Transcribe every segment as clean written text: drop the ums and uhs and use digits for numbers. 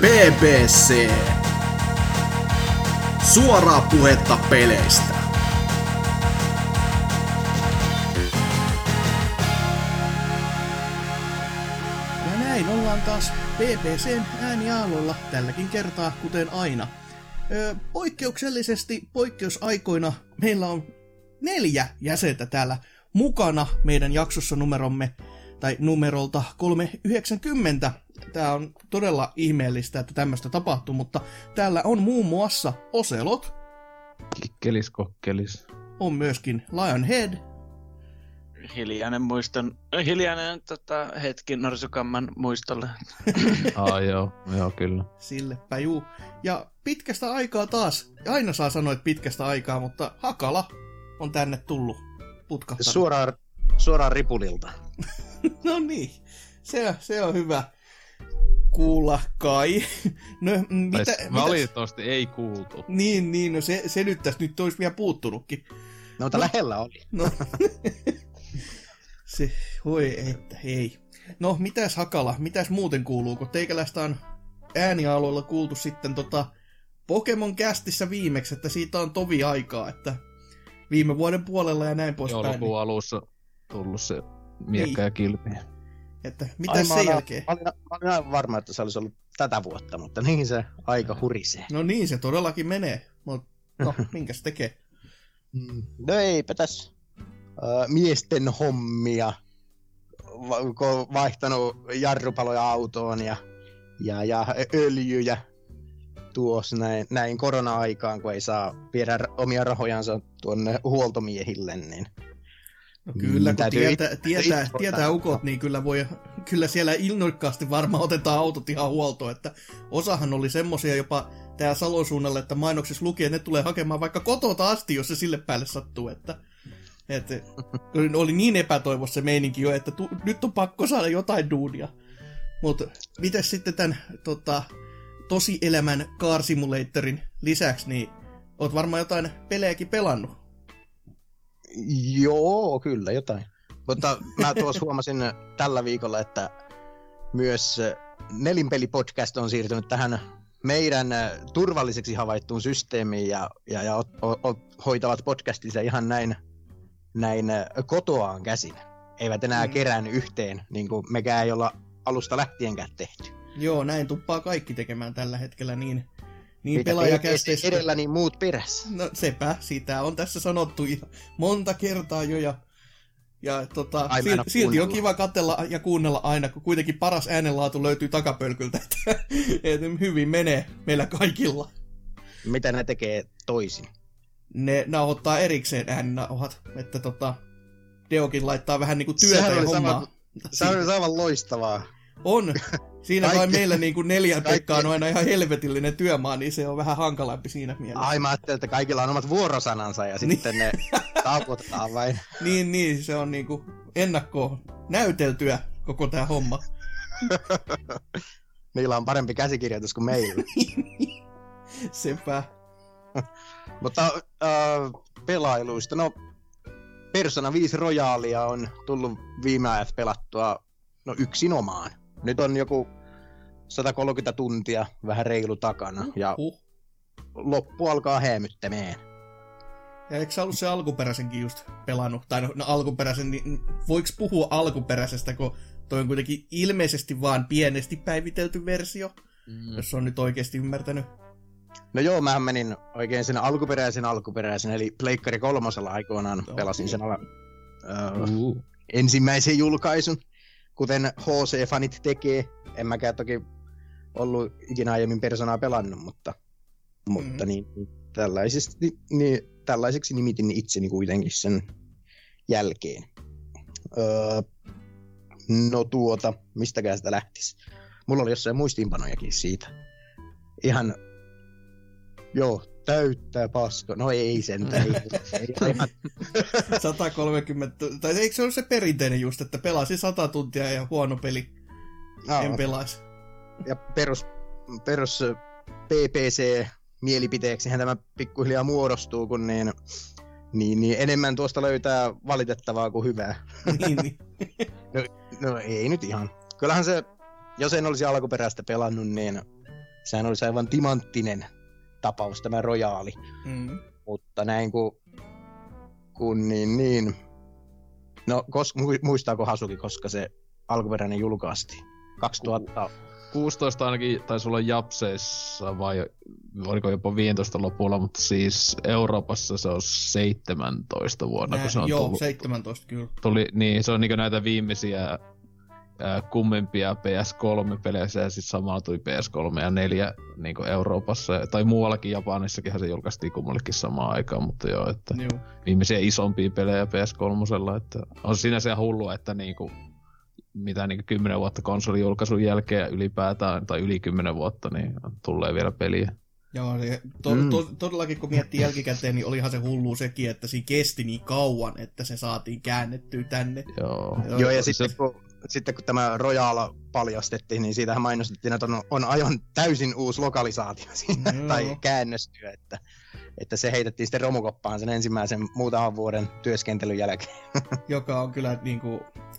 BBC. Suoraa puhetta peleistä. Ja näin ollaan taas BBCn ääniaaloilla tälläkin kertaa, kuten aina. Poikkeuksellisesti poikkeusaikoina meillä on 4 jäsentä täällä mukana meidän jaksossa numerolta 390. Tää on todella ihmeellistä, että tämmöistä tapahtuu, mutta täällä on muun muassa Ocelot. Kikkelis kokkelis. On myöskin Lionhead. Hiljainen hetki Norsukamman muistolle. Joo, kyllä. Sillepä juu. Ja pitkästä aikaa taas, aina saa sanoa, että pitkästä aikaa, mutta Hakala on tänne tullut putkahtanut. Suoraan Ripulilta. No niin, se on hyvä kuulla kai. No, valitettavasti ei kuultu. Niin, no se nyt tässä nyt olisi vielä puuttunutkin. No, mutta lähellä oli. No. Voi että hei. No, mitäs Hakala, mitäs muuten kuuluu, kun teikäläistä on ääniaaloilla kuultu sitten Pokemon Castissä viimeksi, että siitä on tovi aikaa, että viime vuoden puolella ja näin poispäin. Joulukuun alussa tullut se miekka ja kilpi. Että mitäs sen jälkeen? Mä olin aivan varma, että se olisi ollut tätä vuotta, mutta niin se aika hurisee. No niin, se todellakin menee. Mutta no, minkäs tekee? No eipä tässä miesten hommia. Vaihtanut jarrupaloja autoon ja öljyjä tuossa näin korona-aikaan, kun ei saa viedä omia rahojansa tuonne huoltomiehille, niin no kyllä, kun tietää ukot, niin kyllä siellä innoikkaasti varmaan otetaan autot ihan huoltoon, että osahan oli semmosia jopa tää Salon suunnalle, että mainoksissa luki, että ne tulee hakemaan vaikka kotota asti, jos se sille päälle sattuu, että oli niin epätoivossa se meininki jo, että nyt on pakko saada jotain duunia. Mutta mites sitten tämän tosielämän Car Simulatorin lisäksi, niin oot varmaan jotain pelejäkin pelannut? Joo, kyllä jotain. Mutta mä tuossa huomasin tällä viikolla, että myös Nelinpeli-podcast on siirtynyt tähän meidän turvalliseksi havaittuun systeemiin ja hoitavat podcastinsa ihan näin kotoaan käsin. Eivät enää kerään yhteen, niin kuin mekään ei olla alusta lähtienkään tehty. Joo, näin tuppaa kaikki tekemään tällä hetkellä niin pelaajakästeistä. Edellä niin muut perässä. No sepä, sitä on tässä sanottu monta kertaa jo ja silti on kiva katsella ja kuunnella aina, kun kuitenkin paras äänenlaatu löytyy takapölkyltä, että hyvin menee meillä kaikilla. Mitä ne tekee toisin? Ne nauhoittaa erikseen ääninauhat, että Deokin laittaa vähän niinku työtä ja hommaa. Se on aivan loistavaa. On. Siinä kai meillä niinku 4 Pekkaa on aina ihan helvetillinen työmaa, niin se on vähän hankalampi siinä mielessä. Ai mä ajattelin, että kaikilla on omat vuorosanansa ja sitten ne taukotetaan vain. Niin, se on niinku ennakkoon näyteltyä koko tää homma. Niillä on parempi käsikirjoitus kuin meillä. Sepä. Mutta pelailuista, no Persona 5 Royalia on tullut viime ajat pelattua yksinomaan. Nyt on joku 130 tuntia, vähän reilu takana, ja loppu alkaa häämyttämään. Ja eikö sä ollut se alkuperäisenkin just pelannut? Tai no alkuperäisen, niin voiko puhua alkuperäisestä, kun toi on kuitenkin ilmeisesti vaan pienesti päivitelty versio, jos on nyt oikeasti ymmärtänyt? No joo, mä menin oikein sen alkuperäisen, eli Pleikkari 3 aikoinaan pelasin sen ensimmäisen julkaisun, kuten HC-fanit tekee. En mäkään toki ollut ikinä aiemmin Personaa pelannut, mutta tällaiseksi nimitin itseni kuitenkin sen jälkeen. Mistäkään sitä lähtisi? Mulla oli jossain muistiinpanojakin siitä. Ihan, joo, täyttää pasko. No ei sentään. Ei 130, tai eikö se ole se perinteinen just, että pelasi 100 tuntia ja huono peli? En pelaisi. Ja perus PPC-mielipiteeksihän tämä pikkuhiljaa muodostuu, kun niin enemmän tuosta löytää valitettavaa kuin hyvää. Niin. No ei nyt ihan. Kyllähän se, jos en olisi alkuperäistä pelannut, niin sehän oli aivan timanttinen tapaus, tämä rojaali. Mutta näin kun niin. No, muistaako Hasuki, koska se alkuperäinen julkaistiin? 2016 ainakin taisi olla Japseissa, vai oliko jopa 15 lopulla, mutta siis Euroopassa se on 17 vuonna, kun se on tullut. 17 kyllä. Niin, se on niinku näitä viimeisiä kummempia PS3-pelejä, ja siis samalla tuli PS3 ja 4 niinku Euroopassa, tai muuallakin Japanissakinhan se julkaistiin kummallekin samaan aikaan, mutta joo, että viimeisiä isompia pelejä PS3, että on siinä se hullua, että niinku mitä niinku 10 vuotta konsolijulkaisun jälkeen ylipäätään, tai yli 10 vuotta, niin tulee vielä peliä. Joo, todellakin kun miettii jälkikäteen, niin olihan se hullu sekin, että siinä kesti niin kauan, että se saatiin käännettyä tänne. Joo, ja sitten kun tämä Royal paljastettiin, niin siitähän mainostettiin, että on aivan täysin uusi lokalisaatio siinä, tai käännöstyö, että se heitettiin sitten romukoppaan sen ensimmäisen muutaman vuoden työskentelyn jälkeen. Joka on kyllä niinku...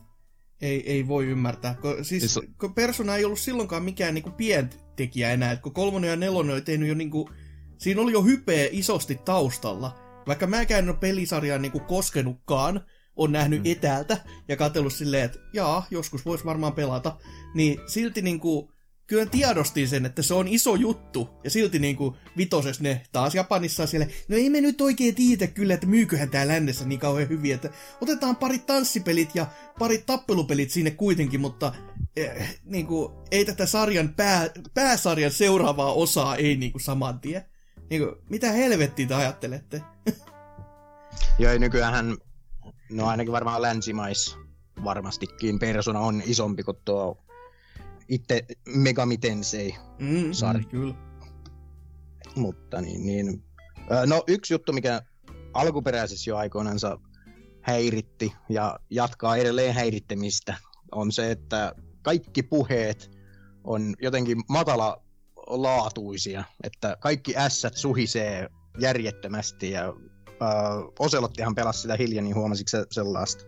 Ei voi ymmärtää. Kun Persona ei ollut silloinkaan mikään niinku pientekijä enää, että kun 3 ja 4 oli tehnyt jo niinku... Siinä oli jo hypeä isosti taustalla. Vaikka mäkään en ole pelisarjaa niinku koskenutkaan, on nähnyt etäältä ja katsellut silleen, että joskus vois varmaan pelata, niin silti niinku... Kyllä tiedostin sen, että se on iso juttu, ja silti niinku vitoses ne taas Japanissa siellä, no ei me nyt oikein tiedä kyllä, että myyköhän tää lännessä niin kauhean hyvin, että otetaan parit tanssipelit ja parit tappelupelit sinne kuitenkin, mutta niinku, ei tätä sarjan pääsarjan seuraavaa osaa ei niinku saman tien. Niinku, mitä helvettiä te ajattelette? Joo, nykyäänhän, no ainakin varmaan länsimaissa varmastikin Persona on isompi kuin tuo itse Megami Tensei sarja. Kyllä. Mutta niin. No yksi juttu, mikä alkuperäisessä jo aikoinansa häiritti ja jatkaa edelleen häirittemistä, on se, että kaikki puheet on jotenkin matalalaatuisia, että kaikki ässät suhisee järjettömästi ja Oselottihan pelasi sitä hiljaa, niin huomasitko sä sellaista?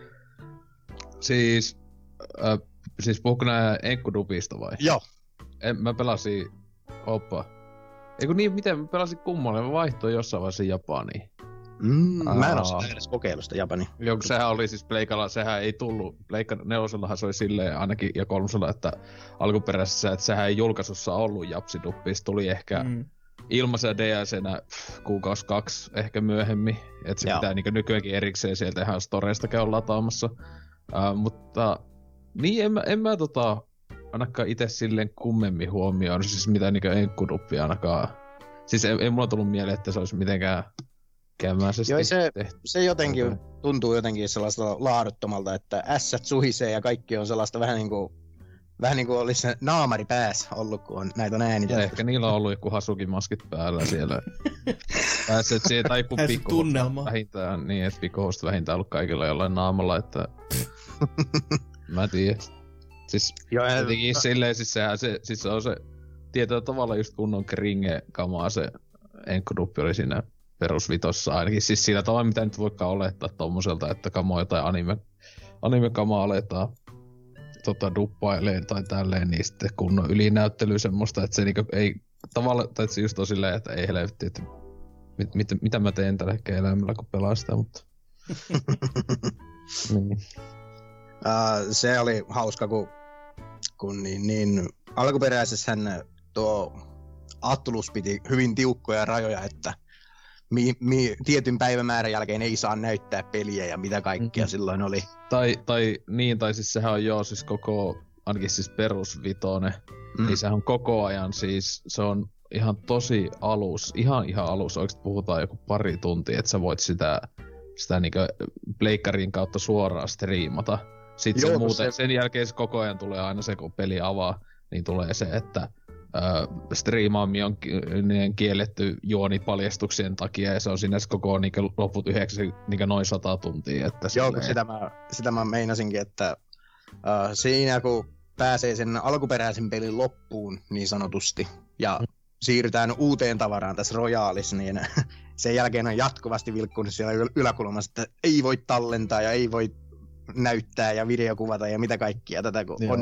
Siis puhuuko nää Enkkudupista vai? Joo. Mä pelasin... Eiku niin, miten mä pelasin kummalle? Mä vaihtoin jossain vaiheessa Japaniin. Mä en oo edes kokeillut sitä Japania. Joo, sehän oli siis Pleikalla, sehän ei tullut. Pleikka 4:llahan se oli silleen ainakin ja 3:lla, että alkuperäisessä, että sehän ei julkaisussa ollut Japsiduppi. Se tuli ehkä ilmaisen DLCnä kuukausi 2 ehkä myöhemmin. Että se pitää niinku nykyäänkin erikseen sieltä ihan Storesta käydä lataamassa. Mutta... Niin, en mä ainakaan itse silleen kummemmin huomioon, siis mitä niinku Enkkuduppi ainakaan. Siis ei mulla tullut mieleen, että se olisi mitenkään kämmäisesti tehty. Se jotenkin tuntuu jotenkin sellaista laaduttomalta, että ässät suhisee ja kaikki on sellaista vähän niin kuin olisi se naamari päässä ollut, kun on näitä äänitetty. Ehkä niillä on ollut joku Hasuki-maskit päällä siellä. Pääset siihen tai joku pikkuhosta vähintään, niin että pikkuhosta vähintään ollut kaikilla jollain naamalla, että... Mä tiedän. Siis jotenkin silleen, siis se on se tietyllä tavalla just kunnon kringe-kamaa se Enkkuduppi oli siinä perusvitossa ainakin. Siis sillä tavalla, mitä nyt voikaan olettaa tommoselta, että kamaa jotain anime-kamaa aletaan duppaileen tai tälleen, niin sitten kunnon ylinäyttely semmoista, että se niinku ei tavallaan, tai se just on silleen, että ei helvetti, että mitä mä teen tällä hetkellä elämällä, kun pelaa sitä, mutta... niin. Se oli hauska, kun niin alkuperäisessähän tuo Atlus piti hyvin tiukkoja rajoja, että tietyn päivämäärän jälkeen ei saa näyttää peliä ja mitä kaikkea silloin oli. Tai siis sehän on siis koko, ainakin siis perusvitonen, niin sehän on koko ajan siis, se on ihan tosi ihan alus, oikeesti puhutaan joku pari tuntia, että sä voit sitä niinku pleikkarin kautta suoraan striimata. Sitten sen jälkeen se koko ajan tulee aina se, kun peli avaa, niin tulee se, että striimaaminen on kielletty juonipaljastuksien takia, ja se on siinä koko loput 9 noin 100 tuntia. Että joo, kun sitä mä meinasinkin, että siinä kun pääsee sen alkuperäisen pelin loppuun niin sanotusti, ja siirrytään uuteen tavaraan tässä Royalissa, niin sen jälkeen on jatkuvasti vilkkunut siellä yläkulmassa, että ei voi tallentaa ja ei voi näyttää ja videokuvata ja mitä kaikkia tätä, kun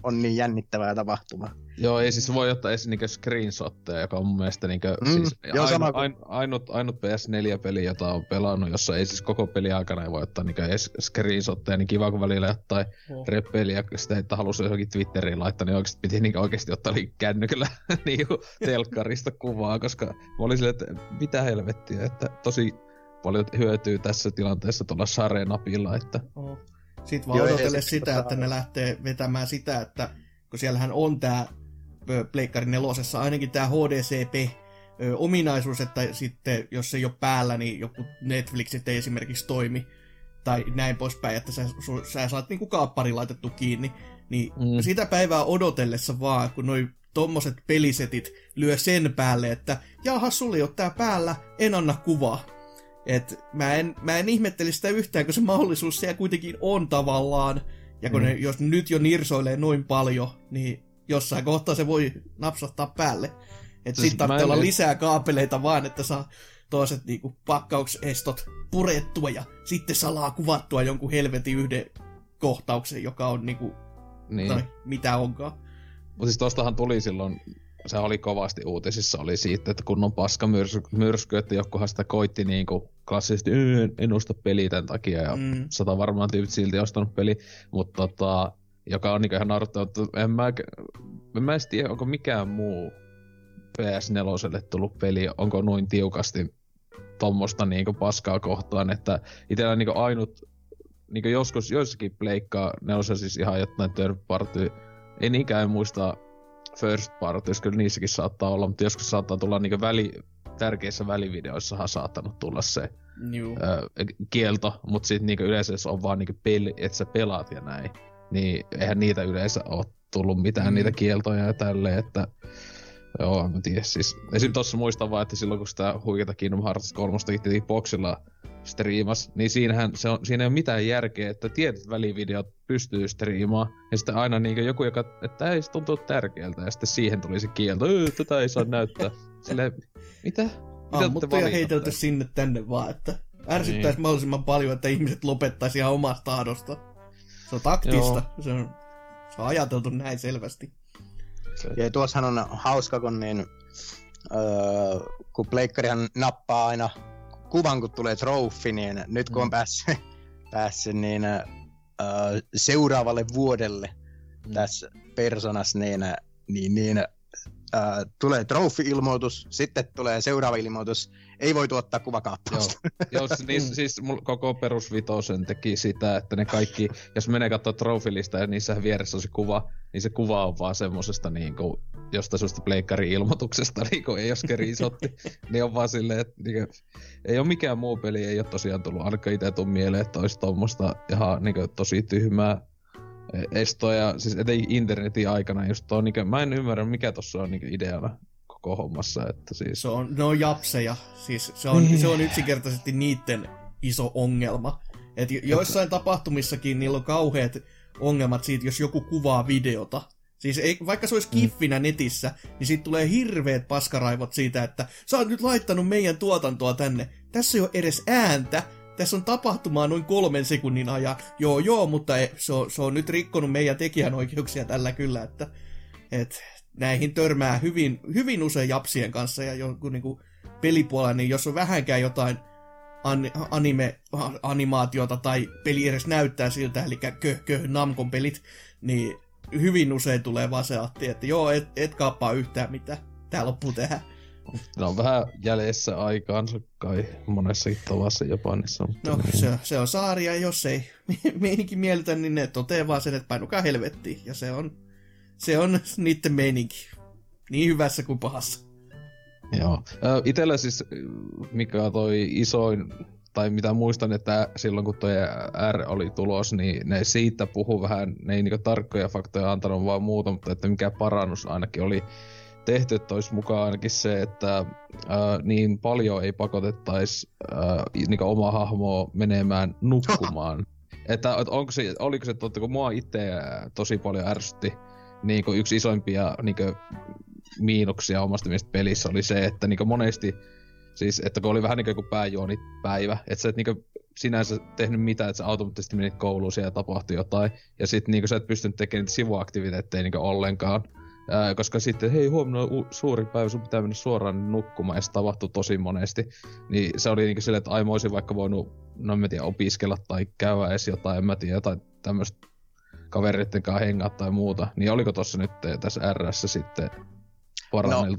on niin jännittävää tapahtumaa. Joo, ei siis voi ottaa edes niinkö screenshotteja, joka on mun mielestä niinkö siis ainut PS4-peli, jota on pelannut, jossa ei siis koko peli aikana ei voi ottaa niinkö edes screenshotteja, niin kiva kun välillä jotain repeliä, sitä että halusi johonkin Twitteriin laittaa, niin oikeesti piti niinkö oikeesti ottaa kännykällä niinku telkkarista kuvaa, koska mä olin silleen, että mitä helvettiä, että tosi paljon hyötyy tässä tilanteessa tuolla Share-napilla, että... Sitten vaan odotelle sitä, että ne lähtee vetämään sitä, että kun siellähän on tää Pleikkari 4:ssa ainakin tää HDCP-ominaisuus, että sitten jos se ei ole päällä, niin joku Netflixit ei esimerkiksi toimi, tai näin poispäin, että sä saat niinku kaappari laitettu kiinni, niin sitä päivää odotellessa vaan, kun noi tommoset pelisetit lyö sen päälle, että jaha, sulla ei ole tää päällä, en anna kuvaa. Et mä en ihmetteli sitä yhtään, kun se mahdollisuus siellä kuitenkin on tavallaan. Ja kun ne, jos nyt jo nirsoilee noin paljon, niin jossain kohtaa se voi napsahtaa päälle. Et sit tarvitsee olla lisää kaapeleita vaan, että saa toiset niinku pakkausestot purettua ja sitten salaa kuvattua jonkun helvetin yhden kohtauksen, joka on niinku, tai mitä onkaan. Mutta siis tostahan tuli silloin, se oli kovasti uutisissa, oli siitä, että kun on paskamyrsky, että jokuhan sitä koitti niinku klassisesti, en osta peliä tämän takia, ja 100 varmaan tyypit silti ostanut peli, mutta joka on niinku ihan naurettava, että en mä edes tiedä, onko mikään muu PS4:lle tullut peli, onko noin tiukasti tommoista niinku paskaa kohtaan, että itellä niinku ainut, niinku joskus joissakin pleikkaa, ne on siis ihan jotain third party, ei niinkään muista first parties, kyllä niissäkin saattaa olla, mutta joskus saattaa tulla niinku tärkeissä välivideoissahan saattanut tulla se kielto, mutta sit niinku yleensä jos on vaan niinku että sä pelaat ja näin, niin eihän niitä yleensä oo tullut mitään niitä kieltoja ja tälleen, että joo, mä tiedä siis. Esim. Tossa muistan vaan, että silloin kun sitä huikeata Kingdom Hearts 3 boxilla striimas, niin siinä ei ole mitään järkeä, että tietyt välivideot pystyy striimaan, ja sitten aina niinku joku, että ei se tuntuu tärkeältä, ja sitten siihen tuli se kielto, tätä ei saa näyttää. Silleen, mitä? Ammuttu ja heitelty sinne tänne vaan, että ärsyttäisi mahdollisimman paljon, että ihmiset lopettaisi ihan omasta tahdosta. Se on taktista, se on ajateltu näin selvästi. Ja tuossahan on hauska, kun kun pleikkarihan nappaa aina kuvan, kun tulee trofi, niin nyt kun on päässyt niin, seuraavalle vuodelle tässä Personassa, niin tulee trofi-ilmoitus, sitten tulee seuraava ilmoitus, ei voi tuottaa kuvakaappausta. Joo, siis koko perusvitosen teki sitä, että ne kaikki, jos menee katsoa trofilista ja niissä vieressä on se kuva, niin se kuva on vaan semmosesta niinku, jostain sellaista pleikkari-ilmoituksesta, niinku ei ole screenshotti, niin on vaan silleen, että niinku, ei ole mikään muu peli, ei ole tosiaan tullut, ainakaan itse tuu mieleen, että olisi tommoista ihan niinku, tosi tyhmää estoja, siis etenkin internetin aikana just on niinku, mä en ymmärrä mikä tossa on niinku ideana koko hommassa, että siis... Ne on japseja, siis se on yksinkertaisesti niitten iso ongelma. Et joissain tapahtumissakin niillä on kauheat ongelmat siitä, jos joku kuvaa videota. Siis vaikka se olisi giffinä netissä, niin siitä tulee hirveät paskaraivot siitä, että sä oot nyt laittanut meidän tuotantoa tänne. Tässä ei ole edes ääntä. Tässä on tapahtumaa noin 3 sekunnin ajan. Joo, mutta se on nyt rikkonut meidän tekijänoikeuksia tällä kyllä, että näihin törmää hyvin usein japsien kanssa ja jonkun niinku pelipuolella, niin jos on vähänkään jotain animaatiota tai peli edes näyttää siltä, eli Namcon pelit, niin hyvin usein tulee vaan se atti, että joo, et kaappaa yhtään mitään. Tää loppuu tehdä. Ne on vähän jäljessä aikaansa kai monessakin tavassa Japanissa. Mutta no se on saaria, jos ei meininki miellytä, niin ne toteaa vaan sen, että painukaa helvettiin. Ja se on niitten meininki. Niin hyvässä kuin pahassa. Joo. Itellä siis, mikä toi isoin, tai mitä muistan, että silloin kun toi R oli tulos, niin ne siitä puhu vähän, ne ei niinku tarkkoja faktoja antanut vaan muuta, mutta että mikä parannus ainakin oli tehty, että olisi mukaan ainakin se, että niin paljon ei pakotettaisi niinku omaa hahmoa menemään nukkumaan. Että oliko se totta, kun mua itse tosi paljon ärsytti, niinku yksi isoimpia niinku miinuksia omasta mielestä pelissä oli se, että niinku monesti, siis että kun oli vähän niinku joku pääjuonipäivä, että sä et niinku sinänsä tehnyt mitään, että sä automaattisesti menit kouluun ja tapahtui jotain. Ja sit niinku sä et pystynyt tekemään niitä sivuaktiviteetteja niinku ollenkaan. Koska sitten, hei, huomenna on suuri päivä, sun pitää mennä suoraan nukkumaan, ja se tapahtui tosi monesti. Niin se oli niinku silleen, että ai mä olisin vaikka voinut, no en mä tiedä, opiskella tai käydä edes jotain, en mä tiedä, jotain tämmöstä kavereitten kanssa hengaa tai muuta. Niin oliko tossa nyt tässä RS sitten paranneltu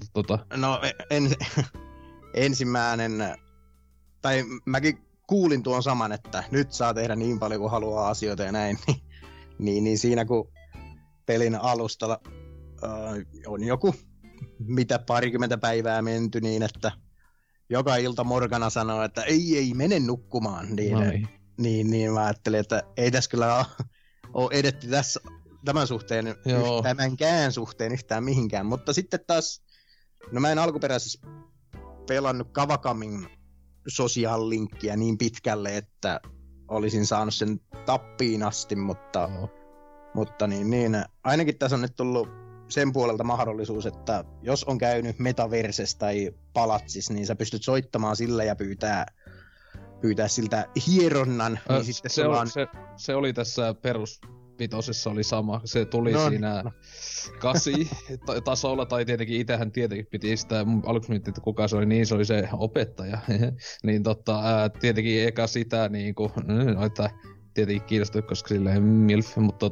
ensimmäinen, tai mäkin kuulin tuon saman, että nyt saa tehdä niin paljon kuin haluaa asioita ja näin, niin siinä kun pelin alustalla on joku mitä 20 päivää menty niin, että joka ilta Morgana sanoo, että ei mene nukkumaan, niin mä ajattelin, että ei tässä kyllä ole edetty tämän suhteen tämänkään suhteen yhtään mihinkään, mutta sitten taas, no mä en alkuperäisesti pelannut Kawakamin social-linkkiä niin pitkälle, että olisin saanut sen tappiin asti, mutta ainakin tässä on nyt tullut sen puolelta mahdollisuus, että jos on käynyt Metaverses tai Palatsis, niin sä pystyt soittamaan sillä ja pyytää siltä hieronnan. Niin sitten se oli tässä perusvitosessa oli sama. Se tuli siinä 8 tasolla, tai tietenkin piti sitä, aluksi mietin, että kuka se oli, niin se oli se opettaja. Niin tietenkin eka sitä niinku, että tietenkin kiinnostaa, koska silleen milf, mutta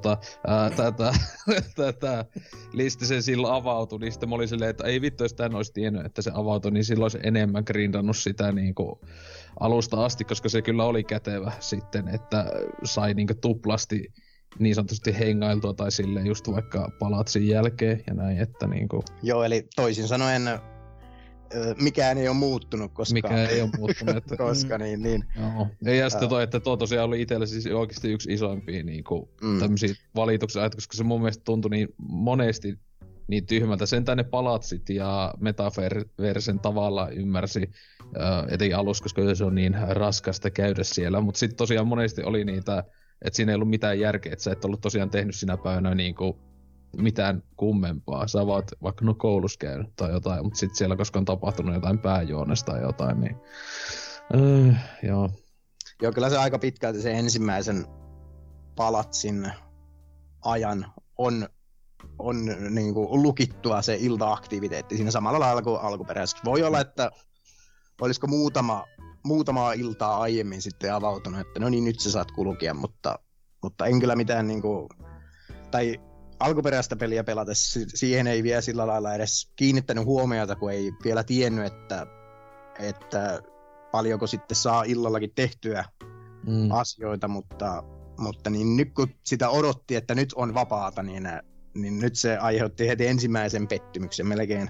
tätä listi se silloin avautui, niin sitten mä olin silleen, että ei vittu, jos tän olisi tiennyt, että se avautui, niin silloin olisi enemmän grindannut sitä niinku alusta asti, koska se kyllä oli kätevä sitten, että sai niinku tuplasti niin sanotusti hengailtua tai silleen just vaikka palatsin jälkeen ja näin, että niinku. Joo, eli toisin sanoen mikään ei ole muuttunut, koska... Mikään ei ole muuttunut, että... koska niin. Joo. Ja sitten että tuo tosiaan oli itselle siis oikeasti yksi isoimpia niinku tämmösiä valituksia, koska se mun mielestä tuntui niin monesti niin tyhmältä. Sentään ne palatsit ja Metaversen tavalla ymmärsi etenkin alussa, koska se on niin raskasta käydä siellä. Mutta sitten tosiaan monesti oli niitä, että siinä ei ollut mitään järkeä, että sä et ollut tosiaan tehnyt sinä päivänä niinku mitään kummempaa. Sä oot vaikka koulussa käynyt tai jotain, mutta sitten siellä koska on tapahtunut jotain pääjuonesta tai jotain, niin joo. Joo, kyllä se aika pitkälti se ensimmäisen palatsin ajan on niinku lukittua se ilta-aktiviteetti siinä samalla lailla kuin alkuperäisesti. Voi olla, että olisiko muutama iltaa aiemmin sitten avautunut, että no niin, nyt sä saat kulkea, mutta en kyllä mitään niinku, tai alkuperäistä peliä pelatessa siihen ei vielä sillä lailla edes kiinnittänyt huomiota, kun ei vielä tiennyt, että paljonko sitten saa illallakin tehtyä asioita, mutta niin nyt kun sitä odotti, että nyt on vapaata, niin nyt se aiheutti heti ensimmäisen pettymyksen melkein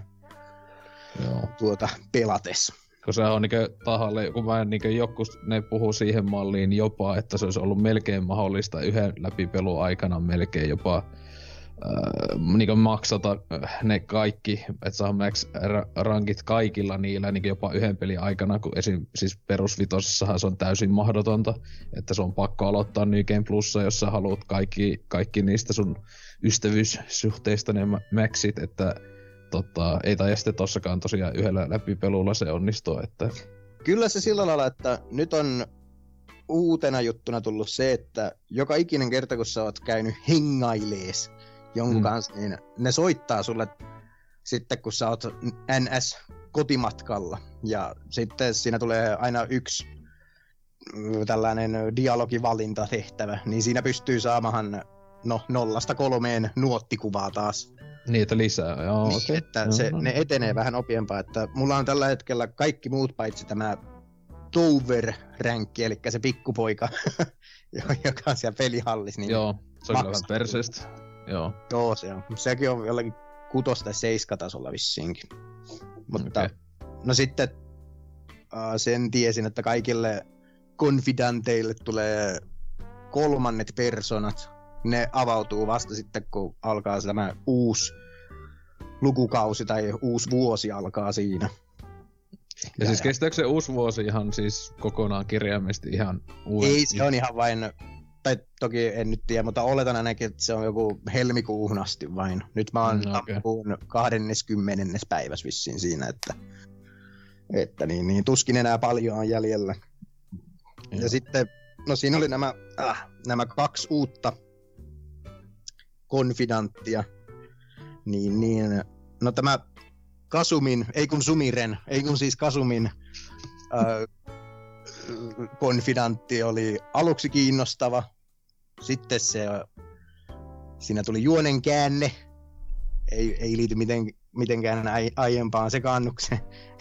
pelatessa. Kun se on tahalle, kun mä joku ne puhuu siihen malliin jopa, että se olisi ollut melkein mahdollista yhden läpipelun aikana melkein jopa maksata ne kaikki, että saa max rankit kaikilla niillä jopa yhden pelin aikana, kun esim. Siis perusvitosessahan se on täysin mahdotonta, että se on pakko aloittaa New Game Plussa, jos sä haluat kaikki niistä sun ystävyyssuhteista ne maxit, että ei tai sitten tossakaan tosiaan yhdellä läpipelulla se onnistuu, että... Kyllä se sillä lailla, että nyt on uutena juttuna tullut se, että joka ikinen kerta, kun sä oot käynyt hengailees jonkun kanssa, niin ne soittaa sulle sitten, kun sä oot NS-kotimatkalla. Ja sitten siinä tulee aina yksi tällainen dialogivalintatehtävä, niin siinä pystyy saamahan 0-3 nuottikuvaa taas. Niitä lisää, joo. Niin, okay. Että ne etenee vähän nopeampaa, että mulla on tällä hetkellä kaikki muut paitsi tämä Tower-ränkki, eli se pikkupoika, joka on siellä pelihallissa. Niin joo, se on kyllä perseestä. Joo, se on. Sekin on jollakin 6 tai 7 tasolla vissiinkin. Mutta no sitten sen tiesin, että kaikille konfidanteille tulee 3. personat. Ne avautuu vasta sitten, kun alkaa tämä uusi lukukausi tai uusi vuosi alkaa siinä. Ja siis kestääkö se uusi vuosi ihan siis kokonaan kirjaimesti ihan uuden? Ei, se on ihan vain, tai toki en nyt tiedä, mutta oletan ainakin, että se on joku helmikuuhun asti vain. Nyt mä oon tammikuun 20. päivässä vissiin siinä, että niin, tuskin enää paljon on jäljellä. Ja sitten, no siinä oli nämä 2 uutta konfidanttia. No tämä Kasumin, Kasumin konfidantti oli aluksi kiinnostava. Sitten siinä tuli juonen käänne. Ei liity mitenkään aiempaan sekaannukseen.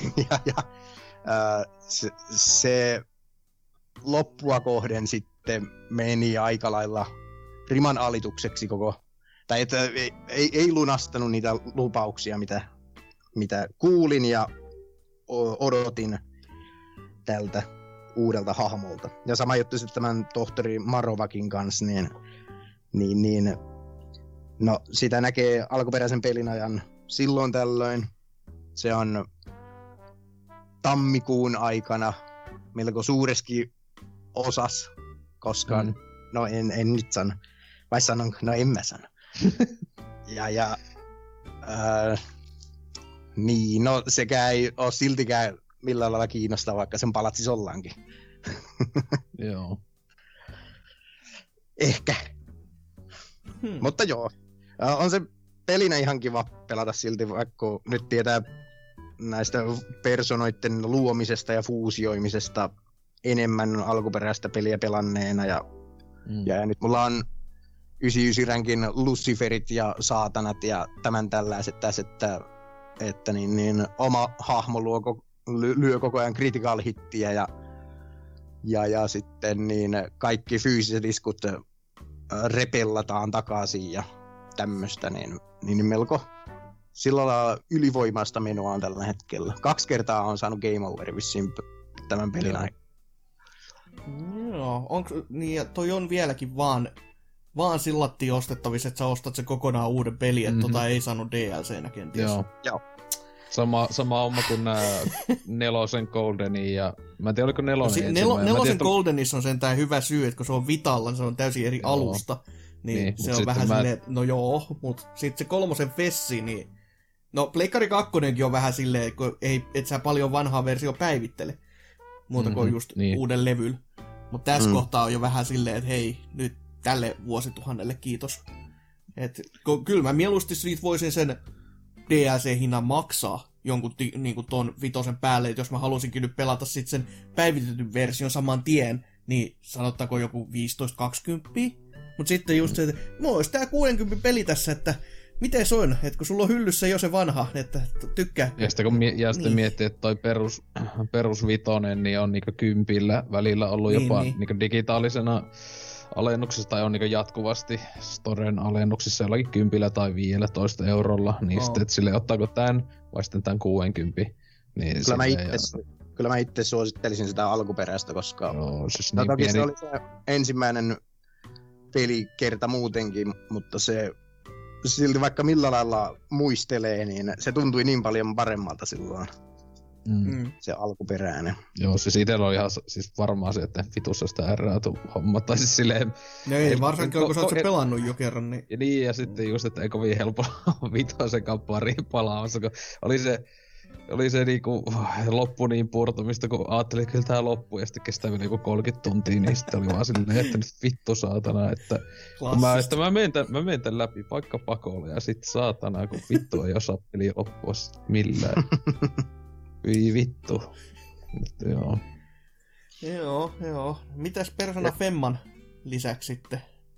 Se loppua kohden sitten meni aika lailla riman alitukseksi tai että ei lunastanut niitä lupauksia, mitä kuulin ja odotin tältä uudelta hahmolta. Ja sama juttu sitten tämän tohtori Marovakin kanssa, niin no sitä näkee alkuperäisen pelin ajan silloin tällöin. Se on tammikuun aikana melko suureskin osas, koska no en nyt sano. Vai sanon, no en mä sano. Niin, no sekään ei ole siltikään millään lailla kiinnostaa, vaikka sen palatsis ollaankin. Joo. Ehkä. Mutta joo, on se pelinä ihan kiva pelata silti, vaikka nyt tietää näistä personoiden luomisesta ja fuusioimisesta enemmän alkuperäistä peliä pelanneena. Ja nyt mulla on 99 Luciferit ja saatanat ja tämän tällaiset tässä, että oma hahmo lyö koko ajan critical hittiä ja sitten kaikki fyysiset iskut repellataan takaisin ja tämmöistä, niin melko sillä lailla ylivoimaista menoa on tällä hetkellä. 2 kertaa on saanut Game Over vissiin tämän pelin aikana. Joo, onko niin, ja toi on vieläkin vaan sillatti ostettavissa, että sä ostat se kokonaan uuden pelin, että ei saanut DLC:nä kenties. Joo. Sama homma kuin nää 4 Goldenin ja... Mä en tiedä, oliko 4 4 Goldenissa on sentään hyvä syy, että kun se on Vitalla, niin se on täysin eri alusta. Niin se on vähän silleen, no joo, mutta sitten se 3 Vessi, niin... No, Pleikkari 2:nkin on vähän silleen, kun et sä paljon vanhaa versiota päivittele. Muuta kuin just uuden levyllä. Mutta tässä kohtaa on jo vähän silleen, että hei, nyt tälle vuosituhannelle kiitos. Kyllä mä mieluusti siitä voisin sen DLC-hinnan maksaa jonkun niinku ton 5 päälle, että jos mä halusinkin nyt pelata sit sen päivitetyn version saman tien, niin sanottaako joku 15-20. Mutta sitten just se, että mulla olisi tää 60 peli tässä, että miten se on, että kun sulla on hyllyssä jo se vanha, että tykkää. Ja sitten kun miettii, että toi perus 5 niin on niinku 10 välillä ollut jopa niinku digitaalisena alennuksessa tai on niinku jatkuvasti Storen alennuksissa jollakin 10 tai 15 eurolla, niin sitten et sille ottaako tän vai sitten tän 60. Niin kyllä mä itse suosittelisin sitä alkuperäistä, koska siis niin toki se oli se ensimmäinen pelikerta muutenkin, mutta se silti vaikka millä lailla muistelee, niin se tuntui niin paljon paremmalta silloin. Se alkuperäinen. Joo, siis itellä on ihan siis varmaan se, että vitussa sitä R-atu homma, tai siis silleen... No ei varsinkin, kun sä oot se pelannut jo kerran, niin... Ja sitten just, että ei kovin helppo vitosenkaan pariin palaamassa, kun oli se niinku loppu niin purtumista, kun ajattelin, että kyllä tää loppuu, ja sitten kestää vielä 30 tuntia, niin sitten oli vaan silleen, että nyt vittu saatana, että... Mä menen tän läpi vaikka pakolla, ja sit saatana, kun vittu ei osaa peli loppua millään. Hyi vittu. Mutta Joo. Mitäs Persona Femman lisäksi sitten?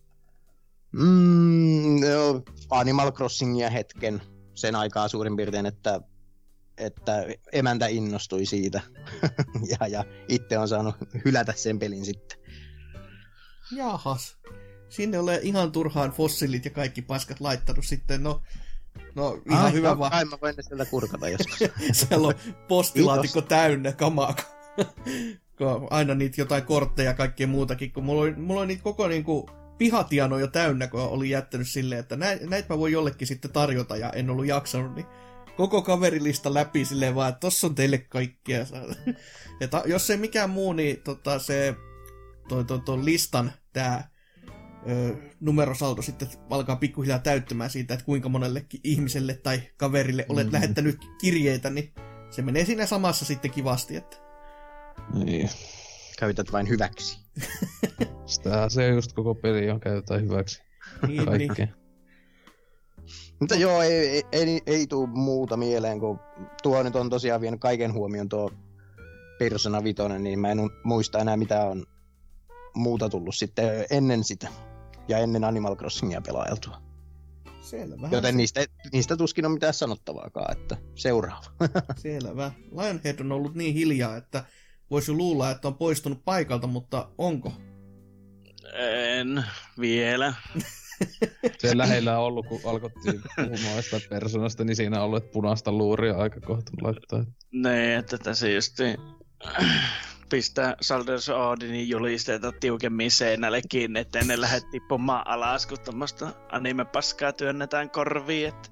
Animal Crossingia hetken sen aikaa suurin piirtein, että emäntä innostui siitä. ja itse on saanut hylätä sen pelin sitten. Jahas. Sinne ole ihan turhaan fossiilit ja kaikki paskat laittanut sitten, no ihan hyvä vaan. Kai mä voin sieltä kurkata joskus. Siellä on postilaatikko täynnä kamaa. Aina niitä jotain kortteja ja kaikkea muutakin, kun mulla oli niitä koko niinku pihatiano jo täynnä, kun oli jättänyt silleen, että näitä mä voin jollekin sitten tarjota ja en ollut jaksanut, niin koko kaverilista läpi silleen vaan, että tossa on teille kaikkea. Ja jos ei mikään muu, niin se toi listan tää numerosaldo sitten alkaa pikkuhiljaa täyttämään siitä, että kuinka monellekin ihmiselle tai kaverille olet lähettänyt kirjeitä, niin se menee siinä samassa sitten kivasti. Että... Niin. Käytät vain hyväksi. Sitähän se just koko peli on, käytetään hyväksi. Kaikkea. Mutta joo, ei tuu muuta mieleen, kun tuo nyt on tosiaan vienyt kaiken huomioon tuo Persona 5, niin mä en muista enää mitä on muuta tullut sitten ennen sitä. Ja ennen Animal Crossingia pelailtua. Selvä. Joten niistä tuskin on mitään sanottavaakaan, että seuraava. Selvä. Lionhead on ollut niin hiljaa, että voisi luulla, että on poistunut paikalta, mutta onko? En vielä. Se lähellä on ollut, kun alkottiin puhumaan sitä Personasta, niin siinä on ollut, että punaista luuria aika kohta laittaa. Niin, että tässä just pistää Salders Odinin julisteita tiukemmin seinälle kiinni, ettei ne lähde tippumaan alas, kun tommoista anime-paskaa työnnetään korviin. Että...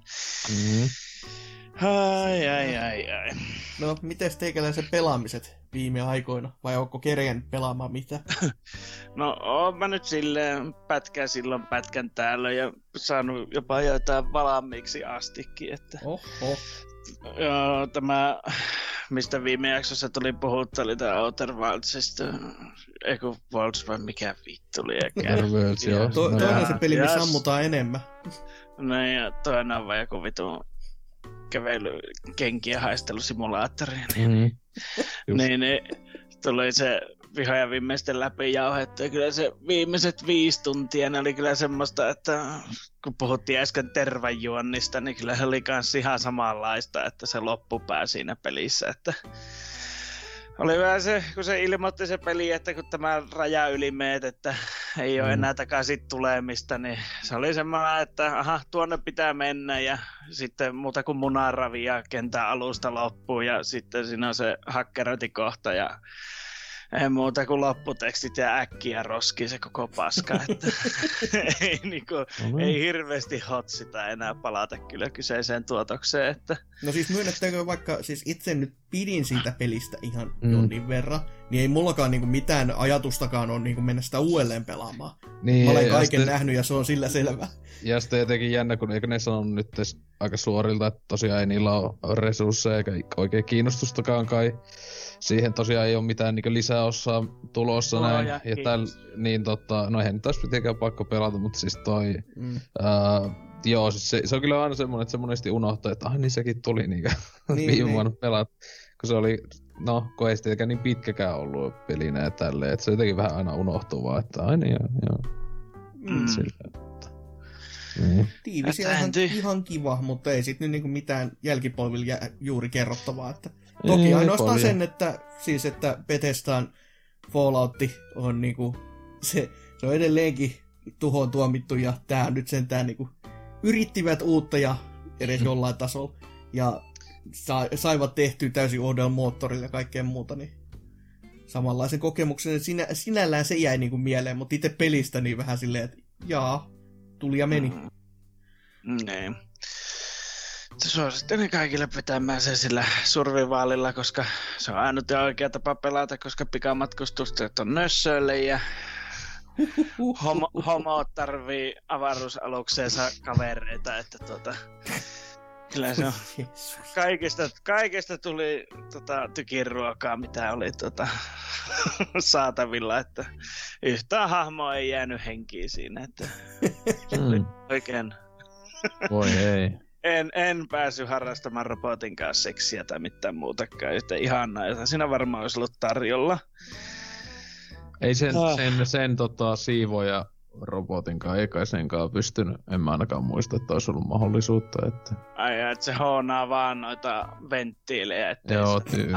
Ai. No, mites teikäläisen pelaamiset viime aikoina? Vai onko kerjännyt pelaamaan mitä? No, oon mä nyt silleen pätkän täällä ja saanut jopa jotain valmiiksi astikin, että... Oho. Joo, tämä, mistä viime jaksossa tuli puhuttu, oli tää Outer Wildsista. Eiku Worlds vai mikä vittu oli. Outer Worlds, joo. Toinen on se peli, missä ammutaan enemmän. No ja toinen on vaan joku vitu kävelykenkiä haistelusimulaattori. Niin tuli se vihoja viimeisten läpi jauhettu. Ja kyllä se viimeiset 5 tuntia ne oli kyllä semmoista, että kun puhuttiin äsken tervajuonnista, niin kyllä se oli kans ihan samanlaista, että se loppupää siinä pelissä. Että oli vähän se, kun se ilmoitti se peli, että kun tämä raja yli meet, että ei ole enää takaisin tulemista, niin se oli semmoinen, että aha, tuonne pitää mennä ja sitten muuta kuin munaravi ja kentän alusta loppuu ja sitten siinä on se hakkerointikohta ja ei muuta kuin lopputekstit ja äkkiä roskii se koko paska, että ei hirveästi hotsita enää palata kyllä kyseiseen tuotokseen. Että... No siis myönnettekö vaikka, siis itse nyt pidin siitä pelistä ihan jonnin verran, niin ei mullakaan niinku mitään ajatustakaan ole niinku mennä sitä uudelleen pelaamaan. Niin, mä olen kaiken nähnyt ja se on sillä selvä. Ja sitten jotenkin jännä, kun eikö ne sanonut nyt aika suorilta, että tosiaan ei niillä ole resursseja eikä oikein kiinnostustakaan kai. Siihen tosiaan ei ole mitään niin lisäosaa tulossa näin. Ja niin no eihän nyt taas mitenkään pakko pelata, mutta siis toi... joo, siis se on kyllä aina semmoinen, että se monesti unohtaa, että niin sekin tuli viime vuonna pelat. Kun se oli, no kun ei sitä niin pitkäkään ollut pelinä ja tälleen, että se jotenkin vähän aina unohtuu vaan, että niin joo. Tiivis ja ihan kiva, mutta ei sit nyt niinku mitään jälkipolvilla juuri kerrottavaa, että toki ainoastaan sen, että Bethesdan Falloutti on niinku, se on edelleenkin tuhoon tuomittu ja tää nyt sentään niinku yrittivät uutta ja edes jollain tasolla ja saivat tehtyä täysin uudella moottorilla ja kaikkea muuta, niin samanlaisen kokemuksen sinällään se jäi niinku mieleen, mutta itse pelistä niin vähän silleen, että jaa, tuli ja meni. Niin. Suosittelen kaikille pitämään sen sillä survivaalilla, koska se on ainut ja oikea tapa pelata, koska pikamatkustukset on nössöille ja homo tarvii avaruusalukseensa kavereita, että kyllä se on kaikesta tuli tykiruokaa, mitä oli saatavilla, että yhtään hahmoa ei jäänyt henkiin siinä, että oikein. Voi ei. En päässyt harrastamaan robotin kanssa seksiä tai mitään muutakaan, että ihanaa, jota siinä varmaan olisi ollut tarjolla. Ei sen siivoja robotinkaan, eikä senkaan pystynyt, en mä ainakaan muista, että olisi ollut mahdollisuutta. Että... Ai, että se hoonaa vaan noita venttiilejä. Joo, tyyli.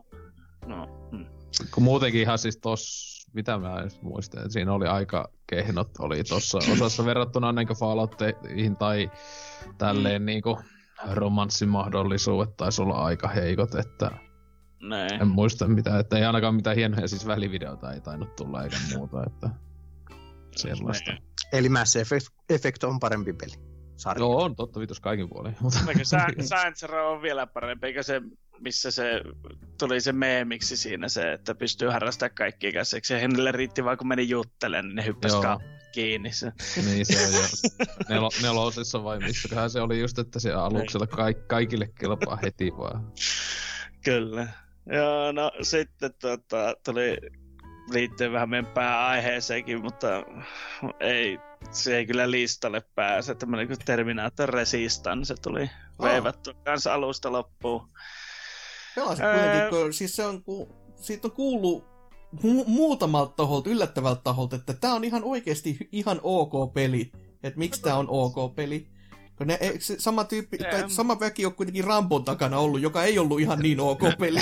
Kun muutenkin ihan siis mitä mä en muista, että siinä oli aika kehnot oli tossa osassa verrattuna niinku Falloutteihin tai tälleen niinku romanssimahdollisuudet taisi olla aika heikot, että en muista mitään, että ei ainakaan mitään hienoja siis välivideota ei tainnut tulla eikä muuta, että sellaista. Eli Mass Effect on parempi peli. Joo, on totta vitus kaikin puolin. Saints Row on vielä parempi, eikä se, missä se tuli se meemiksi siinä se, että pystyy harrastamaan kaikkia käseksi. Ja hänelle riitti vaan kun meni juttelemaan, niin ne hyppäsi kiinni. Niin se on jo nelosessa vai missäköhän se oli just, että siellä aluksella kaikille kelpaa heti vaan. Kyllä. Joo, no sitten tuli liittyy vähän meidän pääaiheeseenkin, mutta se ei kyllä listalle pääse. Tämmöinen kuin Terminator Resistance, se tuli veivattua kanssa alusta loppuun. Pelasin kuitenkin, kun siis siitä on kuullut muutamalta taholta, yllättävältä taholta, että tää on ihan oikeesti ihan ok peli. Että miksi tää on ok peli. Kun sama tyyppi, tai sama väki on kuitenkin Rambon takana ollut, joka ei ollut ihan niin ok peli.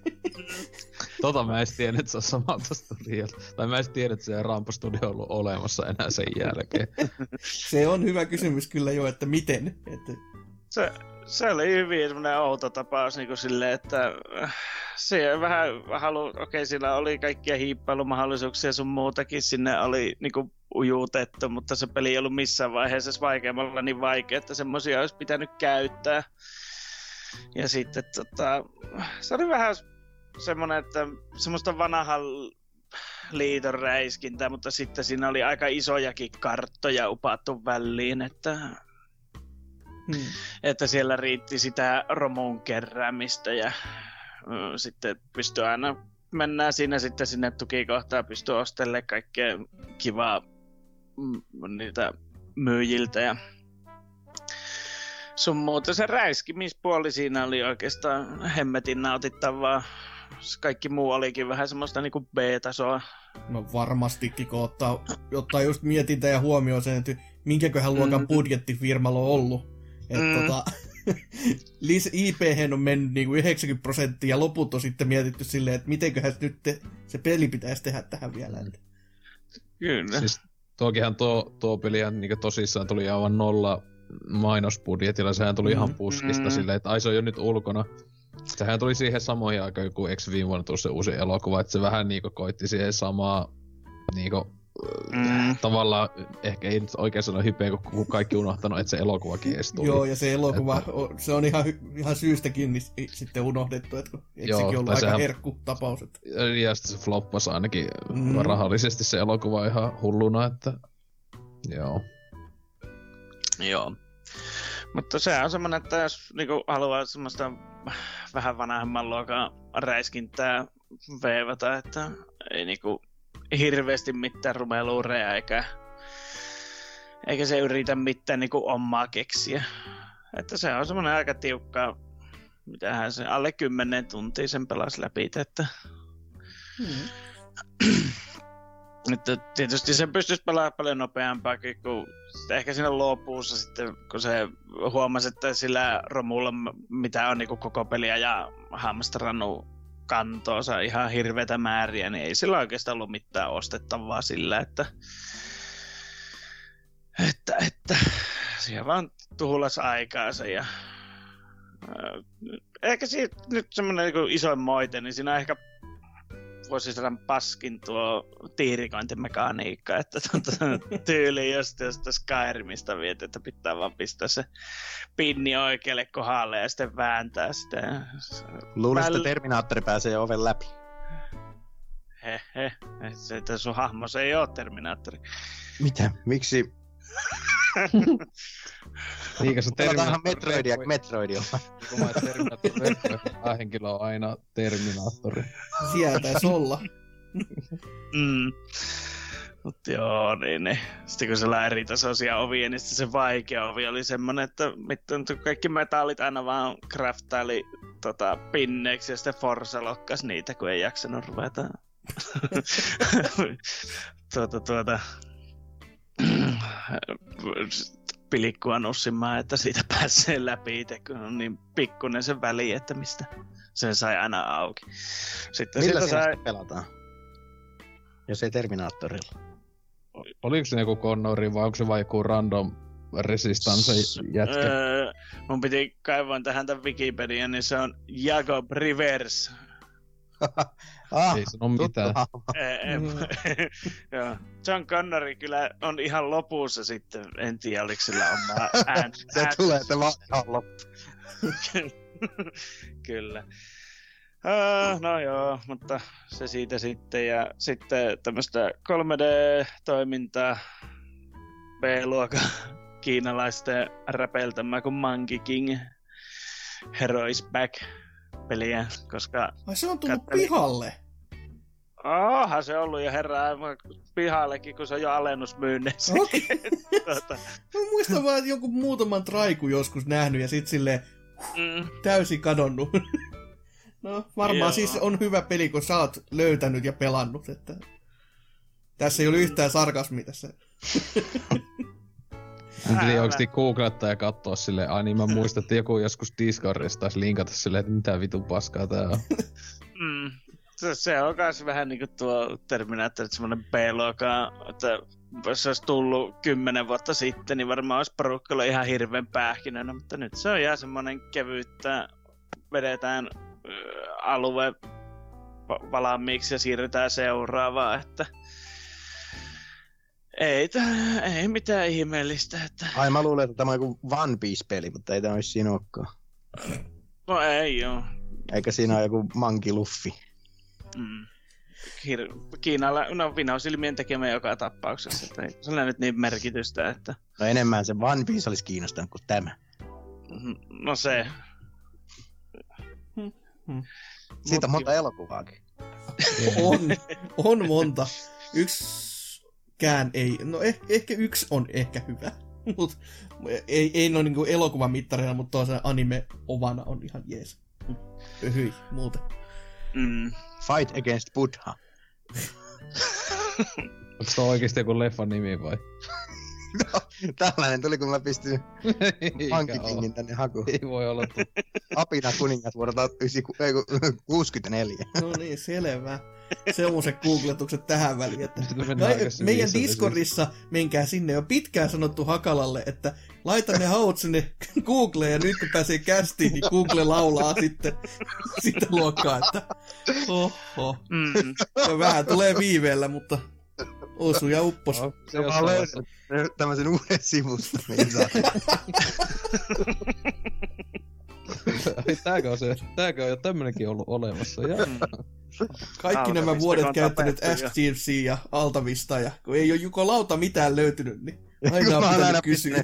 Mä en tiedä, että se on samalta studiolta. Tai mä en tiedä, että se Rampo-studio on ollut olemassa enää sen jälkeen. Se on hyvä kysymys kyllä jo, että miten. Se oli hyvin semmoinen outo tapaus niin kuin silleen, että se vähän siinä oli kaikkia hiippailumahdollisuuksia sun muutakin, sinne oli niin kuin ujutettu, mutta se peli ei ollut missään vaiheessa vaikeammalla niin vaikea, että semmoisia olisi pitänyt käyttää. Ja sitten se oli vähän semmoinen, että semmoista vanhan liiton räiskintää, mutta sitten siinä oli aika isojakin karttoja upattu väliin, että siellä riitti sitä romun keräämistä ja sitten pystyi aina mennään siinä sitten sinne tukikohtaan, pystyy ostelemaan kaikkea kivaa niitä myyjiltä ja sun muuta. Se räiskimispuoli siinä oli oikeastaan hemmetin nautittavaa. Kaikki muu olikin vähän semmoista niinku B-tasoa. No varmastikin, kun ottaa just mietintä ja huomioon sen, että minkäköhän luokan budjettifirmalla on ollut. IP-hen on mennyt niinku 90% ja loput on sitten mietitty silleen, että mitenköhän nyt se peli pitäisi tehdä tähän vielä. Kyllä. Siis tokihan tuo pelihän niinku tosissaan tuli aivan nolla mainosbudjetilla, sehän tuli ihan puskista silleen, että ai se on jo nyt ulkona. Sehän tuli siihen samoihin aikaan, kun eikö viime vuonna tullut se uusi elokuva, että se vähän niinku koitti siihen samaa niinku tavallaan, ehkä ei nyt oikein sano hypeä, kun kaikki unohtanut, että se elokuvakin edes tuli. Joo, ja se elokuva, se on ihan syystäkin niin sitten unohdettu, että sekin on aika herkkutapaus. Ja sitten se floppasi ainakin rahallisesti se elokuva ihan hulluna, että joo. Joo. Mutta se on semmoinen, että jos niinku haluaa semmoista vähän vanhemman luokan räiskintää veivata, että ei niinku hirveästi mitään rumeluureja eikä se yritä mitään niinku omaa keksiä. Että se on semmoinen aika tiukka, mitähän se alle 10 tuntia sen pelasi läpi, että että tietysti sen pystyisi pelaamaan paljon nopeampaakin, kun ehkä siinä lopussa sitten, kun se huomasi, että sillä romulla, mitä on niin koko peliä ja hamstrannut kantoonsa ihan hirveätä määriä, niin ei sillä oikeastaan ollut mitään ostettavaa sillä, että siihen vaan tuhulas aikaansa ja ehkä siitä nyt semmoinen niin isoin moite, niin siinä on ehkä voisi sanoa paskin tuo tiirikointimekaniikka, että tyyli jostain Skyrimista viet, että pitää vaan pistää se pinni oikealle kohdalle ja sitten vääntää sitä. Luulisin, että Terminaattori pääsee oven läpi. Se sun hahmo, se ei oo Terminaattori. Mitä? Miksi? Pelataanhan Metroidia. Kun mä Terminaattori, henkilö on aina Terminaattori. Siellä taisi olla. Mutta joo, niin. Sitten kun se eri tasoisia ovia, niin se vaikea ovi oli semmonen, että kaikki metallit aina vaan craftaili pinneiksi ja sitten Forza lokkas niitä, kun ei jaksanut ruveta. Pilikkua nussimaan, että siitä pääsee läpi itse, kun on niin pikkunen se väli, että mistä sen sai aina auki. Sitten millä sitä pelataan? Jos ei Terminaattorilla. Oliko se joku Connori vai onko se vai joku random Resistance jätkä? Mun piti kaivaa tähän tämän Wikipedian, niin se on Jacob Rivers. Ei sano mitään. John Connori kyllä on ihan lopussa sitten. En tiedä, oliko sillä omaa ääntä. Se tulee, että vaan loppu. Kyllä. No joo, mutta se siitä sitten. Ja sitten tämmöistä 3D-toimintaa B-luokan kiinalaisten räpeltämää kuin Monkey King. Hero is Back -peliä, koska... Ai se on tullut pihalle? Onhan se ollut jo herraa pihallekin, kun se on jo alennusmyynnissä. Okay. Mä muistan vaan, että joku muutaman traiku joskus nähnyt ja sit silleen täysin kadonnut. No varmaan siis on hyvä peli, kun sä oot löytänyt ja pelannut. Että tässä ei ole yhtään sarkasmia tässä. En tiedä, onko googlettaa ja katsoa silleen, niin mä muistan, että joku joskus Discordissa taisi linkata silleen, että mitä vitun paskaa tää on. Se on kans vähän niinku tuo Terminator, semmonen B-luokan, että jos se olisi tullut 10 vuotta sitten, niin varmaan olisi porukkalla ihan hirveän pähkinänä, mutta nyt se on ihan semmonen kevyyttä, vedetään alue valmiiksi ja siirrytään seuraavaan, että ei mitään ihmeellistä. Että... Ai mä luulen, että tämä on joku One Piece-peli, mutta ei tämä olisi siinä olekaan. No ei joo. Eikä siinä ole joku Monkey Luffy. Kiinalla, no vinausilmien tekemä joka tapauksessa, että ei sillä nyt niin merkitystä, että... No enemmän se One Piece olisi kiinnostanut kuin tämä. No se... Siitä on monta elokuvaakin. On monta. Yksikään ei... No ehkä yksi on ehkä hyvä. Mut ei noin niinku elokuvamittarina, mutta toisaalta anime-ovana on ihan jees. Hyi, muuten. Fight Against Buddha. Onko se oikeesti joku leffan nimi vai? No, tällainen tuli, kun mä pistin Monkey Kingin tänne hakuun. Ei voi olla. Apina kuningas vuodelta 64. No niin, selvä. Semmoiset googletukset tähän väliin. Että... meidän Discordissa menkää sinne jo pitkään sanottu Hakalalle, että laita ne haut sinne Googleen ja nyt kun pääsee kästiin, niin Google laulaa sitten sitä luokkaa, että oho. Ja vähän tulee viiveellä, mutta osu ja uppos. No, se on löytänyt tämmöisen uuden sivusta, mihin saa. Tääkö on jo tämmönenkin ollut olemassa. Kaikki nämä vuodet käyttänyt Ask-Jeevesia ja Altavista, ja kun ei ole Juko Lauta mitään löytynyt, niin aina on pitänyt kysyä.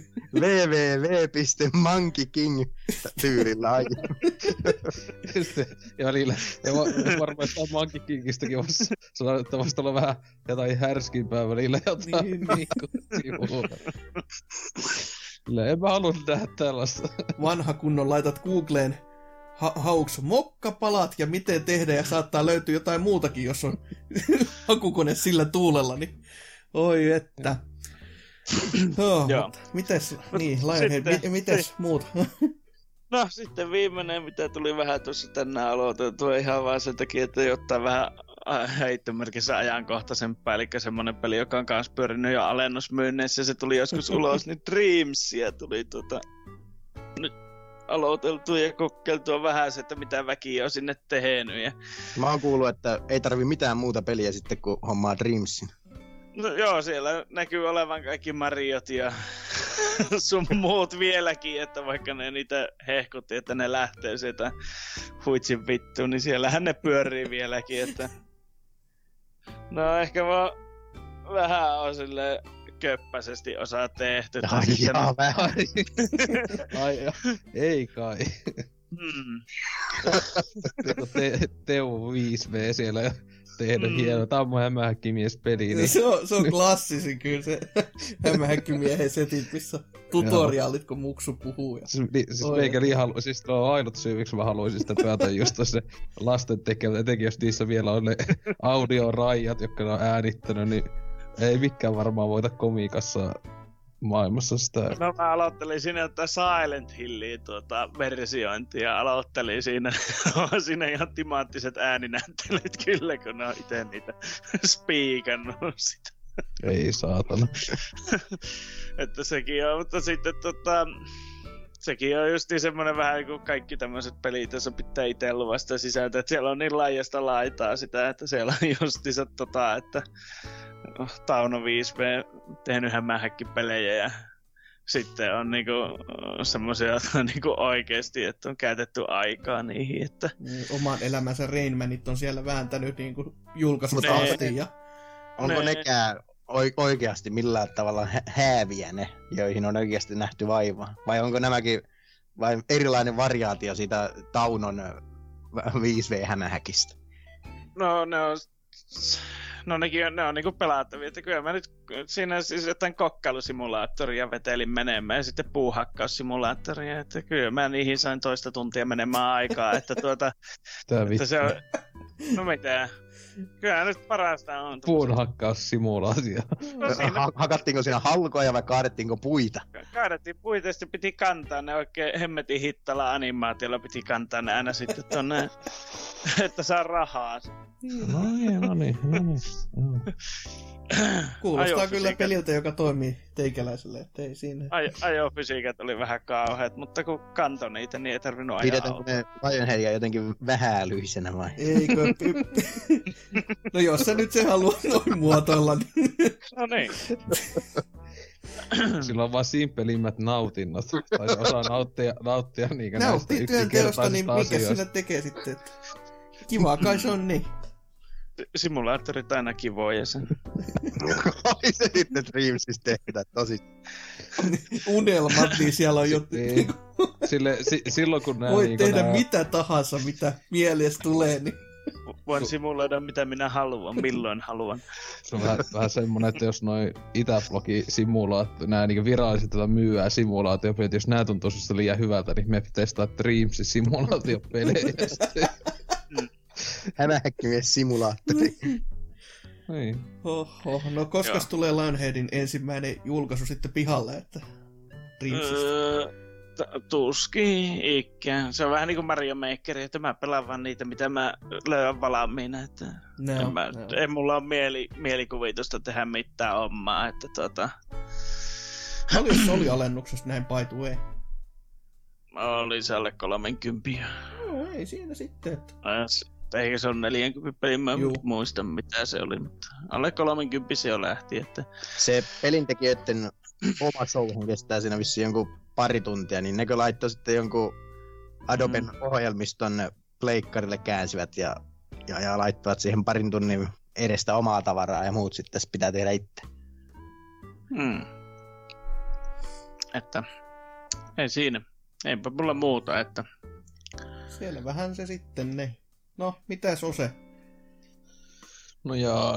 www.monkeyking-tyylillä aiemmin. Ja välillä, ja varmaan sitä Monkey Kingistäkin sanoa, että vasta olla vähän jotain härskimpää välillä jotain niin sivua. En mä halua nähdä tällaista. Vanha kunnon laitat Googleen hauks mokkapalat ja miten tehdä ja saattaa löytyä jotain muutakin, jos on hakukone sillä tuulella, niin oi että. Mites, niin, Lionhead, mites muut? No sitten viimeinen, mitä tuli vähän tuossa tänään aloitettua ihan vaan sen takia, että jotain vähän heittomerkissä ajankohtaisempaa, eli semmonen peli, joka on kanssa pyörinyt jo alennusmyynneissä, se tuli joskus ulos, niin Dreamsia tuli nyt aloiteltua ja kokeiltua vähän se, että mitä väkiä on sinne tehnyt. Ja... Mä oon kuullut, että ei tarvi mitään muuta peliä sitten, kun hommaa Dreamsin. No joo, siellä näkyy olevan kaikki Mariot ja sun muut vieläkin, että vaikka ne niitä hehkutti, että ne lähtee sieltä huitsin vittuun, niin siellähän ne pyörii vieläkin, että... No ehkä vaan vähän on silleen köppäisesti osaa tehty. Vähän. Ei kai. Teuvo 5V siellä ja tehnyt hieno. Tää on mun hämähäkkimies-peli. Niin... Se on klassisin kyllä se hämähäkkimiehen setit, missä tutoriaalit, kun muksu puhuu. Ja... Siis meikä siis on ainut syy, miksi mä haluaisin sitä päätä just se lasten tekemään. Etenkin jos niissä vielä on ne audiorajat, jotka ne on äänittänyt, niin ei mikään varmaan voita komiikassa maailmassa sitä. No mä aloittelin siinä jotain Silent Hilliin versiointia. Aloittelin siinä ihan timanttiset ääninäyttelyt kyllä, kun ne on ite niitä spiikannut sitä. Ei saatana. Että sekin on, mutta sitten sekin on justi semmonen vähän niin kuin kaikki tämmöiset pelit, joissa pitää ite luvasta sisältöä, että siellä on niin laajasta laitaa sitä, että siellä on justiinsa että Tauno 5V tehnyt hämähäkkipelejä ja sitten on niinku semmosia niinku oikeesti, että on käytetty aikaa niihin, että... Oman elämänsä Rainmanit on siellä vääntänyt niinku julkaisusta asti ja... Onko nekään oikeasti millään tavalla hääviä ne, joihin on oikeasti nähty vaivaa? Vai onko nämäkin vai erilainen variaatio siitä Taunon 5V-hämähäkistä? No ne on No ne on niinku pelattavia, että kyllä mä nyt siinä siis jotain kokkailusimulaattoria vetelin menemään ja sitten puuhakkaussimulaattoria, että kyllä mä niihin sain toista tuntia menemään aikaa, että että se on, no mitä, kyllä nyt parasta on. Puunhakkaussimulaatio. No hakattiinko siinä halkoja vai kaadettiinko puita? Kaadettiin puita ja sitten piti kantaa ne oikein hemmetin hittala animaatiolla piti kantaa ne aina sitten tonne, että saa rahaa. No niin. Kuulostaa kyllä peliltä, joka toimii teikäläiselle, ettei siinä. Ajofysiikat oli vähän kauheat, mutta kun kantoi niitä, niin ei tarvinnut ajaa. Pidetäänkö ne Lionheadia jotenkin vähälyisenä vai? Eikö? No jos sä nyt se haluat noin muotoilla, niin... No niin. Sillä on vaan simpelimmät nautinnot. Tai osaa nauttia niinkö näistä yksinkertaisista niin mikä sinä tekee sitten? Kivaa kai se on niin. Simulaattorit aina kivoja sen. Oli se sitten Dreamsissa tehdä tosi. Unelmat, niin siellä on jo... Niin. Silloin kun nää... Voit tehdä mitä tahansa, mitä mielessä tulee, niin... Voin simuloida mitä minä haluan, milloin haluan. Se on vähän semmonen, että jos noi Itäblogi-simulaatio, nää niinku viralliset myyää simulaatiopelit, jos nää tuntuu susta liian hyvältä, niin me testaa Dreamsin simulaatiopelejä. Hämähäkkimies simulaattori. Niin. Oho, no koskas tulee Lionheadin ensimmäinen julkaisu sitten pihalle, että Dreamsista? Tuskin ikään. Se on vähän niinku Mario Maker, että mä pelaan vaan niitä, mitä mä löydän valmiina. Että ei mulla ole mielikuvitusta tehdä mitään omaa, että Paljon se oli alennuksesta näin by the way? Oli se alle 30. No ei siinä sitten. Että... Eikä se on 40 peli, mä muistan mitä se oli, mutta alle 30 se jo lähti. Että... Se pelintekijöiden oma showhan kestää siinä vissiin jonkun pari tuntia, niin nekö laittoi sitten jonkun Adoben ohjelmiston pleikkarille käänsivät ja laittoivat siihen parin tunnin edestä omaa tavaraa ja muut sitten pitää tehdä itse. Että ei siinä. Eipä mulla muuta, että... Selvähän se sitten ne. No, mitäs Ose? No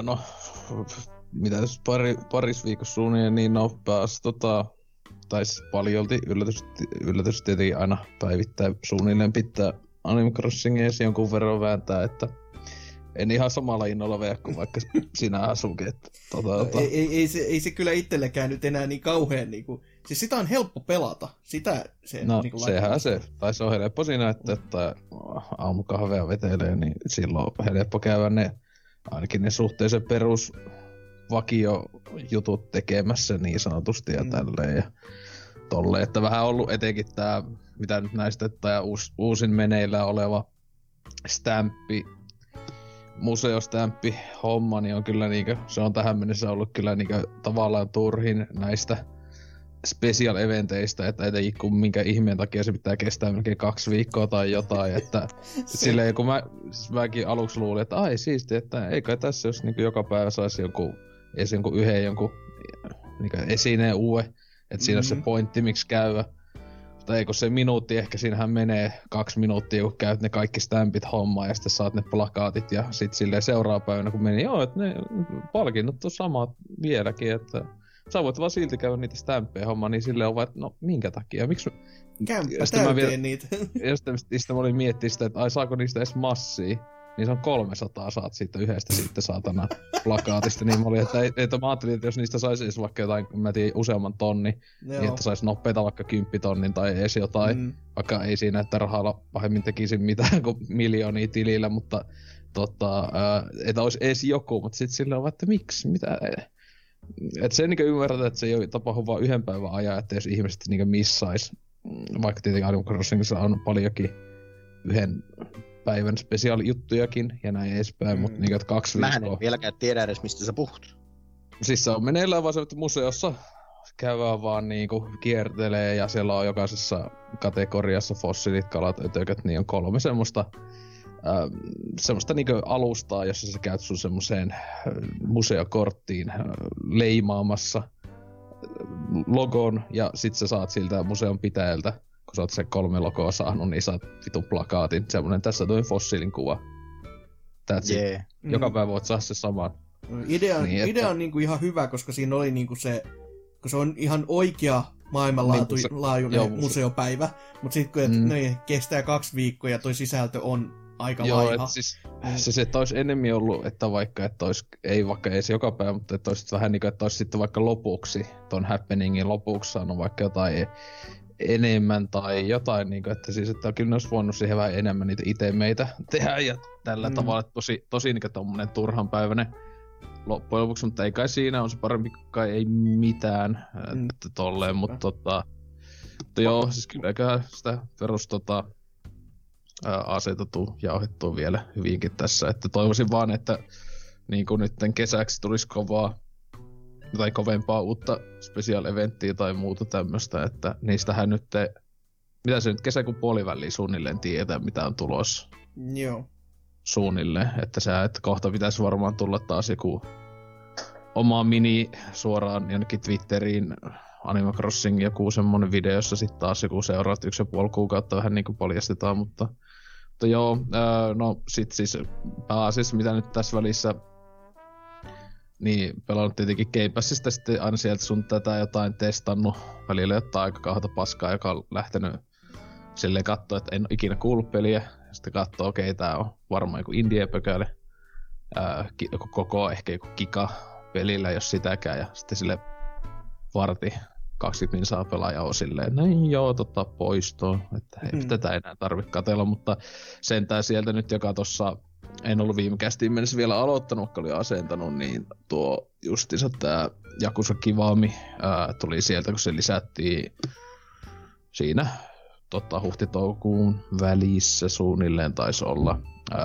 mitä jos paris viikossa suunnilleen, niin pääs tai siis paljolti yllätys tietenkin aina päivittäin suunnilleen pitää Animal Crossingia jonkun verran vääntää, että en ihan samalla innolla veä kuin vaikka sinä asukin. Ei se kyllä itsellekään nyt enää niin kauhean niinku... Siis sitä on helppo pelata. Sitä se no niinku sehän se. Tai se on helppo siinä, että aamukahvea vetelee, niin silloin on helppo käydä ainakin ne suhteellisen perus vakiojutut tekemässä niin sanotusti ja tälleen. Ja tolleen, että vähän ollut etenkin tää, mitä nyt näistä, tää uusin meneillä oleva stamppi, museostämppi homma, niin on kyllä niinkö, se on tähän mennessä ollut kyllä niinkö tavallaan turhin näistä special eventeistä, että etenkin kun minkä ihmeen takia se pitää kestää melkein 2 viikkoa tai jotain, että silleen kun mäkin aluksi luulin, että ai siistiä, että eikö tässä jos niin joka päivä saisi jonkun yhden niin esineen uuden, että siinä on se pointti miksi käydä. Tai eikö se minuutti, ehkä siinähän menee 2 minuuttia, kun käyt ne kaikki stampit hommaa ja sitten saat ne plakaatit ja sit silleen seuraava päivänä kun meni, että ne palkinnot on samat vieläkin, että sä voit vaan silti käydä niitä stamppeja hommaa, niin silleen on vaan, että no minkä takia, miksi... Kämpä täyteen niitä. Ja sitten mä olin miettinyt sitä, että ai saako niistä edes massia, niin se on 300 saat siitä yhdestä sitten saatana plakaatista, niin mä olin, että mä ajattelin, että jos niistä saisi edes vaikka jotain, mä tiedän, useamman tonni, niin että saisi nopeita vaikka 10 tonnin tai edes jotain, vaikka ei siinä, että rahalla pahemmin tekisi mitään kuin miljoonia tilillä, mutta että olisi edes joku, mutta sitten silleen on, että miksi, mitä... Että se niinku ymmärretään, että se ei tapahdu vaan 1 päivän ajan, että jos ihmiset niinku missais, vaikka tietenkin Animal Crossingissa on paljonkin 1 päivän spesiaalijuttujakin ja näin edespäin, mutta niinku 2 viikkoa. Mä en vieläkään tiedä edes, mistä sä puhut. Siis se on meneillään vaan se, että museossa käydään vaan niinku kiertelee ja siellä on jokaisessa kategoriassa fossiilit, kalat, ötököt, niin on 3 semmoista niinku alustaa, jossa sä käyt sun semmoseen museokorttiin leimaamassa logon ja sit sä saat siltä museon pitäjältä, kun sä oot sen 3 logoa saanut, niin saat vitun plakaatin. Semmonen tässä toi fossiilin kuva. Joka päivä voit saada se saman. Idea on niinku ihan hyvä, koska siinä oli niinku se, kun se on ihan oikea maailmanlaajuinen museopäivä, mutta sitten kun ne kestää 2 viikkoa ja toi sisältö on aika laiha. Siis että olisi enemmän ollut, että vaikka että olisi, ei vaikka edes joka päivä, mutta että olisi vähän niin kuin, että olisi sitten vaikka lopuksi, ton happeningin lopuksi saanut vaikka jotain enemmän tai jotain, niin kuin, että siis että kyllä ne olisi voinut siihen vähän enemmän niitä itemeitä tehdä ja tällä tavalla, että tosi niin kuin tommonen turhanpäiväinen loppujen lopuksi, mutta ei kai siinä on se parempi, kai ei mitään, että tolleen, mutta joo, siis kyllä eiköhän sitä perus aseita tuu jauhettua vielä hyvinkin tässä, että toivoisin vaan, että niin kuin nyt kesäksi tulisi kovempaa uutta special eventtiä tai muuta tämmöstä, että niistähän nyt mitä se nyt kesäkuun puoliväliin suunnilleen tietää, mitä on tulossa. Joo. Suunnilleen, että kohta pitäisi varmaan tulla taas joku oma mini suoraan jonnekin Twitteriin Animal Crossing joku semmonen video, jossa sitten taas joku seuraat 1,5 kuukautta vähän niinku paljastetaan, mutta joo, no sit siis pääasiassa mitä nyt tässä välissä niin pelannut tietenkin Game Passista sitten aina sieltä sun tätä jotain testannut, välillä jotain aika kauheata paskaa, joka on lähtenyt silleen kattoo, että en ole ikinä kuullut peliä, ja sitten kattoo, okei, tää on varmaan joku indie-pökäli, joku koko, ehkä joku kika pelillä, jos sitäkään, ja sitten sille varti 20 min saa pelaaja on silleen, no joo, poistoon, että ei tätä enää tarvitse katsella, mutta sentään sieltä nyt, joka tossa en ollut viime kästiin mennessä vielä aloittanut, vaikka oli asentanut, niin tuo justiinsa tää Yakuza Kiwami tuli sieltä, kun se lisättiin siinä huhti-toukokuun välissä suunnilleen taisi olla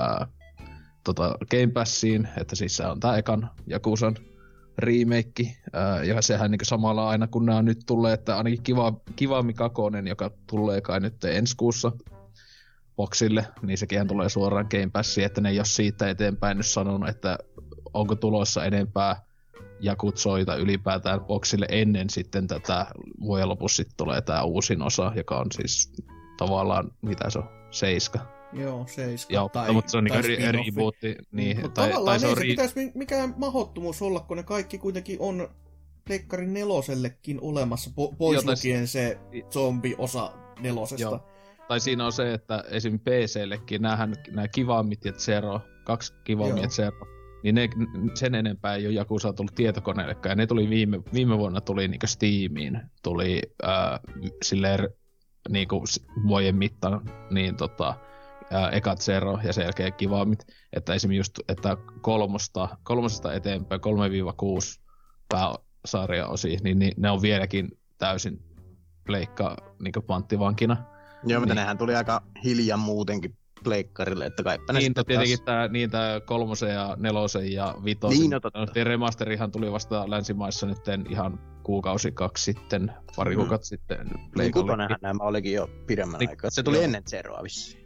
Game Passiin, että siis se on tää ekan Yakuzan remake, ja sehän niin samalla aina kun nämä nyt tulee, että ainakin Kiwami 2, joka tulee kai nyt ensi kuussa boxille, niin sekin tulee suoraan Game Passiin, että ne ei ole siitä eteenpäin nyt sanonut, että onko tulossa enempää Yakuzoita ylipäätään boxille ennen sitten tätä vuoden lopussa sitten tulee tää uusin osa, joka on siis tavallaan, mitä se on, 7. Joo, 7. Joo, mutta se on niinku rebootti. Niin, tai tavallaan ei se pitäisi mikään mahdottomuus olla, kun ne kaikki kuitenkin on Pleikkarin 4:llekin olemassa, pois lukien se zombi-osa 4:sta. Joo. Tai siinä on se, että esim. PC:llekin nämä Kiwamit ja Zero, 2 Kiwamia ja Zero, niin ne, sen enempää ei ole Yakuza tullut tietokoneellekaan. Ja ne tuli viime vuonna tuli niinku Steamiin, tuli silleen niinku vuoden mittaan, niin eka Zero ja sen jälkeen Kiwamit, että esimerkiksi just, että kolmosesta eteenpäin 3-6 pääsarjaosia, niin ne on vieläkin täysin pleikka niinku panttivankina. Joo, mutta nehän tuli aika hiljan muutenkin pleikkarille, että kaipa ne sitten tietenkin tää 3 ja 4 ja 5. Niin, remasterihan tuli vasta länsimaissa nyt ihan kuukausi 2 sitten, pari kuukautta sitten pleikalle. Niin 6 nämä olikin jo pidemmän aikaa. Se tuli ennen Zeroa vissiin.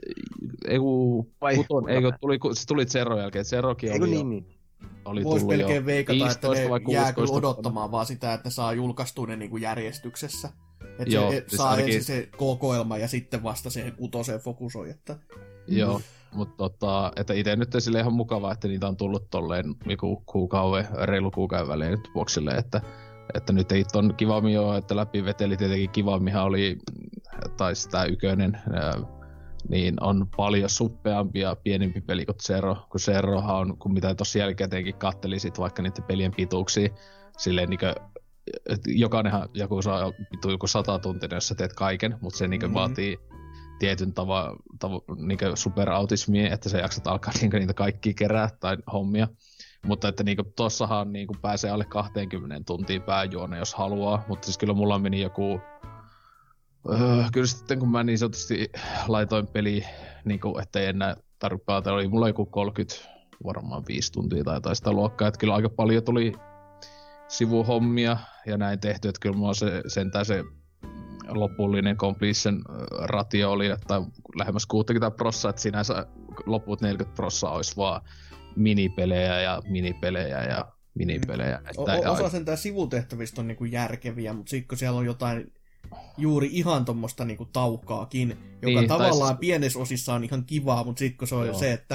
Se tuli Zeron jälkeen. Zerokin oli niin. Oli voisi melkein veikata, että ne jää kyllä odottamaan vuonna. Vaan sitä, että saa julkaistua ne niinku järjestyksessä. Että joo, se siis saa ainakin ensin se kokoelma ja sitten vasta siihen 6 fokusoi. Että... Joo, mutta että itse nyt sille ihan mukavaa, että niitä on tullut tolleen reilu kuukauden välein nyt boxille, että nyt ei ton Kiwami joo, että läpi veteli tietenkin Kiwamihan oli, tai sitä ykönen, niin on paljon suppeampi ja pienempi peli kuin Zero, kun Zerohan on, kun mitä tossa jälkikäteenkin kattelisit vaikka niiden pelien pituuksia, silleen niinkö, jokainenhan joku saa joku 100 tuntia, jos sä teet kaiken, mutta se niinkö vaatii tietyn niinkö superautismia, että sä jaksat alkaa niitä kaikkia kerää tai hommia. Mutta että niinku tossahan niinku pääsee alle 20 tuntiin pääjuone, jos haluaa, mutta siis kyllä mulla meni joku kyllä sitten kun mä niin sanotusti laitoin peli, niinku, ettei enää tarvitse pelata, oli mulla joku 35 tuntia tai jotain sitä luokkaa, että kyllä aika paljon tuli sivuhommia ja näin tehty, että kyllä mulla sentään se lopullinen completion ratio oli, että lähemmäs 60%, että sinänsä loput 40% olisi vaan minipelejä ja minipelejä ja minipelejä. Osa sentään sivutehtävistä on niinku järkeviä, mutta sitten kun siellä on jotain juuri ihan tommoista niinku taukkaakin, joka niin, tavallaan pienessä osissa on ihan kivaa, mutta sitten kun se on se, että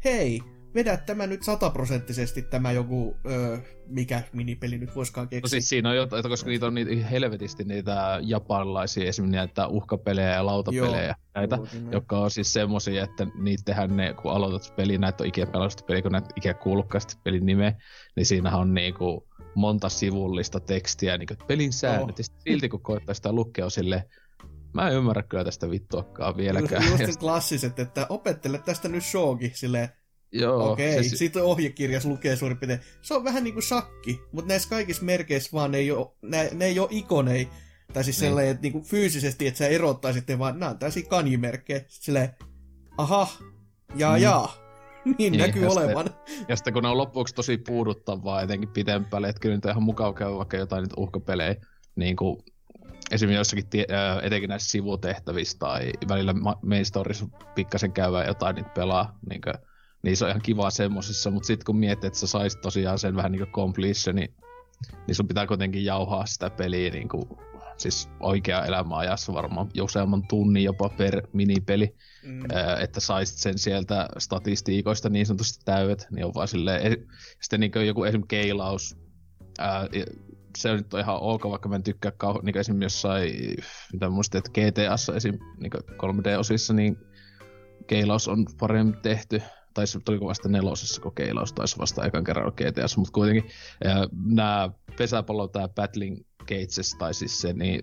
hei, vedä tämä nyt 100% tämä joku, mikä minipeli nyt voisikaan keksiä. No siis siinä on jotain, koska niitä on niitä helvetisti niitä japanilaisia, esimerkiksi näitä uhkapelejä ja lautapelejä, näitä, jotka on siis semmosia, että niitä tehdään ne, kun aloitat peliä, näitä on ikinä pelannut peliä, kun näitä ikinä kuullutkaan pelin nimeä, niin siinähän on niinku monta sivullista tekstiä, niinku pelin säännöt, ja silti kun koittaa sitä lukea, on silleen, mä en ymmärrä kyllä tästä vittuakaan vieläkään. Just klassiset, että opettele tästä nyt shogi, silleen, joo. Okei, sitten ohjekirjas lukee suurin piirtein. Se on vähän niinku shakki, mutta näissä kaikissa merkeissä vaan ne ei ole ikoneja. Tai siis sellainen, että niinku fyysisesti, että sä erottaisit, vaan nämä on tällaisia kanjimerkkejä. Silleen, aha, niin näkyy olevan. Ja sitten kun ne on loppuksi tosi puuduttavaa, etenkin pitempäälle, että kyllä nyt on ihan mukava käydä vaikka jotain niitä uhkapelejä, niin kuin esimerkiksi jossakin etenkin näissä sivutehtävissä tai välillä main storissa pikkasen käydä jotain niitä pelaa, niin se on ihan kiva semmosissa, mutta sitten kun miettii, että sä saisit tosiaan sen vähän niinku completioni, niin sun pitää kuitenkin jauhaa sitä peliä niinku, siis oikea elämäajassa varmaan useamman tunnin jopa per minipeli, että saisit sen sieltä statistiikoista niin sanotusti täydet, niin on vaan silleen, sitten niinku joku esimerkiksi keilaus, se on nyt ihan ok, vaikka mä en tykkää niin esimerkiksi jossain, mitä muistin, että GTAssa esim. Niin 3D-osissa, niin keilaus on paremmin tehty. Tai se tuliko vasta 4, kun keilaus taisi vasta ekan kerran GTAssa, mutta kuitenkin nämä pesäpallo, tää Battling Cages, tai siis se, niin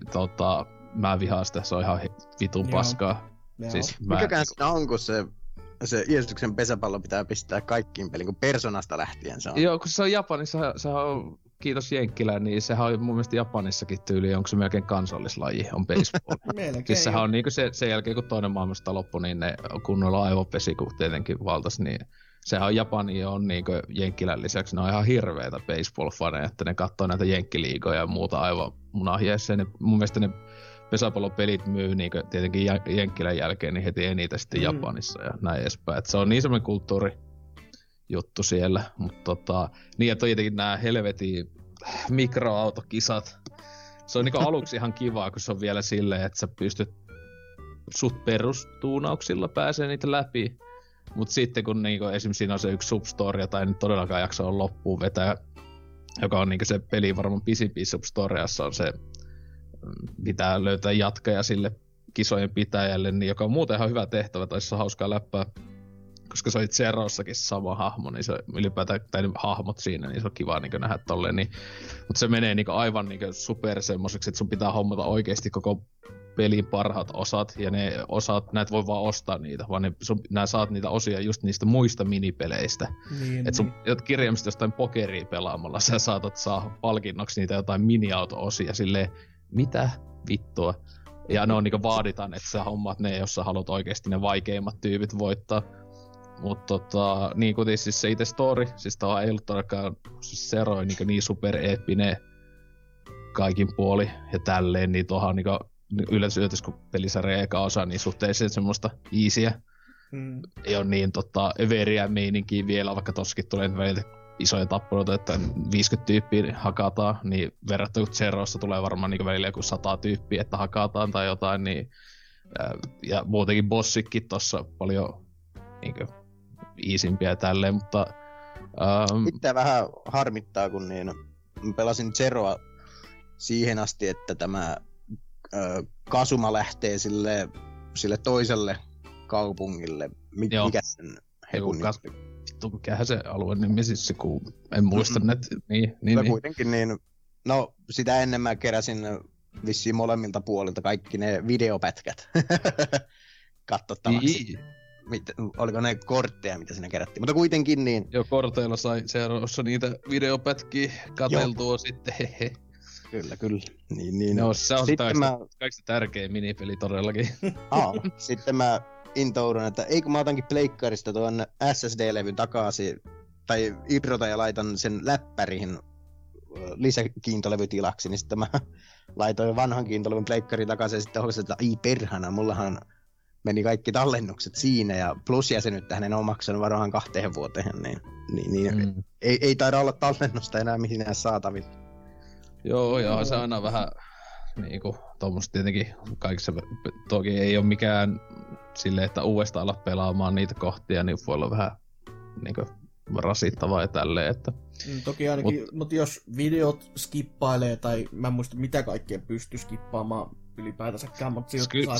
mä vihaan sitä, se on ihan vitun paskaa. Siis mikäkään siinä on, kun se Jeesuksen pesäpallo pitää pistää kaikkiin peliin, kun Personasta lähtien se on. Joo, kun se on Japanissa, se on, kiitos Jenkkilä, niin sehän on mun mielestä Japanissakin tyyli, onko se melkein kansallislaji, on baseball. Siis sehän on niinku sen jälkeen, kun toinen maailmasta loppui, niin ne kunnolla aivopesi, kun tietenkin valtasi, niin sehän on Japani on niinku Jenkkilän lisäksi, ne on ihan hirveitä baseball-faneja, että ne katsoo näitä jenkkiliigoja ja muuta aivan munahjeessa. Mun mielestä ne pesäpallopelit myy niinku tietenkin Jenkkilän jälkeen niin heti eniten sitten Japanissa ja näin edespäin. Et se on niin semmoinen kulttuurijuttu siellä, mutta niin ja tietenkin nämä helvetin mikroautokisat. Se on niinku aluksi ihan kivaa, kun se on vielä silleen, että sä pystyt suht perustuunauksilla pääsee niitä läpi. Mut sitten kun niinku esimerkiksi siinä on se yksi substory, tai ei todellakaan jaksa on loppuun vetää, joka on niinku se peli varmaan pisimpiin substoriassa on se, pitää löytää jatkaja sille kisojen pitäjälle, niin joka on muuten ihan hyvä tehtävä, tai se on hauskaa läppää. Koska se oli Zerossakin sama hahmo, niin se ylipäätään, tai hahmot siinä, niin se on kiva niin nähdä tolleen. Niin, mutta se menee niin aivan niin super semmoiseksi, että sun pitää hommata oikeasti koko pelin parhaat osat, ja ne osat, näet voi vaan ostaa niitä, vaan nää saat niitä osia just niistä muista minipeleistä. Niin, että sun kirjaimista jostain pokeria pelaamalla, sä saatat saa palkinnoksi niitä jotain mini-auto-osia, silleen, mitä vittua? Ja ne on niin vaaditaan, että sä hommaat ne, jos sä haluat oikeasti ne vaikeimmat tyypit voittaa. Mutta niin kuin siis se itse story, siis tää ei ollut todellakaan, siis Zero niin super-eeppinen kaikin puoli ja tälleen, niin tuohan niin yllätys, kun pelisarja eka osa, niin suhteellisen semmoista easyä. Ei ole niin överiä meininkiä vielä, vaikka tossakin tulee välillä isoja tappeluita, että 50 tyyppiä hakataan, niin verrattuna kun Zerossa tulee varmaan niin välillä joku 100 tyyppiä, että hakataan tai jotain, niin ja muutenkin bossikin tossa paljon niin iisimpiä ja tälleen, mutta itse vähän harmittaa, kun niin pelasin Zeroa siihen asti, että tämä Kasuma lähtee sille toiselle kaupungille. Mikä sen hepun mikähän se alueen nimi siis, kun en muista niin. Kuitenkin niin, no sitä ennen mä keräsin vissiin molemmilta puolilta kaikki ne videopätkät katsottavaksi. Oliko ne kortteja, mitä siinä kerättiin, mutta kuitenkin niin. Joo, korteilla sai Zerossa niitä videopätkiä katseltua sitten, hehe. Kyllä. Niin. No, se on kaikista tärkein minipeli todellakin. Sitten mä intoudun, että ei kun mä otankin pleikkarista tuon SSD-levyn takaisin, tai irrotan ja laitan sen läppäriin lisäkiintolevytilaksi, niin sitten mä laitoin vanhan kiintolevyn pleikkarin takaisin, ja sitten huomasin, että ai perhana, mullahan meni kaikki tallennukset siinä, ja plusjäsenyyttähän en ole maksanut varmaan 2 vuoteen, niin ei taida olla tallennusta enää mihin saatavilla. Joo, ja se aina vähän niinku tommoista tietenkin kaikissa, toki ei ole mikään silleen, että uudestaan ala pelaamaan niitä kohtia, niin voi olla vähän niinku rasittavaa ja tälleen, että... Toki ainakin, mutta jos videot skippailee, tai mä en muista mitä kaikkea pystyy skippaamaan ylipäätänsäkään, mutta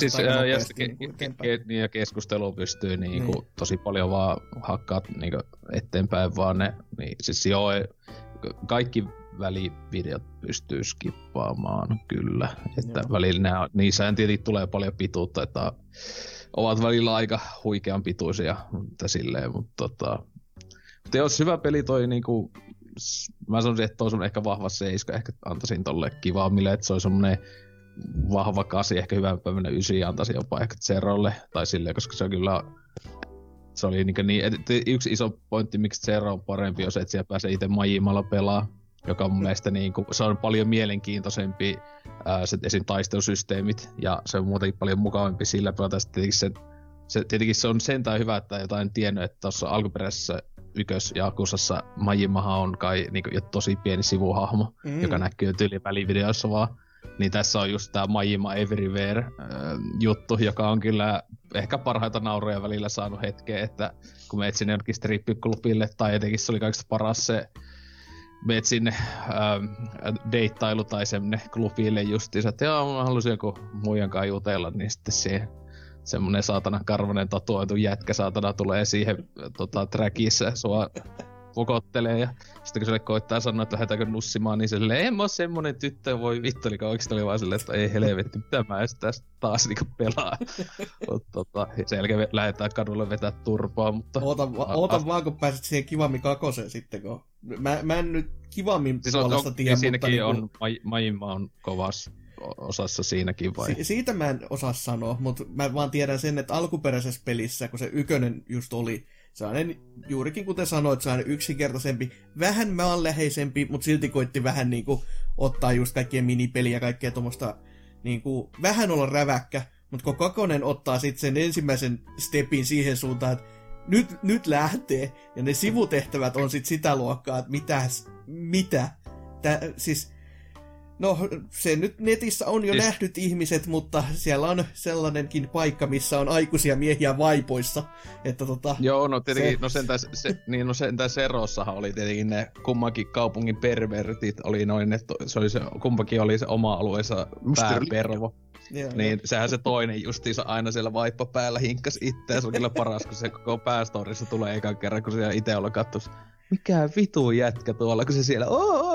ja keskustelu pystyy niinku tosi paljon vaan hakkaat niinku eteenpäin vaan ne, niin siis joo, kaikki välivideot pystyy skippaamaan kyllä, että välillä niissä tietenkin tulee paljon pituutta, että ovat välillä aika huikean pituisia, mutta silleen, mutta jos hyvä peli toi niinku, mä sanoisin, että toi on ehkä vahva 7, ehkä antaisin tolle Kivaamille, että se on semmonen vahva 8, ehkä hyvän päivänä 9 antaisin jopa ehkä Zerolle, tai silleen, koska se on kyllä, se oli niin yksi iso pointti, miksi Zero on parempi, on se, että siellä pääsee itse Majimalla pelaa, joka on mun mielestä niinku, se on paljon mielenkiintoisempi esim. Taistelusysteemit, ja se on muutenkin paljon mukavampi sillä pelata. Tietenkin se on sentään hyvä, että jotain tiennyt, että tuossa alkuperäisessä ykkösjakusassa Majimahan on kai niinku jo tosi pieni sivuhahmo, joka näkyy tyyliin välivideoissa vaan. Niin tässä on just tää Majima Everywhere juttu, joka on kyllä ehkä parhaita nauroja välillä saanut hetkeä, että kun meet sinne jonnekin strippiklubille, tai etenkin se oli kaikista paras se, meet sinne deittailu tai semmonen klubille justiinsa, että joo, mä halusin joku muijankaan jutella, niin sitten siihen semmonen saatana karvanen tatuoitu jätkä saatana tulee siihen trackissa sua pukottelee ja sitten kun sille koittaa sanoa, että lähdetäänkö nussimaan, niin silleen, en mä oo semmonen tyttö, voi vittu, eli oikeesti oli vaan silleen, että ei helvetti, mitä mä edes tästä taas niinku pelaa. Sen jälkeen lähdetään kadulle vetää turpaa, mutta... Ootan vaan, kun pääset siihen Kiwami 2 sitten, kun... Mä en nyt Kiwamin puolesta tiedä, siinäkin mutta... on, Majima on kovas osassa siinäkin vai? Siitä mä en osaa sanoa, mutta mä vaan tiedän sen, että alkuperäisessä pelissä, kun se ykönen just oli, sellainen, juurikin kuten sanoit, sellainen yksinkertaisempi, vähän maanläheisempi, mutta silti koitti vähän niinku ottaa just kaikkien minipeliä ja kaikkea tuommoista niinku, vähän olla räväkkä, mutta kun Kakonen ottaa sitten sen ensimmäisen stepin siihen suuntaan, että nyt lähtee, ja ne sivutehtävät on sitten sitä luokkaa, että mitä? Siis, no, se nyt netissä on jo nähnyt ihmiset, mutta siellä on sellainenkin paikka, missä on aikuisia miehiä vaipoissa, että Joo, no tietenkin, sentään Serossahan oli tietenkin ne kummankin kaupungin pervertit, oli noin, että kumpankin oli se oma alueensa pääpervo. Niin sehän se toinen justiinsa aina siellä vaippa päällä hinkkas itseä, se on kyllä paras, kun se koko päästorissa tulee ekan kerran, kun siellä itse olla kattus. Mikä vitu jätkä tuolla, kun se siellä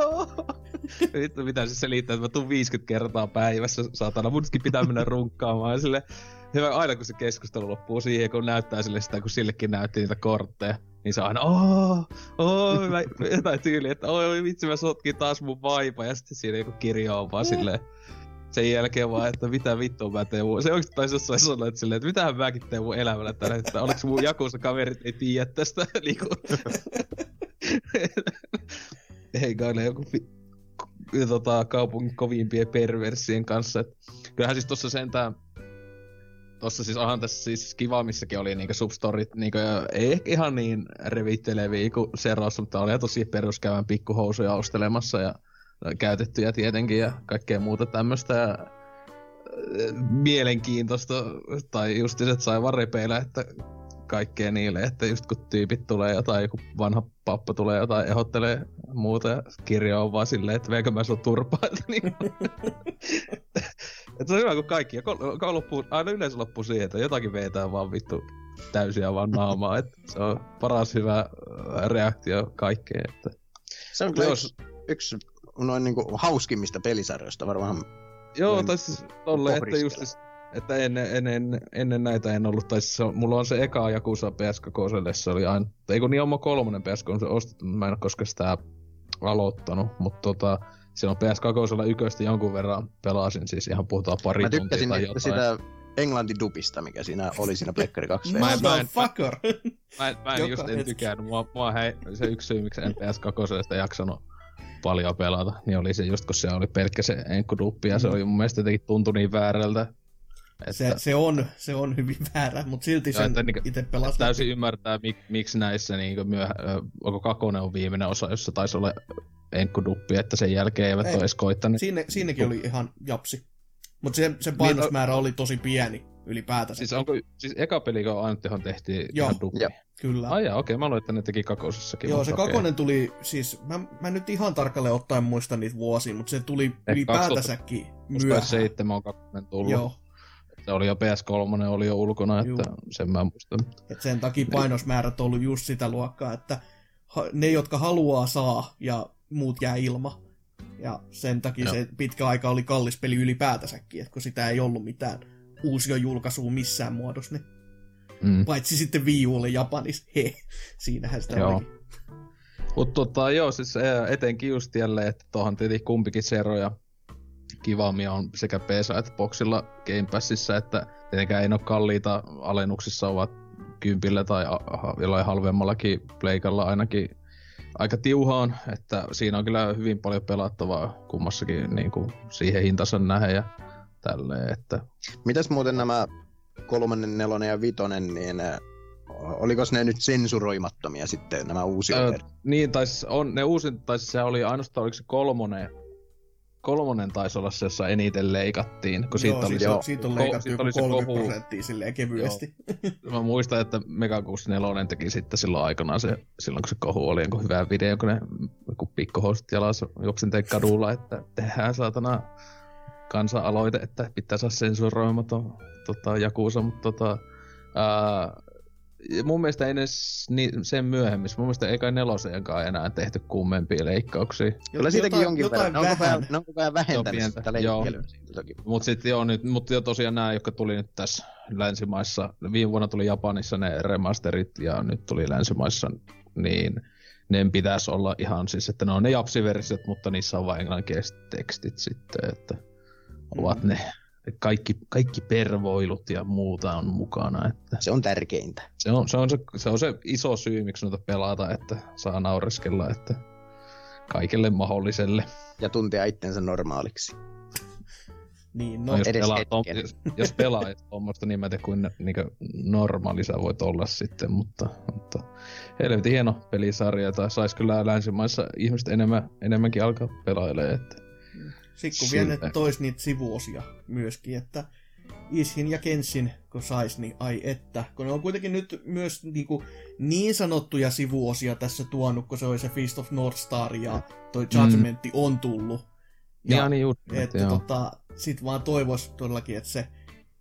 vittu, mitä se selittää, että mä tuun 50 kertaa päivässä, saatana, munkin pitää mennä runkkaamaan. Ja sille, hyvä, aina kun se keskustelu loppuu siihen, kun näyttää sille sitä, kun sillekin näytti niitä kortteja, niin se on aina, jotain tyyliä, että oi vitsi, mä sotkin taas mun vaipa, ja sitten siinä joku kirjo on vaan silleen, sen jälkeen vaan, että mitä vittua mä teen mun... Se oikeesti taisi jossain sanoa, että silleen, että mitähän mäkin teen mun elämällä tällä, että oliks mun Jakusa-kaverit ei tiedä tästä niinku... Ei kai ne joku kaupungin kovimpien perversien kanssa, et... Kyllähän siis tossa sentään... Tossa siis onhan tässä siis Kivaamissakin oli niinku substorit niinku, ei ehkä ihan niin revitteleviä kuin Serossa, mutta oli tosi peruskäyvän pikkuhousuja ostelemassa ja käytettyjä tietenkin ja kaikkea muuta tämmöstä ja mielenkiintoista, tai just se, että sai vaan repeillä, että kaikkea niille, että just kun tyypit tulee jotain, joku vanha pappa tulee jotain, ehdottelee muuta ja kirja on vaan silleen, että veikö mä sun turpaa, että niin. Että se on hyvä kuin kaikki, ja aina yleensä loppuu siihen, että jotakin vetää vaan vittu täysiä vaan naamaa, että se on paras hyvä reaktio kaikkeen, että... Se on kyllä yksi noin niinku hauskimmista pelisarjoista varmaan. Joo, tai siis tolle, että just että ennen näitä en ollut, tai siis mulla on se eka Yakuza PS2, se oli aina, ei kun niin on 3 PS2 on se ostettu, mä en ole koskaan sitä aloittanut, mutta silloin PS2 yköistä jonkun verran pelasin, siis ihan puhutaan pari tuntia tai jotain. Mä tykkäsin sitä englanti-dubista, mikä siinä oli siinä Plekkari 2. Motherfucker! Mä en just en tykännyt, se yksi syy, miksi en PS2 jaksanut paljon pelata, niin oli se just, kun se oli pelkkä se enkkuduppi, ja se oli mun mielestä jotenkin tuntui niin väärältä. Että... Se on hyvin väärä, mutta silti sen itse pelasi. Täysin ymmärtää, miksi näissä niinku onko 2 on viimeinen osa, jossa taisi olla enkkuduppi, että sen jälkeen eivät ole edes koittaneet. Siinäkin oli ihan japsi. Mutta se painosmäärä oli tosi pieni ylipäätänsä. Siis eka peli, on ainut, johon tehtiin ihan duppi? Kyllä. Ai okei, mä luulen, että ne teki kakosessakin. Joo, se kakonen tuli, siis mä nyt ihan tarkalleen ottaen muista niitä vuosia, mutta se tuli ylipäätänsäkin myöhään. 2007 on kakonen tullut. Joo. Se oli jo PS3, oli jo ulkona, että sen mä muistan. Et sen takia painosmäärät on ollut just sitä luokkaa, että ne, jotka haluaa, saa, ja muut jää ilma. Ja sen takia se pitkä aika oli kallis peli ylipäätänsäkin, että kun sitä ei ollut mitään uusia julkaisua missään muodossa. Niin. Paitsi sitten Wii Ulle Japanissa. Siinähän sitä oli. Mutta siis etenkin just jälleen, että tuohon tietenkin kumpikin Zero ja Kiwami on sekä PC että Boxilla Game Passissa, että tietenkään ei ole kalliita, alennuksissa ovat 10 tai jollain halvemmallakin pleikalla ainakin aika tiuhaan, että siinä on kyllä hyvin paljon pelattavaa kummassakin niin kuin siihen hintansa nähden ja tälleen, että... Mitäs muuten nämä 3, 4 ja 5, niin oliko ne nyt sensuroimattomia sitten nämä uusia? Niin, ne uusin, se oli ainoastaan, oliko se 3 taisi olla se, jossa eniten leikattiin. Kun siitä on leikattu joku 30% silleen kevyesti. Mä muistan, että Mega 64 teki sitten silloin aikanaan silloin kun se kohu oli jonkun hyvä video, kun ne pikkuhousut jalassa juoksenteen kadulla, että tehdään saatana kansa-aloite, että pitää saada sensuroimaton Jakusa, mutta mun mielestä ei edes sen myöhemmissä. Mun mielestä ei kai 4:eenkaan enää tehty kummempia leikkauksia. Kyllä siitäkin jonkin verran. Ne on koko ajan vähentänyt sitä leikkelyä. Mut sit mut tosiaan nämä, jotka tuli nyt tässä länsimaissa, viime vuonna tuli Japanissa ne remasterit ja nyt tuli länsimaissa, niin ne pitäisi olla ihan siis, että ne on ne japsiversiot, mutta niissä on vain englanninkieliset tekstit sitten, että ovat ne kaikki pervoilut ja muuta on mukana. Että se on tärkeintä. Se on se iso syy, miksi noita pelata, että saa naureskella, että kaikelle mahdolliselle. Ja tuntea itsensä normaaliksi. Niin, jos pelaat tuommoista, niin mä tiedän kuin normaali sä voit olla sitten, mutta helvetin hieno pelisarja, tai sais kyllä länsimaissa ihmiset enemmänkin alkaa pelailemaan, että sitten kun vielä tois niitä sivuosia myöskin, että Ishin ja Kenshin kun sais, niin ai että. Kun ne on kuitenkin nyt myös niin sanottuja sivuosia tässä tuonut, kun se oli se Feast of North Star ja toi Judgmentti on tullut. Ja niin just. Sit vaan toivois todellakin, että se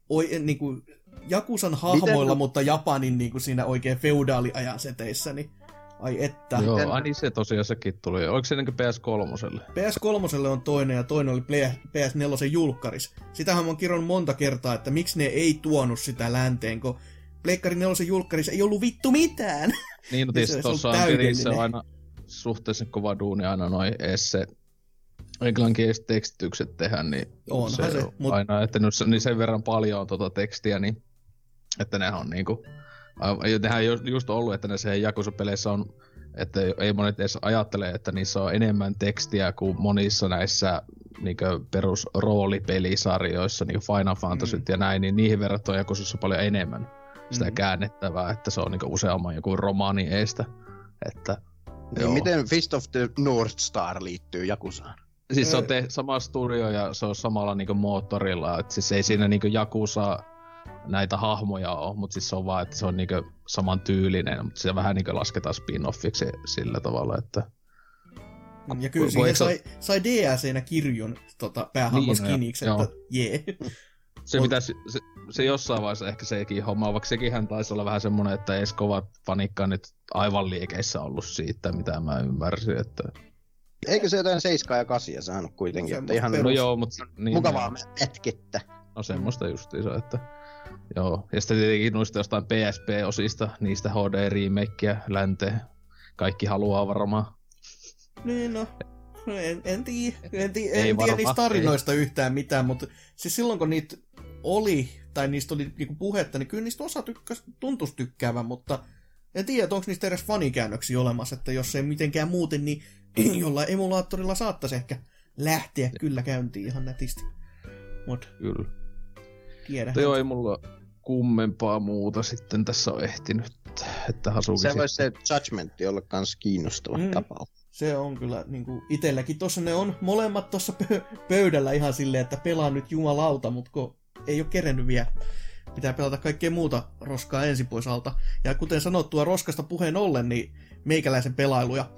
Jakusan hahmoilla, mutta Japanin siinä oikein feudaaliajan seteissä, niin ai että. Joo, niin se tosiaan sekin tuli. Oliko se ennen PS3? PS3 on toinen ja toinen oli PS4 julkkaris. Sitähän mä oon kirjoinut monta kertaa, että miksi ne ei tuonut sitä länteen, kun Pleikkari 4 julkkaris ei ollut vittu mitään. Niin, no tietysti tossa on aina suhteellisen kova duuni aina noin esse englanninkieliset tekstitykset tehdä, niin onhan se aina, että nyt niin sen verran paljon on tekstiä, niin että nehän on niinku nehän just ollut, että ne se Yakuza-peleissä on, että ei monet edes ajattele, että niissä on enemmän tekstiä kuin monissa näissä niinku perusroolipelisarjoissa, niinku Final Fantasyt ja näin, niin niihin verrattuna Yakuzassa paljon enemmän sitä käännettävää, että se on niinku useamman joku romaani eestä. Että, niin miten Fist of the North Star liittyy Yakuzaan? Siis se on sama studio ja se on samalla niinku moottorilla, että siis ei siinä niinku Yakuza näitä hahmoja on, mutta siis se on vaan, että se on niinku saman tyylinen, mutta se vähän niinku lasketaan spin-offiksi sillä tavalla, että ja kyllä siihen sai DLC-nä kirjon päähahmoskiniksi, niin, että jee. Se jossain vaiheessa ehkä sekin homma, vaikka sekinhän taisi olla vähän semmonen, että edes kovat panikka nyt aivan liikeissä ollut siitä, mitä mä ymmärsin, että eikö se jotain 7 ja 8 saanut kuitenkin, että ihan no joo, mutta niin, mukavaa pätkettä. No semmoista justiinsa, että joo. Ja sitten tietenkin noista jostain PSP-osista, niistä HD-remakeä länteen. Kaikki haluaa varmaan. Niin no, en tiedä niistä tarinoista yhtään mitään, mutta siis silloin kun niitä oli, tai niistä oli niinku puhetta, niin kyllä niistä osa tuntuisi tykkäävän, mutta en tiedä, onko niistä edes fanikäännöksiä olemassa, että jos ei mitenkään muuten, niin jollain emulaattorilla saattaisi ehkä lähteä kyllä käyntiin ihan nätisti. Mut kyllä. Tiedähän. Joo, ei mulla kummempaa muuta sitten tässä on ehtinyt, että Hasuki se voisi se Judgmentti olla kans kiinnostava tapaus. Se on kyllä, niinku itelläkin tossa ne on molemmat tossa pöydällä ihan silleen, että pelaa nyt jumalauta, mut kun ei oo kerennyt vielä pitää pelata kaikkea muuta roskaa ensin pois alta. Ja kuten sanottua, roskasta puheen ollen, niin meikäläisen pelailuja.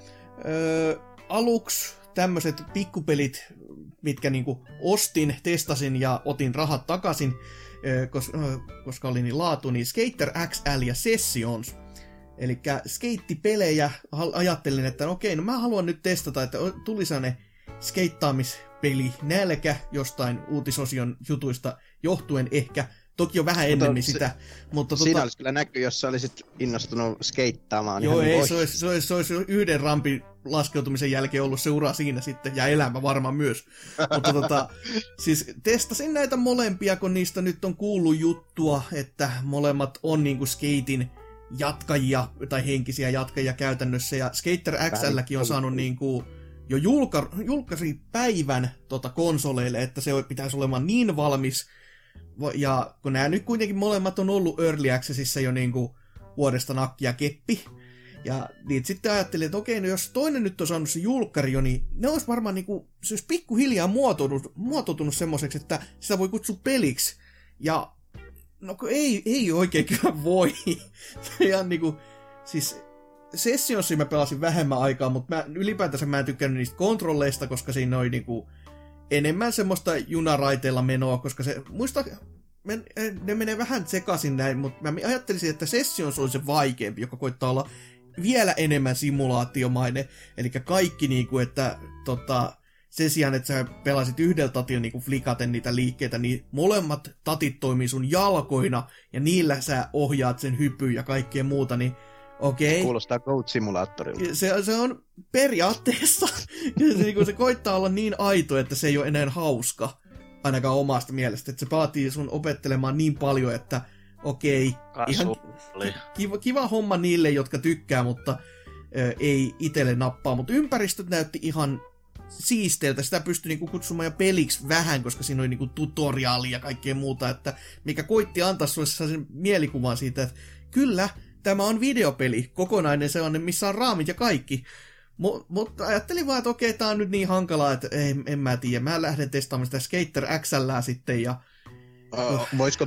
Aluksi tämmöiset pikkupelit, mitkä niinku ostin, testasin ja otin rahat takaisin, koska oli niin laatu, niin Skater XL ja Sessions. Eli skeittipelejä ajattelin, että okei, no mä haluan nyt testata, että tuli sellainen skeittaamispeli nälkä jostain uutisosion jutuista johtuen ehkä. Toki jo vähän ennemmin sitä. Mutta siinä olisi kyllä näky, jos sä olisit innostunut skeittaamaan. Joo, ei, se olisi yhden rampin laskeutumisen jälkeen ollut se ura siinä sitten, ja elämä varmaan myös. Mutta siis testasin näitä molempia, kun niistä nyt on kuullut juttua, että molemmat on niinku skeitin jatkajia, tai henkisiä jatkajia käytännössä, ja Skater XL:kin on saanut niinku jo julkaisi päivän konsoleille, että se pitäisi olemaan niin valmis. Ja kun nämä nyt kuitenkin molemmat on ollut Early Accessissa jo niinku vuodesta nakkia keppi, ja niin sitten ajattelin, että okei, no jos toinen nyt on saanut se julkkari jo, niin ne olisi varmaan niinku, se olisi pikkuhiljaa muotoutunut semmoiseksi, että sitä voi kutsua peliksi. Ja no ei oikein kyllä voi. Ihan niinku, siis Sessionsia mä pelasin vähemmän aikaa, mutta ylipäätänsä mä en tykkännyt niistä kontrolleista, koska siinä oli niinku enemmän semmoista junaraiteilla menoa, koska se, muista, ne menee vähän sekaisin näin, mutta mä ajattelisin, että Sessions on se vaikeampi, joka koittaa olla vielä enemmän simulaatiomainen, eli kaikki niinku, että sen sijaan, että sä pelasit yhdellä tatilla niinku flikaten niitä liikkeitä, niin molemmat tatit toimii sun jalkoina, ja niillä sä ohjaat sen hypyyn ja kaikkea muuta, niin okei. Kuulostaa Goat-simulaattorilta. Se on periaatteessa. Se koittaa olla niin aito, että se ei ole enää hauska, ainakaan omasta mielestä. Että se vaatii sun opettelemaan niin paljon, että okei, ihan kiva homma niille, jotka tykkää, mutta ei itselle nappaa. Mutta ympäristöt näytti ihan siisteiltä. Sitä pystyi niinku kutsumaan jo peliksi vähän, koska siinä oli niinku tutoriaalia ja kaikkea muuta, että mikä koitti antaa sulle sen mielikuvan siitä, että kyllä, tämä on videopeli, kokonainen sellainen, missä on raamit ja kaikki. Mutta ajattelin vaan, että okei, tää on nyt niin hankalaa, että en mä tiedä. Mä lähden testaamaan sitä Skater XL:ää sitten ja voisiko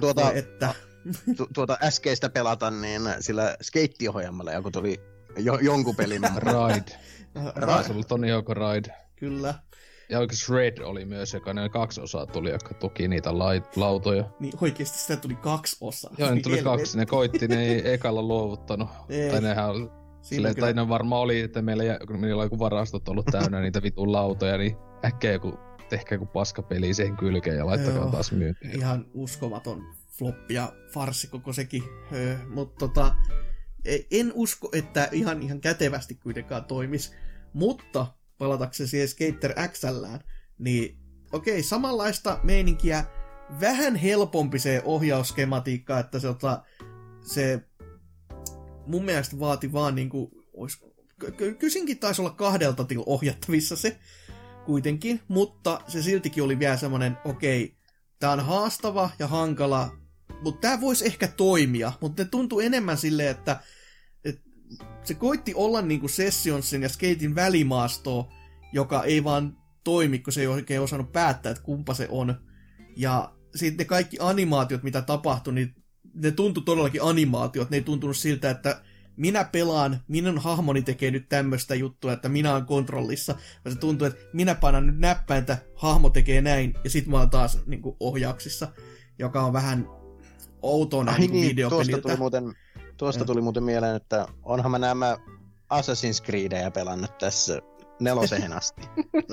tuota äskeistä pelata niin sillä skeittiohjelmalla, joku tuli jonkun pelin. Ride. Taisi olla Tony Hawk Ride. Kyllä. Ja oikein Shred oli myös, joka ne 2 osaa tuli, jotka tuki niitä lautoja. Niin oikeesti sitä tuli 2 osaa. Joo, ne tuli 2. Ne koitti, ne ei ekalla luovuttanut. Ei. Tai nehän tai ne varmaan oli, että meillä oli joku varastot ollut täynnä niitä vitun lautoja, niin äkkiä tehkää joku paskapeli siihen kylkeen ja laittakaa taas myyntiin. Ihan uskomaton floppi ja farssi koko sekin. Mutta en usko, että ihan kätevästi kuitenkaan toimisi. Mutta palatakseni siihen Skater XL:ään, niin okei, samanlaista meininkiä, vähän helpompi se ohjausskematiikka, että se mun mielestä vaati vaan niinku, kysinkin taisi olla 2 tatilla ohjattavissa se kuitenkin, mutta se siltikin oli vielä semmonen, okei, tää on haastava ja hankala, mutta tää voisi ehkä toimia, mutta ne tuntui enemmän silleen, että se koitti olla niinku Sessionsin ja Skatein välimaastoa, joka ei vaan toimi, kun se ei oikein osannut päättää, että kumpa se on. Ja sitten ne kaikki animaatiot, mitä tapahtui, niin ne tuntui todellakin animaatiot. Ne ei tuntunut siltä, että minä pelaan, minun hahmoni tekee nyt tämmöistä juttua, että minä olen kontrollissa. Ja se tuntuu, että minä painan nyt näppäintä, hahmo tekee näin, ja sitten mä oon taas niin kuin ohjauksissa, joka on vähän outona niin videopeliltä. Tuosta tuli muuten mieleen, että onhan mä nämä Assassin's Creedejä pelannut tässä 4 asti.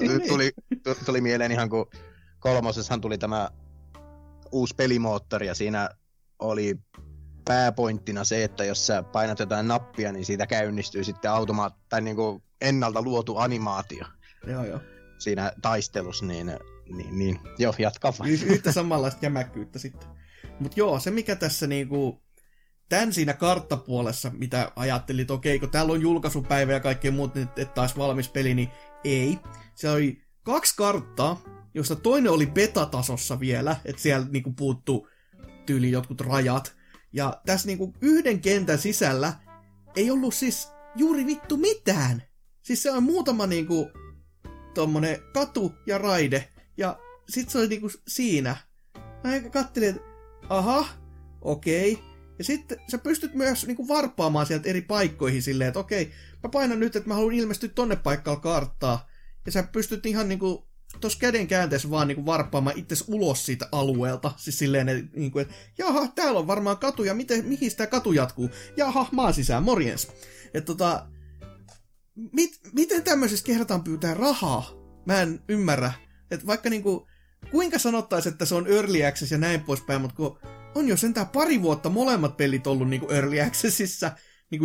Tuli mieleen ihan kun 3:ssahan tuli tämä uusi pelimoottori ja siinä oli pääpointtina se, että jos sä painat jotain nappia, niin siitä käynnistyy sitten tai niinku ennalta luotu animaatio. Joo. Siinä taistelussa, niin joo, jatka vaan. Yhtä samanlaista jämäkkyyttä sitten. Mut joo, se mikä tässä niinku tän siinä karttapuolessa, mitä ajattelin, että okei, kun täällä on julkaisupäivä ja kaikkea muut, että taas valmis peli, niin ei. Siellä oli 2 karttaa, josta toinen oli beta-tasossa vielä, että siellä niinku puuttuu tyyliin jotkut rajat. Ja tässä niinku 1 kentän sisällä ei ollut siis juuri vittu mitään. Siis se on muutama niinku tommonen katu ja raide, ja sit se oli niinku siinä. Mä kattelin, että aha, okei. Ja sitten sä pystyt myös niinku varppaamaan sieltä eri paikkoihin silleen, että okei, mä painan nyt, että mä haluan ilmestyä tonne paikkaan karttaa. Ja sä pystyt ihan niinku tuossa käden käänteessä vaan niinku varppaamaan itses ulos siitä alueelta. Siis silleen, että niinku, jaha, täällä on varmaan katu, ja mihin tämä katu jatkuu? Jaha, maan sisään, morjens. Että miten tämmöisessä kehdataan pyytää rahaa? Mä en ymmärrä. Että vaikka niinku, kuinka sanottaisiin, että se on early access ja näin poispäin, mutta kun on jo sentään pari vuotta molemmat pelit ollut niinku early accessissa niinku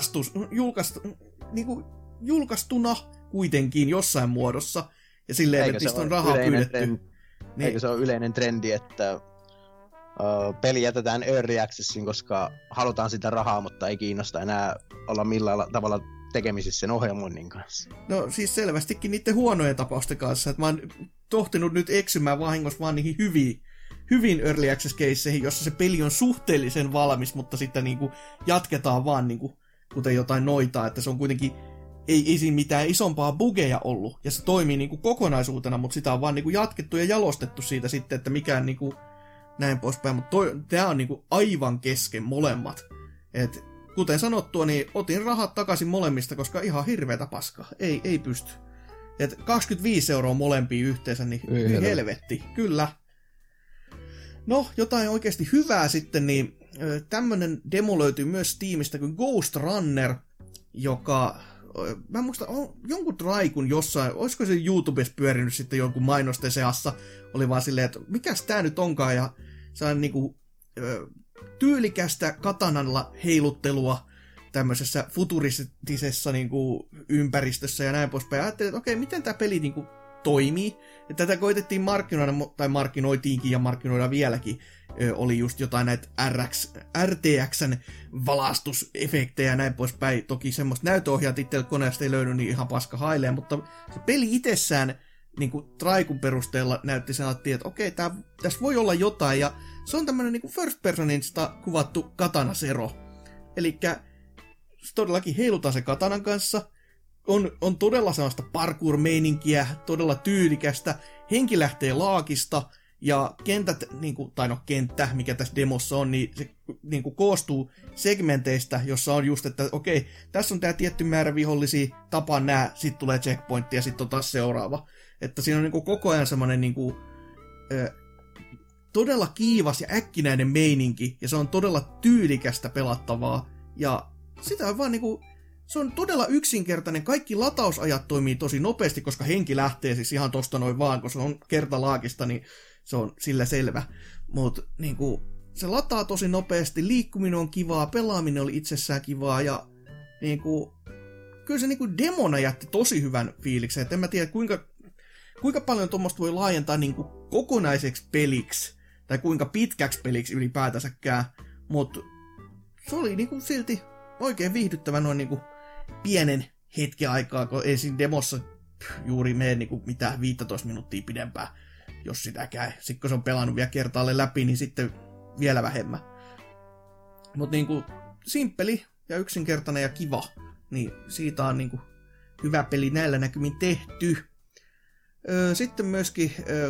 julkaistuna kuitenkin jossain muodossa. Ja silleen, että niistä on rahaa pyydetty. Niin. Eikö se ole yleinen trendi, että peli jätetään early accessiin, koska halutaan sitä rahaa, mutta ei kiinnosta enää olla millään tavalla tekemisissä sen ohjelmoinnin kanssa. No siis selvästikin niiden huonojen tapausten kanssa, että mä oon tohtinut nyt eksymään vahingossa vaan niihin hyvin early access -keisseihin, jossa se peli on suhteellisen valmis, mutta sitten niinku jatketaan vaan niinku, kuten jotain noitaa, että se on kuitenkin, ei siinä mitään isompaa bugeja ollut, ja se toimii niinku kokonaisuutena, mutta sitä on vaan niinku jatkettu ja jalostettu siitä sitten, että mikään niinku näin poispäin, mutta tää on niinku aivan kesken molemmat. Et kuten sanottua, niin otin rahat takaisin molemmista, koska ihan hirveätä paskaa. Ei pysty. Et 25 € molempiin yhteensä, niin helvetti. Kyllä. No, jotain oikeasti hyvää sitten, niin tämmönen demo löytyy myös Steamista kuin Ghost Runner, joka, mä muistan, jonkun traikun jossain, olisiko se YouTubessa pyörinyt sitten jonkun mainosten seassa, oli vaan silleen, että mikäs tää nyt onkaan, ja se on niinku tyylikästä katanalla heiluttelua tämmöisessä futuristisessa niinku ympäristössä ja näin poispäin. Ajattelin, että okei, miten tämä peli niinku toimii. Ja tätä koitettiin markkinoida, tai markkinoitiinkin ja markkinoida vieläkin. Oli just jotain näitä RTXn valastusefektejä ja näin poispäin. Toki semmoista näytöohjaat itsellä koneesta ei löydy niin ihan paska haileen, mutta se peli itsessään niinku traikun perusteella näytti sellainen, että okei, tässä voi olla jotain, ja se on tämmönen niinku first personista kuvattu katanasero. Elikkä todellakin heilutaan se katanan kanssa, on todella sellaista parkour-meininkiä, todella tyylikästä, henki lähtee laakista, ja kentät, niinku, tai no kenttä, mikä tässä demossa on, niin se niinku koostuu segmenteistä, jossa on just, että okei, tässä on tää tietty määrä vihollisia, tapaan nää, sit tulee checkpointti ja sit on taas seuraava. Että siinä on niinku koko ajan semmonen niinku, todella kiivas ja äkkinäinen meininki, ja se on todella tyylikästä pelattavaa, ja sitä on vaan niinku, se on todella yksinkertainen, kaikki latausajat toimii tosi nopeasti, koska henki lähtee siis ihan tosta noin vaan, kun se on kertalaakista, niin se on sillä selvä. Mutta niinku, se lataa tosi nopeasti, liikkuminen on kivaa, pelaaminen oli itsessään kivaa, ja niinku, kyllä se niinku demona jätti tosi hyvän fiiliksen, että en mä tiedä kuinka paljon tuommoista voi laajentaa niinku kokonaiseksi peliksi, tai kuinka pitkäksi peliksi ylipäätänsäkään, mutta se oli niinku silti oikein viihdyttävä noin niinku pienen hetken aikaa, kun ei siinä demossa juuri mene niinku mitään 15 minuuttia pidempään, jos sitäkään. Sitten kun se on pelannut vielä kertaalle läpi, niin sitten vielä vähemmän. Mutta niinku simppeli ja yksinkertainen ja kiva, niin siitä on niinku hyvä peli näillä näkymin tehty. Sitten myöskin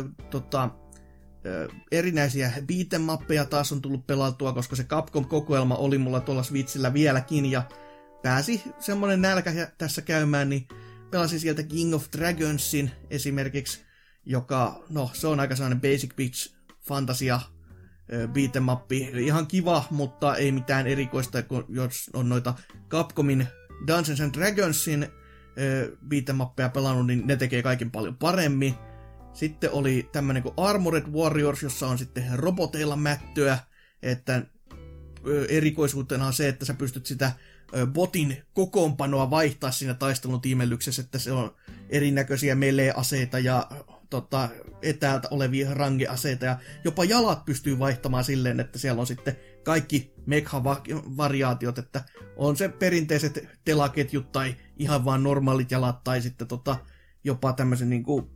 erinäisiä beat'em-mappeja taas on tullut pelattua, koska se Capcom-kokoelma oli mulla tuolla Switchillä vieläkin, ja pääsi semmonen nälkä tässä käymään, niin pelasin sieltä King of Dragonsin esimerkiksi, joka, no se on aika sellainen basic bitch fantasia beat'em-mappi, ihan kiva, mutta ei mitään erikoista, jos on noita Capcomin Dungeons and Dragonsin beat'em-mappeja pelannut, niin ne tekee kaiken paljon paremmin. Sitten oli tämmönen kuin Armored Warriors, jossa on sitten roboteilla mättöä, että erikoisuutena on se, että sä pystyt sitä botin kokoonpanoa vaihtaa siinä taistelun tiimellyksessä, että se on erinäköisiä melee-aseita ja etäältä olevia range-aseita, ja jopa jalat pystyy vaihtamaan silleen, että siellä on sitten kaikki mekha-variaatiot, että on se perinteiset telaketjut tai ihan vaan normaalit jalat, tai sitten jopa tämmöisen niinku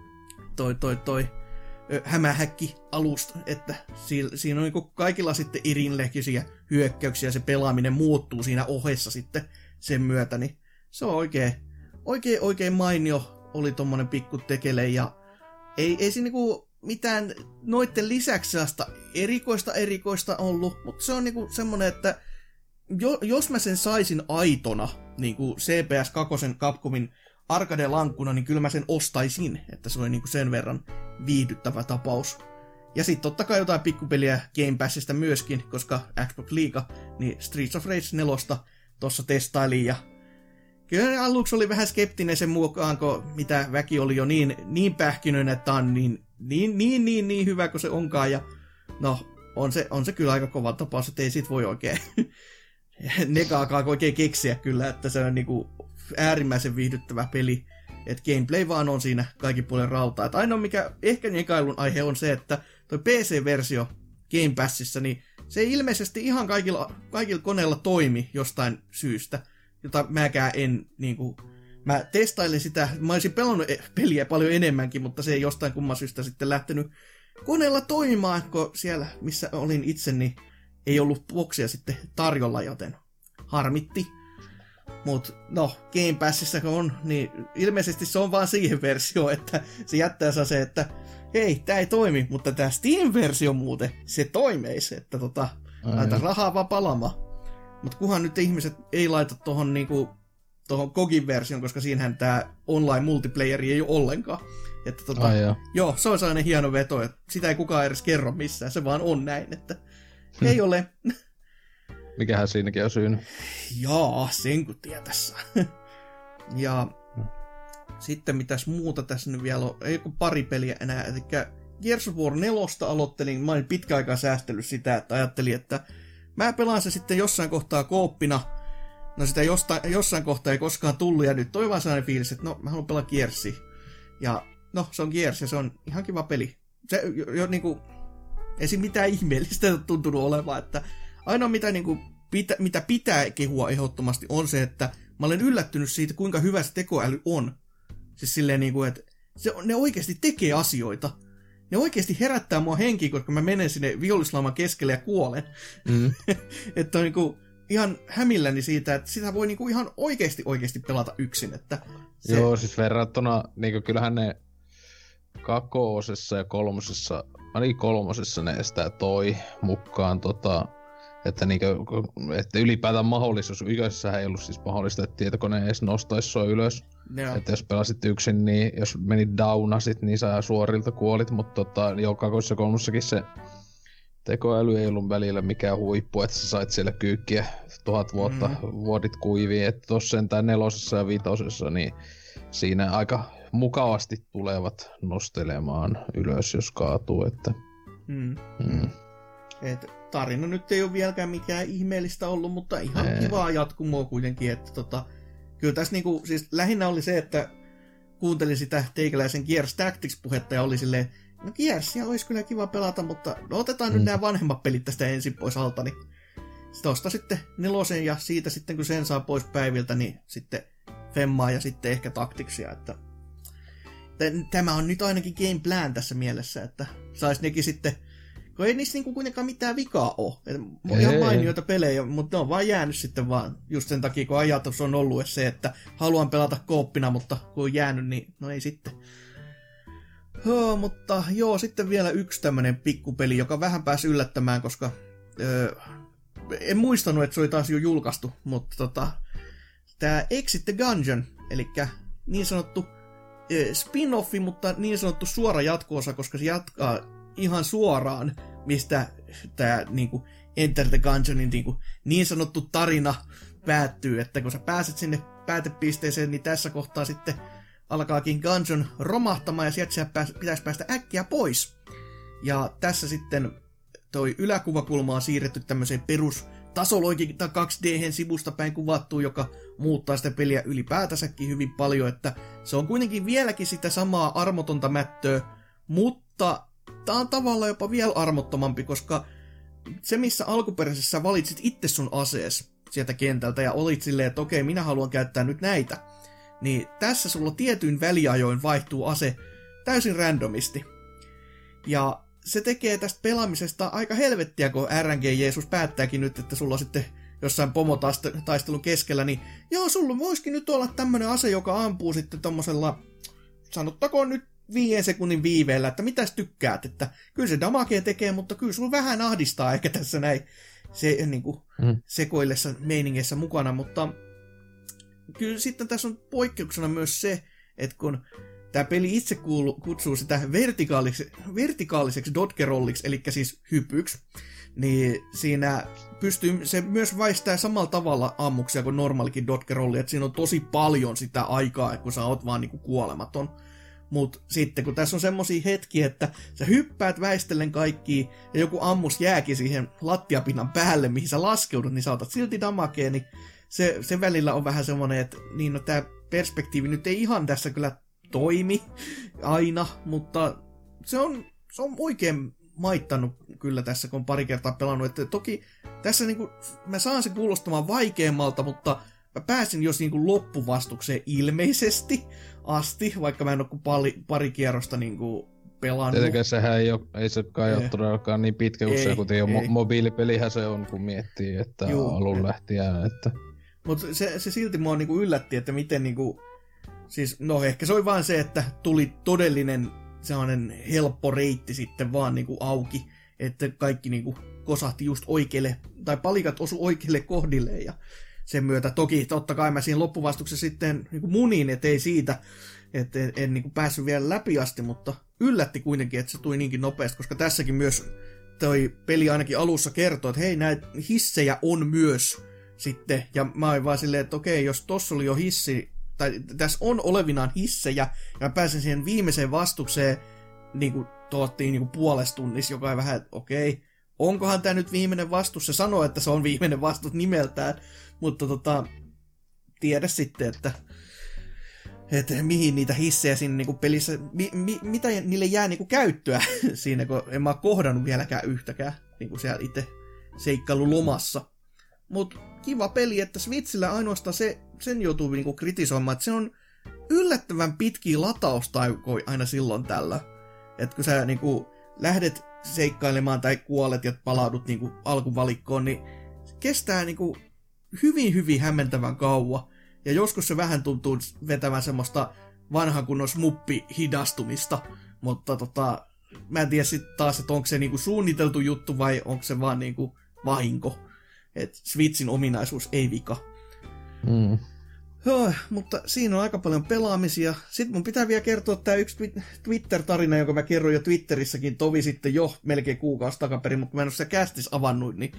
hämähäkki-alusta, että siinä on niinku kaikilla sitten erinäköisiä hyökkäyksiä, se pelaaminen muuttuu siinä ohessa sitten sen myötä, niin se on oikein mainio, oli tommonen pikku tekele, ja ei se niinku mitään noitten lisäksi sellaista erikoista ollut, mutta se on niinku semmonen, että jos mä sen saisin aitona, niinku CPS 2 Capcomin arcade-lankkuna, niin kyllä mä sen ostaisin, että se oli niinku sen verran viihdyttävä tapaus. Ja sitten totta kai jotain pikkupeliä Game Passista myöskin, koska Xbox Liiga, niin Streets of Rage 4 tossa testailin, ja kyllä aluksi oli vähän skeptinen sen mukaan, kun mitä väki oli jo niin pähkinöinen, että on niin hyvä kuin se onkaan, ja no, on se kyllä aika kova tapaus, että ei sit voi oikein negaakaan oikein keksiä kyllä, että se on niinku äärimmäisen viihdyttävä peli, että gameplay vaan on siinä kaikin puolen rautaa. Että ainoa mikä ehkä negailun aihe on se, että toi PC-versio Game Passissa, niin se ei ilmeisesti ihan kaikilla koneilla toimi jostain syystä, jota mäkään en niinku... Mä testailin sitä, mä olisin pelannut peliä paljon enemmänkin, mutta se ei jostain kumman syystä sitten lähtenyt koneella toimimaan, kun siellä, missä olin itse, niin ei ollut boksia sitten tarjolla, joten harmitti. Mut no, Game Passissa kun on, niin ilmeisesti se on vaan siihen versio, että se jättää se, että hei, tää ei toimi, mutta tää Steam-versio muuten, se toimii, että laita rahaa vaan palaamaan. Mut kunhan nyt ihmiset ei laita tohon niinku tuohon Kogin version, koska siinähän tää online multiplayeri ei ole ollenkaan. Että joo, se on sellainen hieno veto, että sitä ei kukaan edes kerro missään, se vaan on näin, että ei ole. Mikähän siinäkin on syynä? Jaa, sen kun tietässä. Ja sitten mitäs muuta tässä nyt vielä on, ei kun pari peliä enää, eli Gears of War 4 aloittelin, mä olin pitkä aikaa säästellyt sitä, että ajattelin, että mä pelaan se sitten jossain kohtaa kooppina. No sitä jossain kohtaa ei koskaan tullut, ja nyt toi vaan sellainen fiilis, että no mä haluan pelaa Gearsia. Ja no se on Gears, ja se on ihan kiva peli. Se jo niinku, ei siinä mitään ihmeellistä tuntunut olevan, että ainoa mitä niinku mitä pitää kehua ehdottomasti on se, että mä olen yllättynyt siitä, kuinka hyvä se tekoäly on. Siis silleen niinku, että ne oikeasti tekee asioita. Ne oikeasti herättää mua henkiin, koska mä menen sinne vihollislauman keskelle ja kuolen. Että on niinku ihan hämilläni siitä, että sitä voi niinku ihan oikeasti pelata yksin. Että se... Joo, siis verrattuna, niinku kyllähän ne kakosessa ja kolmosessa, ainakin kolmosessa ne sitä toi mukaan, että ylipäätään mahdollisuus, ykkösessähän ei ollut siis mahdollista, että tietokone edes nostaisi sua ylös. Joo. Että jos pelasit yksin, niin jos menit downasit, niin sä suorilta kuolit, mutta jo kakosessa ja kolmosessakin se tekoäly ei ollut välillä mikään huippu, että sä sait siellä kyykkiä 1000 vuotta vuodit kuiviin, että tossa sentään 4 ja 5, niin siinä aika mukavasti tulevat nostelemaan ylös, jos kaatuu, että... Et tarina nyt ei ole vieläkään mikään ihmeellistä ollut, mutta ihan kivaa jatkumoa kuitenkin, että kyllä tässä niinku, siis lähinnä oli se, että kuuntelin sitä teikäläisen Gears Tactics-puhetta ja oli silleen, no Gearsia olisi kyllä kiva pelata, mutta no otetaan nyt nämä vanhemmat pelit tästä ensin pois alta, niin tosta sitten 4 ja siitä sitten kun sen saa pois päiviltä, niin sitten Femmaa ja sitten ehkä Tacticsia, että tämä on nyt ainakin game plan tässä mielessä, että sais nekin sitten, kun ei niissä niinku kuitenkaan mitään vikaa ole. Ihan mainioita pelejä, mutta ne on vaan jäänyt sitten vaan just sen takia, kun ajatus on ollut se, että haluan pelata kooppina, mutta kun on jäänyt, niin no ei sitten. Mutta joo, sitten vielä yksi tämmönen pikkupeli, joka vähän pääsi yllättämään, koska en muistanut, että se oli taas jo julkaistu, mutta tää Exit the Gungeon, eli niin sanottu spin-offi, mutta niin sanottu suora jatko-osa, koska se jatkaa ihan suoraan, mistä tää niinku Enter the Gungeonin niin sanottu tarina päättyy, että kun sä pääset sinne päätepisteeseen, niin tässä kohtaa sitten alkaakin Gungeon romahtamaan ja sieltä pitäisi päästä äkkiä pois. Ja tässä sitten toi yläkuvakulma on siirretty tämmöiseen perustasoloikinta 2D sivusta päin kuvattuun, joka muuttaa sitä peliä ylipäätänsäkin hyvin paljon, että se on kuitenkin vieläkin sitä samaa armotonta mättöä, mutta tää on tavallaan jopa vielä armottomampi, koska se missä alkuperäisessä valitsit itse sun asees sieltä kentältä ja olit silleen, että okei, minä haluan käyttää nyt näitä, niin tässä sulla tietyin väliajoin vaihtuu ase täysin randomisti. Ja se tekee tästä pelaamisesta aika helvettiä, kun RNG Jeesus päättääkin nyt, että sulla sitten jossain pomotaistelun keskellä, niin joo, sulla voisikin nyt olla tämmönen ase, joka ampuu sitten tommosella, sanottakoon nyt 5 sekunnin viiveellä, että mitäs tykkäät, että kyllä se damagea tekee, mutta kyllä sulla vähän ahdistaa ehkä tässä näin niin kuin sekoillessa meiningeissä mukana, mutta kyllä tässä on poikkeuksena myös se, että kun tämä peli itse kutsuu sitä vertikaaliseksi dodgerolliksi, eli siis hypyksi, niin siinä se myös väistää samalla tavalla ammuksia kuin normaalikin dodgerolli, että siinä on tosi paljon sitä aikaa, kun sä oot vaan niinku kuolematon. Mut sitten kun tässä on semmosia hetkiä, että sä hyppäät väistellen kaikkia ja joku ammus jääkin siihen lattiapinnan päälle, mihin sä laskeudut, niin sä otat silti damagea, niin se välillä on vähän semmonen, että niin no tää perspektiivi nyt ei ihan tässä kyllä toimi aina, mutta se on oikein maittanut kyllä tässä, kun on pari kertaa pelannut, että toki tässä niinku, mä saan se kuulostamaan vaikeammalta, mutta mä pääsin jos niinku loppuvastukseen ilmeisesti asti, vaikka mä en ole kuin pari kierrosta pelannut. Tietenkään sehän ei se kai ole todellakaan niin pitkä, kun se kuten mobiilipelihän se on, kun miettii, että alun lähtien. Että... Mutta se silti mua niinku yllätti, että miten niinku, siis no ehkä se oli vaan se, että tuli todellinen sellainen helppo reitti sitten vaan niinku auki, että kaikki niinku kosahti just oikeille, tai palikat osu oikeille kohdille, ja sen myötä toki totta kai mä siinä loppuvastuksessa sitten niinku munin, ettei siitä, että en niinku päässyt vielä läpi asti, mutta yllätti kuitenkin, että se tuli niinkin nopeasti, koska tässäkin myös toi peli ainakin alussa kertoo, että hei, näitä hissejä on myös sitten, ja mä olin vaan silleen, että okei, jos tossa oli jo hissi, tai tässä on olevinaan hissejä, ja mä pääsin siihen viimeiseen vastukseen, niin kuin tuottiin niin kuin puolessa tunnissa, joka on vähän, että okei, onkohan tämä nyt viimeinen vastus? Se sanoo, että se on viimeinen vastus nimeltään, mutta tiedä sitten, että mihin niitä hissejä siinä niin kuin pelissä, mitä niille jää niin kuin käyttöä siinä, kun en mä ole kohdannut vieläkään yhtäkään niin kuin siellä itse seikkailulomassa. Mutta kiva peli, että Switchillä ainoastaan sen joutuu niinku kritisoimaan, että se on yllättävän pitkiä lataustaikoja aina silloin tällä. Että kun sä niinku lähdet seikkailemaan tai kuolet ja palaudut niinku alkuvalikkoon, niin kestää niinku hyvin hämmentävän kauan. Ja joskus se vähän tuntuu vetävän semmoista vanhan kunnon smuppi-hidastumista, mutta mä en tiedä sitten taas, että onko se niinku suunniteltu juttu vai onko se vaan niinku vahinko. Että Switchin ominaisuus ei vika. Mutta siinä on aika paljon pelaamisia. Sitten mun pitää vielä kertoa tää yksi Twitter-tarina, jonka mä kerroin jo Twitterissäkin tovi sitten jo melkein kuukausi takaperin, mutta mä en ole sitä kästis avannut, niin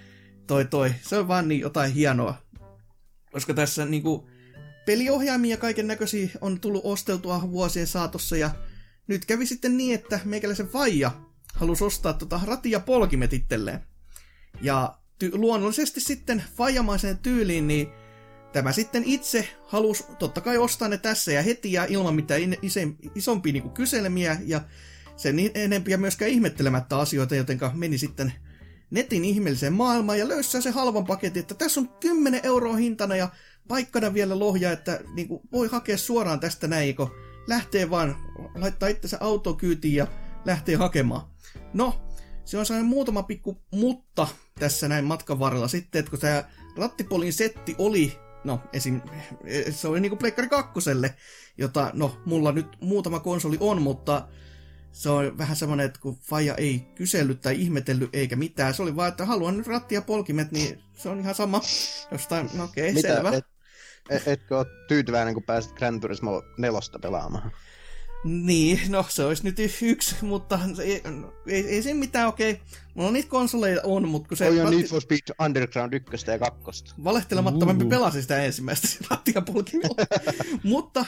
se on vaan niin jotain hienoa. Koska tässä niinku peliohjaimia kaiken näköisiä on tullut osteltua vuosien saatossa, ja nyt kävi sitten niin, että meikäläisen faija halusi ostaa ratia polkimet itselleen. Ja luonnollisesti sitten faijamaiseen tyyliin, niin tämä sitten itse halusi totta kai ostaa ne tässä ja heti ja ilman mitään isompia niin kuin kyselemiä ja sen enempiä myöskään ihmettelemättä asioita, jotenka meni sitten netin ihmeelliseen maailmaan ja löysää se halvan paketin, että tässä on 10 € hintana ja paikkana vielä lohja, että niin kuin voi hakea suoraan tästä näin, kun lähtee vaan, laittaa itsensä autoon kyytiin ja lähtee hakemaan. No, se on sellainen muutama pikku mutta tässä näin matkan varrella sitten, että kun tämä rattipolin setti oli, no esim. Se oli niinku Pleikkari 2:lle, jota, no mulla nyt muutama konsoli on, mutta se on vähän semmoinen, että kun faija ei kysellyt tai ihmetellyt eikä mitään, se oli vaan, että haluan nyt ratti ja polkimet, niin se on ihan sama. Jostain, no okei, selvä. Etkö ole tyytyväinen, kun pääsit Gran Turismo 4 pelaamaan? Niin, no se olisi nyt yksi, mutta ei siinä mitään, okei. Mulla niitä konsoleita on, mutta kun se... On Need for Speed Underground 1 ja 2. Valehtelematta mä pelasin sitä ensimmäistä rattia polkimella. Mutta,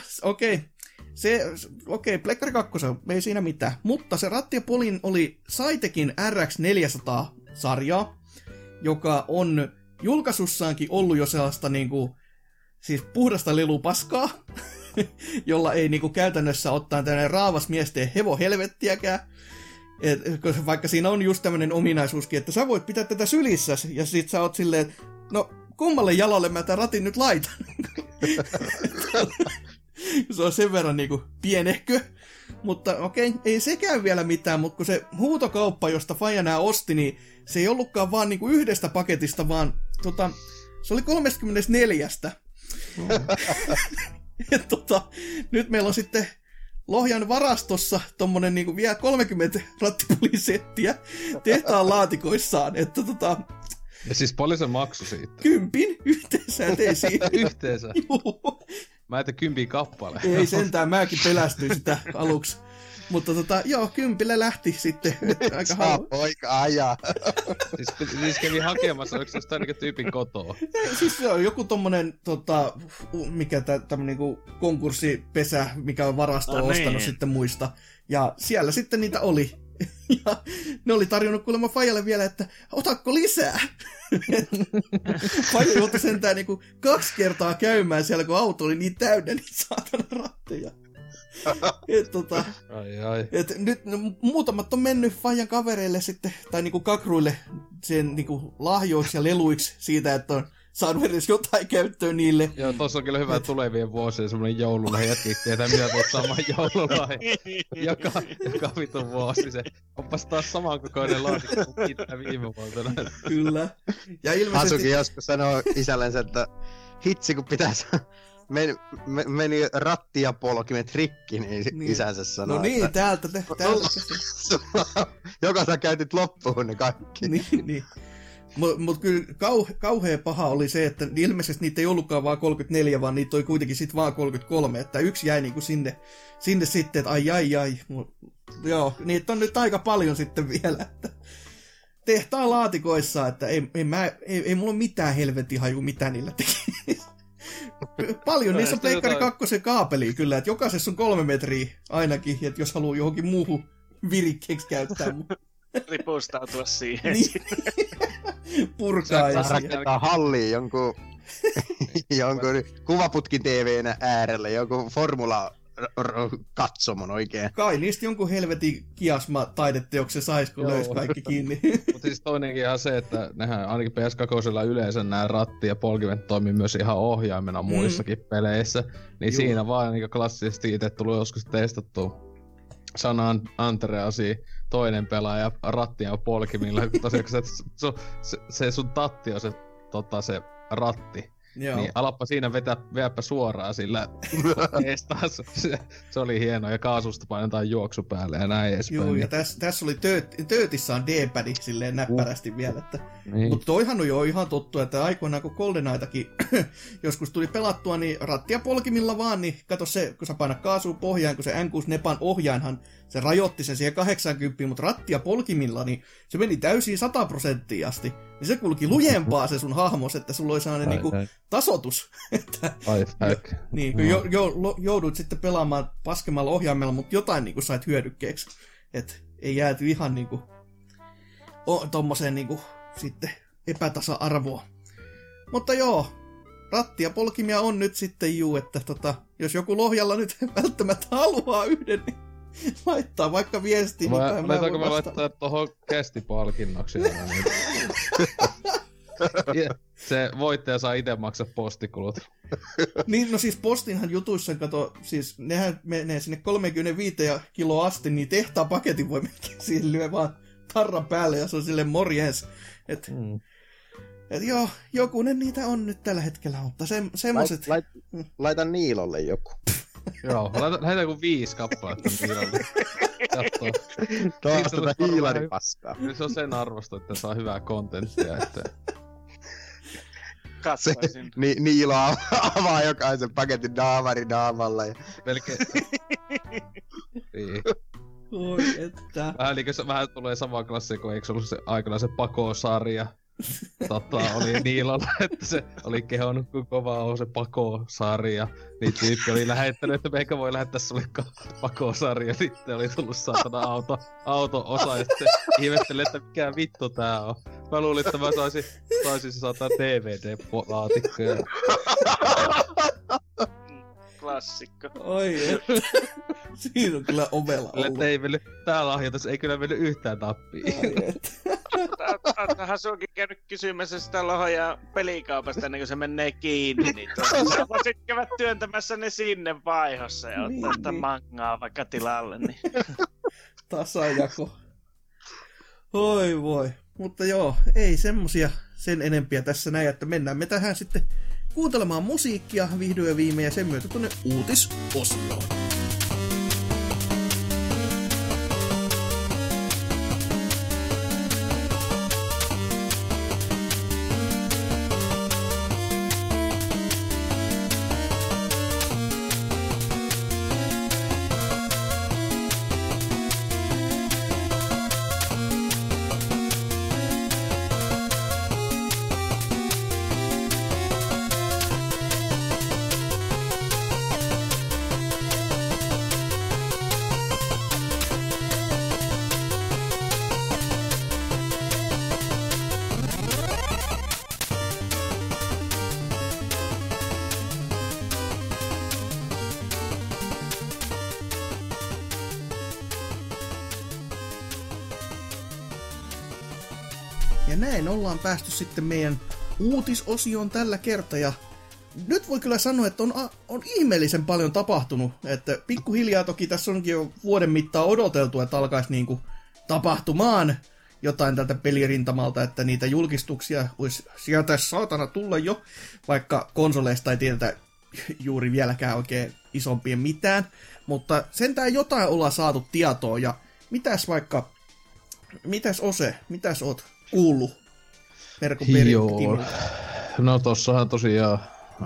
okei, Pleikkari 2, ei siinä mitään. Mutta se ratti ja polin oli Saitekin RX400-sarjaa, joka on julkaisussaankin ollut jo sellaista niinku, siis puhdasta lelupaskaa, jolla ei niinku käytännössä ottaa tämmöinen raavas miesten hevohelvettiäkään. Vaikka siinä on just tämmöinen ominaisuuskin, että sä voit pitää tätä sylissäsi, ja sit sä oot silleen, no kummalle jalalle mä tämän ratin nyt laitan. Se on sen verran niinku pienehkö. Mutta okei, ei sekään vielä mitään, mutta kun se huutokauppa, josta faija nää osti, niin se ei ollutkaan vaan niinku yhdestä paketista, vaan se oli 34. Nyt meillä on sitten Lohjan varastossa tommonen niinku vielä 30 rattipulisettiä tehtaan laatikoissaan, että Ja siis paljon se maksoi siitä? 10 yhteensä, ettei siinä. Yhteensä? Juu. Mä ajattelin 10 kappale. Ei sentään, mäkin pelästyin sitä aluksi. Mutta joo, 10 lähti sitten. Aika saa poika ajaa. Siis kävi hakemassa, oliko se jostain niinku tyypin kotoa? Siis se on joku tommonen, mikä tämmönen niinku konkurssipesä, mikä on varastoa ostanut sitten muista. Ja siellä sitten niitä oli. Ja ne oli tarjonnut kuulemma Fajalle vielä, että otatko lisää? Faija joutui sentään niinku 2 kertaa käymään siellä, kun auto oli niin täynnä, niin saatana ratteja. Et nyt muutamat on mennyt Fajan kavereille sitten, tai niinku kakruille sen niinku lahjoiksi ja leluiksi siitä, että on saanut edes jotain käyttöön niille. Joo, tossa on kyllä hyvä tulevien vuosien semmonen joululahja, jätkit tietää mitä tuot saman joululahja. joka vitun vuosi se. Onpas taas samankokoinen laatikko kuin pitää viime vuotena. Kyllä. Ja ilmeisesti Hasuki joskus sanoo isällensä, että hitsi kun pitäisi meni ratti ja polkimet rikki, niin isänsä sanoo. No niin, että täältä. Joka sä käytit loppuun ne kaikki. niin. Mutta kyllä kauhean paha oli se, että ilmeisesti niitä ei ollutkaan vaan 34, vaan niitä oli kuitenkin sitten vaan 33, että yksi jäi niinku sinne sitten, että ai. Joo, niitä on nyt aika paljon sitten vielä, että tehtaan laatikoissa, että ei mulla ole mitään helvetin haju, mitä niillä teki. Paljon niissä on Pleikkari 2 kaapelia kyllä, että jokaisessa on 3 metriä ainakin, että jos haluaa johonkin muuhun virikkeeksi käyttää. Ripustautua siihen. Niin. Purkaa ja rakentaa halliin jonkun kuvaputkin TV:nä äärelle, jonkun formula-katsomon oikein. Kai niistä jonkun helvetin kiasma-taideteoksen sais, kun löisi kaikki kiinni. Mutta siis toinenkin ihan se, että nehän ainakin PS2 yleensä nämä ratti ja polkimet toimii myös ihan ohjaimena muissakin peleissä. Niin siinä vaan niin klassisesti itse tullut joskus testattua San Andreasi toinen pelaaja rattia ja polkimilla, tosiaan se sun tatti on se ratti. Joo. Niin alappa siinä veäpä suoraan sillä eestaas. Se oli hieno ja kaasusta painetaan juoksu päälle ja näin edespäin. Joo, ja tässä oli töötissä on D-padi silleen näppärästi vielä. Että, niin. Mutta toihan on jo ihan tottu, että aikoinaan kun GoldenEyetakin joskus tuli pelattua, niin rattia polkimilla vaan, niin kato se, kun sä painat kaasua pohjaan, kun se N64 ohjainhan, se rajoitti sen siihen 80, mutta rattia polkimilla, niin se meni täysin 100% asti. Niin se kulki lujempaa se sun hahmos, että sulla oli sellainen niinku tasoitus. Niin, kun joudut sitten pelaamaan paskemmalla ohjaimella, mutta jotain niinku sait hyödykkeeksi. Että ei jääty ihan niinku tommoseen niinku sitten epätasa-arvoon. Mutta joo, rattia polkimia on nyt sitten että jos joku Lohjalla nyt välttämättä haluaa yhden, niin laittaa vaikka viestiin. Laitaanko me laittaa tohon kästipalkinnoksi? Se voittaja saa itse maksaa postikulut. Niin, no siis postinhan jutuissa, kato, siis nehän menee sinne 35 kiloa asti, niin tehtaan paketin voi melkein siihen lyö vaan tarran päälle ja se on silleen morjens. Et joo, jokunen niitä on nyt tällä hetkellä, mutta semmoset... Laita Niilolle joku. Joo, lähetään kuin 5 kappaletta Niilolle. Kattoo. Taas tätä hiilaripaskaa. Se on sen arvosta, että saa hyvää kontenttia, että... Katsoisin. Niilo avaa jokaisen paketin naamalla. Ja... Melkein... Niin. Oi että... Vähän tulee sama klassia, kun eikö ollut se aikana se Pako-sarja. Oli Niilolla, että se oli kehonnut, kun kova on se Pako-sarja. Niin tyyppi oli lähettänyt, että meikä voi lähettää sulle Pako-sarja. Sitten oli tullut saatana auto-osa, ja sitten ihmettelin, että mikä vittu tää on. Mä luulin, että mä saisin se saatana DVD-laatikkoja. Klassikko. Oi, että. Siinä on kyllä ovela ollut. Tää lahjoitus ei kyllä mennyt yhtään nappiin. Oottahan sunkin käynyt kysymässä sitä Lohjan pelikaupasta ennen kuin se menee kiinni, niin sä voisit käydä työntämässä ne sinne vaihossa ja ottaa sitä mangaa vaikka tilalle. Niin. Tasajako. Oi voi. Mutta joo, ei semmosia sen enempiä tässä näin, että mennään me tähän sitten kuuntelemaan musiikkia vihdoin ja viimein ja sen myötä tuonne uutisosioon. Ja näin ollaan päästy sitten meidän uutisosioon tällä kertaa. Ja nyt voi kyllä sanoa, että on ihmeellisen paljon tapahtunut. Että pikkuhiljaa toki tässä onkin jo vuoden mittaan odoteltu, että alkaisi niinku tapahtumaan jotain tältä pelirintamalta, että niitä julkistuksia olisi sieltä saatana tulla jo, vaikka konsoleista ei tiedetä juuri vieläkään oikein isompien mitään. Mutta sentään jotain ollaan saatu tietoa, ja mitäs Ose, mitäs oot kuullut verkon perimulta? No tossahan tosiaan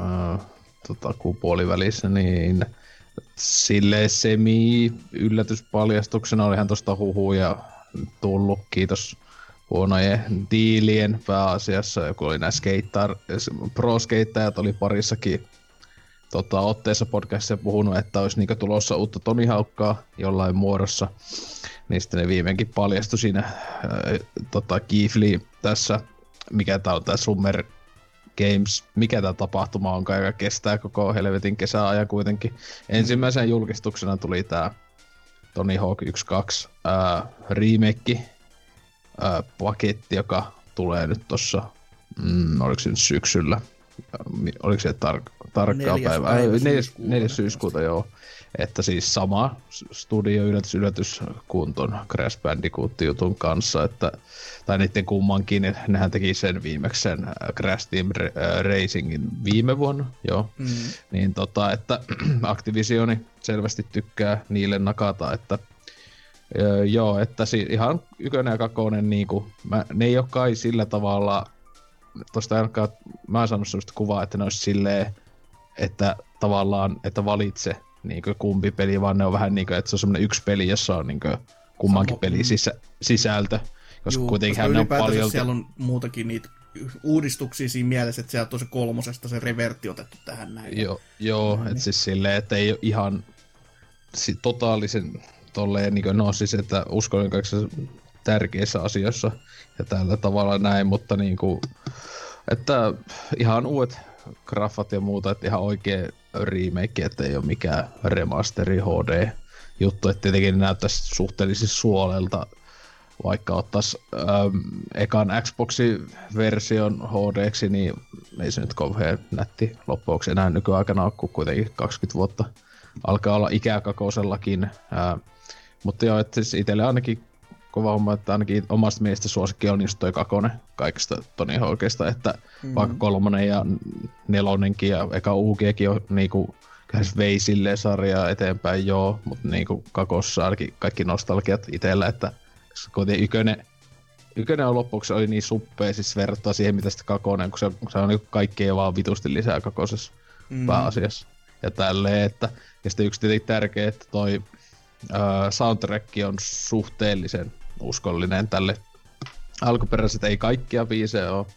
kuun puolivälissä, niin silleen semi-yllätyspaljastuksena olihan tosta huhuja tullut, kiitos huonojen diilien pääasiassa, kun oli nämä pro-skeittajat oli parissakin otteessa podcastissa puhunut, että olisi niinku tulossa uutta Tony Hawkkaa jollain muodossa, niin sitten ne viimeinkin paljastui siinä Keighley tässä, mikä tää on tää Summer Games, mikä tää tapahtuma on, joka kestää koko helvetin kesäajan kuitenkin. Ensimmäisen julkistuksena tuli tää Tony Hawk 1.2 remake paketti, joka tulee nyt tossa, oliko se nyt syksyllä, oliko se tarkkaa päivää? 4. syyskuuta, joo. Että siis sama studio yllätys kuin ton Crash Bandicoot-jutun kanssa, että, tai niiden kummankin, nehän teki sen viimeksi sen Crash Team Racingin viime vuonna, joo. Niin että Activisioni selvästi tykkää niille nakata, että joo, että ihan 1 ja 2 niinku, ne ei oo kai sillä tavalla, tosta ainakaan mä oon saanut sellaista kuvaa, että ne olisi silleen, että tavallaan, että valitse niinku kumpi peli, vaan ne on vähän niinku, että se on semmonen yksi peli, jossa on niinku kummankin pelin sisältö. Koska kuitenkin ne on paljon. Siellä on muutakin niitä uudistuksia siinä mielessä, että sieltä on se 3 se revertti otettu tähän näin. Joo, että siis silleen, että ei ole ihan totaalisen tolleen, niinku, no siis, että uskon kaikissa tärkeissä asioissa ja tällä tavalla näin, mutta niinku, että ihan uudet graffat ja muuta, että ihan oikea remake, että ei ole mikään remasteri HD-juttu, että tietenkin näyttäisi suhteellisesti suolelta, vaikka ottaisi ekan Xboxin version HD:ksi, niin ei se nyt kauhean nätti loppuksi enää nykyaikana ole, kun kuitenkin 20 vuotta alkaa olla ikäkakosellakin. Mutta joo, että siis itselle ainakin kova homma, että ainakin omasta mielestä suosikki on just toi 2 kaikista Tony Hawkista, että vaikka 3 ja 4 ja eka UGkin on niinku vei silleen sarjaa eteenpäin, joo, mutta niinku 2 ainakin kaikki nostalgiat itsellä, että kuitenkin ykkönen on loppuksi oli niin suppea siis verrattuna siihen, mitä sitten 2, kun se on niinku kaikkea vaan vitusti lisää 2 pääasiassa. Ja tälleen, että ja sitten yksi tietenkin tärkeä, että toi soundtrack on suhteellisen uskollinen tälle. Alkuperäiset ei kaikkia biisejä ole,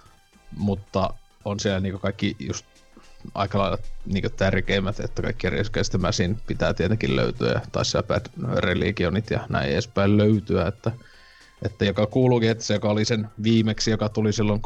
mutta on siellä niinku kaikki just aika lailla niinku tärkeimmät, että kaikki Riskeistä Mäsin pitää tietenkin löytyä, tai siellä Bad Religionit ja näin edespäin löytyä, että joka kuuluukin, että se joka oli sen viimeksi, joka tuli silloin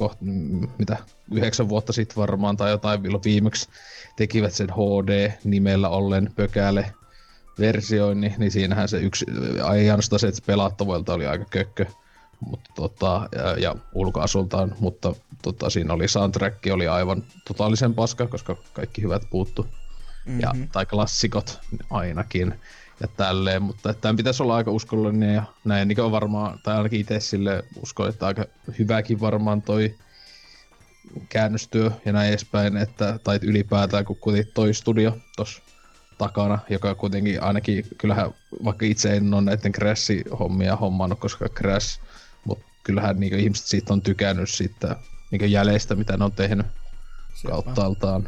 9 vuotta sitten varmaan tai jotain viimeksi tekivät sen HD-nimellä ollen pökäle versioinnin, niin siinähän se yksi, ei ainoastaan se, että pelattavuilta oli aika kökkö, mutta ja ulkoasultaan, mutta siinä oli soundtrack oli aivan totaalisen paska, koska kaikki hyvät puuttu. Tai klassikot ainakin ja tälleen, mutta tämän pitäisi olla aika uskollinen ja näin, niin on varmaan, tai ainakin itse sille uskon, että aika hyväkin varmaan toi käännöstyö ja näin edespäin, että tai ylipäätään kun kuitenkin toi studio tossa takana, joka kuitenkin ainakin, kyllähän vaikka itse en ole näiden Crash-hommia hommannut, koska Crash, mutta kyllähän niinku ihmiset siitä on tykännyt siitä niinku jäljestä, mitä ne on tehnyt kauttaaltaan.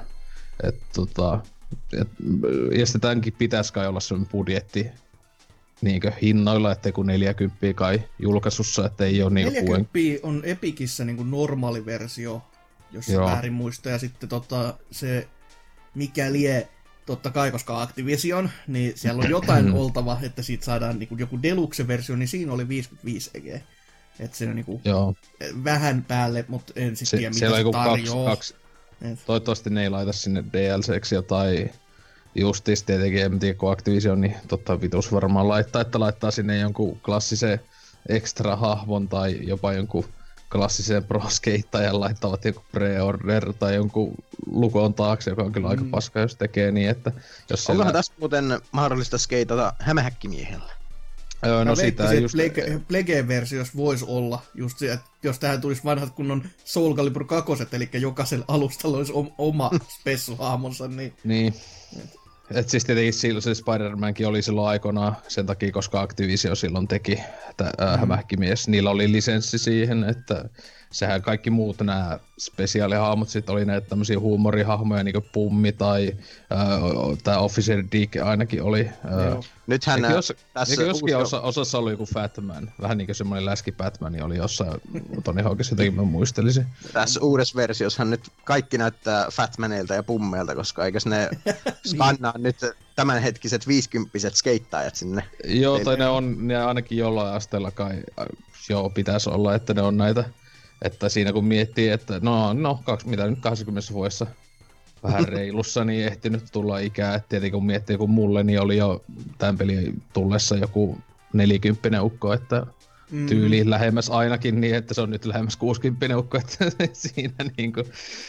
Ja sitten tämänkin pitäisi kai olla semmoinen budjetti niinkö hinnoilla, ettei kun 40 kai julkaisussa, ettei ole niinku 40 on Epicissä niinku normaali versio, jos väärin muista, ja sitten se mikä lie totta kai, koska Activision, niin siellä on jotain oltava, että siitä saadaan niinku joku Deluxe-versio, niin siinä oli 55 EG. Että se on niinku vähän päälle, mutta en sit tiedä, mitä se tarjoaa. Toivottavasti ne ei laita sinne DLC:ksi jotain justiis tietenkin, en tiedä, kun Activision, niin vitus varmaan laittaa, että laittaa sinne jonkun klassisen extra-hahmon tai jopa jonkun klassiseen pro-skeittajan laittavat joku pre-order tai jonkun lukon taakse, joka on kyllä aika paska, jos tekee niin, että... Jos onkohan tässä muuten mahdollista skeitata hämähäkkimiehellä? No sitä just... Plege-versiossa voisi olla just se, että jos tähän tulisi vanhat kunnon Soul Calibur 2, eli jokaisella alustalla olisi oma spessu-hahmonsa, niin... Niin. Et siis tietenkin se Spider-Mankin oli silloin aikoinaan sen takia, koska Activision silloin teki hämähäkkimies. Niillä oli lisenssi siihen, että sehän kaikki muut nämä spesiaalihahmot sit oli näitä tämmösiä huumorihahmoja niinku Pummi tai tää Officer Dick ainakin oli. Nythän tässä joskin osassa oli joku Fatman, vähän niinku semmoinen läski Batman oli jossain Tony Hawkissa, jotenkin mä muistelisin. Tässä uudessa versiossahan nyt kaikki näyttää Fatmaneilta ja Pummeilta, koska eikös ne skannaa nyt tämänhetkiset 50-vuotiaat skeittaajat sinne. Joo, tai ne ainakin jollain asteella kai, pitäisi olla, että ne on näitä. Että siinä kun miettii, että mitä nyt 20 vuodessa vähän reilussa, niin ehtinyt tulla ikää. Et tietenkin kun miettii, kun mulle, niin oli jo tämän pelin tullessa joku 40 ukko, että tyyliin lähemmäs ainakin niin, että se on nyt lähemmäs 60 ukko, että siinä niinku,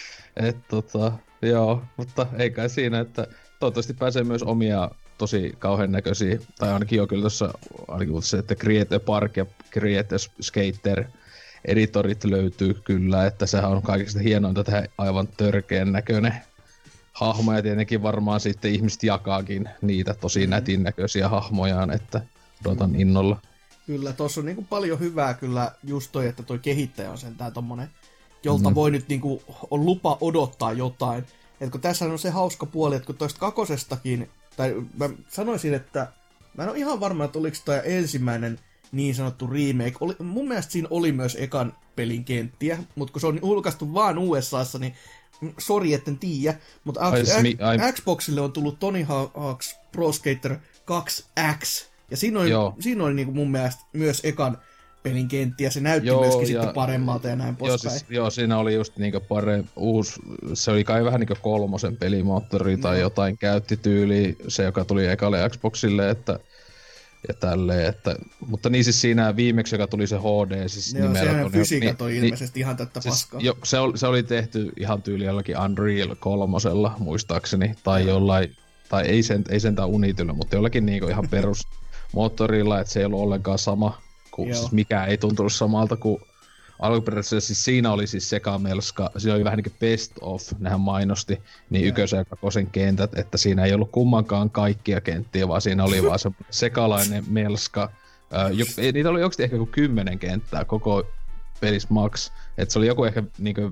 joo, mutta ei kai siinä, että toivottavasti pääsee myös omia tosi kauhean näköisiä, tai ainakin jo kyllä tuossa, ainakin se, että Create Park ja Create Skater editorit löytyy kyllä, että sehän on kaikista hienointa tehdä aivan törkeän näköinen hahmo, ja tietenkin varmaan sitten ihmiset jakaakin niitä tosi nätin näköisiä hahmojaan, että odotan innolla. Kyllä, tuossa on niinku paljon hyvää kyllä just toi, että toi kehittäjä on sentään tommonen, jolta voi nyt niinku, on lupa odottaa jotain. Et kun tässä on se hauska puoli, että kun toista kakosestakin, tai mä sanoisin, että mä en ole ihan varma, että oliko toi ensimmäinen niin sanottu remake. Mun mielestä siinä oli myös ekan pelin kenttiä, mutta kun se on julkaistu vaan USAssa, niin sori, etten tiedä. Mutta Xboxille on tullut Tony Hawk's Pro Skater 2X, ja siinä oli niinku mun mielestä myös ekan pelin kenttiä. Se näytti myöskin sitten paremmalta ja näin poispäin. Joo, siinä oli just niinku uusi, se oli kai vähän niinku 3 pelimoottori tai jotain käytti tyyliä, se joka tuli ekalle Xboxille, että ja tälleen, että, mutta niin siis siinä viimeksi, joka tuli se HD, siis sehän fysiikat on ilmeisesti ihan tätä paskaa. Se oli tehty ihan tyyli jollakin Unreal 3 muistaakseni, tai jollain, tai ei sentään Unityllä, mutta jollakin niinku ihan perusmoottorilla, että se ei ollut ollenkaan sama, siis mikään ei tuntunut samalta kuin alkuperäisessä, siis siinä oli siis sekamelska, siinä oli vähän niin kuin best of, nehän mainosti, niin ykkösen ja kakosen kentät, että siinä ei ollut kummankaan kaikkia kenttiä, vaan siinä oli vaan se sekalainen melska. Niitä oli oikeasti ehkä kuin 10 kenttää koko pelis max, että se oli joku ehkä niinku,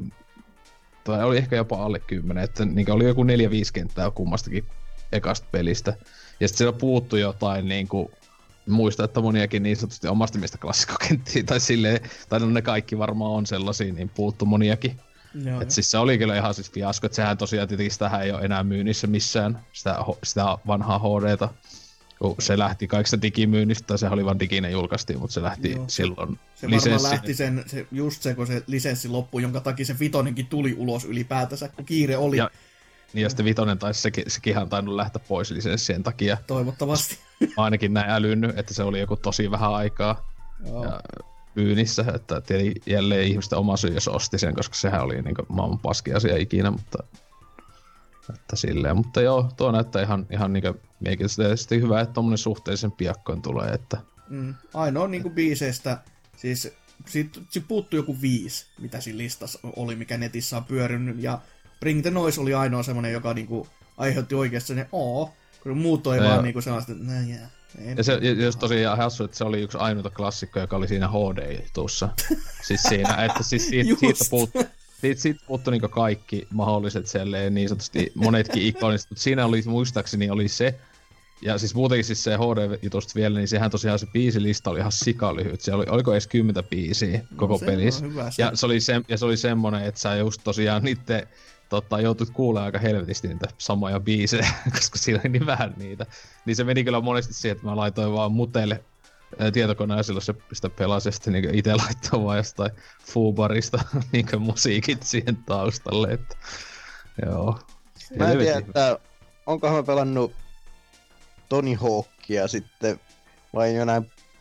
tai oli ehkä jopa alle 10, että niinku oli joku 4-5 kenttää kummastakin ekasta pelistä. Ja sitten siellä puuttui jotain niinku, muistan, että moniakin niin sanotusti omasta mielestä klassikokenttiä, tai silleen, tai no ne kaikki varmaan on sellaisia, niin puuttu moniakin. Että siis se oli kyllä ihan siis fiasko, että sehän tosiaan tietenkin sitähän ei ole enää myynnissä missään, sitä vanhaa HD:ta. Kun se lähti kaikista digimyynnistä, tai sehän oli vaan diginen julkaistiin, mutta se lähti silloin se varmaan lähti kun se lisenssi loppui, jonka takia se vitonenkin tuli ulos ylipäätänsä, kun kiire oli. Niin ja sitten vitonen taisi sekin tainnut lähteä pois lisenssien takia. Toivottavasti. Ainakin näin älynnyt, että se oli joku tosi vähän aikaa myynnissä, että tietenkin jälleen ihmisten oma syy, jos osti sen, koska sehän oli niin maailman paskin asia ikinä, mutta että silleen. Mutta joo, tuo näyttää ihan niin mielestäni hyvä, että tommonen suhteellisen piakkoin tulee, että... Ainoa niinku biiseistä, siis siitä puuttui joku 5, mitä siinä listassa oli, mikä netissä on pyörinyt, ja Bring the Noise oli ainoa semmonen, joka niinku aiheutti oikeesti ne kun muut toi vaan niinku sellaista, että ja se jos tosiaan hassu, että se oli yksi ainoita klassikko, joka oli siinä HD-jutussa. Siis siinä, että siis siitä puuttui niinku kaikki mahdolliset selleen niin sanotusti monetkin ikoniset, mutta siinä oli muistaakseni oli se, ja siis muutenkin siis se HD-jutusta vielä, niin sehän tosiaan se biisilista oli ihan sikalyhyt. Siellä oliko edes 10 biisiä koko pelissä. Ja se oli semmonen, että sä just tosiaan niitten joutuit kuulemaan aika helvetisti niitä samoja biisejä, koska siinä oli niin vähän niitä. Niin se meni kyllä monesti siihen, että mä laitoin vaan mutelle tietokoneen silloin se sitä pelasi, ja sitten niin itse laittoi vaan jostain Fubarista niin musiikit siihen taustalle, että joo. Mä en tiedä, että onkohan mä pelannut Tony Hawkia sitten vai jonain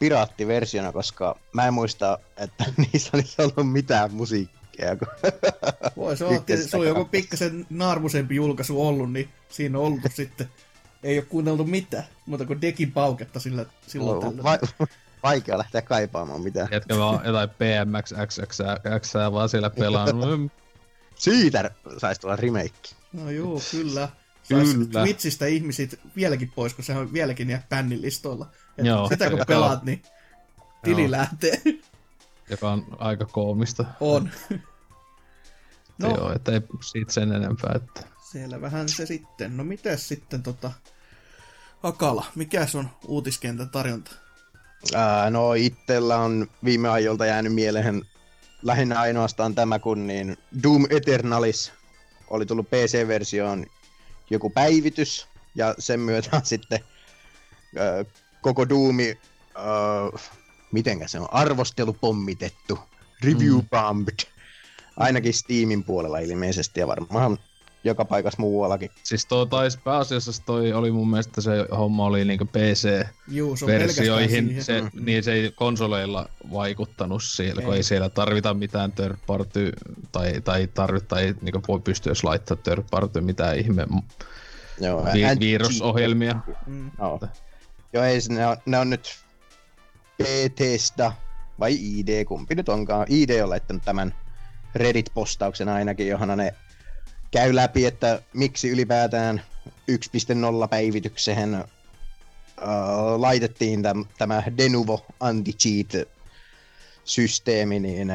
piraattiversiona, koska mä en muista, että niissä olisi ollut mitään musiikkia. Voisi olla, että se on joku pikkasen naarmusempi julkaisu ollut, niin siinä on ollut sitten. Ei ole kuunneltu mitään, mutta kuin dekin pauketta silloin tällä. Vaikea lähteä kaipaamaan mitään. Jätkä vaan jotain BMX XX vaan siellä pelannut. Siitä saisi tulla remake. No joo, kyllä. Saisi Twitchistä ihmiset vieläkin pois, kun se on vieläkin jää bännin listoilla. Sitä kun pelaat, niin tili lähtee. Joka on aika koomista. On. No. Joo, että ei siitä sen enempää. Että... Selvähän se sitten. No mitäs sitten Akala, mikäs on uutiskentän tarjonta? No itsellä on viime ajoilta jäänyt mieleen lähinnä ainoastaan tämä, kun niin Doom Eternalis oli tullut PC-versioon joku päivitys, ja sen myötä sitten koko Doomi, mitenkä se on, arvostelu pommitettu, review bombed, ainakin Steamin puolella ilmeisesti, ja varmaan joka paikassa muuallakin. Siis pääasiassa toi oli mun mielestä se homma oli niinku PC-versioihin, niin se ei konsoleilla vaikuttanut siellä, kun ei siellä tarvita mitään third party, tai niinku voi pystyä laittamaan third party mitään ihme virusohjelmia. Joo, ei, ne on nyt Bethesda vai ID, kumpi nyt onkaan. ID on laittanut tämän Reddit-postauksen ainakin, johon ne käy läpi, että miksi ylipäätään 1.0 päivitykseen laitettiin tämä Denuvo anti-cheat-systeemi, niin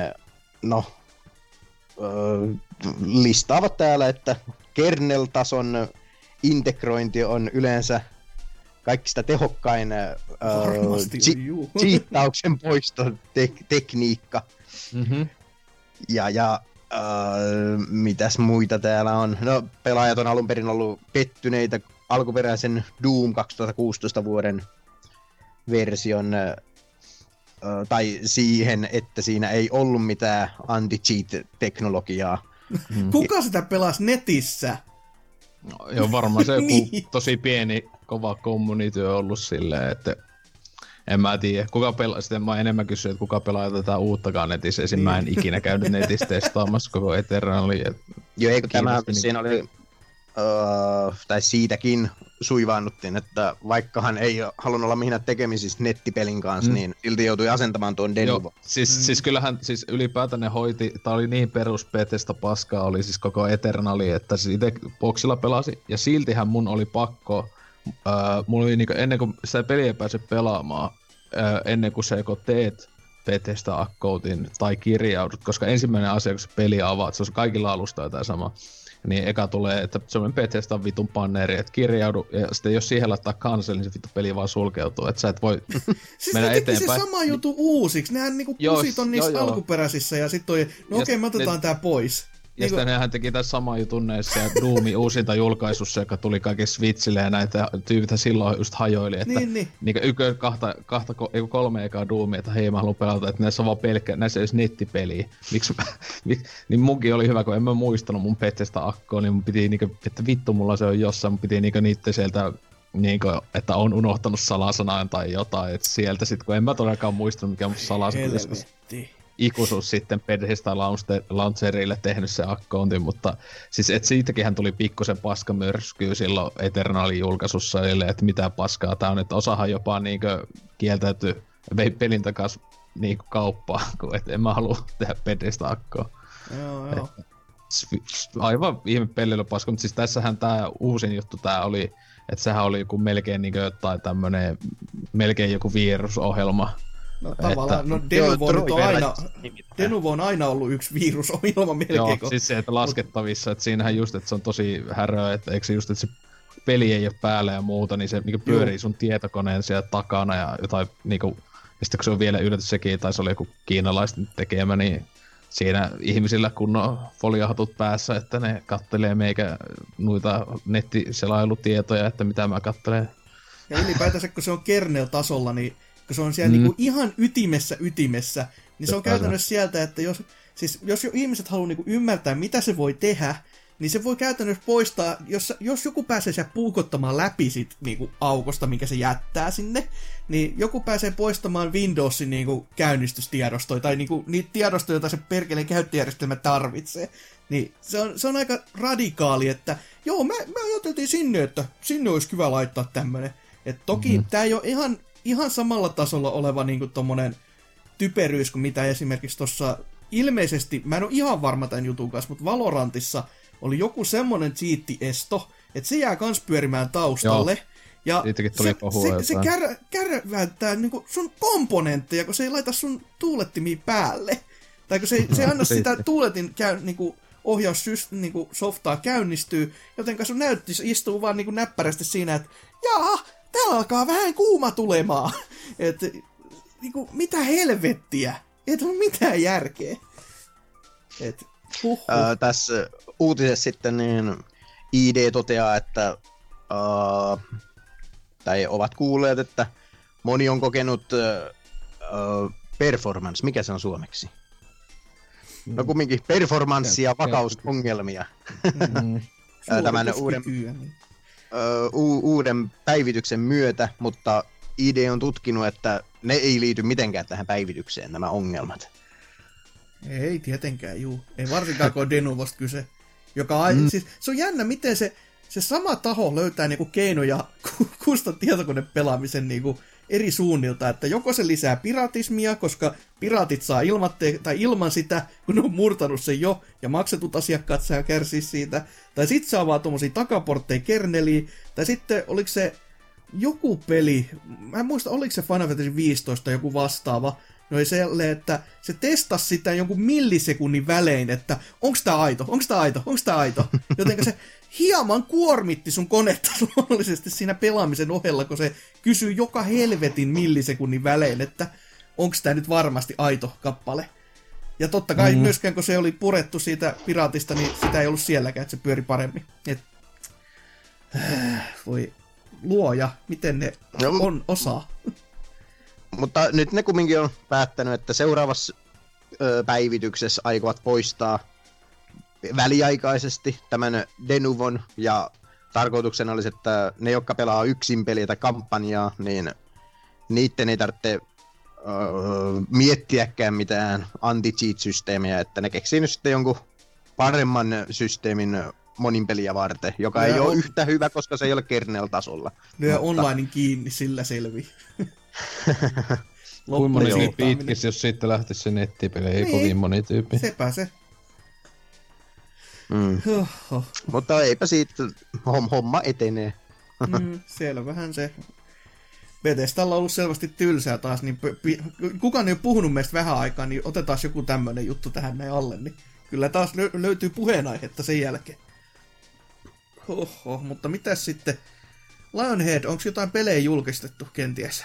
listaavat täällä, että kernel-tason integrointi on yleensä kaikista tehokkain cheattauksen poistotekniikka. Mm-hmm. Ja mitäs muita täällä on? No, pelaajat on alun perin ollut pettyneitä alkuperäisen Doom 2016 vuoden version tai siihen, että siinä ei ollut mitään anti-cheat-teknologiaa. Kuka sitä pelasi netissä? No, joo, varmaan se niin. Tosi pieni, kova community on ollut silleen, että en mä tiedä. Sitten mä enemmän kysyin, että kuka pelaa tätä uuttakaan netissä. Esim. Mä en ikinä käynyt netissä testaamassa koko Eternalia. Joo, eikö tämä siinä oli, tai siitäkin suivaannuttiin, että vaikkahan ei halunnut olla mihinä tekemisissä nettipelin kanssa, niin silti joutui asentamaan tuon Denuvo. Siis kyllähän siis ylipäätään ne hoiti, tää oli niin perus Bethesda paskaa oli siis koko Eternali, että siis itse boxilla pelasi, ja siltihän mun oli pakko, mulla oli niinku, ennen kuin sitä peliä ei pääse pelaamaan, ennen kuin se kun teet Bethesda-akkoutin tai kirjaudut, koska ensimmäinen asia, kun se peli avaat, se on kaikilla alusta jotain sama, niin eka tulee, että semmoinen Bethesdan vitun banneri, että kirjaudu, ja sitten jos siihen laittaa cancel, niin se vittu peli vaan sulkeutuu, että sä et voi siis mennä eteenpäin. Siis se sama juttu uusiksi, nehän niinku pusit on niissä alkuperäisissä, ja sit toi, no okei, me otetaan tää pois. Ja sitten nehän teki tässä saman jutun näissä Doomin uusinta julkaisussa, joka tuli kaikille Switchille, ja näitä tyypitä silloin just hajoili, että niin kolme ekaa Doomia, että hei mä haluan pelata, että näissä on vaan näissä ei edes nettipeliä. Niin munkin oli hyvä, kun en mä muistanut mun Bethesda-akkoa, niin mun piti että vittu mulla se on jossain, mun piti niitä sieltä että on unohtanut salasanaan tai jotain, että sieltä sit, kun en mä todellakaan muistanut mikä on mun salasana. Ikuisuus sitten Bethesda Launcherille tehnyt se accountin, mutta siis et siitäkin tuli pikkusen paskamörskyy silloin Eternalin julkaisussa, että mitä paskaa tää on, että osahan jopa kieltäytyi vei pelin takas kauppaa, kun et en mä halua tehdä Bethesda accoa. Joo. Aivan ihme pelillä paska, mutta siis tässähän tää uusin juttu tää oli, että sehän oli joku melkein jotain tämmönen, melkein joku virusohjelma. No tavallaan, Denuvo on aina ollut yksi virusohjelma melkein. Joo, siis se, että laskettavissa, että siinähän just, että se on tosi häröä, että eikö se just, että se peli ei ole päällä ja muuta, niin se pyörii sun tietokoneen siellä takana ja jotain ja sitten kun se on vielä yllätys sekin, tai se oli joku kiinalaisten tekemä, niin siinä ihmisillä kunnon foliahatut päässä, että ne kattelee meikä noita nettiselailutietoja, että mitä mä kattelen. Ja ylipäätänsä, kun se on kernel-tasolla, niin kun se on siellä niinku ihan ytimessä, niin se on käytännössä sieltä, että jos ihmiset haluaa niinku ymmärtää, mitä se voi tehdä, niin se voi käytännössä poistaa, jos joku pääsee siellä puukottamaan läpi sit niinku aukosta, minkä se jättää sinne, niin joku pääsee poistamaan Windowsin niinku käynnistystiedostoja, tai niinku niitä tiedostoja, joita se perkeleen käyttöjärjestelmä tarvitsee. Niin se on aika radikaali, että joo, me ajateltiin sinne, että sinne olisi hyvä laittaa tämmönen. Et toki tää ei ole ihan samalla tasolla oleva niinku tommonen typeryys kuin mitä esimerkiksi tuossa ilmeisesti, mä en ole ihan varma tämän jutun kanssa, mutta Valorantissa oli joku semmonen cheat-esto, että se jää kans pyörimään taustalle. Joo. Ja se kärvääntää niinku sun komponentteja, kun se ei laita sun tuulettimia päälle. Tai kun se ei anna sitä tuuletin niinku ohjaussoftaa softaa käynnistyy, jotenka sun näyttis istuu vaan niinku näppärästi siinä, että jaa, täällä alkaa vähän kuuma tulemaan. Et niinku, mitä helvettiä? Ei ole mitään järkeä. Tässä uutisessa sitten niin ID toteaa, että tai ovat kuulleet, että moni on kokenut performance, mikä se on suomeksi? No kumminkin performanssi- ja vakausongelmia. Tämän uuden päivityksen myötä, mutta ID on tutkinut, että ne ei liity mitenkään tähän päivitykseen, nämä ongelmat. Ei tietenkään, juu. Ei varsinkaan, kun on Denuvosta kyse. Siis, se on jännä, miten se sama taho löytää niinku keinoja kustan tietokonepelaamisen niinku eri suunnilta, että joko se lisää piratismia, koska piraatit saa ilman sitä, kun ne on murtanut sen jo, ja maksetut asiakkaat saa kärsiä siitä, tai sitten saa vaan tommosia takaportteja kerneliin, tai sitten oliko se joku peli, mä en muista, oliko se Final Fantasy 15 tai joku vastaava, no ei sellainen, että se testasi sitä jonkun millisekunnin välein, että onks tää aito, jotenka se hieman kuormitti sun konetta luonnollisesti siinä pelaamisen ohella, kun se kysyy joka helvetin millisekunnin välein, että onks tää nyt varmasti aito kappale. Ja totta kai myöskään, kun se oli purettu siitä piraatista, niin sitä ei ollut sielläkään, että se pyöri paremmin. Voi luoja, miten ne osaa. Mutta nyt ne kumminkin on päättänyt, että seuraavassa päivityksessä aikovat poistaa väliaikaisesti tämän Denuvon, ja tarkoituksena olisi, että ne, jotka pelaa yksin peliä tai kampanjaa, niin niitten ei tarvitse miettiäkään mitään anti-cheat-systeemiä, että ne keksii nyt sitten jonkun paremman systeemin monin peliä varten, joka ei ole yhtä hyvä, koska se ei ole kernel-tasolla. Lyö onlinein kiinni, sillä selvii. Kuinka moni oli pitkis, jos siitä lähtisi se nettipeli, ei kovin moni tyyppi. Sepä se. Mutta eipä siitä, homma etenee. Selvähän se. Bethesdalla on ollut selvästi tylsää taas, niin kukaan ei ole puhunut meistä vähän aikaa, niin otetaan joku tämmönen juttu tähän näin alle, niin kyllä taas löytyy puheenaihetta sen jälkeen. Mutta mitäs sitten? Lionhead, onko jotain pelejä julkistettu kenties?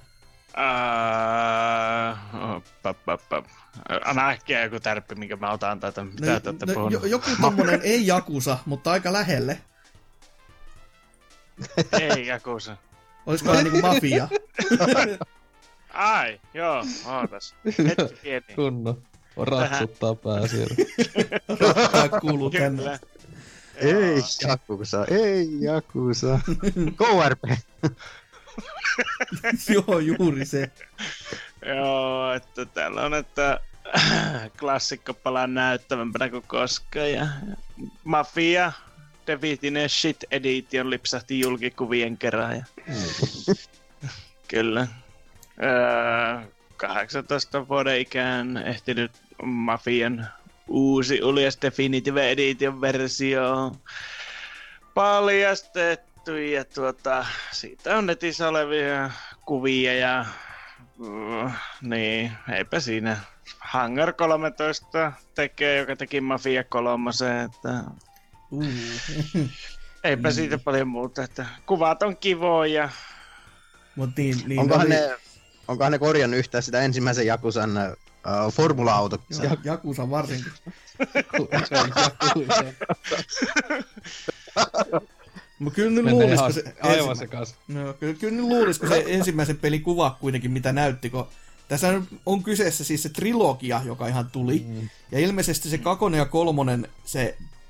Anna äkkiä joku tärppi, minkä mä otan tätä. Mitä te olette puhunut? Joku tommonen ei Yakuza, mutta aika lähelle. Ei Yakuza. Olisikohan niinku Mafia? Ai, joo, ootas. Hetki pieni. Kunno. Ratsuttaa pää siellä. Rattaa kuuluu tänne. Ei Yakuza. KRP. Joo, juuri se. Joo, että täällä on, että klassikko palaa näyttävämpänä kuin koskaan. Ja Mafia Definitive Shit Edition lipsahti julkikuvien kerran. Ja kyllä. 18 vuoden ikään ehtinyt Mafian uusi uljas Definitive Edition versio paljastettu. Ja siitä on netissä olevia kuvia ja niin, eipä siinä. Hangar 13 tekee, joka teki Mafia 3, että eipä siitä paljon muuta, että kuvat on kivoja. Niin onkohan ne korjannut yhtään sitä ensimmäisen Yakuzan formula-auto? Yakuza varsinkin. Mutta kyllä nyt luulisiko se... Aivan sekas. No, kyllä nyt luulisiko se ensimmäisen pelin kuva kuitenkin mitä näytti, kun tässä on kyseessä siis se trilogia, joka ihan tuli. Ja ilmeisesti se 2 ja 3, se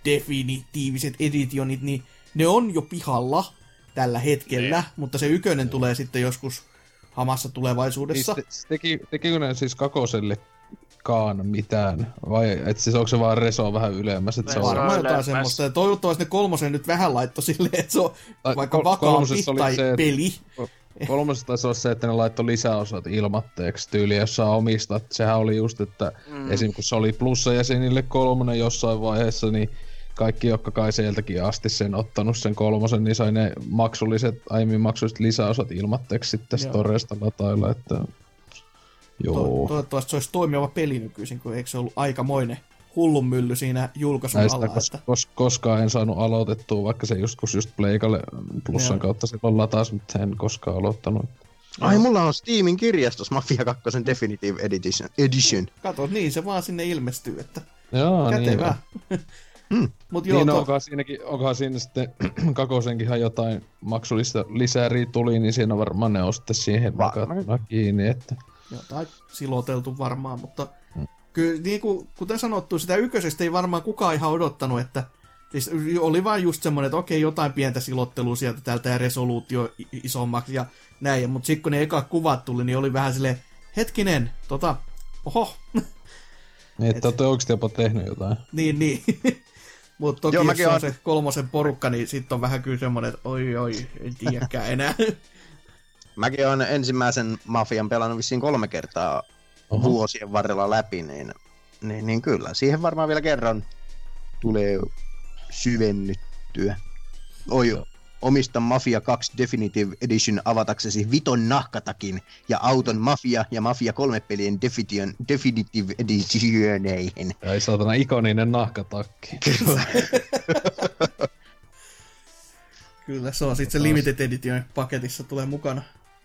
definitiiviset editionit, niin ne on jo pihalla tällä hetkellä, mutta se ykkönen tulee sitten joskus hamassa tulevaisuudessa. Tekikö ne siis kakosellekaan mitään? Vai et siis onko se vaan resoa vähän ylemmäs? Se on varmaan jotain semmoista. Ja toivottavasti ne kolmosen nyt vähän laittoi silleen, että se on vaikka vakaampi tai peli. Kolmosessa taisi olla se, että ne laittoi lisäosat ilmatteeksi tyyliin, jos saa omistaa. Sehän oli just, että esim. Kun se oli plussajäsenille 3 jossain vaiheessa, niin kaikki, jotka kai sieltäkin asti sen ottanut sen 3, niin sai ne aiemmin maksulliset lisäosat ilmatteeksi sitten Storesta latailla, että joo. Toivottavasti se olisi toimiva peli nykyisin, kun eikö se ollut aikamoinen hullunmylly siinä julkaisun alla. Koskaan en saanut aloitettua, vaikka se just Pleikalle plussan kautta silloin lataas, mutta en koskaan aloittanut. Ai, mulla on Steamin kirjastos Mafia 2 Definitive Edition. Kato, niin se vaan sinne ilmestyy, että joo, kätevää. Mut joo, niin onkohan siinä sitten kakosenkinhan jotain maksullista lisääriä tuli, niin siinä varmaan ne on sitten siihen vakattuna kiinni, että jotain siloteltu varmaan, mutta kyllä niin kuten sanottu, sitä ykkösestä ei varmaan kukaan ihan odottanut, että siis oli vaan just semmoinen, että okei, jotain pientä silottelua sieltä täältä ja resoluutio isommaksi ja näin, mutta sitten kun ne eka kuvat tuli, niin oli vähän silleen, hetkinen, oho. Niin, että olette oikeasti jopa tehnyt jotain. Niin. Mutta toki jos on se 3 porukka, niin sitten on vähän kyllä semmoinen, että oi, en tiedäkään enää. Mäkin olen ensimmäisen Mafian pelannut vissiin 3 kertaa vuosien varrella läpi, niin kyllä. Siihen varmaan vielä kerran tulee syvennyttyä. Omista Mafia 2 Definitive Edition avataksesi Viton nahkatakin ja auton Mafia ja Mafia 3 pelien Definitive Editioneihin. Ai saatana, ikoninen nahkatakki. Kyllä, se on sitten se Limited Edition paketissa tulee mukana.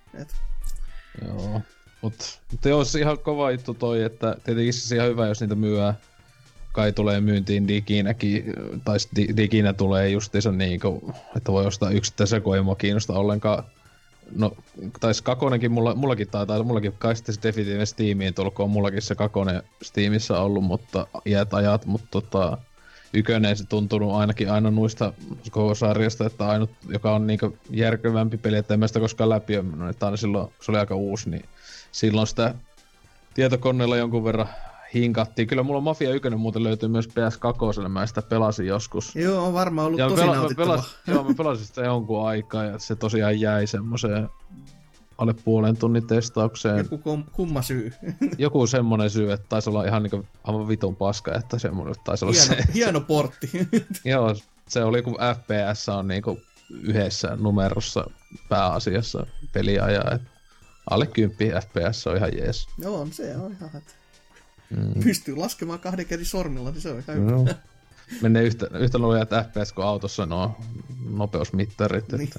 Joo, mutta joo, se ihan kova juttu toi, että tietenkin se ihan hyvä, jos niitä myyää. Kai tulee myyntiin diginäkin, tai diginä tulee justiinsa niinku, että voi ostaa yksittäisen, kun ei mua kiinnosta ollenkaan. No, taisi kakonenkin mullakin mullakin kai sitten se Definitive Steamiin tulkoon, mullakin se kakone Steamissa ollut, mutta ajat, mutta ykönen se tuntunut ainakin aina noista koko sarjasta, että ainut, joka on niinku järkevämpi peli, että en mä sitä koskaan läpi ole mennyt, että aina silloin, se oli aika uusi, niin silloin sitä tietokoneella jonkun verran hinkattiin. Kyllä mulla Mafia 1 muuten löytyy myös PS2, mä sitä pelasin joskus. Joo, on varmaan ollut tosi nautittava. Mä pelasin sitä jonkun aikaa ja se tosiaan jäi semmoseen alle puolen tunnin testaukseen. Joku kumma syy. Joku semmonen syy, että taisi olla ihan niinku aivan vitun paska, että semmonen taisi olla se. Hieno portti. Joo, se oli kun FPS on niinku yhdessä numerossa pääasiassa peliajaa, että alle 10 FPS on ihan jees. Joo, se on ihan pystyy laskemaan 2 käden sormilla, niin se on ihan hyvä. Menee yhtä lujat FPS kuin autossa nuo nopeusmittarit. Niin.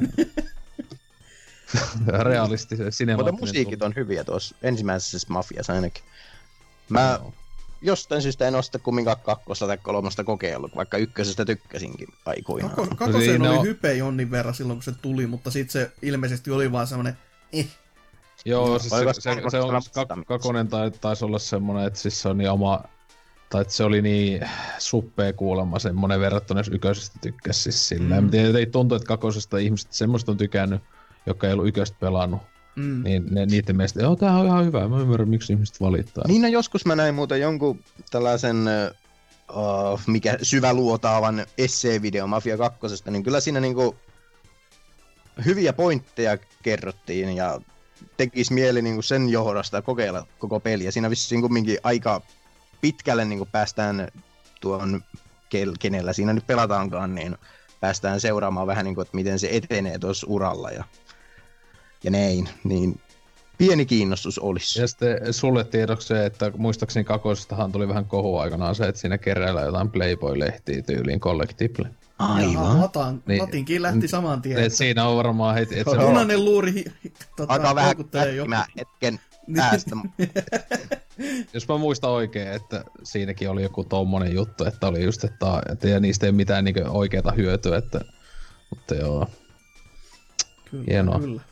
Realistisen sinemaattinen. Mutta musiikit on hyviä tuossa ensimmäisessä Mafiassa ainakin. Mä jostain syystä en ole sitä kumminkaan 2 tai 3 kokeillut, vaikka 1 tykkäsinkin aikoinaan. Kakosen oli hype jonnin verran silloin, kun se tuli, mutta sitten se ilmeisesti oli vaan semmonen Joo, siis se on kakonen taisi olla semmonen, että siis se on niin oma, tai että se oli niin suppea kuulemma semmonen verrattuna, jos yköisestä tykkäs siis silleen. Ei tuntuu, että kakosesta ihmiset semmoista on tykännyt, jotka ei ollut yköistä pelannut. Niin niiden mielestä, joo, tää on ihan hyvä, mä ymmärrän, miksi ihmiset valittaa. Niin, no joskus mä näin muuten jonkun tällaisen mikä syväluotaavan essee-video Mafia 2, niin kyllä siinä niinku hyviä pointteja kerrottiin ja tekis mieli niinku sen johdosta kokeilla koko peliä. Siinä vissiin kumminkin aika pitkälle niinku päästään tuon, kenellä siinä nyt pelataankaan, niin päästään seuraamaan vähän niinku, että miten se etenee tuossa uralla ja näin. Niin pieni kiinnostus olisi. Ja sitten sulle tiedoksi se, että muistaakseni kakosestahan tuli vähän kohu aikanaan se, että siinä keräillä jotain Playboy-lehtiä tyyliin Collectible. Aivan. Latinkin lähti saman tien. Et siinä on varmaan heti... Punainen luuri aika vähän pätkimään hetken päästä. Jos mä muistan oikein, että siinäkin oli joku tommonen juttu, että oli just, että niistä ei mitään niinku oikeeta hyötyä, että... Mutta joo. Kyllä, hienoa. Kyllä.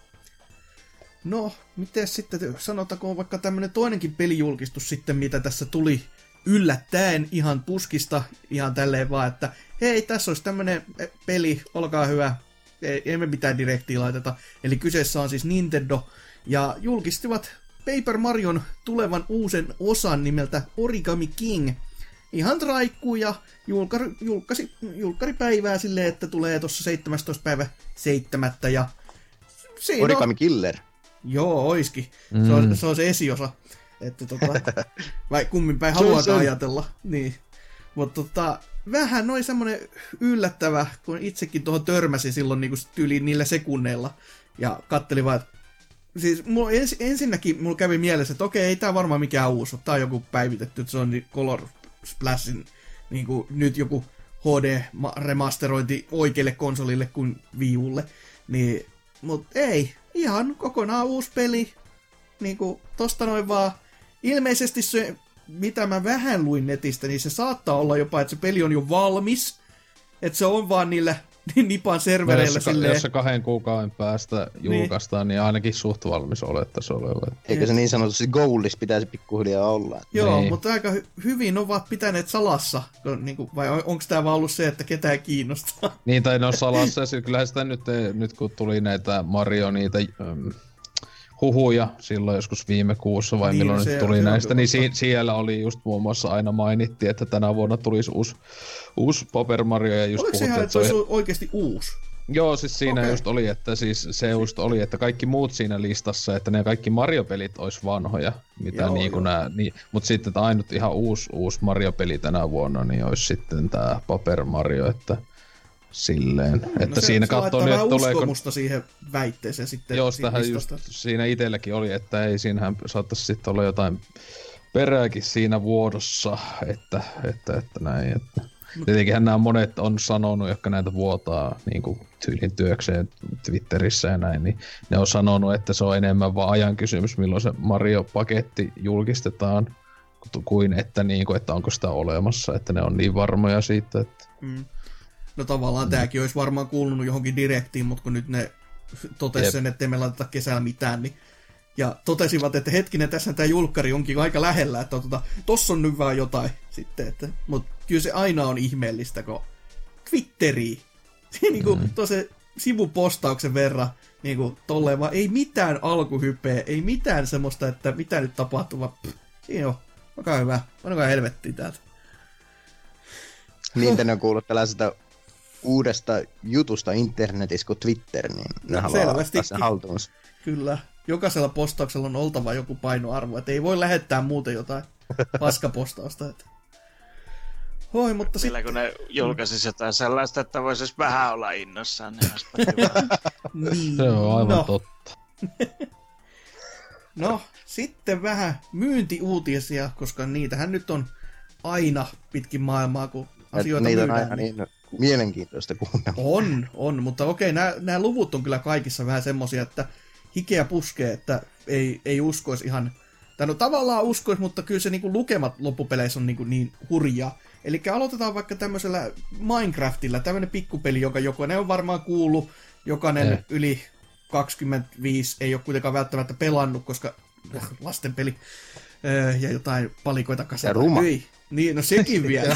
No, miten sitten, sanotaanko vaikka tämmönen toinenkin pelijulkistus sitten, mitä tässä tuli yllättäen ihan puskista, ihan tälleen vaan, että hei, tässä olisi tämmönen peli, olkaa hyvä, emme mitään direktiä laiteta. Eli kyseessä on siis Nintendo, ja julkistivat Paper Marion tulevan uusen osan nimeltä Origami King. Ihan traikkuu ja julkkaripäivää silleen, että tulee tuossa 17.7. ja Origami Killer. Joo, oiskin. Se on se esiosa. Että vai kummin päin halutaan ajatella. Niin. Mutta vähän noin semmonen yllättävä, kun itsekin tuohon törmäsin silloin niinku yli niillä sekunneilla. Ja kattelin vaan, siis ensinnäkin mulla kävi mielessä, että okei, ei tää varmaan mikään uusi ole. Tää on joku päivitetty, että se on Color Splashin niinku nyt joku HD-remasterointi oikeille konsolille kuin Wii Ulle. Niin, mut ei, ihan kokonaan uusi peli. Niinku tosta noin vaan. Ilmeisesti se, mitä mä vähän luin netistä, niin se saattaa olla jopa, että se peli on jo valmis. Että se on vaan niillä Nipan servereillä silleen. Jos se 2 kuukauden päästä julkaistaan, niin ainakin suht valmis olettaisi oleva. Eikö se niin sanotusti goalis pitäisi pikkuhiljaa olla? Joo, niin. Mutta aika hyvin ovat pitäneet salassa. Vai onko tämä vaan ollut se, että ketään kiinnostaa? Niin, tai ne on salassa. Kyllähän sitä nyt kun tuli näitä Mario, niitä huhuja silloin joskus viime kuussa, vai niin, milloin nyt tuli näistä, niin siellä oli just muun muassa aina mainittiin, että tänä vuonna tulisi uusi Paper Mario, ja just puhuttiin, että se olisi oikeasti uusi? Joo, siis siinä just oli, että siis se just oli, että kaikki muut siinä listassa, että ne kaikki Mario-pelit olisi vanhoja, mitä joo, niinku nää, niin, mutta sitten ainut ihan uusi Mario-peli tänä vuonna, niin olisi sitten tää Paper Mario, että silleen, että siinä katsoo nyt, että tuleeko uskomusta siihen väitteeseen sitten. Joo, tähän just siinä itselläkin oli, että ei, siinähän saattaisi sitten olla jotain perääkin siinä vuodossa, että näin, että tietenkinhän nämä monet on sanonut, jotka näitä vuotaa niin kuin tyylin työkseen Twitterissä ja näin, niin ne on sanonut, että se on enemmän vaan ajan kysymys, milloin se Mario-paketti julkistetaan, kuin että, niin kuin, että onko sitä olemassa, että ne on niin varmoja siitä, että no tavallaan tääkin olisi varmaan kuulunut johonkin direktiin, mutta kun nyt ne totesi sen, että emme laiteta kesällä mitään, niin ja totesivat, että hetkinen, tässä tämä julkkari onkin aika lähellä, että tossa on nyt vaan jotain sitten, että mutta kyllä se aina on ihmeellistä, kun Twitteri, niinku tuossa sivupostauksen verran, niinku tolleen vaan, ei mitään alkuhypeä, ei mitään semmoista, että mitä nyt tapahtuu, vaan siinä on, olkaa hyvä, onko helvettiä täältä. Nintendo on kuullut tällaisesta uudesta jutusta internetissä kuin Twitter, niin ne haluaa ottaa sen haltuunsa. Kyllä. Jokaisella postauksella on oltava joku painoarvo, että ei voi lähettää muuten jotain paskapostausta. Että hoi, mutta sitten kun ne julkaisisi jotain sellaista, että voisi vähän olla innossaan, niin olisipa hyvä. Niin. Se on aivan totta. No, sitten vähän myyntiuutisia, koska niitähän nyt on aina pitkin maailmaa, kun asioita niitä myydään. On aina niin mielenkiintoista kuunnella. On, mutta okei, nämä luvut on kyllä kaikissa vähän semmosia, että hikeä puskee, että ei uskoisi ihan, tai no tavallaan uskoisi, mutta kyllä se niinku lukemat loppupeleissä on niin hurjaa. Eli aloitetaan vaikka tämmöisellä Minecraftilla, tämmöinen pikkupeli, joka jokainen on varmaan kuullut, jokainen yli 25 ei ole kuitenkaan välttämättä pelannut, koska lastenpeli ja jotain palikoita kasata. Ja ruma. Niin, no sekin vielä.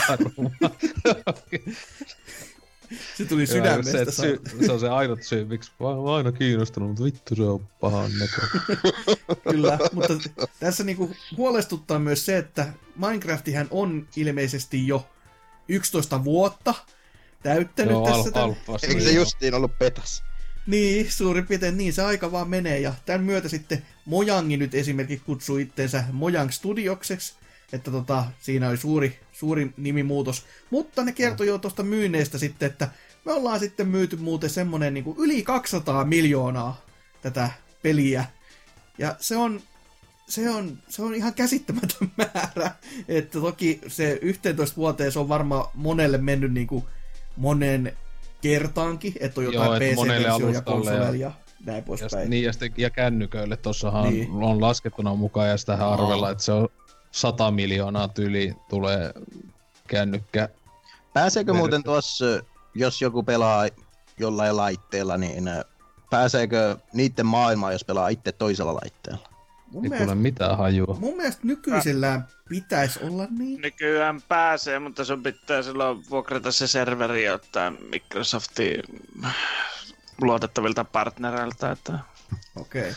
Se tuli sydämestä. Se on se ainut syy, miksi mä oon aina kiinnostunut, mutta vittu se on pahan näkö. Kyllä, mutta tässä niinku huolestuttaa myös se, että Minecraftihän on ilmeisesti jo 11 vuotta täyttänyt tässä. Eikö se justiin ollut petas? Niin, suurin piirtein niin se aika vaan menee, ja tämän myötä sitten Mojangi nyt esimerkiksi kutsui itteensä Mojang Studiokseksi, että siinä oli suuri nimimuutos, mutta ne kertoi jo tuosta myynneistä sitten, että me ollaan sitten myyty muuten semmonen niin kuin yli 200 miljoonaa tätä peliä, ja se on ihan käsittämätön määrä, että toki se 11 vuoteen se on varmaan monelle mennyt niin kuin monen kertaankin, että on jotain PC-versio ja konsoleilla ja näin poispäin. Niin, ja kännyköille tuossahan on laskettuna mukaan, ja sitä arvella, että se on 100 miljoonaa tyli tulee kännykkä. Pääseekö muuten tuossa, jos joku pelaa jollain laitteella, niin pääseekö niiden maailmaan, jos pelaa itse toisella laitteella? Ei tule mitään hajua. Mun mielestä nykyisellään pitäisi olla niin. Nykyään pääsee, mutta sun pitää silloin vuokrata se serveri ja ottaa Microsoftin luotettavilta partnereilta. Että... Okei.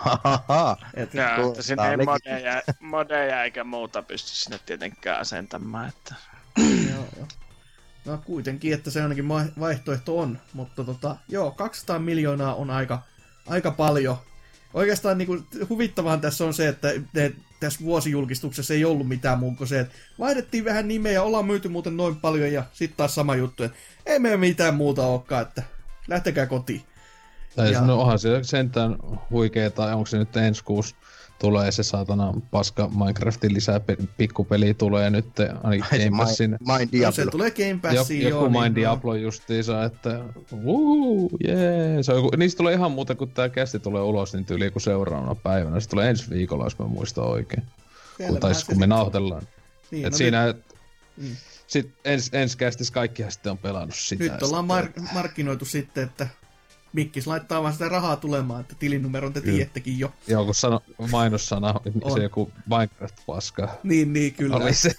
Että sinne ei modeja eikä muuta pysty sinne tietenkään asentamaan. Että... Joo. No kuitenkin, että se ainakin vaihtoehto on, mutta 200 miljoonaa on aika paljon. Oikeastaan niin kuin, huvittavaa tässä on se, että tässä vuosijulkistuksessa ei ollut mitään muuta kuin se, että vaihdettiin vähän nimeä ja ollaan myyty muuten noin paljon ja sitten taas sama juttu, että ei meillä mitään muuta olekaan, että lähtekää kotiin. No onhan se sentään huikeeta, onko se nyt ensi kuussa tulee se saatana paska Minecraftin lisää pikkupeliä tulee nyt ainakin Game Passin. No, se tulee Game Passiin joku Mind Diablo justiinsa, että jee. Niistä tulee ihan muuta, kun tää kästi tulee ulos, niin tyyli joku seuraavana päivänä. Se tulee ensi viikolla, jos mä muistan oikein. Kun me nauhoitellaan. Niin, et siinä sitten ensi kästissä kaikkihan sitten on pelannut sitä. Nyt ollaan markkinoitu sitten, että Mikkis laittaa vaan sitä rahaa tulemaan, että tilinumeron te tiedättekin jo. Joo, kun mainossana se joku Minecraft-paska. Niin, kyllä. Oli se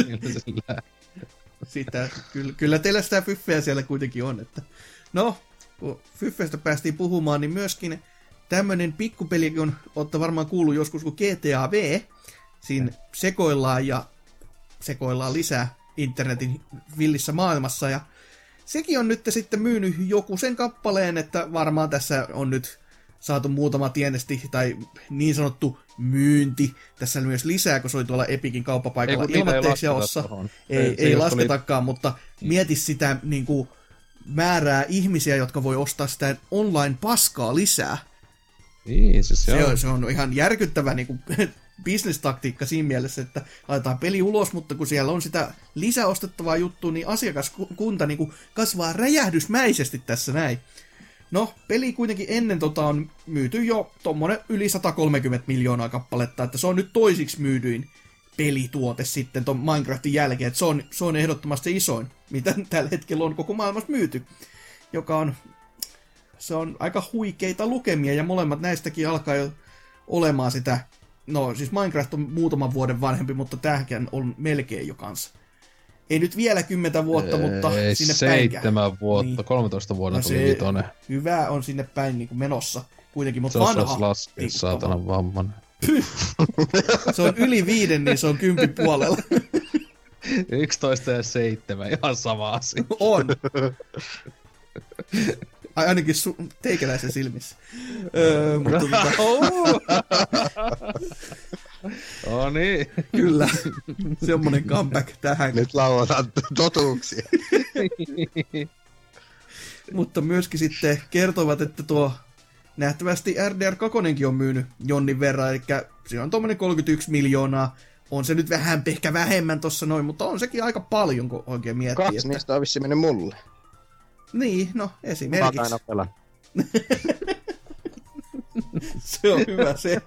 sitä, kyllä teillä sitä fyffeä siellä kuitenkin on. Että. No, kun fyffeistä päästiin puhumaan, niin myöskin tämmönen pikkupeli, kun olette varmaan kuullut joskus kuin GTA V. Siinä sekoillaan lisää internetin villissä maailmassa ja sekin on nyt sitten myynyt joku sen kappaleen, että varmaan tässä on nyt saatu muutama tienesti tai niin sanottu myynti tässä myös lisää, kun se oli tuolla Epicin kauppapaikalla ilmatteeksi jaossa. Ei lasketakaan, mutta mieti sitä niin kuin, määrää ihmisiä, jotka voi ostaa sitä online-paskaa lisää. Niin, se on ihan järkyttävä niin kuin, business-taktiikka siinä mielessä, että laitetaan peli ulos, mutta kun siellä on sitä lisäostettavaa juttua, niin asiakaskunta niin kuin kasvaa räjähdysmäisesti tässä näin. No, peli kuitenkin ennen on myyty jo tommonen yli 130 miljoonaa kappaletta, että se on nyt toisiksi myydyin pelituote sitten ton Minecraftin jälkeen, että se on ehdottomasti isoin, mitä tällä hetkellä on koko maailmassa myyty, se on aika huikeita lukemia, ja molemmat näistäkin alkaa jo olemaan sitä. No, siis Minecraft on muutaman vuoden vanhempi, mutta tämäkin on melkein jo kanssa. Ei nyt vielä 10 vuotta, mutta sinne päin. 7 vuotta, niin. 13 vuonna tuli vitonen. Hyvä on sinne päin niin kuin menossa kuitenkin, mutta vanha. Se laskee saatanan vamman. Se on yli 5, niin se on 10 puolella. 11 ja 7, ihan sama asia. On. Ainakin teikäläisen silmissä. Mutta Oh niin. Kyllä. Semmonen comeback tähän. Nyt lauataan totuuksia. Mutta myöskin sitten kertovat, että tuo nähtävästi RDR2 on myynyt jonnin verran, eli se on tommonen 31 miljoonaa. On se nyt vähän ehkä vähemmän tossa noin, mutta on sekin aika paljon, kun oikein miettii. 2 niistä on vissiin mennyt mulle. Niin, no esimerkiksi. Mä aina pelaan. Se on hyvä se.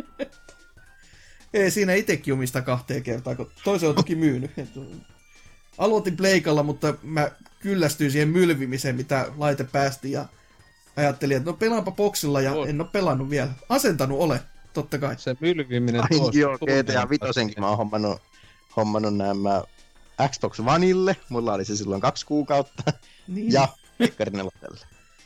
Ei siinä itekin omista 2 kertaa, kun toisen on toki myynyt. Aloitin pleikalla, mutta mä kyllästyin siihen mylvimiseen, mitä laite päästi, ja ajattelin, että no pelaanpa boksilla, ja en ole pelannut vielä. Asentanut ole, totta kai. Se mylviminen tuossa. Joo, GTA 5 mä oon hommannut nämä Xbox Oneille. Mulla oli se silloin 2 kuukautta. Niin. Ja Pekkarin 4.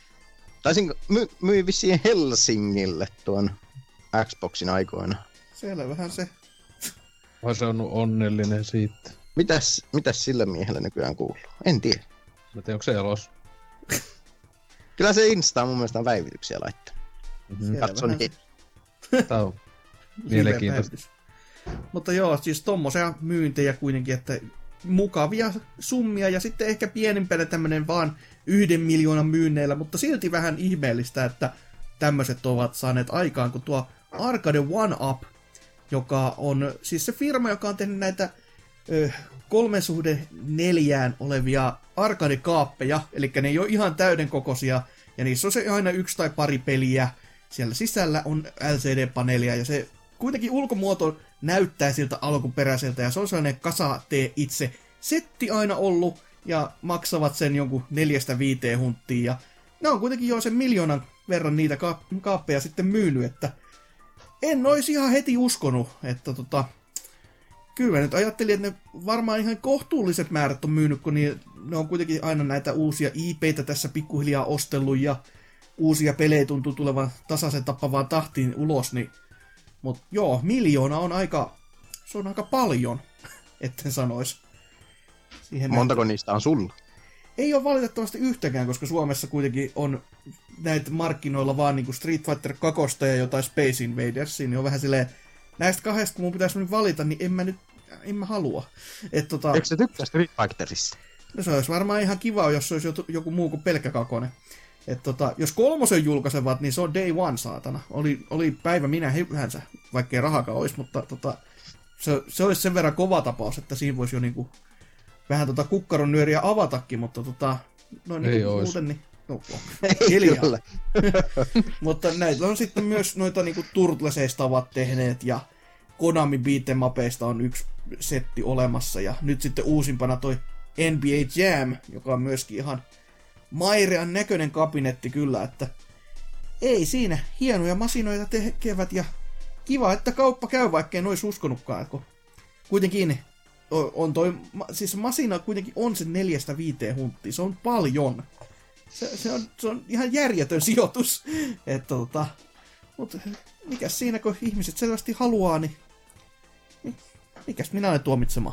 Myin vissiin Helsingille tuon Xboxin aikoina. Selvähän se. Vai se on onnellinen siitä. Mitäs sillä miehellä nykyään kuuluu? En tiedä. Mä tiedän, onko se elos? Kyllä se Insta mun mielestä on päivityksiä laittanut. Katson heti. Tää on mielenkiintoista. Mutta joo, siis tommosia myyntejä kuitenkin, että mukavia summia ja sitten ehkä pienimpänä tämmönen vaan 1 miljoonan myynneillä, mutta silti vähän ihmeellistä, että tämmöiset ovat saaneet aikaan, kun tuo Arcade 1UP, joka on siis se firma, joka on tehnyt näitä 3:4 olevia arcade-kaappeja, eli ne ei ole ihan täyden kokoisia, ja niissä on se aina 1 tai pari peliä, siellä sisällä on LCD-paneelia, ja se kuitenkin ulkomuoto näyttää siltä alkuperäiseltä, ja se on sellainen kasa tee itse setti aina ollut, ja maksavat sen jonkun 4-5 hunttia, ja ne on kuitenkin jo sen 1 miljoonan verran niitä kaappeja sitten myynyt, että En olisi ihan heti uskonut, että kyllä nyt ajattelin, että ne varmaan ihan kohtuulliset määrät on myynyt, kun ne on kuitenkin aina näitä uusia IP:tä tässä pikkuhiljaa ostellut ja uusia pelejä tuntuu tulevan tasaisen tappavaan tahtiin ulos, niin mutta joo, 1 miljoona on aika paljon, etten sanoisi. Montako niistä on sulla? Ei ole valitettavasti yhtäkään, koska Suomessa kuitenkin on näitä markkinoilla vaan niinku Street Fighter 2 ja jotain Space Invadersia, niin on vähän silleen, näistä 2, kun mun pitäisi nyt valita, niin en mä halua. Eikö sä tykkää Street Fighterissa? No se olisi varmaan ihan kiva, jos se olisi joku muu kuin pelkkä 2. Jos 3 julkaisevat, niin se on day one, saatana. Oli päivä minä hyvänsä, vaikkei rahakaan olisi, mutta se olisi sen verran kova tapaus, että siinä voisi jo niinku vähän kukkaron nyöriä avatakin, mutta noin niin muuten niin hiljaa. Mutta näitä on sitten myös noita niinku Turtlesista ovat tehneet ja Konami Beat'em Upista on yksi setti olemassa ja nyt sitten uusimpana toi NBA Jam, joka on myöskin ihan mairean näköinen kabinetti kyllä, että ei siinä hienoja masinoita tekevät ja kiva, että kauppa käy, vaikkei en olisi uskonutkaan, kun kuitenkin on siis masina kuitenkin on se 4-5 hunttia, se on paljon. Se on ihan järjetön sijoitus, että mutta mikäs siinä, kun ihmiset selvästi haluaa, niin mikäs minä olen tuomitsemaan.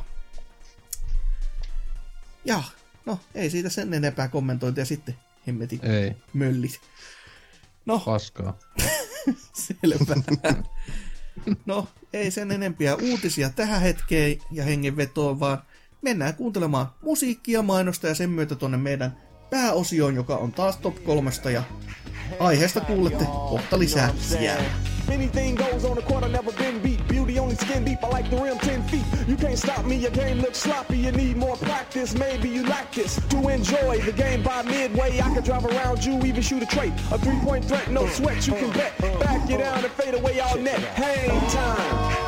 Ja, no ei siitä sen enempää kommentointia sitten, hemmetin möllit. No. Paskaa. Selvä. No, ei sen enempiä uutisia tähän hetkeen ja hengenvetoon, vaan mennään kuuntelemaan musiikkia, mainosta ja sen myötä tonne meidän pääosioon, joka on taas top 3 ja aiheesta kuulette kohta lisää siellä. Anything goes on the court, I never been beat. Beauty only skin deep, I like the rim 10 feet. You can't stop me, your game looks sloppy. You need more practice, maybe you lack this. To enjoy the game by midway, I can drive around you, even shoot a trait. A 3-point threat, no sweat, you can bet. Back you down and fade away all net. Hang time.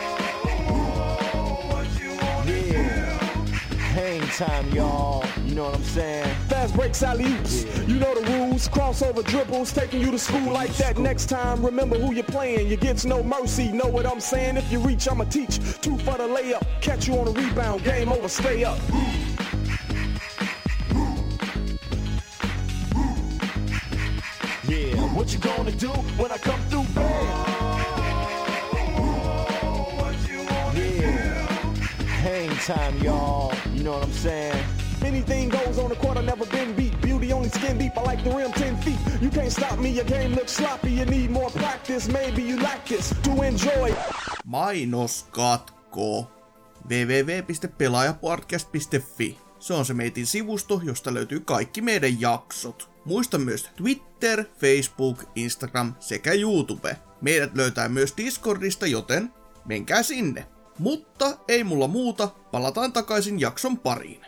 Hang time, y'all. You know what I'm saying? Fast breaks, alley-oops. You know the rules. Crossover dribbles, taking you to school like that. Next time, remember who you're playing. You get no mercy. Know what I'm saying? If you reach, I'ma teach. 2 for the layup. Catch you on a rebound. Game over. Stay up. Yeah, what you gonna do when I come through, bam? Hang time, y'all. You know what I'm saying? Anything goes on the court, I never been beat. Beauty only skin deep, I like the rim 10 feet. You can't stop me, your game looks sloppy. You need more practice, maybe you lack this. To enjoy. Mainoskatko. www.pelaajapodcast.fi. Se on se meitin sivusto, josta löytyy kaikki meidän jaksot. Muista myös Twitter, Facebook, Instagram sekä YouTube. Meidät löytää myös Discordista, joten menkää sinne. Mutta ei mulla muuta, palataan takaisin jakson pariin.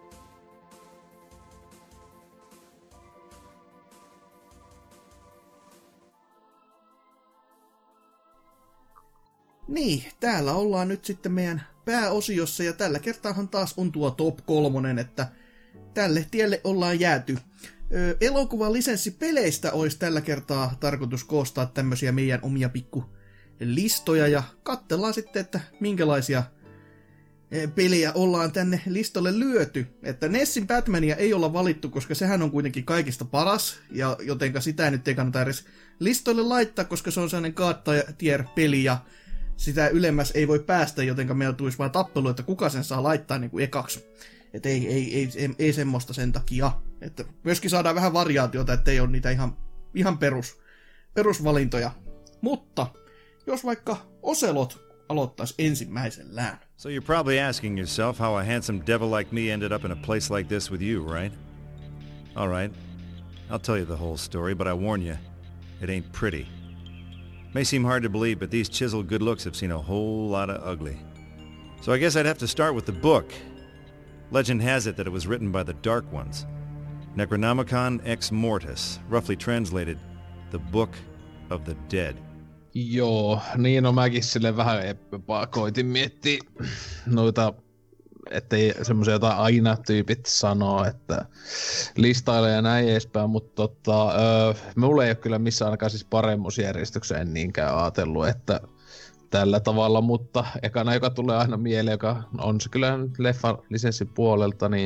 Niin, täällä ollaan nyt sitten meidän pääosiossa ja tällä kertaahan taas on tuo top 3, että tälle tielle ollaan jääty. Elokuvan lisenssipeleistä olisi tällä kertaa tarkoitus koostaa tämmöisiä meidän omia pikku listoja ja katsellaan sitten, että minkälaisia pelejä ollaan tänne listalle lyöty. Että Nessin Batmania ei olla valittu, koska sehän on kuitenkin kaikista paras, ja jotenka sitä nyt ei kannata edes listoille laittaa, koska se on sellainen God Tier-peli, ja sitä ylemmäs ei voi päästä, jotenka meillä tulisi vaan tappelu, että kuka sen saa laittaa niin kuin ekaksi. Että ei semmoista sen takia. Että myöskin saadaan vähän variaatiota, ettei ole niitä ihan perusvalintoja. Mutta jos vaikka Ocelot aloittaisi ensimmäisellään. So you're probably asking yourself how a handsome devil like me ended up in a place like this with you, right? All right. I'll tell you the whole story, but I warn you, it ain't pretty. May seem hard to believe, but these chiseled good looks have seen a whole lot of ugly. So I guess I'd have to start with the book. Legend has it that it was written by the Dark Ones. Necronomicon Ex Mortis, roughly translated, the Book of the Dead. Joo, niin no mäkin sille vähän koitin miettiä noita ettei semmoisia jotain aina tyypit sanoo, että listailee ja näin edespäin, mutta mulla ei ole kyllä missään ainakaan siis paremmuusjärjestykseen niinkään ajatellut, että tällä tavalla, mutta ekana, joka tulee aina mieleen, joka on se kyllä leffa-lisenssin puolelta, niin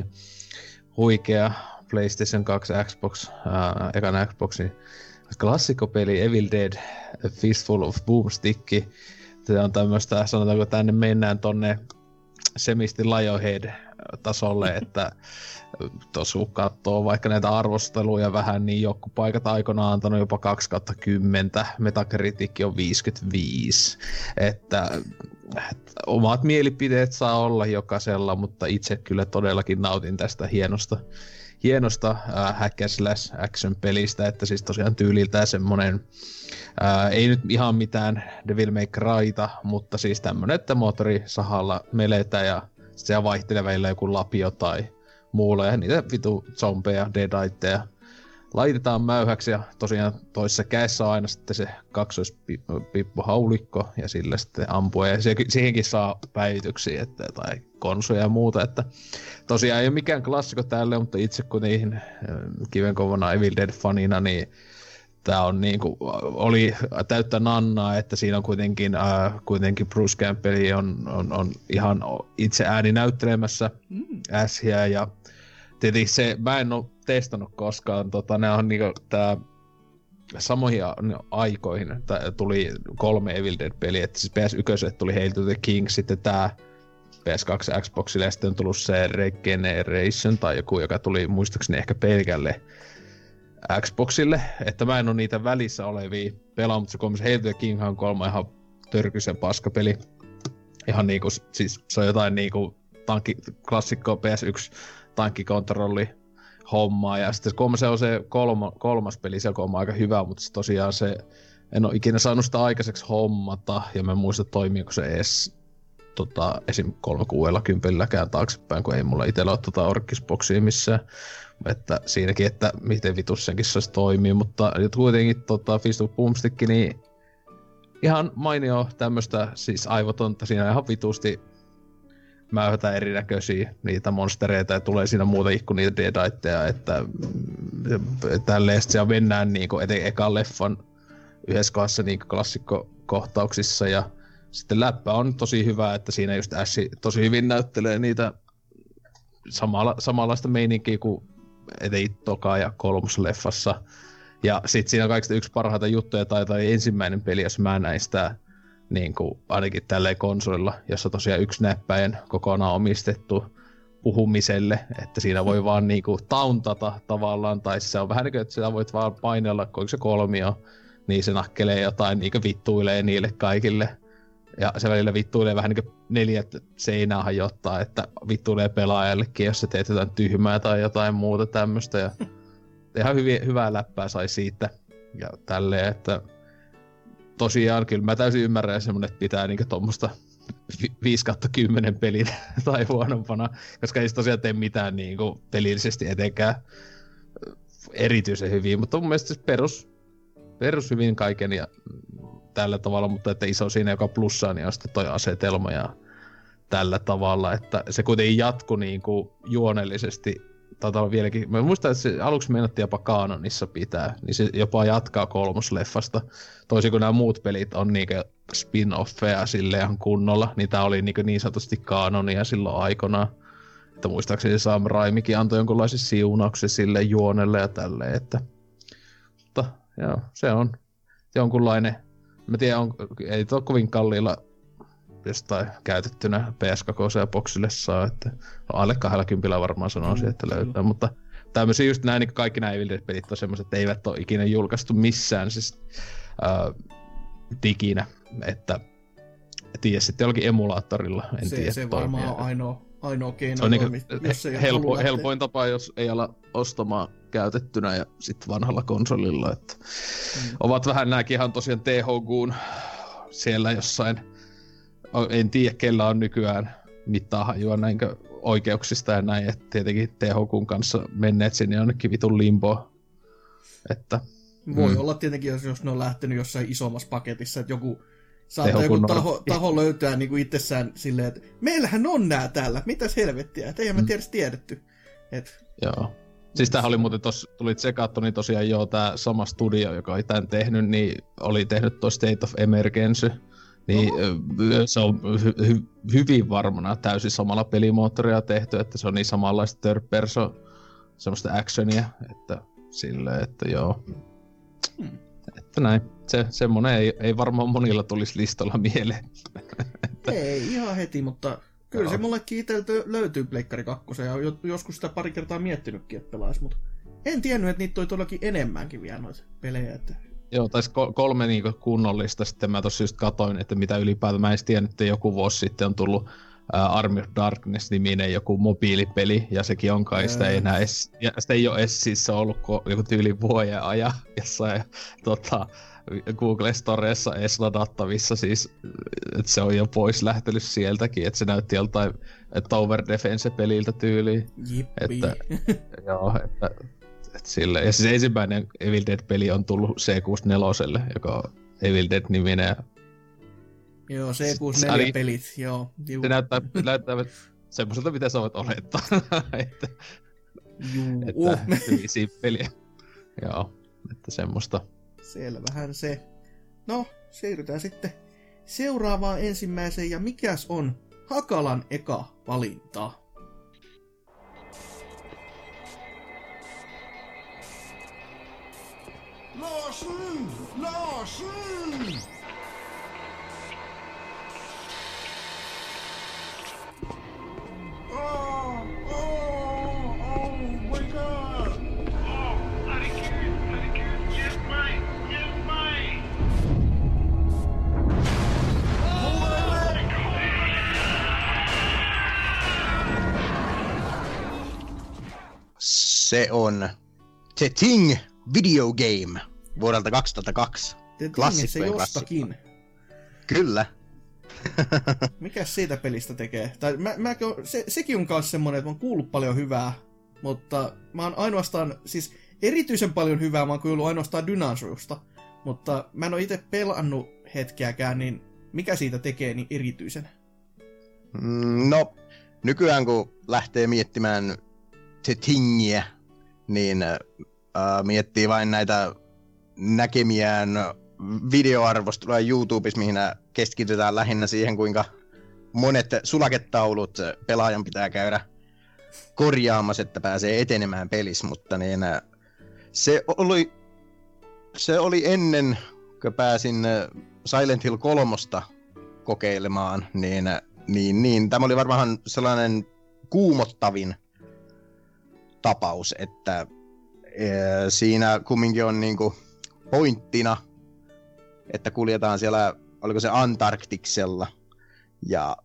huikea PlayStation 2 Xbox, ekana Xboxin klassikkopeli Evil Dead A Fistful of Boomstick. Se on tämmöistä, sanotaanko tänne mennään tonne semisti Lionhead-tasolle, että tuossa kun katsoo vaikka näitä arvosteluja vähän, niin joku paikat aikoinaan antanut jopa 2/10, Metacritic on 55, että omat mielipiteet saa olla jokaisella, mutta itse kyllä todellakin nautin tästä hienosta hack and slash action pelistä, että siis tosiaan tyyliltään semmonen, ei nyt ihan mitään Devil May Cryta, mutta siis tämmönen, että moottorisahalla meletään ja se vaihtelee välillä joku lapio tai muulla ja niitä vitu zombeja, deaditeja laitetaan mäyhäksi ja tosiaan toisessa kädessä on aina sitten se kaksoispippuhaulikko ja sillä sitten ampua ja siihenkin saa päivityksiä tai konsoja ja muuta, että tosiaan ei ole mikään klassikko tälle, mutta itse kuitenkin kivenkovana Evil Dead-fanina, niin tää on niinku, oli täyttä nannaa, että siinä on kuitenkin Bruce Campbell on ihan itse ääni näyttelemässä Ashia ja tietenkin se, mä en oo testannut koskaan, ne on niinku tää samoihin aikoihin tuli 3 Evil Dead-peliä, että siis PS1 tuli Hail to the King, sitten tää PS2 Xboxille ja sitten on tullut se Regeneration tai joku, joka tuli muistaakseni ehkä pelkälle Xboxille, että mä en oo niitä välissä olevia pelaa, mutta se kolmas Hail to the King on 3 ihan törkyisen paskapeli. Ihan niinku, siis se on jotain niinku klassikko PS1 tankkikontrolli hommaa ja sitten se on se kolmas peli, se on aika hyvä, mutta se tosiaan se, en oo ikinä saanut sitä aikaiseksi hommata ja mä en muista toimiiko se edes esim. 360-kään taaksepäin, kun ei mulla itsellä ole Orkisboxia missään. Että siinäkin, että miten vitus senkin se toimii, mutta kuitenkin Fist of Boomstick, niin ihan mainio tämmöstä siis aivotonta, siinä ihan vitusti mäyhätään erinäköisiä niitä monstereita ja tulee siinä muutakin kuin niitä deaditeja, että tälleen siellä mennään niinku ekan leffan yhdessä kohdassa niinku klassikkokohtauksissa ja sitten läppä on tosi hyvä, että siinä just Ash tosi hyvin näyttelee niitä samanlaista meininkiä kuin toka- ja kolmosleffassa. Ja sit siinä on kaikista yksi parhaita juttuja tai ensimmäinen peli, jos mä näin sitä niin kuin ainakin tälleen konsolilla, jossa tosiaan yksi näppäin kokonaan omistettu puhumiselle, että siinä voi vaan niinku tauntata tavallaan, tai se on vähän niin kuin, että sitä voit vaan painella, kun se kolmio, niin se nakkelee jotain, niinku vittuilee niille kaikille. Ja se välillä vittuilee vähän niin kuin 4 seinää hajottaa, että vittuilee pelaajallekin, jos sä teet jotain tyhmää tai jotain muuta tämmöstä. Ja ihan hyvää läppää sai siitä ja tälleen, että tosiaan kyllä mä täysin ymmärrän semmonen, että pitää niinku tommoista 5/10 pelin tai huonompana, koska ei se tosiaan tee mitään niinku pelillisesti etenkään erityisen hyvin, mutta mun mielestä perus hyvin kaiken ja tällä tavalla, mutta että iso siinä, joka plussaa, niin on sitten toi asetelma ja tällä tavalla, että se kuitenkin jatkui niinku juonellisesti vieläkin. Mä muistan, että se aluksi meinattiin jopa kaanonissa pitää, niin se jopa jatkaa kolmosleffasta. Toisin kuin nämä muut pelit on niinku spin-offeja silleen ihan kunnolla, niin tää oli niinku niin sanotusti kaanonia silloin aikanaan. Että muistaakseni Sam Raimikin antoi jonkunlaisen siunauksen sille juonelle ja tälleen, että mutta joo, se on jonkunlainen. Mä tiedän, ei tuo kovin kalliilla jostain käytettynä PS2 ja boxille saa, että alle 20 varmaan sanoisin, että löytää, mutta tämmöisiä just näin, niin kaikki nämä Evil Dead-pelit on semmoiset, että eivät ole ikinä julkaistu missään siis diginä, että tiedä sitten jollakin emulaattorilla, en tiedä. Se varmaan on ainoa keino, on jos ei helpoin tapa, jos ei ala ostamaan käytettynä ja sitten vanhalla konsolilla, että ovat vähän nääkin ihan tosiaan THQ:n siellä jossain, en tiedä kellä on nykyään mittaa hajua näinkö oikeuksista ja näin, että tietenkin THQ:n kanssa menneet sinne jonnekin vitun limboon, että voi olla tietenkin, jos ne on lähtenyt jossain isommassa paketissa, että saattaa joku taho löytää niinku itsessään silleen, että meillähän on nää täällä, mitäs helvettiä, että eihän me tiedetty. Joo. Siis tämähän oli muuten, tuli tsekattu, niin tosiaan tää sama studio, joka oli tän tehnyt, niin oli tehnyt tuo State of Emergency. Niin se on hyvin varmana täysin samalla pelimoottoria tehty, että se on niin samanlaista third person, semmoista actionia, että silleen, että joo. Että näin. Semmonen ei varmaan monilla tulisi listalla mieleen. Ei ihan heti, mutta kyllä se mullekin itseltä löytyy Pleikkari 2, ja joskus sitä pari kertaa miettinytkin, että pelaisi, mutta en tiennyt, että niitä oli todellakin enemmänkin vielä noita pelejä, että... Joo, taisi 3 niinku kunnollista, sitten mä tossa just katoin, että mitä ylipäätään mä en tiennyt, että joku vuosi sitten on tullut Army of Darkness-niminen joku mobiilipeli, ja sekin on kai, sitä ei enää ja sitä ei ole siis se on ollut joku tyyli vuoden ajan jossain Google Storeessa edes ladattavissa, siis että se on jo pois lähtenyt sieltäkin, että se näytti joltain Tower Defense-peliltä tyyliin. Että, joo, että sille. Ja siis ensimmäinen Evil Dead-peli on tullut C64, joka on Evil Dead-niminen. Joo, C64-pelit, joo. Se näyttää semmoiselta, mitä sä voit olettaa. että hyvin simppeliä. Joo, että semmoista. Selvähän se. No, siirrytään sitten seuraavaan ensimmäiseen. Ja mikäs on Hakalan eka valinta? Larsen! Oh, wake up! Oh, herregud, hjälp mig! Se on The Thing Video Game vuodelta 2002. Klassikkojen klassikko. Kyllä. Mikäs siitä pelistä tekee? Tai sekin on myös semmoinen, että mä oon kuullut paljon hyvää, mutta mä oon ainoastaan, siis erityisen paljon hyvää mä oon kuullut ainoastaan Dynasrusta, mutta mä en oo itse pelannut hetkeäkään, niin mikä siitä tekee niin erityisen? No, nykyään kun lähtee miettimään The Thingiä, niin miettii vain näitä näkemiään videoarvosteluja YouTubessa, mihin keskitytään lähinnä siihen, kuinka monet sulaketaulut pelaajan pitää käydä korjaamassa, että pääsee etenemään pelissä, mutta niin, se oli ennen, kun pääsin Silent Hill 3 kokeilemaan, niin tämä oli varmaan sellainen kuumottavin tapaus, että siinä kumminkin on niinku pointtina, että kuljetaan siellä, oliko se Antarktiksella, ja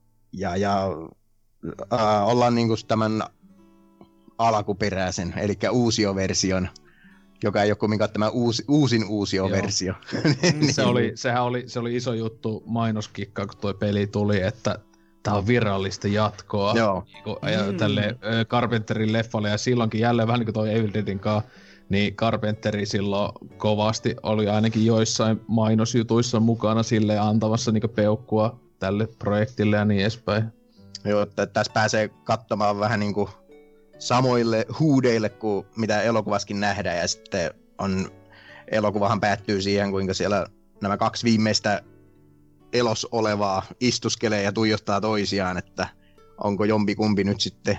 ollaan niinku tämän alkuperäisen, eli uusioversion, joka ei ole kumminkaan tämä uusin uusioversio. Se oli iso juttu mainoskikka, kun tuo peli tuli, että tää on virallista jatkoa tälle Carpenterin leffalle, ja silloinkin jälleen vähän niin kuin toi Evil Deadin kanssa, niin Carpenteri silloin kovasti oli ainakin joissain mainosjutuissa mukana silleen antamassa niin kuin peukkua tälle projektille ja niin edespäin. Joo, että tässä pääsee katsomaan vähän niin kuin samoille huudeille kuin mitä elokuvaskin nähdään, ja sitten elokuvahan päättyy siihen, kuinka siellä nämä 2 viimeistä elos olevaa istuskelee ja tuijottaa toisiaan, että onko jompikumpi nyt sitten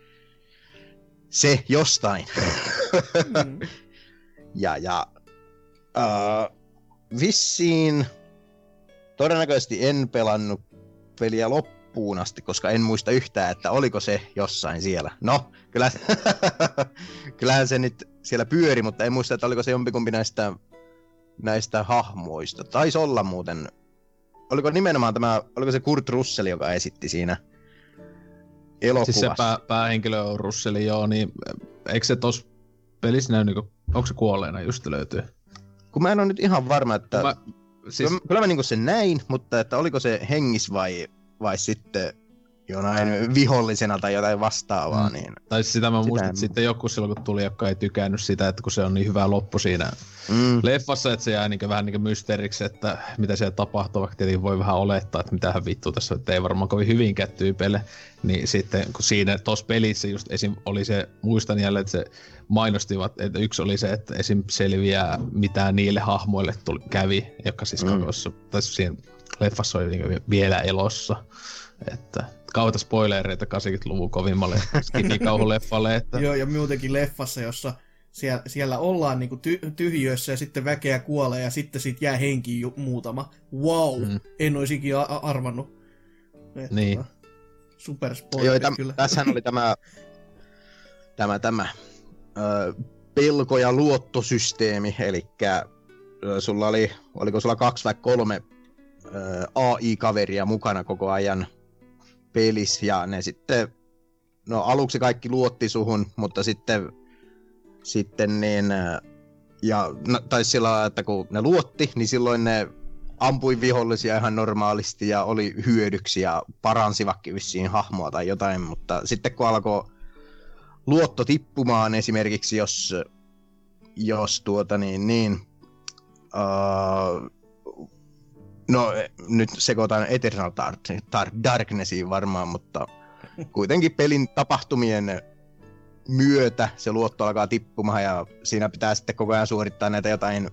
se jostain. Vissiin todennäköisesti en pelannut peliä loppuun asti, koska en muista yhtään, että oliko se jossain siellä. No, kyllähän se nyt siellä pyöri, mutta en muista, että oliko se jompikumpi näistä hahmoista. Taisi olla muuten. Oliko nimenomaan oliko se Kurt Russell, joka esitti siinä elokuvassa? Siis se päähenkilö on Russell, joo, niin eikö se tossa pelissä näy, onko se kuolleena just löytyy? Kun mä en ole nyt ihan varma, että kyllä mä niinku sen näin, mutta että oliko se hengis vai sitten jonain vihollisena tai jotain vastaavaa. Niin tai sitä mä muistin, että sitten joku silloin kun tuli, joka ei tykännyt sitä, että kun se on niin hyvä loppu siinä leffassa, että se jää vähän niin mysteeriksi, että mitä siellä tapahtuu, vaikka tietenkin voi vähän olettaa, että mitähän vittu tässä, että ei varmaan kovin hyvinkään tyypeille. Niin sitten kun siinä tuossa pelissä just esim. Oli se, muistan jälleen, että se mainostivat, että yksi oli se, että esim. Selviää mitä niille hahmoille kävi, joka siis tai siinä leffassa oli niin vielä elossa. Että kauheita spoilereita 80-luvun kovimmalle skiffi-kauhuleffalle. Että joo, ja muutenkin leffassa, jossa siellä ollaan niinku tyhjössä ja sitten väkeä kuolee ja sitten siitä jää henkiin muutama. Wow, en olisi ikinä arvannut. Että niin. Super spoilerit kyllä. Tässähän oli tämä pelko- ja luottosysteemi, eli sulla oliko sulla 2 vai 3 AI-kaveria mukana koko ajan pelissä, ja ne sitten, no aluksi kaikki luotti suhun, mutta sitten niin, ja taisi sillä lailla, että kun ne luotti, niin silloin ne ampui vihollisia ihan normaalisti ja oli hyödyksi ja paransivatkin vissiin hahmoa tai jotain, mutta sitten kun alkoi luotto tippumaan esimerkiksi, jos no nyt sekoitan Eternal Darknessiin varmaan, mutta kuitenkin pelin tapahtumien myötä se luotto alkaa tippumaan ja siinä pitää sitten koko ajan suorittaa näitä jotain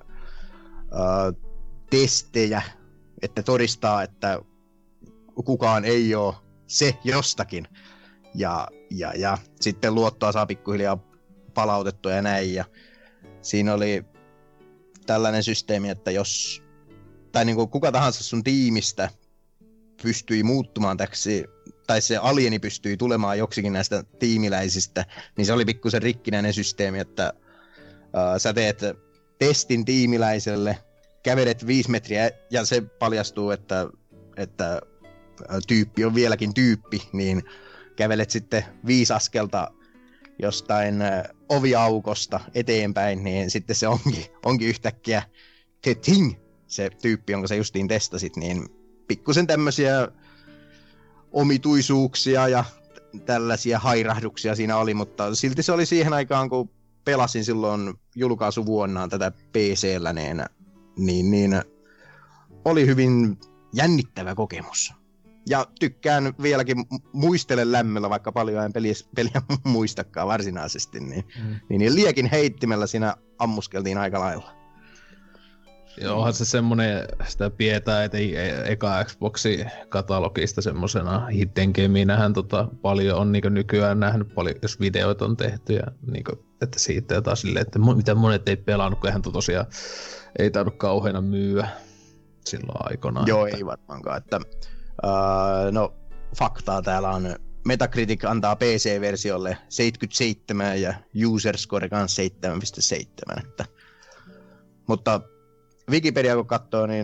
testejä, että todistaa, että kukaan ei ole se jostakin. Ja sitten luottoa saa pikkuhiljaa palautettua ja näin. Ja siinä oli tällainen systeemi, että jos tai niin kuin kuka tahansa sun tiimistä pystyi muuttumaan täksi, tai se alieni pystyi tulemaan joksikin näistä tiimiläisistä, niin se oli pikkusen rikkinäinen systeemi, että sä teet testin tiimiläiselle, kävelet 5 metriä ja se paljastuu, että tyyppi on vieläkin tyyppi, niin kävelet sitten 5 askelta jostain oviaukosta eteenpäin, niin sitten se onkin yhtäkkiä ting, se tyyppi, jonka sä justiin testasit, niin pikkusen tämmöisiä omituisuuksia ja tällaisia hairahduksia siinä oli, mutta silti se oli siihen aikaan, kun pelasin silloin julkaisuvuonnaan tätä PC:llä, niin oli hyvin jännittävä kokemus. Ja tykkään vieläkin, muistelen lämmöllä, vaikka paljon en peliä muistakaan varsinaisesti, niin liekin heittimellä siinä ammuskeltiin aika lailla. Joo, onhan se semmonen, sitä pidetään, että eka Xboxin katalogista semmosena hidden gaminähän paljon on niinku nykyään nähnyt paljon, jos videoita on tehty ja niinku, että siitä jotain silleen, että mitä monet ei pelannut, kun eihän tosiaan ei tainnut kauheena myyä silloin aikanaan. Joo, että ei varmaankaan, että no faktaa täällä on, Metacritic antaa PC-versiolle 77 ja user score kanssa 7.7, että mutta Wikipedia kun katsoo, niin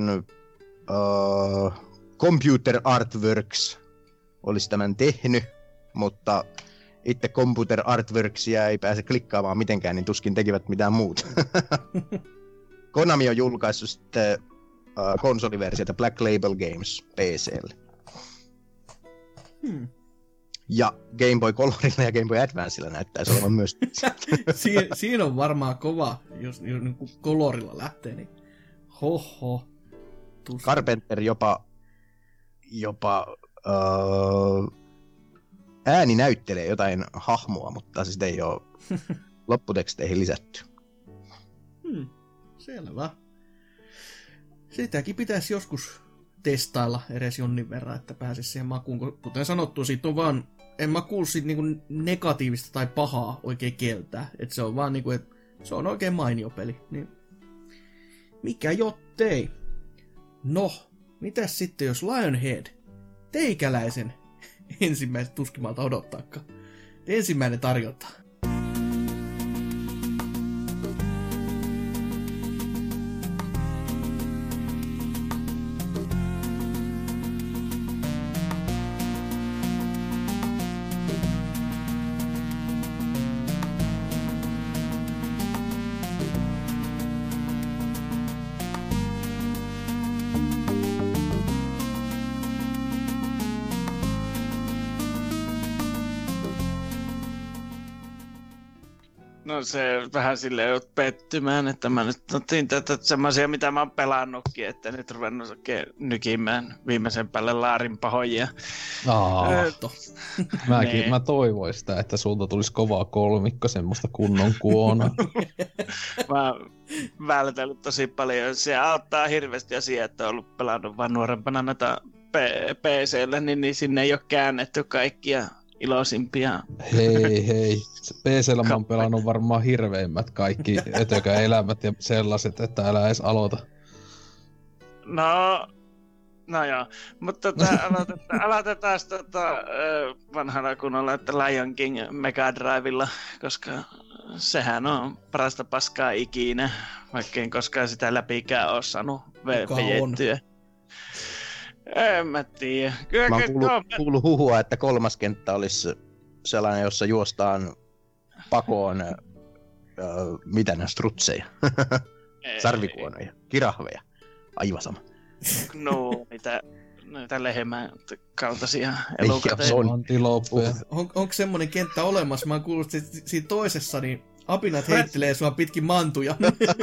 Computer Artworks olisi tämän tehnyt, mutta itse Computer Artworksia ei pääse klikkaamaan mitenkään, niin tuskin tekivät mitään muuta. Konami on julkaissut sitten konsoliversiota Black Label Games PC:lle. Ja Game Boy Colorilla ja Game Boy Advancella näyttäisi olevan myös. Siinä on varmaan kova, jos niin Colorilla lähtee, niin hoho. Carpenter jopa ääni näyttelee jotain hahmoa, mutta sitä ei ole lopputeksteihin lisätty. Selvä. Sitäkin pitäisi joskus testailla edes jonnin verran, että pääsisi siihen makuun. Kuten sanottu, siitä on vaan, en mä kuulu siitä niinku negatiivista tai pahaa oikein keltää. Että se on vaan niinku, että se on oikein mainio peli. Niin mikä jottei. No, mitäs sitten jos Lionhead, teikäläisen ensimmäiset tuskimalta odottaakaan. Ensimmäinen tarjonta. No se vähän silleen jout pettymään, että mä nyt otin tätä semmosia, mitä mä oon pelannutkin, että nyt ruvennut oikein nykimään viimeisen päälle laarin pahoja. Mä toivoin sitä, että sulta tulisi kovaa kolmikko, semmoista kunnon kuona. Mä oon vältellyt tosi paljon. Se auttaa hirveästi asia, että on ollut pelannut vaan nuorempana näitä PC:llä, niin sinne ei ole käännetty kaikkia iloisimpia. Hei. PC:llä mä oon pelannut varmaan hirveimmät kaikki ötökäelämät ja sellaiset, että älä edes aloita. No joo, mutta aloitetaan vanhalla kunnolla, että Lion King Mega Drivella, koska sehän on parasta paskaa ikinä, vaikka en koskaan sitä läpikään ole saanut vejettyä. En mä tiedä. Mä oon kuullut huhua, että 3. kenttä olisi sellainen, jossa juostaan pakoon mitä nää strutseja, sarvikuonoja, kirahveja, aivan sama. No, mitä lehmän kaltaisia elukateja. Onko semmonen kenttä olemassa? Mä oon kuullut, että siinä toisessa niin apinat heittelee sua pitkin mantuja.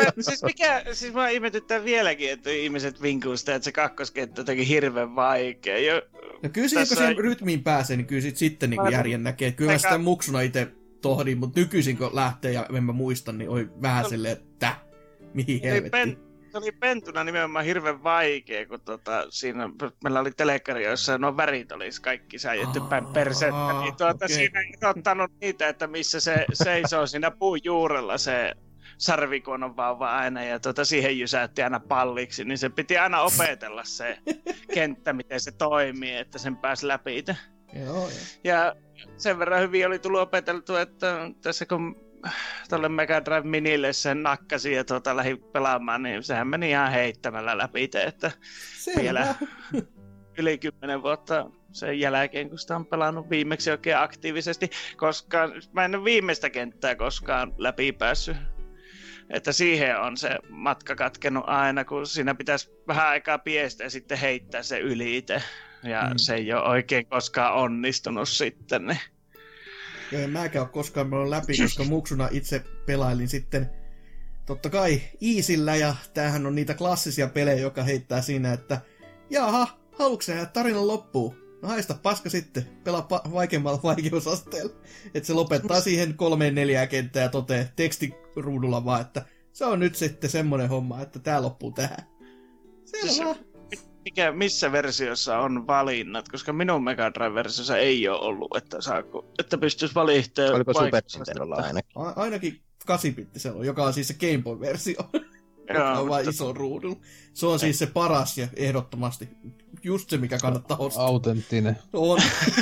Mä ihmetyttää vieläkin, että ihmiset vinkuu sitä, että se kakkoskenttä on jotenkin hirveän vaikea. No kyllä kun sen rytmiin pääsee, niin kyllä sitten niin järjen näkee. Kyllä mä sitä muksuna itse tohdin, mutta nykyisin kun lähtee ja en mä muista, niin oli vähän silleen, että mihin helvettiin. Se oli pentuna nimenomaan hirveän vaikea, kun siinä meillä oli telekkari, jossa nuo värit olisi kaikki säijetty päin persettä, niin siinä ei ottanut niitä, että missä se seisoo siinä puun juurella se sarvikuonon vauva aina, ja siihen jysäytti aina palliksi, niin se piti aina opetella se kenttä, miten se toimii, että sen pääsi läpi itse. Joo. Ja sen verran hyvin oli tullut opeteltu, että tässä kun tuolle Mega Drive Minille sen nakkasi ja lähdin pelaamaan, niin sehän meni ihan heittämällä läpi itse, että vielä yli 10 vuotta sen jälkeen, kun sitä on pelannut viimeksi oikein aktiivisesti, koska mä en ole viimeistä kenttää koskaan läpi päässyt. Että siihen on se matka katkenut aina, kun siinä pitäisi vähän aikaa piestä ja sitten heittää se yli itse. Ja se ei ole oikein koskaan onnistunut sitten, niin. Joo, en mäkään ole koskaan mennyt läpi, koska muksuna itse pelailin sitten totta kai Easyllä, ja tämähän on niitä klassisia pelejä, joka heittää siinä, että jaha, haluatko sä tarinan loppuun? No haista paska sitten, pelaa vaikeammalla vaikeusasteella. Että se lopettaa siihen 3-4 kenttää ja toteaa tekstiruudulla vaan, että se on nyt sitten semmonen homma, että tää loppuu tähän. Selvä. Missä versiossa on valinnat, koska minun Mega Drive-versiossa ei ole ollut, että pystyisi valittamaan. Oliko Super Nintendolla ainakin? Ainakin 8-bittisellä, joka on siis se Game Boy-versio, joka on vain iso ruudulla. Se on siis se paras ja ehdottomasti just se, mikä kannattaa ostaa. Autenttinen. On,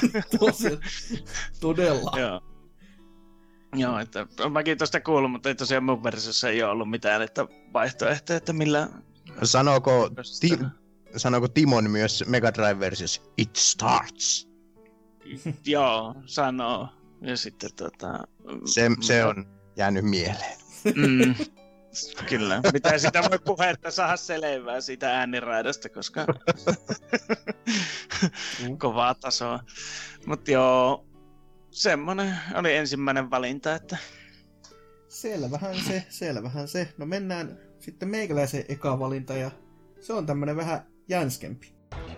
todella. Joo, että mäkin tuosta kuullut, mutta ei tosiaan mun versiossa ei ole ollut mitään että vaihtoehtoja, että millä. Sanooko Timon myös Mega Drive-versiossa It Starts? Joo, sanoo. Ja sitten Se on jäänyt mieleen. Kyllä. Mitä sitä voi puhetta saada selvää siitä ääniraidasta, koska kovaa tasoa. Mutta joo, semmonen oli ensimmäinen valinta, että Selvähän se. No mennään sitten meikäläisen eka valinta, ja se on tämmönen vähän jänskempi.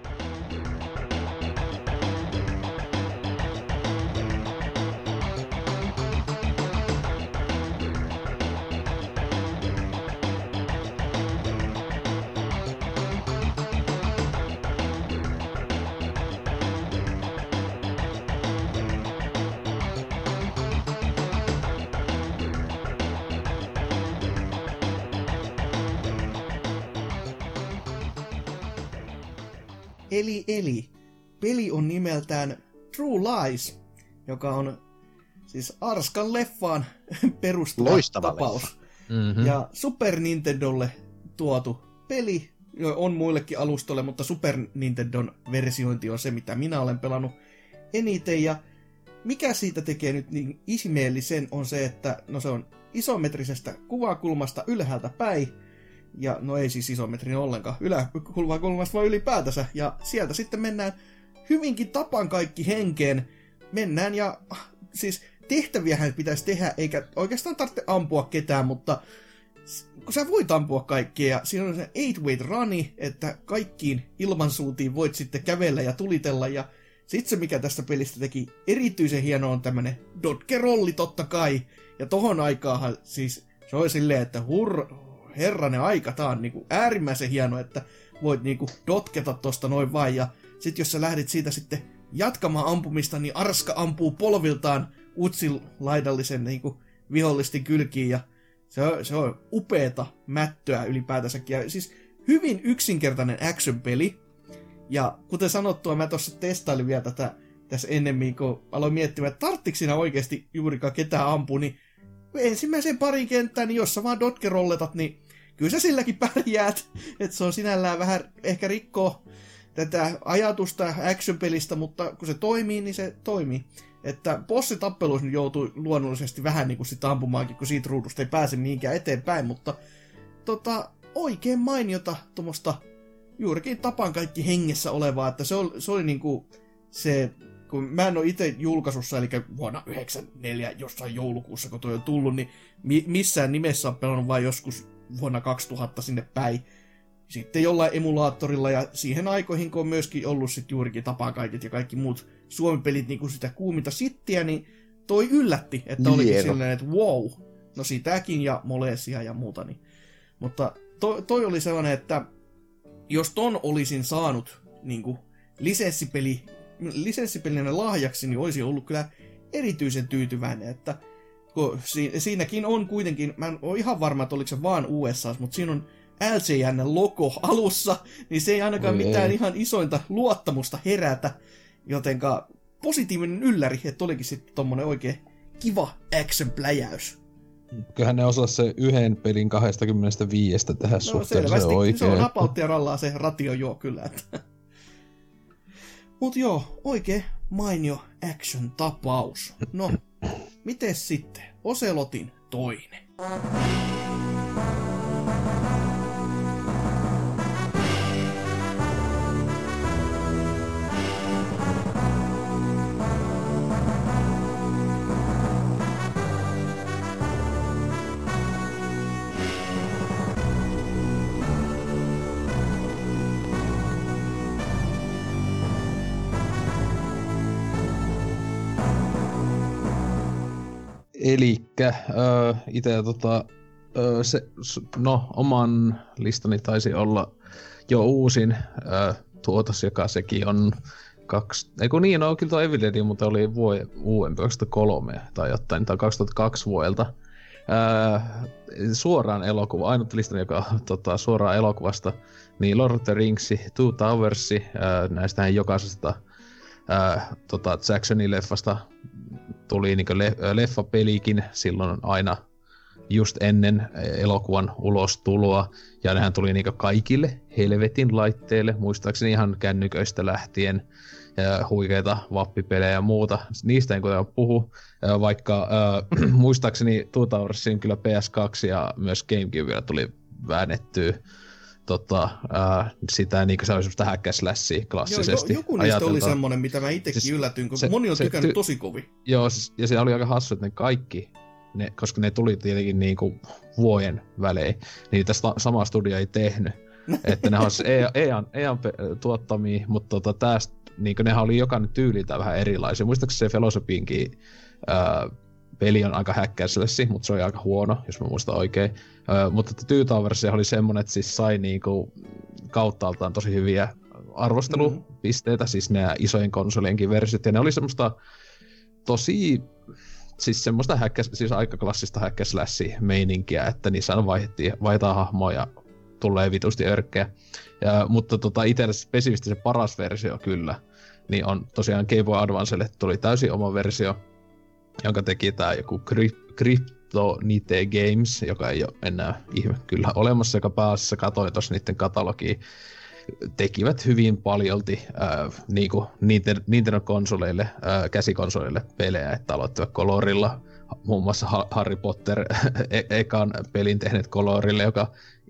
Eli. Peli on nimeltään True Lies, joka on siis Arskan leffaan perustuva tapaus. Mm-hmm. Ja Super Nintendolle tuotu peli, on muillekin alustoille, mutta Super Nintendon versiointi on se, mitä minä olen pelannut eniten. Ja mikä siitä tekee nyt niin ihmeellisen on se, että se on isometrisestä kuvakulmasta ylhäältä päin. Ja no ei siis isometrinen ollenkaan, yläkulmasta vaan ylipäätänsä. Ja sieltä sitten mennään hyvinkin tapan kaikki henkeen. Mennään ja siis tehtäviähän pitäisi tehdä, eikä oikeastaan tarvitse ampua ketään, mutta kun sä voit ampua kaikkea, ja siinä on se 8-way runi, että kaikkiin ilmansuuntiin voit sitten kävellä ja tulitella, ja sitten se, mikä tästä pelistä teki erityisen hieno, on tämmönen dodge-rolli totta kai, ja tohon aikaahan siis se oli silleen, että herranen aika, tää on niinku äärimmäisen hieno, että voit niinku dotketa tosta noin vain, ja sit jos sä lähdit siitä sitten jatkamaan ampumista, niin Arska ampuu polviltaan utsilaidallisen niinku vihollistin kylkiin, ja se on upeeta mättöä ylipäätänsäkin, ja siis hyvin yksinkertainen action-peli, ja kuten sanottua, mä tuossa testailin vielä tätä tässä ennemmin, kun aloin miettimään, että tarttiko siinä oikeasti juurikaan ketään ampua, niin ensimmäiseen pari kenttään, niin jos sä vaan dodge-rolletat, niin kyllä sä silläkin pärjäät, että se on sinällään vähän ehkä rikkoo tätä ajatusta action-pelistä, mutta kun se toimii, niin se toimii. Että bossitappeluissa joutuu luonnollisesti vähän niin kuin sitä ampumaankin, kun siitä ruudusta ei pääse mihinkään eteenpäin, mutta oikein mainiota tuommoista juurikin tapan kaikki hengessä olevaa, että se oli niinku se, kun mä en ole itse julkaisussa, eli vuonna 1994 jossain joulukuussa, kun toi on tullut, niin missään nimessä on pelannut vain joskus vuonna 2000 sinne päin. Sitten jollain emulaattorilla, ja siihen aikoihin, kun on myöskin ollut sit juurikin tapakaitit ja kaikki muut Suomi-pelit niin kuin sitä kuuminta sittiä, niin toi yllätti, että olikin silleen, että wow, no sitäkin ja Molesia ja muuta. Niin. Mutta toi oli sellainen, että jos ton olisin saanut niin kuin lisenssipelinä lahjaksi, niin olisi ollut kyllä erityisen tyytyväinen, että siinäkin on kuitenkin, mä en ole ihan varma, että oliko se vaan USA, mutta siinä on LCN-logo alussa, niin se ei ainakaan mitään ihan isointa luottamusta herätä, jotenka positiivinen ylläri, että olikin sitten tommonen oikein kiva action-pläjäys. Kyllähän ne osas se yhden pelin 25 tehdä suhteellisen oikein. Se on napautti ja rallaa se ratio joo kyllä. Mut joo, oikein mainio action-tapaus. No, mites sitten Oselotin toinen? Elikkä itse oman listani taisi olla jo uusin tuotos, joka sekin on kyllä tuo Evil Dead, mutta oli uudempi 2003 tai jotain, tai 2002 vuodelta. Suoraan elokuva, ainut listani, joka suoraan elokuvasta, niin Lord of the Rings, Two Towers, näistähän jokaisesta Jacksonin leffasta tuli niinku leffapelikin silloin aina just ennen elokuvan ulostuloa, ja nehän tuli niinku kaikille helvetin laitteille, muistaakseni ihan kännyköistä lähtien, huikeita vappipelejä ja muuta. Niistä en kuitenkaan puhu, vaikka muistaakseni Two Towersin kyllä PS2 ja myös GameCubella tuli väännettyä sitä niinku se oli semmoista hack-and-slashia klassisesti. Joku niistä oli semmonen, mitä mä itekin yllätyin, koska moni on tykännyt tosi kovin. Joo, ja se oli aika hassu, että ne kaikki, koska ne tuli tietenkin niinku vuoden välein, niin tästä sama studio ei tehnyt. Että ne on EAN tuottamia, mutta tästä, niinku nehän oli jokainen tyyliltä vähän erilaisia. Muistaakseni se Philosophinkin peli on aika hack-and-slash, mutta se oli aika huono, jos mä muistan oikein. Mutta Two Towers oli semmonen, että siis sai niinku kauttaaltaan tosi hyviä arvostelupisteitä, siis nämä isojen konsolienkin versiot, ja ne oli semmoista tosi, siis semmoista siis aika klassista hack-and-slash-meininkiä, että niissä aina vaihdetaan hahmoja ja tulee vitusti örkkejä. Mutta itselle spesifisti se paras versio kyllä, niin on tosiaan Game Boy Advancelle tuli täysin oma versio, jonka teki tää joku Cryptonite Games, joka ei ole enää ihme kyllä olemassa, joka pääasiassa katoi tuossa niiden katalogia. Tekivät hyvin paljolti niinku Nintendo-konsoleille, käsikonsoleille pelejä, että aloittivat Colorilla, muun muassa Harry Potter ekan pelin tehneet Colorille, joka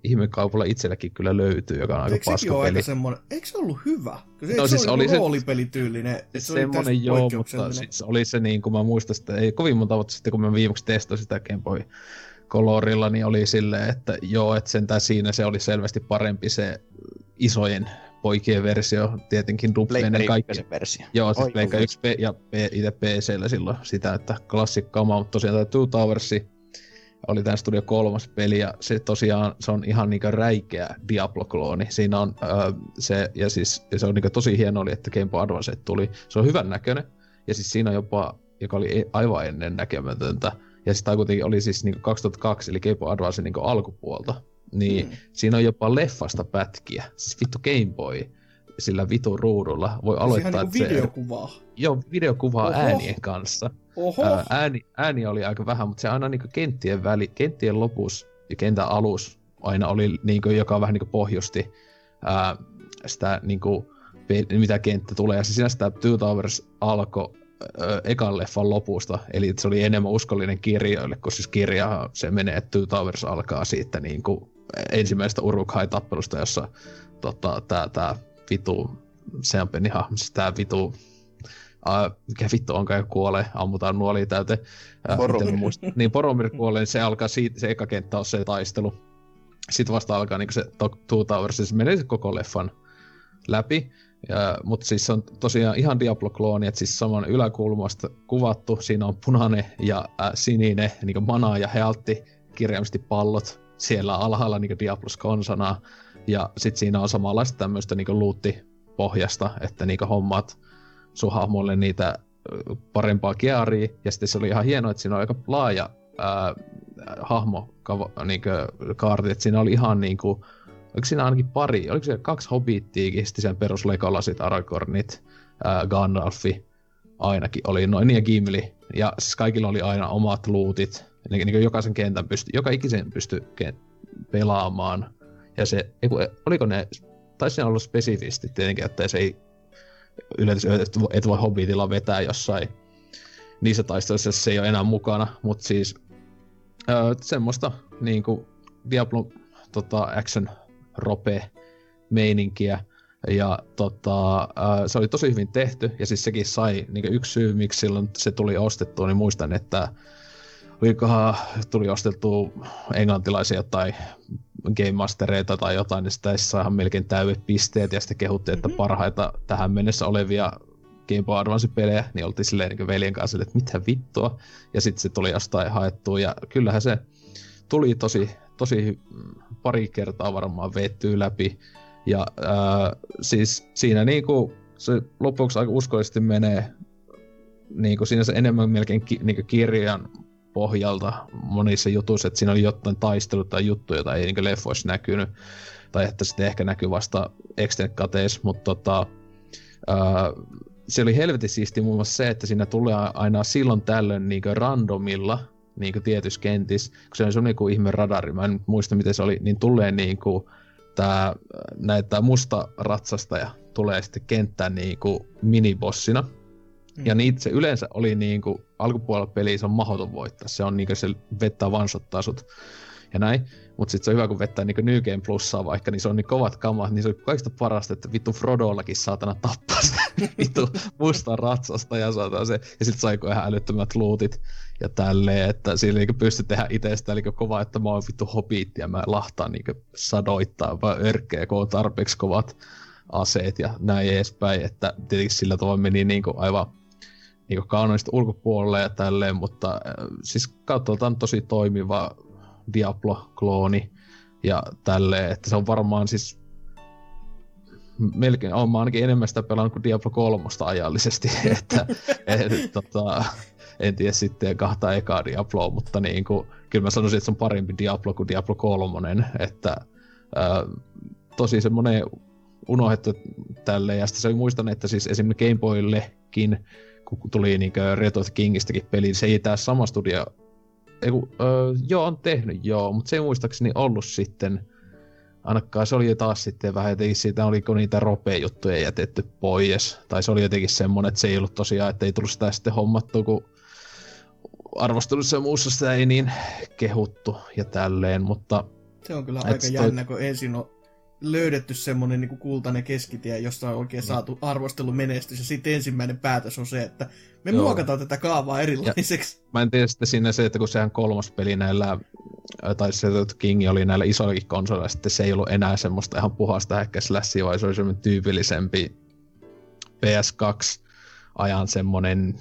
ihmekaupalla itselläkin kyllä löytyy, joka on aika paska peli. Eikö se ollut hyvä? Se oli roolipelityylinen. Semmoinen joo, mutta siis oli se niin kuin mä muistan sitä, ei kovin monta vuotta sitten, kun mä viimeksi testasin sitä Game Boy Colorilla, niin oli silleen, että joo, että sentään siinä se oli selvästi parempi se isojen poikien versio, tietenkin dupleinen kaikki. Versio. Joo, siis Pleikka 1 ja itse PC:llä silloin sitä, että klassikkaama, mutta tosiaan tämä Two Towersi oli tämän Studio 3 peli, ja se tosiaan se on ihan niinku räikeä Diablo-klooni. Siinä on se, ja siis ja se on niinku tosi hieno oli, että Game Boy Advance tuli. Se on hyvän näköinen, ja siis siinä on jopa, joka oli aivan ennen näkemätöntä, ja sitä kuitenkin oli siis niinku 2002, eli Game Boy Advance niinku alkupuolta. Niin siinä on jopa leffasta pätkiä. Siis vittu Game Boy sillä vitun ruudulla voi aloittaa, että se... videokuvaa. Joo, videokuvaa äänien kanssa. Ääni oli aika vähän, mutta se aina niinku kenttien lopussa ja kentän alus aina oli niinku, joka vähän niinku pohjusti sitä niinku, mitä kenttä tulee. Ja siinä sitä Two Towers alkoi ekan leffan lopusta, eli se oli enemmän uskollinen kirjoille, kun siis kirja se menee, että Two Towers alkaa siitä niinku ensimmäisestä Uruk-hai-tappelusta, jossa tää vitu Seanpenin hahmo, siis tää vitu mikä vittu onkaan jo kuolee, ammutaan nuolia täyteen. Niin Boromir kuolee, niin se alkaa siitä, se eka kenttä on se taistelu. Sitten vasta alkaa niinku se Two Towers, se menee se koko leffan läpi. Mutta siis se on tosiaan ihan Diablo-klooni, että siis saman yläkulmasta kuvattu, siinä on punainen ja sininen niinku mana ja healtti, kirjaimisesti pallot siellä alhaalla niinku Diablos konsana. Ja sit siinä on samanlaista tämmöistä niinku loot-pohjasta, että niinku hommat sun hahmolle niitä parempaa gearia, ja sitten se oli ihan hienoa, että siinä on aika laaja hahmokaarti, että siinä oli ihan niinku, oliko siinä ainakin pari, oliko siellä 2 hobbittiikin, sitten sen perus Legolasit, Aragornit, Gandalfi ainakin oli noin, ja Gimli, ja siis kaikilla oli aina omat lootit, niin jokaisen kentän joka ikisen pystyi pelaamaan, ja se, oliko ne, taisi siinä olla spesifisti tietenkin, että se ei yllätys, et voi Hobbitilla vetää jossain niissä taisteluissa, jos se ei ole enää mukana, mutta siis semmoista niinku Diablo action rope meininkiä, ja se oli tosi hyvin tehty, ja siis sekin sai niinku yksi syy, miksi silloin se tuli ostettua, niin muistan, että olikohan tuli ostettua englantilaisia tai Game Mastereita tai jotain, niin sitä ei saa melkein täydet pisteet, ja sitten kehuttiin, että parhaita tähän mennessä olevia Game Boy Advance-pelejä, niin oltiin silleen niin veljen kanssa, että mitä vittua, ja sitten se tuli jostain haettua, ja kyllähän se tuli tosi pari kertaa varmaan veettyä läpi, ja siis siinä niinku se lopuksi aika uskollisesti menee, niinku siinä se enemmän melkein niinku kirjan pohjalta monissa jutuissa, että siinä oli jotain taistelut tai juttuja, jota ei niin leffoissa näkynyt, tai että sitten ehkä näkyy vasta extended-kateissa, mutta se oli helvetin siistiä muun muassa se, että siinä tulee aina silloin tällöin niin randomilla niin tietyissä kentissä, kun se on semmoinen kuin ihme radari, mä en muista miten se oli, niin tulee niin näitä musta ratsastaja tulee sitten kenttään niin minibossina. Ja niitä se yleensä oli niinku alkupuolella peliä se on mahdoton voittaa. Se on niinku se vettää vansottaa sut ja näin. Mut sit se on hyvä kun vettää niinku New Game Plussaa vaikka, niin se on niin kovat kamat, niin se on kaikista parasta, että vittu Frodollakin saatana tappaa se vittu musta ratsasta ja saatana se. Ja sit saiko ihan älyttömät lootit ja tälleen, että siinä niinku pystyy tehdä itestä, eli kova, että mä oon vittu hobiitti ja mä lahtaan niinku sadoittaa vaan örkkejä, kun on tarpeeksi kovat aseet ja näin edespäin, että tietenkin sillä tavalla meni niinku aivan niinku kaunallista ulkopuolelle ja tälleen, mutta siis kautoltaan tosi toimiva Diablo-klooni ja tälleen, että se on varmaan siis melkein, olen ainakin enemmän sitä pelannut kuin Diablo 3 ajallisesti, että en tiedä sitten 2 ekaa Diabloa, mutta niinku, kyllä mä sanoisin, että se on parempi Diablo kuin Diablo 3, että tosi semmonen unohdettu tälleen, ja sitten se muistan, että siis esimerkiksi Game Boyllekin, kun tuli niinkö Return of the Kingistäkin peli, se ei tää sama studio, joo on tehnyt joo, mutta se ei muistaakseni ollut sitten, ainakaan se oli taas sitten vähän jotenkin siitä, oliko niitä rope-juttuja jätetty pois, tai se oli jotenkin semmonen, että se ei ollut tosiaan, että ei tullut sitä sitten hommattua, kun arvostelussa ja muussa sitä ei niin kehuttu ja tälleen, mutta Se on kyllä aika jännä, kun ensin on löydetty semmoinen niin kuin kultainen keskitie, josta on oikein saatu arvostelumenestys, ja sitten ensimmäinen päätös on se, että me muokataan tätä kaavaa erilaiseksi. Ja mä en tiedä sitten siinä se, että kun sehän kolmas peli näillä, tai se, että King oli näillä isoillakin konsoleilla, sitten se ei ollut enää semmoista ihan puhasta häkkäslässiä, vaan se oli semmoinen tyypillisempi PS2-ajan semmoinen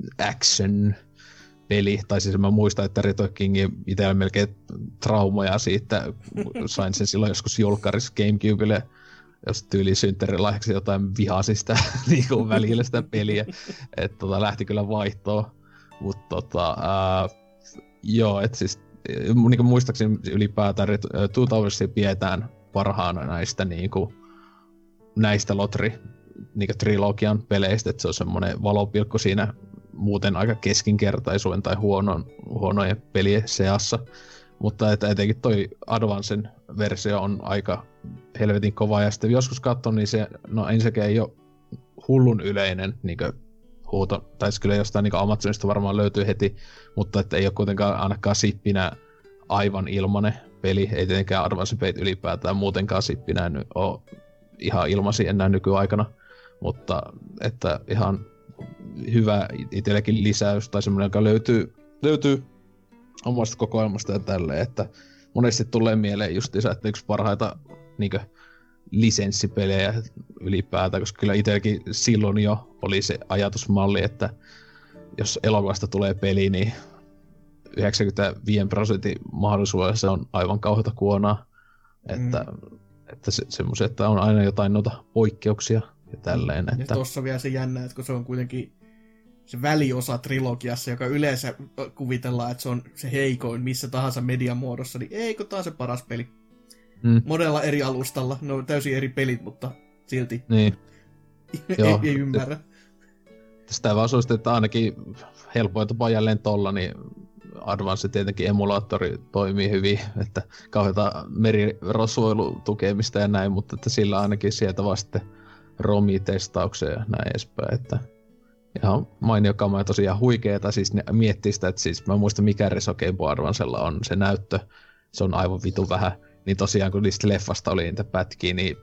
action-peli. Tai siis mä muistan, että Return King itsellä melkein traumoja siitä, sain sen silloin joskus julkkarissa Gamecubelle, jos tyyli synttärilahjaksi jotain vihasi sitä niin kuin välillä sitä peliä. Että lähti kyllä vaihtoon. Mutta joo, että siis niin muistaakseni ylipäätään Two Towersia pidetään parhaana näistä niinku näistä Lotri niinku trilogian peleistä, että se on semmoinen valopilkku siinä muuten aika keskinkertaisuuden tai huonojen pelien seassa. Mutta että etenkin toi Advancen versio on aika helvetin kova, ja sitten joskus katson, niin se, no ensinnäkin ei ole hullun yleinen niinku huuto, tai kyllä jostain niin Amazonista varmaan löytyy heti, mutta että ei ole kuitenkaan ainakaan sippinä aivan ilmanen peli, ei tietenkään Advance Peit ylipäätään muutenkaan sippinä en ole ihan ilmaisia enää nykyaikana, mutta että ihan hyvä itselläkin lisäys, tai semmoinen, joka löytyy omasta kokoelmasta ja tälleen, että monesti tulee mieleen justiinsa, että yksi parhaita niinkö lisenssipelejä ylipäätään, koska kyllä itselläkin silloin jo oli se ajatusmalli, että jos elokuvasta tulee peli, niin 95% mahdollisuudella se on aivan kauheata kuonaa. Että semmoisia, että on aina jotain noita poikkeuksia ja tälleen. Ja että tossa vielä se jännä, että kun se on kuitenkin se väliosa trilogiassa, joka yleensä kuvitellaan, että se on se heikoin missä tahansa mediamuodossa, niin eikö taas se paras peli. Monella eri alustalla. Ne on täysin eri pelit, mutta silti niin. ei ymmärrä. Sitä vaan suosittaa, että ainakin helpoin tapa jälleen tolla, niin Advance tietenkin emulaattori toimii hyvin, että kauheata merirosuilutukemista ja näin, mutta että sillä ainakin sieltä vaan sitten ROMi-testauksia ja näin edespäin, että ihan mainio kama ja tosiaan huikeeta, siis ne miettii sitä, että siis mä muistan mikä Reso Game Boy Advancella on se näyttö, se on aivan vitu vähän. Niin tosiaan, kun niistä leffasta oli niitä pätkiä, niin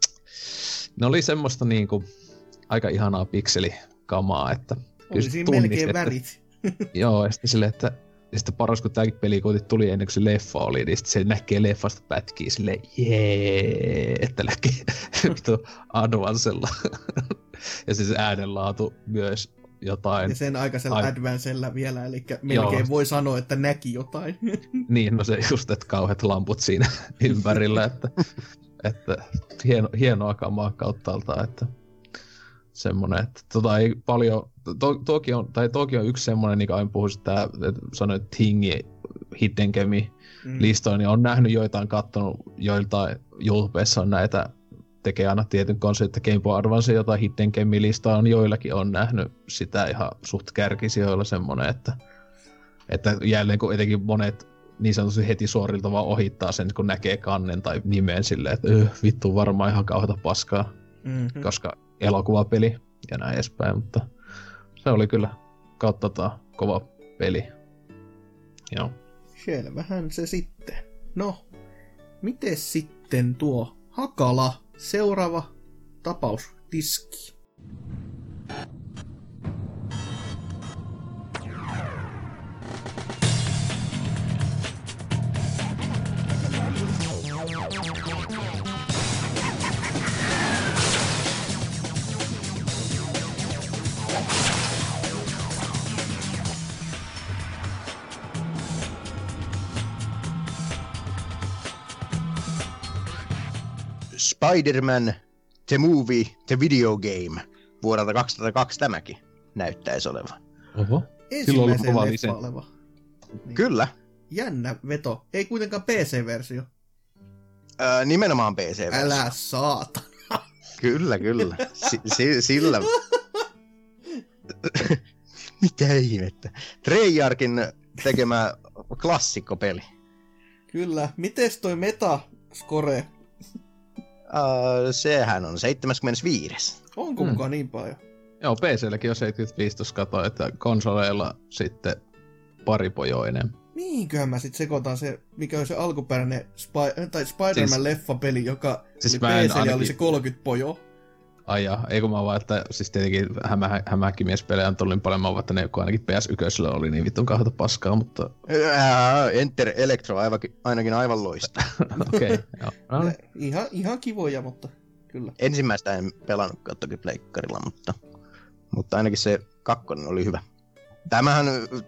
ne oli semmoista niinku aika ihanaa pikselikamaa, että oli siinä melkein värit. Joo, ja sitten silleen, että ja sitten paras, kun tämäkin peli kuitenkin tuli ennen kuin se leffa oli, niin sitten se näkee leffasta pätkiä silleen, jee, että näkee vittu Advancella. Ja siis äänenlaatu myös jotain. Ja sen aikaisella Advancella vielä, eli melkein voi sanoa, että näki jotain. Niin, no se just, että kauheat lamput siinä ympärillä, että hienoa kamaa kauttaaltaan, että semmoinen, että ei paljon, toki on yksi semmoinen, niin kuin aina puhuisin, että sanoin, että Tingi Hidden Gemi listoja, niin on nähnyt joitain, katsonut joiltain YouTubessa on näitä, tekee aina tietyn konsolin, että Game Boy Advance jotain Hidden Gemi-listaa on joillakin on nähnyt sitä ihan suht kärkisijoilla semmoinen, että jälleen kun etenkin monet niin sanotusti heti suorilta vaan ohittaa sen, kun näkee kannen tai nimen silleen, että vittu varmaan ihan kauheata paskaa, koska elokuvapeli ja näin edespäin, mutta se oli kyllä kautta kova peli. Joo. Selvähän se sitten. No, miten sitten tuo Hakala? Seuraava tapaus diski. Spider-Man The Movie, The Video Game, vuodelta 2002 tämäkin näyttäisi olevan. Oho. Ensimmäisen leffa oleva. Niin. Kyllä. Jännä veto. Ei kuitenkaan PC-versio. Nimenomaan PC-versio. Älä saatana. Kyllä. Sillä... Mitä ihmettä? Treyarchin tekemä klassikkopeli. Kyllä. Mites toi Metascore? Sehän on 75. Onko mukaan niin paljon? Joo, PC:lläkin on 75, tuossa katsoin, että konsoleilla sitten paripojoinen. Mihinköhän mä sit sekoitan se, mikä on se alkuperäinen Spider-Man-leffapeli, joka oli PC:llä oli se 30 pojo. Ai ja, eikö mä vaan, että siis tietenkin hämähäkkimiespelejä on niin paljon, mä vaan, että ne ainakin PS1 oli niin vittun kahta paskaa, mutta... Enter Electro ainakin aivan loista. Okei, joo. No, ihan kivoja, mutta kyllä. Ensimmäistä en pelannutkaan toki pleikkarilla, mutta ainakin se 2 oli hyvä. Tämähän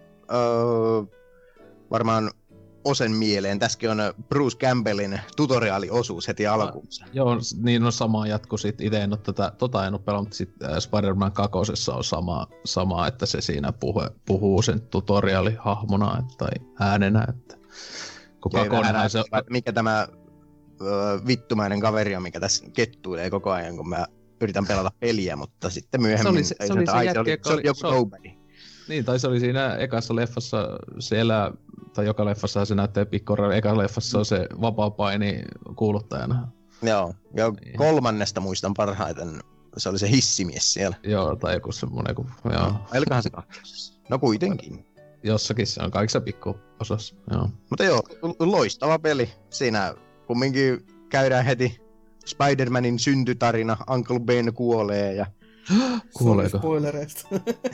varmaan Osen mieleen. Tässäkin on Bruce Campbellin tutoriaaliosuus heti alkuunsa. Joo, niin on sama jatko sit. Itse en ole en ole pelannut, mutta sit Spider-Man 2 on sama, että se siinä puhuu sen tutoriaalihahmona tai äänenä. Että kun mikä tämä vittumainen kaveri on, mikä tässä kettuilee koko ajan, kun mä yritän pelata peliä, mutta sitten myöhemmin se oli joku nobody. Niin, tai se oli siinä ekassa leffassa siellä, tai joka leffassa se näyttää pikkuinen, ekassa leffassa on se vapaapaini kuuluttajana. Joo, ja niin. 3. muistan parhaiten, se oli se hissimies siellä. Joo, tai joku semmonen, joo. Elköhän se 2. No kuitenkin. Jossakin se on kaikissa pikkuosassa, joo. Mutta joo, loistava peli. Siinä kumminkin käydään heti Spider-Manin syntytarina, Uncle Ben kuolee ja... Kuoleeko? Spoilereista.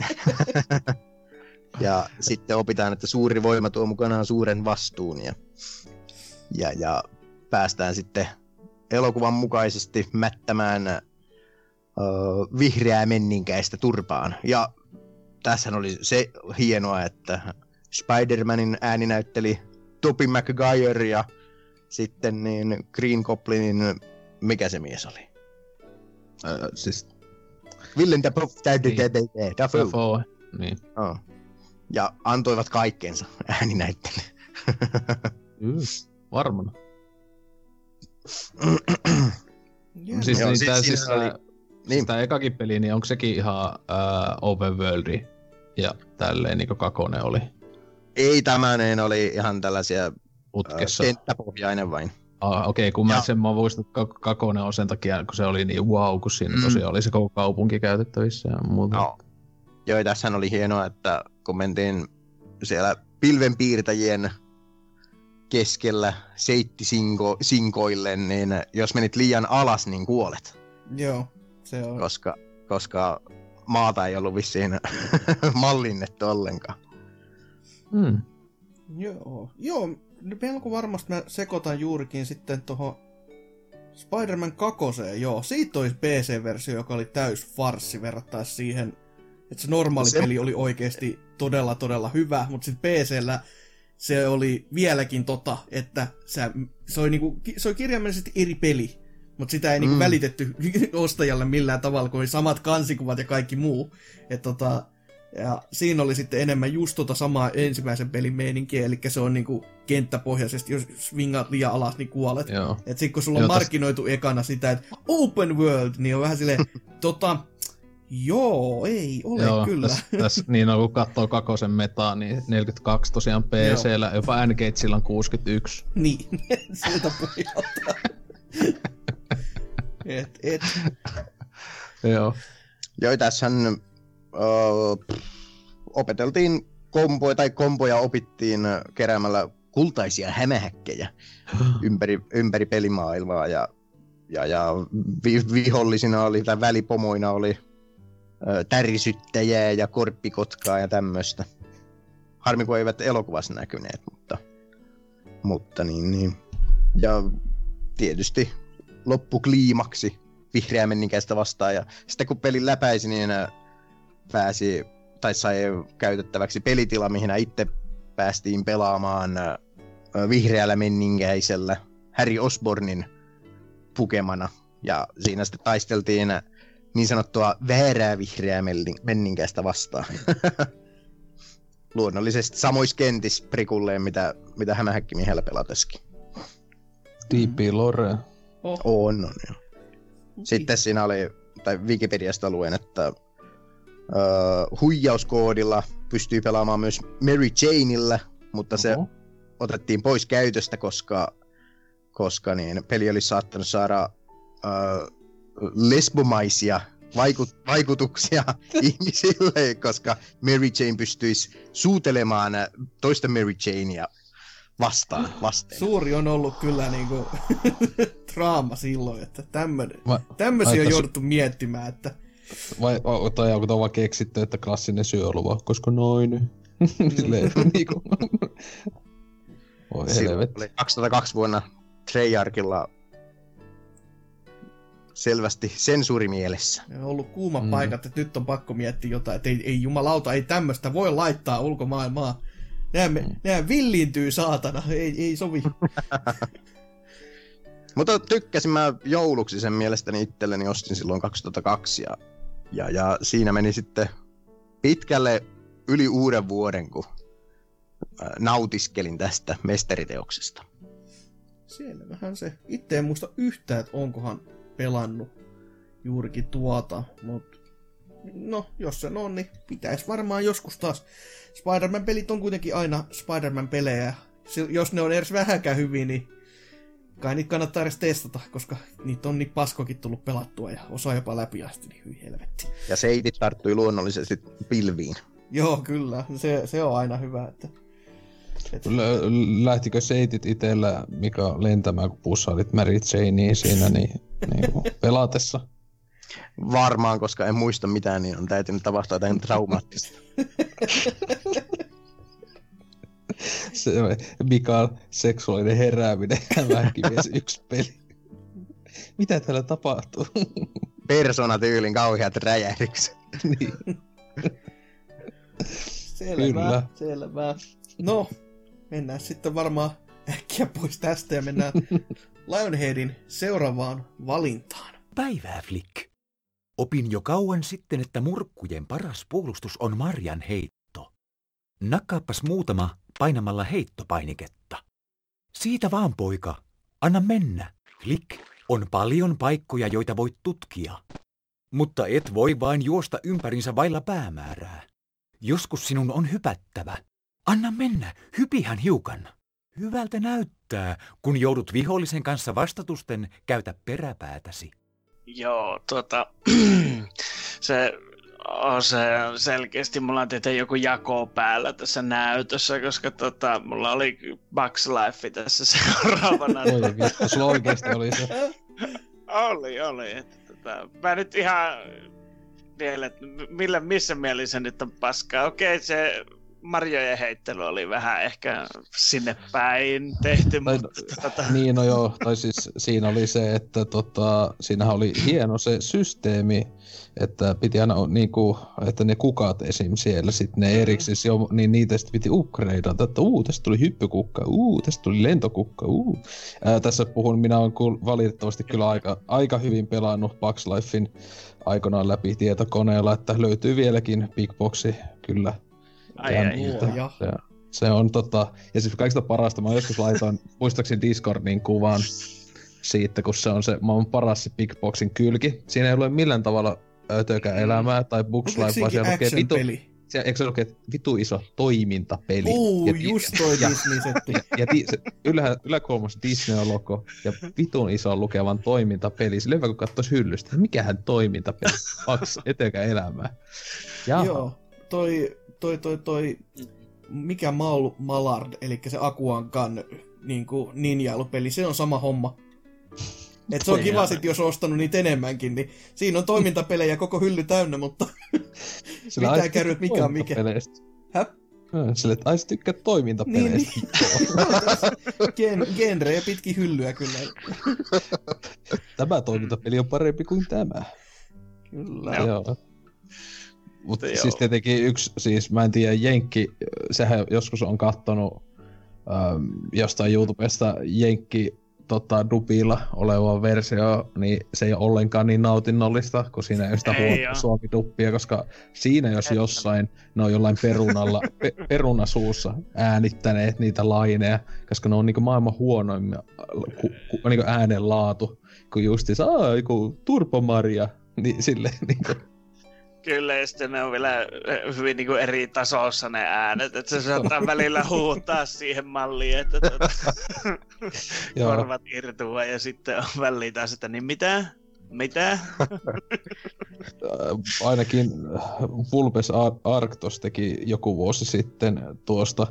Ja sitten opitaan, että suuri voima tuo mukanaan suuren vastuun ja päästään sitten elokuvan mukaisesti mättämään vihreää menninkäistä turpaan. Ja tässähän oli se hienoa, että Spider-Manin ääni näytteli Tobey Maguire ja sitten niin Green Goblinin, mikä se mies oli? Siis Willem Dafoe. Niin. Oh. Ja antoivat kaikkeensa ääninäyttelyyn. Varmana. Siis tää ekakin peli, niin onko sekin ihan open worldi ja tälleen niinku 2 oli? Ei, tämmönen oli ihan tällaisia kenttäpohjainen vain. Okei, kun mä muistan, että 2 on sen takia, kun se oli niin wow, kun siinä tosiaan oli se koko kaupunki käytettävissä ja muuta. No. Joo, tässähän oli hienoa, että kun mentiin siellä pilvenpiirtäjien keskellä seittisinkoille, niin jos menit liian alas, niin kuolet. Joo, se on. Koska maata ei ollut vissiin mallinnettu ollenkaan. Joo, melko varmasti mä sekoitan juurikin sitten tohon Spider-Man 2, joo. Siitä oli PC-versio, joka oli täys farssi verrattaessa siihen, että se normaali peli oli oikeesti todella, todella hyvä, mutta sitten PC:llä se oli vieläkin että se oli kirjaimellisesti eri peli, mutta sitä ei niinku välitetty ostajalle millään tavalla, kun oli samat kansikuvat ja kaikki muu. Ja siinä oli sitten enemmän just samaa ensimmäisen pelin meininkiä, eli se on niinku kenttäpohjaisesti, jos swingaat liian alas, niin kuolet. Et sit kun sulla on markkinoitu ekana sitä, että open world, niin on vähän silleen, joo, ei ole kyllä. Tässä niin on, kun katsoo 2 metaa, niin 42 tosiaan PC:llä, jopa N-Gatesilla on 61. Niin, siltä pohjalta. Joo. Joo, tässähän opeteltiin komboja opittiin keräämällä kultaisia hämähäkkejä ympäri pelimaailmaa ja vihollisina oli, tai välipomoina oli tärisyttäjää ja korppikotkaa ja tämmöstä. Harmi, kun eivät elokuvassa näkyneet, mutta niin. Ja tietysti loppukliimaksi vihreä menninkäistä vastaan, ja sitten kun pelin läpäisi, niin pääsi, tai sai käytettäväksi pelitila, mihin itse päästiin pelaamaan vihreällä menninkäisellä Harry Osbornin pukemana, ja siinä sitten taisteltiin niin sanottua väärää vihreää menninkäistä vastaan. Luonnollisesti samoissa kentissä prikulleen, mitä hämähäkkimiehellä pelateskin. Deepi lore. On jo. Sitten siinä oli, tai Wikipediasta luen, että huijauskoodilla pystyy pelaamaan myös Mary Janeillä, mutta se otettiin pois käytöstä, koska niin peli oli saattanut saada lesbomaisia vaikutuksia ihmisille, koska Mary Jane pystyisi suutelemaan toista Mary Janea vastaan lasten. Suuri on ollut kyllä niinku draama silloin, että tämmöisiä on jouduttu miettimään, että... Tai onko vaan keksitty, että klassinen syöluva, koska noin. Silleen niinku... Oi helvetti. 2002 vuonna Treyarchilla selvästi sensuuri mielessä. On ollut kuuma paikat, että nyt on pakko miettiä jotain, että ei jumalauta, ei tämmöistä voi laittaa ulkomaailmaa. Nämä villiintyy, saatana, ei sovi. Mutta tykkäsin mä jouluksi sen mielestäni itselleni, ostin silloin 2002 ja siinä meni sitten pitkälle yli uuden vuoden, kun nautiskelin tästä mestariteoksesta. Selvähän se. Itse en muista yhtään, että onkohan pelannut juurikin tuota, mutta no, jos sen on, niin pitäisi varmaan joskus taas. Spider-Man-pelit on kuitenkin aina Spider-Man-pelejä. Jos ne on edes vähänkään hyviä, niin kai niitä kannattaa edes testata, koska niitä on niin paskokin tullut pelattua ja osa jopa läpi asti, niin hyi helvetti. Ja seitit tarttui luonnollisesti pilviin. Joo, kyllä. Se on aina hyvä, että... Lähtikö seitit itellä, mikä lentämään, kun pussailit Mary Janeen siinä niin pelatessa? Varmaan, koska en muista mitään, niin on täytynyt tapahtua jotain traumaattista. Se Mikael seksuaalinen herääminen Mähkimies 1 peli. Mitä täällä tapahtuu? Persona-tyylin kauheat räjähdykset. Niin. Selvä. No, mennään sitten varmaan äkkiä pois tästä ja mennään Lionheadin seuraavaan valintaan. Päivää, Flick. Opin jo kauan sitten, että murkkujen paras puolustus on marjan heitto. Nakkaappas muutama painamalla heittopainiketta. Siitä vaan, poika. Anna mennä. Flick, on paljon paikkoja, joita voit tutkia. Mutta et voi vain juosta ympärinsä vailla päämäärää. Joskus sinun on hypättävä. Anna mennä, hypihän hiukan. Hyvältä näyttää, kun joudut vihollisen kanssa vastatusten käytä peräpäätäsi. Joo, se selkeästi mulla on tietenkin joku jako päällä tässä näytössä, koska mulla oli Bugs Life tässä seuraavana. Oi vittu, sulla oikeesti oli se. Oli. Mä nyt ihan vielä, että missä mielessä nyt on paskaa. Okei, se marjojen heittely oli vähän ehkä sinne päin tehty, mutta... Niin, no joo, tai siis siinä oli se, että siinähän oli hieno se systeemi, että piti aina niinku, että ne kukat esim. Siellä sit ne erikseen jo, niin niitä sit piti upgradeata, että tästä tuli hyppykukka, tästä tuli lentokukka, tässä puhun, minä olen valitettavasti kyllä aika hyvin pelannut Bugs Lifein aikanaan läpi tietokoneella, että löytyy vieläkin Big Boxi, kyllä. Se on ja siis kaikista parasta, mä joskus laitoin muistaakseni Discordin kuvan siitä, kun se on se maailman paras Big Boxin kylki. Siinä ei ole millään tavalla ötökään elämää tai Bugs Life, vaan siellä lukee eikö se lukee vitu iso toimintapeli? Just toi Disney-setti. Ja yläkulmassa Disney-logo ja vitun iso lukevan toimintapeli. Se hyvä, kun katsois hyllystä. Mikähän toimintapeli? Bugs etökään elämää. Jaha. Joo, toi mikä Mallard, eli se Akuankan niinku ninjailupeli, se on sama homma. Et se on kiva sit, jos on ostanut niitä enemmänkin, niin siinä on toimintapelejä koko hylly täynnä, mutta mitä käy, mikä on mikä. Hä? Sille, että sä tykkää toimintapeleistä. Niin. Genrejä pitkin hyllyä kyllä. Tämä toimintapeli on parempi kuin tämä. Kyllä. Joo. Mutta siis tietenkin siis mä en tiedä, Jenkki, sehän joskus on kattonut jostain YouTubesta Jenkki dubilla oleva versio, niin se ei ole ollenkaan niin nautinnollista, kun siinä ei ole sitä suomi-dubbia, koska siinä jos jossain ne on jollain perunasuussa äänittäneet niitä laineja, koska ne on niinku maailman huonoimmin niinku äänenlaatu, kun justiinsa joku Turbo Maria, niin silleen niinku... Kyllä, ja sitten ne on vielä hyvin niin kuin eri tasossa ne äänet, että se saattaa välillä huutaa siihen malliin, että korvat irtua ja sitten on väliin taas, että niin mitä? ainakin Vulpes Arctos teki joku vuosi sitten tuosta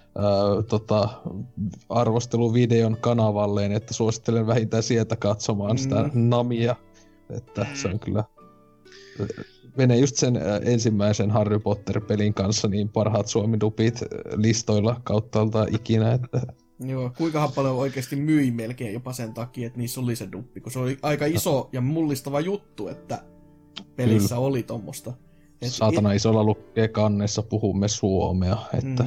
arvosteluvideon kanavalleen, että suosittelen vähintään sieltä katsomaan sitä Namia, että se on kyllä menee just sen ensimmäisen Harry Potter-pelin kanssa niin parhaat suomidupit listoilla kauttaalta ikinä, että joo, kuinkahan paljon oikeasti myi melkein jopa sen takia, että niissä oli se duppi, kun se oli aika iso ja mullistava juttu, että pelissä oli tommoista. Saatana isolla lukee kannessa, puhumme suomea, että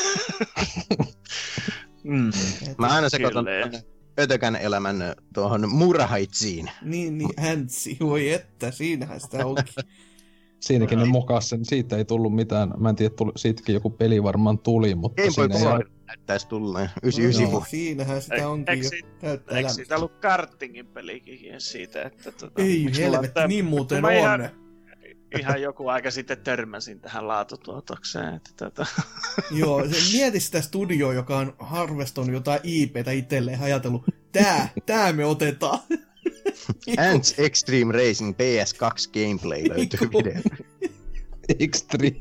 Mä aina sekoitan Ötökän elämän tuohon Murhaitsiin. Niin, häntsi, voi että, siinähän sitä onkin. Siinäkin ne mokas sen, siitä ei tullut mitään, mä en tiedä, siitäkin joku peli varmaan tuli, mutta siinä ei näyttäisi tulleen, 99 siinähän sitä onkin jo täyttä elämää. Eikö siitä ollut kartingin pelikin siitä, että ei helvetti, niin muuten on. Ihan joku aika sitten törmäsin tähän laatutuotokseen. Että Joo, mieti sitä studioa, joka on harvestonut jotain IPtä itselleen, ajatellut, tää me otetaan. Ants Extreme Racing PS2 gameplay löytyy video. Extreme.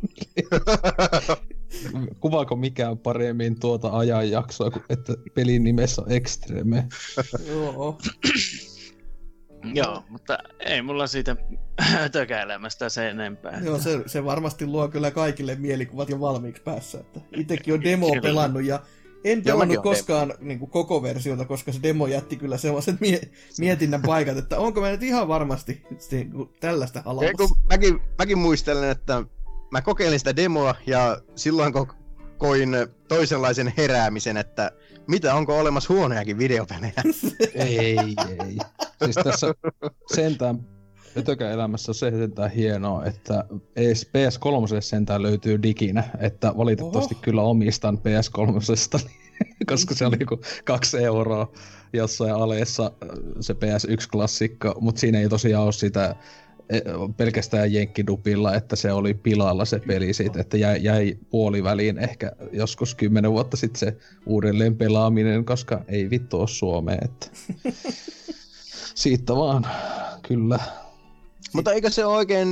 Kuvaako mikään paremmin tuota ajanjaksoa, että pelin nimessä on Extreme? Joo. Joo, mutta ei mulla siitä tökäilemästä se enempää. Joo, se varmasti luo kyllä kaikille mielikuvat jo valmiiksi päässä. Että itsekin on demo pelannut ja en pelannut koskaan niin kuin koko versiota, koska se demo jätti kyllä sellaiset mietinnän paikat, että onko mä nyt ihan varmasti tällaista haluamassa. Mäkin muistelen, että mä kokeilin sitä demoa ja silloin koin toisenlaisen heräämisen, että onko olemassa huonojakin videopelejä? Ei. Siis tässä sentään Ötökäelämässä on se sentään hienoa, että PS3 sentään löytyy diginä, että valitettavasti kyllä omistan PS3, koska se oli joku 2 € jossain aleessa se PS1-klassikko, mutta siinä ei tosiaan ole sitä pelkästään jenkkidupilla, että se oli pilalla se peli siitä, että jäi puoliväliin ehkä joskus 10 vuotta sitten se uudelleen pelaaminen, koska ei vittu ole Suomea, että siitä vaan, kyllä. Mutta eikö se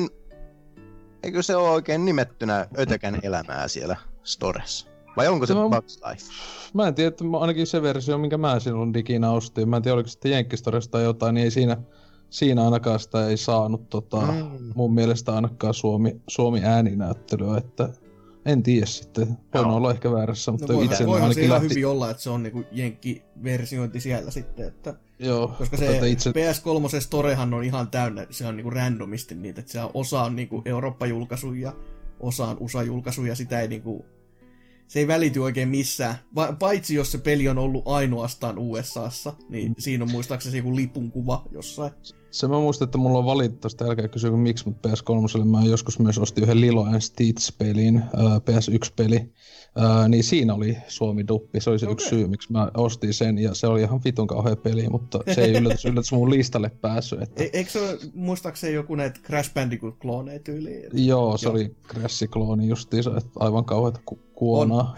ole oikein nimettynä Ötökän elämää siellä storessa? Vai onko se Bugs Life? Mä en tiedä, että ainakin se versio, minkä mä silloin diginä ostin, mä en tiedä, oliko sitten Jenkkistoresta tai jotain, niin ei siinä ainakaan sitä ei saanut mun mielestä ainakaan Suomi ääninäyttelyä, että en tiedä sitten. Voin olla ehkä väärässä, mutta itse voihan se ihan hyvin olla, että se on niinku jenkki-versiointi siellä sitten, että joo, koska se PS3 storehan on ihan täynnä, se on niinku randomisti niitä, että se osa on niinku Eurooppa-julkaisu ja osa on USA-julkaisu ja sitä ei niinku, se ei välity oikein missään, paitsi jos se peli on ollut ainoastaan USAssa, niin siinä on muistaakseni joku lipun kuva jossain. Se mä muistan, että mulla on valitettavasti, älkää kysyä miksi, mutta PS3 mä joskus myös ostin yhden Lilo and Stitch-pelin, PS1-peli, niin siinä oli Suomi-duppi, se oli se yksi syy, miksi mä ostin sen, ja se oli ihan vitun kauhea peli, mutta se ei yllätys mun listalle päässyt. Että eikö se ole muistaakseni joku näitä Crash Bandicoot-klooneja tyyliin? Joo, se oli Crash-klooni justiinsa, että aivan kauheata kuonaa.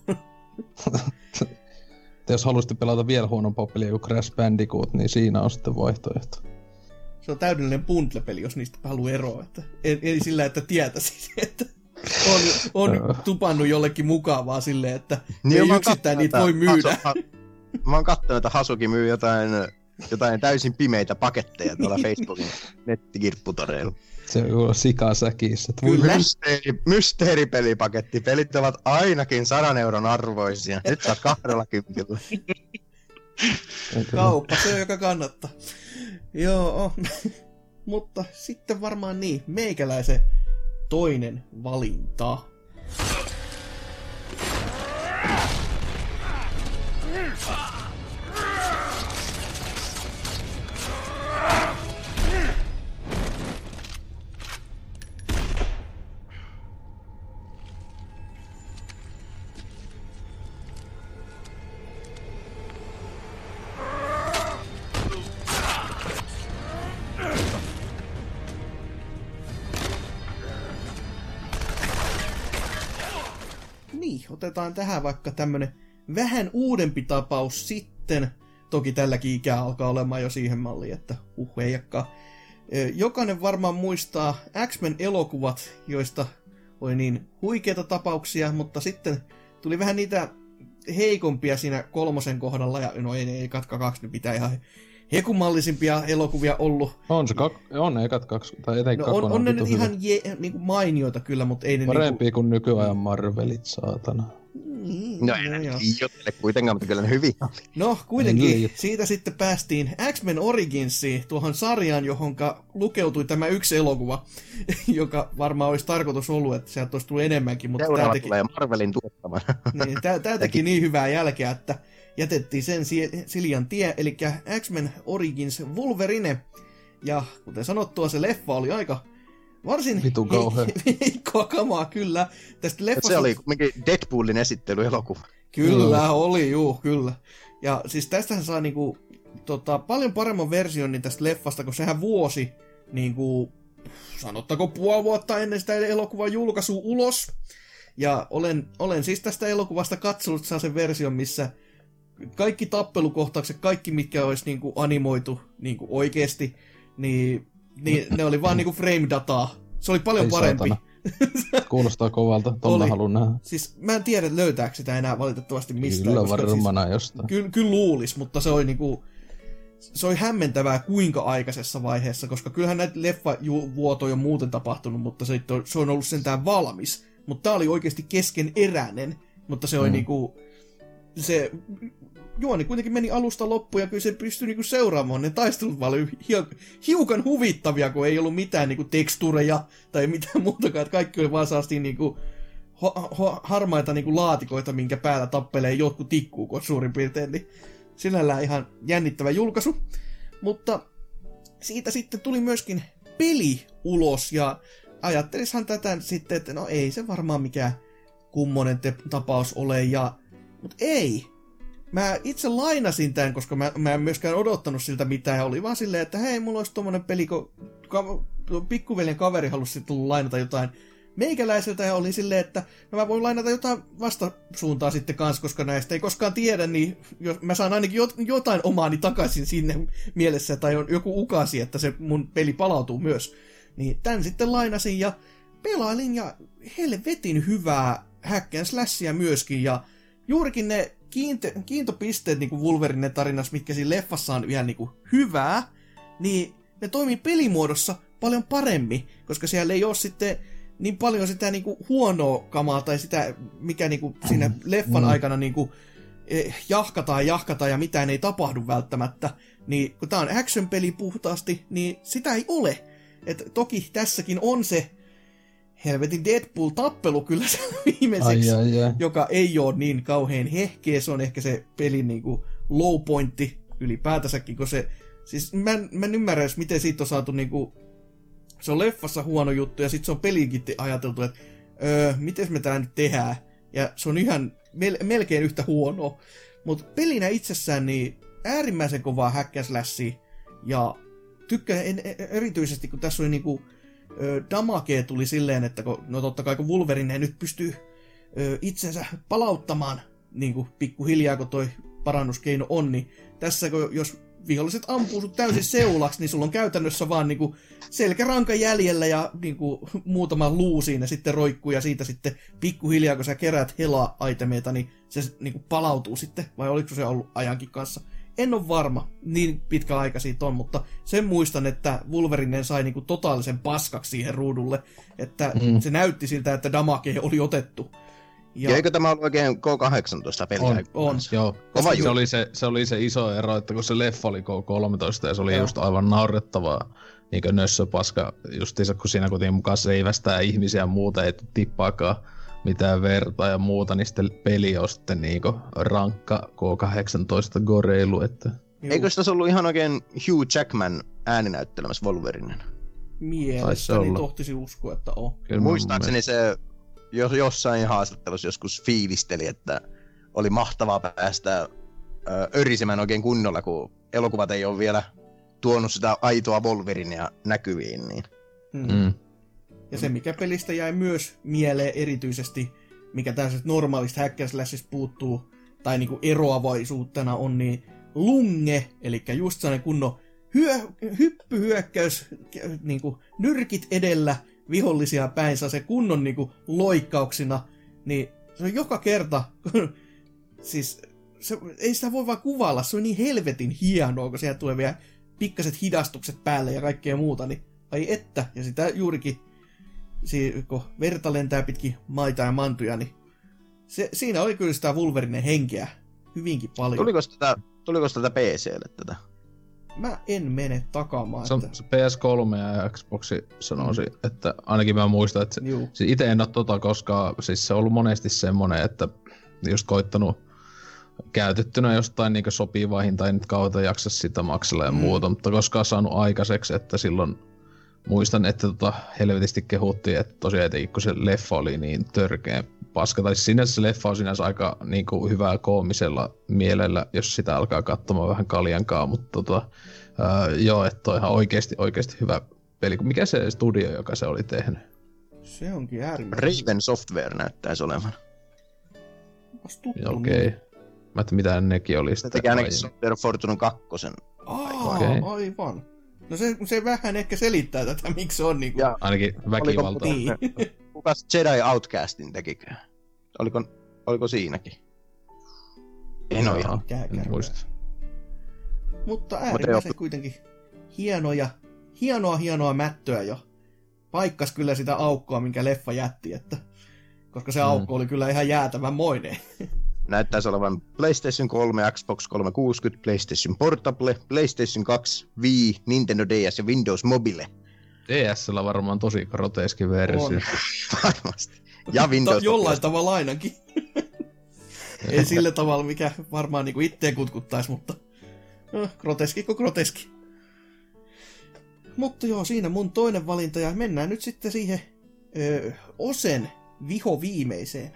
Jos haluaisitte pelata vielä huonompaa peliä kuin Crash Bandicoot, niin siinä on sitten vaihtoehto. Se on täydellinen bundle-peli, jos niistä haluaa eroa. Että ei sillä, että tietäisi, että on tupannut jollekin mukavaa silleen, että niin ei yksittäin niitä voi myydä. Mä oon kattonut, että Hasuki myy jotain täysin pimeitä paketteja tuolla Facebookin nettikirpputoreilla. Se on sikasäkissä. Kyllä. Mysteeripelipaketti. Pelit ovat ainakin 100 € arvoisia. Nyt saat 20. Kauppa, se on joka kannattaa. Joo, mutta sitten varmaan niin, meikäläisen toinen valinta. Otetaan tähän vaikka tämmönen vähän uudempi tapaus sitten. Toki tälläkin ikää alkaa olemaan jo siihen malliin, että eijakkaan. Jokainen varmaan muistaa X-Men-elokuvat, joista oli niin huikeita tapauksia, mutta sitten tuli vähän niitä heikompia siinä 3 kohdalla, ja no ei Katka 2 nyt pitää ihan hekumallisimpia elokuvia ollut. On ekat 2, tai etenkin no, on ne nyt ihan niinku mainioita kyllä, mutta ei ne parempia kuin nykyajan Marvelit, saatana. No ei ne liioittele kuitenkaan, mutta kyllä ne hyviä. No kuitenkin, siitä sitten päästiin X-Men Originsiin, tuohon sarjaan, johonka lukeutui tämä yksi elokuva, joka varmaan olisi tarkoitus ollut, että sieltä olisi tullut enemmänkin. Mutta seuraava tulee Marvelin tuottamaan. Niin, tämä teki niin hyvää jälkeä, että jätettiin sen Siljan tie, eli X-Men Origins Wolverine. Ja kuten sanottua, se leffa oli aika varsin heikkoa kamaa, kyllä. Tästä leffasta... Se oli Deadpoolin esittelyelokuva. Kyllä, oli, kyllä. Ja siis tästähän saa niinku, paljon paremman version niin tästä leffasta, kun sehän vuosi, niinku, sanottako puoli vuotta ennen sitä elokuvan julkaisua ulos. Ja olen siis tästä elokuvasta katsonut sen version, missä kaikki tappelukohtaukset, kaikki mitkä olisi niinku animoitu niinku oikeesti, niin ne oli vaan niinku frame-dataa. Se oli paljon parempi. Kuulostaa kovalta, tuolla haluan nähdä. Siis mä en tiedä, löytääkö sitä enää valitettavasti mistään. Kyllä varmana siis, jostain. Kyllä luulis, mutta se oli niinku... Se oli hämmentävää kuinka aikaisessa vaiheessa, koska kyllähän näitä leffavuotoja on muuten tapahtunut, mutta se on ollut sentään valmis. Mutta tää oli oikeasti keskeneräinen, mutta se oli niinku... Se juoni kuitenkin meni alusta loppuun ja kyllä se pystyi niinku seuraamaan. Ne taistelut vaan oli hiukan huvittavia, kun ei ollut mitään niinku tekstureja tai mitään muutakaan. Että kaikki oli vaan saastiin niinku harmaita niinku laatikoita, minkä päällä tappelee jotkut tikkuukot suurin piirtein. Niin sinällään ihan jännittävä julkaisu. Mutta siitä sitten tuli myöskin peli ulos ja ajattelishan tätä sitten, että no ei se varmaan mikään kummonen tapaus ole mutta ei. Mä itse lainasin tämän, koska mä en myöskään odottanut siltä mitään. Ja oli vaan silleen, että hei, mulla olisi tommonen peli, kun pikkuveljen kaveri halusi tullut lainata jotain meikäläiseltä. Ja oli silleen, että no mä voin lainata jotain vastasuuntaa sitten kanssa, koska näistä ei koskaan tiedä, niin mä saan ainakin jotain omaani takaisin sinne mielessä. Tai on joku ukasi, että se mun peli palautuu myös. Niin tän sitten lainasin ja pelailin ja helvetin hyvää hack and slashia myöskin. Ja juurikin ne kiintopisteet niin kuin Wolverine tarinassa, mitkä siinä leffassa on ihan niin kuin hyvää, niin ne toimii pelimuodossa paljon paremmin, koska siellä ei ole sitten niin paljon sitä niin kuin huonoa kamaa tai sitä, mikä niin kuin siinä leffan aikana niin kuin jahkataan ja mitään ei tapahdu välttämättä. Niin kun tää on action-peli puhtaasti, niin sitä ei ole. Et toki tässäkin on se helvetin Deadpool-tappelu kyllä se viimeiseksi, joka ei ole niin kauhean hehkeä. Se on ehkä se pelin niinku low pointti ylipäätänsäkin, kun se... Siis mä en ymmärrä edes, miten siitä on saatu niinku... Se on leffassa huono juttu, ja sitten se on pelinkin ajateltu, että miten me tää nyt tehdään. Ja se on ihan melkein yhtä huonoa. Mutta pelinä itsessään niin äärimmäisen kovaa hack and slashia. Ja tykkään erityisesti, kun tässä oli niinku... damagea tuli silleen, että no totta kai kun Wolverine nyt pystyy itsensä palauttamaan niin kuin pikkuhiljaa, kun toi parannuskeino on, niin tässä jos viholliset ampuu sut täysin seulaksi, niin sulla on käytännössä vaan niin kuin selkäranka jäljellä ja niin kuin muutama luu siinä sitten roikkuu ja siitä sitten pikkuhiljaa, kun sä kerät hela-itemeita, niin se niin kuin palautuu sitten, vai oliko se ollut ajankin kanssa? En ole varma, niin pitkä aika siitä on, mutta sen muistan, että Wolverine sai niinku totaalisen paskaksi siihen ruudulle, että se näytti siltä, että damage oli otettu. Ja eikö tämä ollut oikein K-18 peliä? On. Joo, se oli se iso ero, että kun se leffa oli K-13 ja se oli just aivan naurettavaa niinkö nössöpaska, justiinsa kun siinä kuitenkin mukaan seivästää ihmisiä ja muuta, ei tippaakaan mitään verta ja muuta, niin sitten peli on sitten niinku rankka K-18 goreilu, että... Eikö sitä ollut ihan oikein Hugh Jackman ääninäyttelemässä Wolverinen? Mielestäni tohtisi uskoa, että on. Muistaakseni se jossain haastattelussa joskus fiilisteli, että oli mahtavaa päästä örisemään oikein kunnolla, kun elokuvat ei ole vielä tuonut sitä aitoa Wolverinea näkyviin, niin... Ja se, mikä pelistä jäi myös mieleen erityisesti, mikä tällaisesta normaalista hack and slashista puuttuu, tai niinku eroavaisuutena on, niin lunge, eli just sellainen kunnon hyppyhyökkäys, niin kuin nyrkit edellä vihollisia päin, saa se kunnon niin kuin loikkauksina, niin se on joka kerta, siis ei sitä voi vaan kuvailla, se on niin helvetin hienoa, kun siellä tulee vielä pikkaset hidastukset päälle ja kaikkea muuta, niin ai että, ja sitä juurikin, kun verta lentää pitkin maita ja mantuja, niin siinä oli kyllä sitä Wolverinen henkeä hyvinkin paljon. Tuliko tätä PC:lle tätä? Mä en mene takaamaan. Se on PS3 ja Xboxi sanoisin, että ainakin mä muistan, että siis itse en ole koska siis se on ollut monesti semmonen, että just koittanut käytettynä jostain niin sopivaa hintaa, ei nyt kautta jaksa sitä maksella ja muuta, mutta koskaan saanut aikaiseksi, että silloin muistan, että helvetisti kehuttiin, että tosiaan etenkin kun se leffa oli niin törkeä paska, tai sinänsä se leffa on sinänsä aika niin kuin hyvää koomisella mielellä, jos sitä alkaa katsomaan vähän kaljankaa, mutta joo, että on ihan oikeesti hyvä peli. Mikä se studio, joka se oli tehnyt? Se onkin äärimmäisen. Raven Software näyttäisi olevan. Okei. Mä ajattelin, mitä nekin oli sitten. Se teki ainakin Software Fortune 2. Aivan. No se vähän ehkä selittää tätä, miksi se on niinku... Ja ainakin väkivaltaa. Kukas Jedi Outcastin tekikö? Oliko siinäkin? En ole ihan muista. Mutta äärimmäisen kuitenkin hienoa mättöä jo. Paikkas kyllä sitä aukkoa, minkä leffa jätti, että... Koska se aukko oli kyllä ihan jäätävänmoinen. Näyttäisi olevan PlayStation 3, Xbox 360, PlayStation Portable, PlayStation 2, Wii, Nintendo DS ja Windows Mobile. DS:llä varmaan tosi groteski versio. Varmasti. Ja Windows jollain tavalla ainakin. Ei sillä tavalla, mikä varmaan niinku itteen kutkuttaisi, mutta groteski. Mutta joo, siinä mun toinen valinta, ja mennään nyt sitten siihen Osen viho viimeiseen.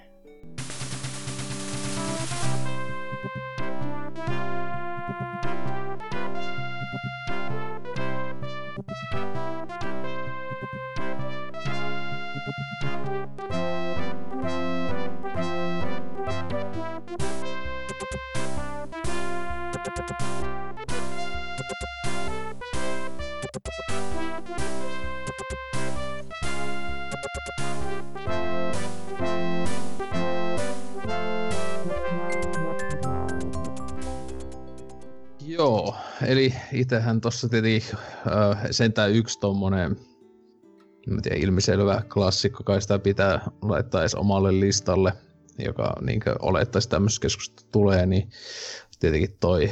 Joo, eli itsehän tossa tietenkin sentään yksi tommonen, en tiedä, ilmiselvä klassikko, kai sitä pitää laittaa edes omalle listalle, joka niinkö olettaisi tämmöisessä keskustelussa tulee, niin tietenkin toi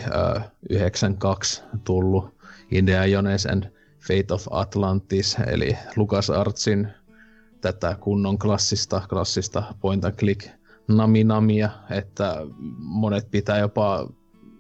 92 tullut Indiana Jones and Fate of Atlantis, eli LucasArtsin tätä kunnon klassista point and click naminamia, että monet pitää jopa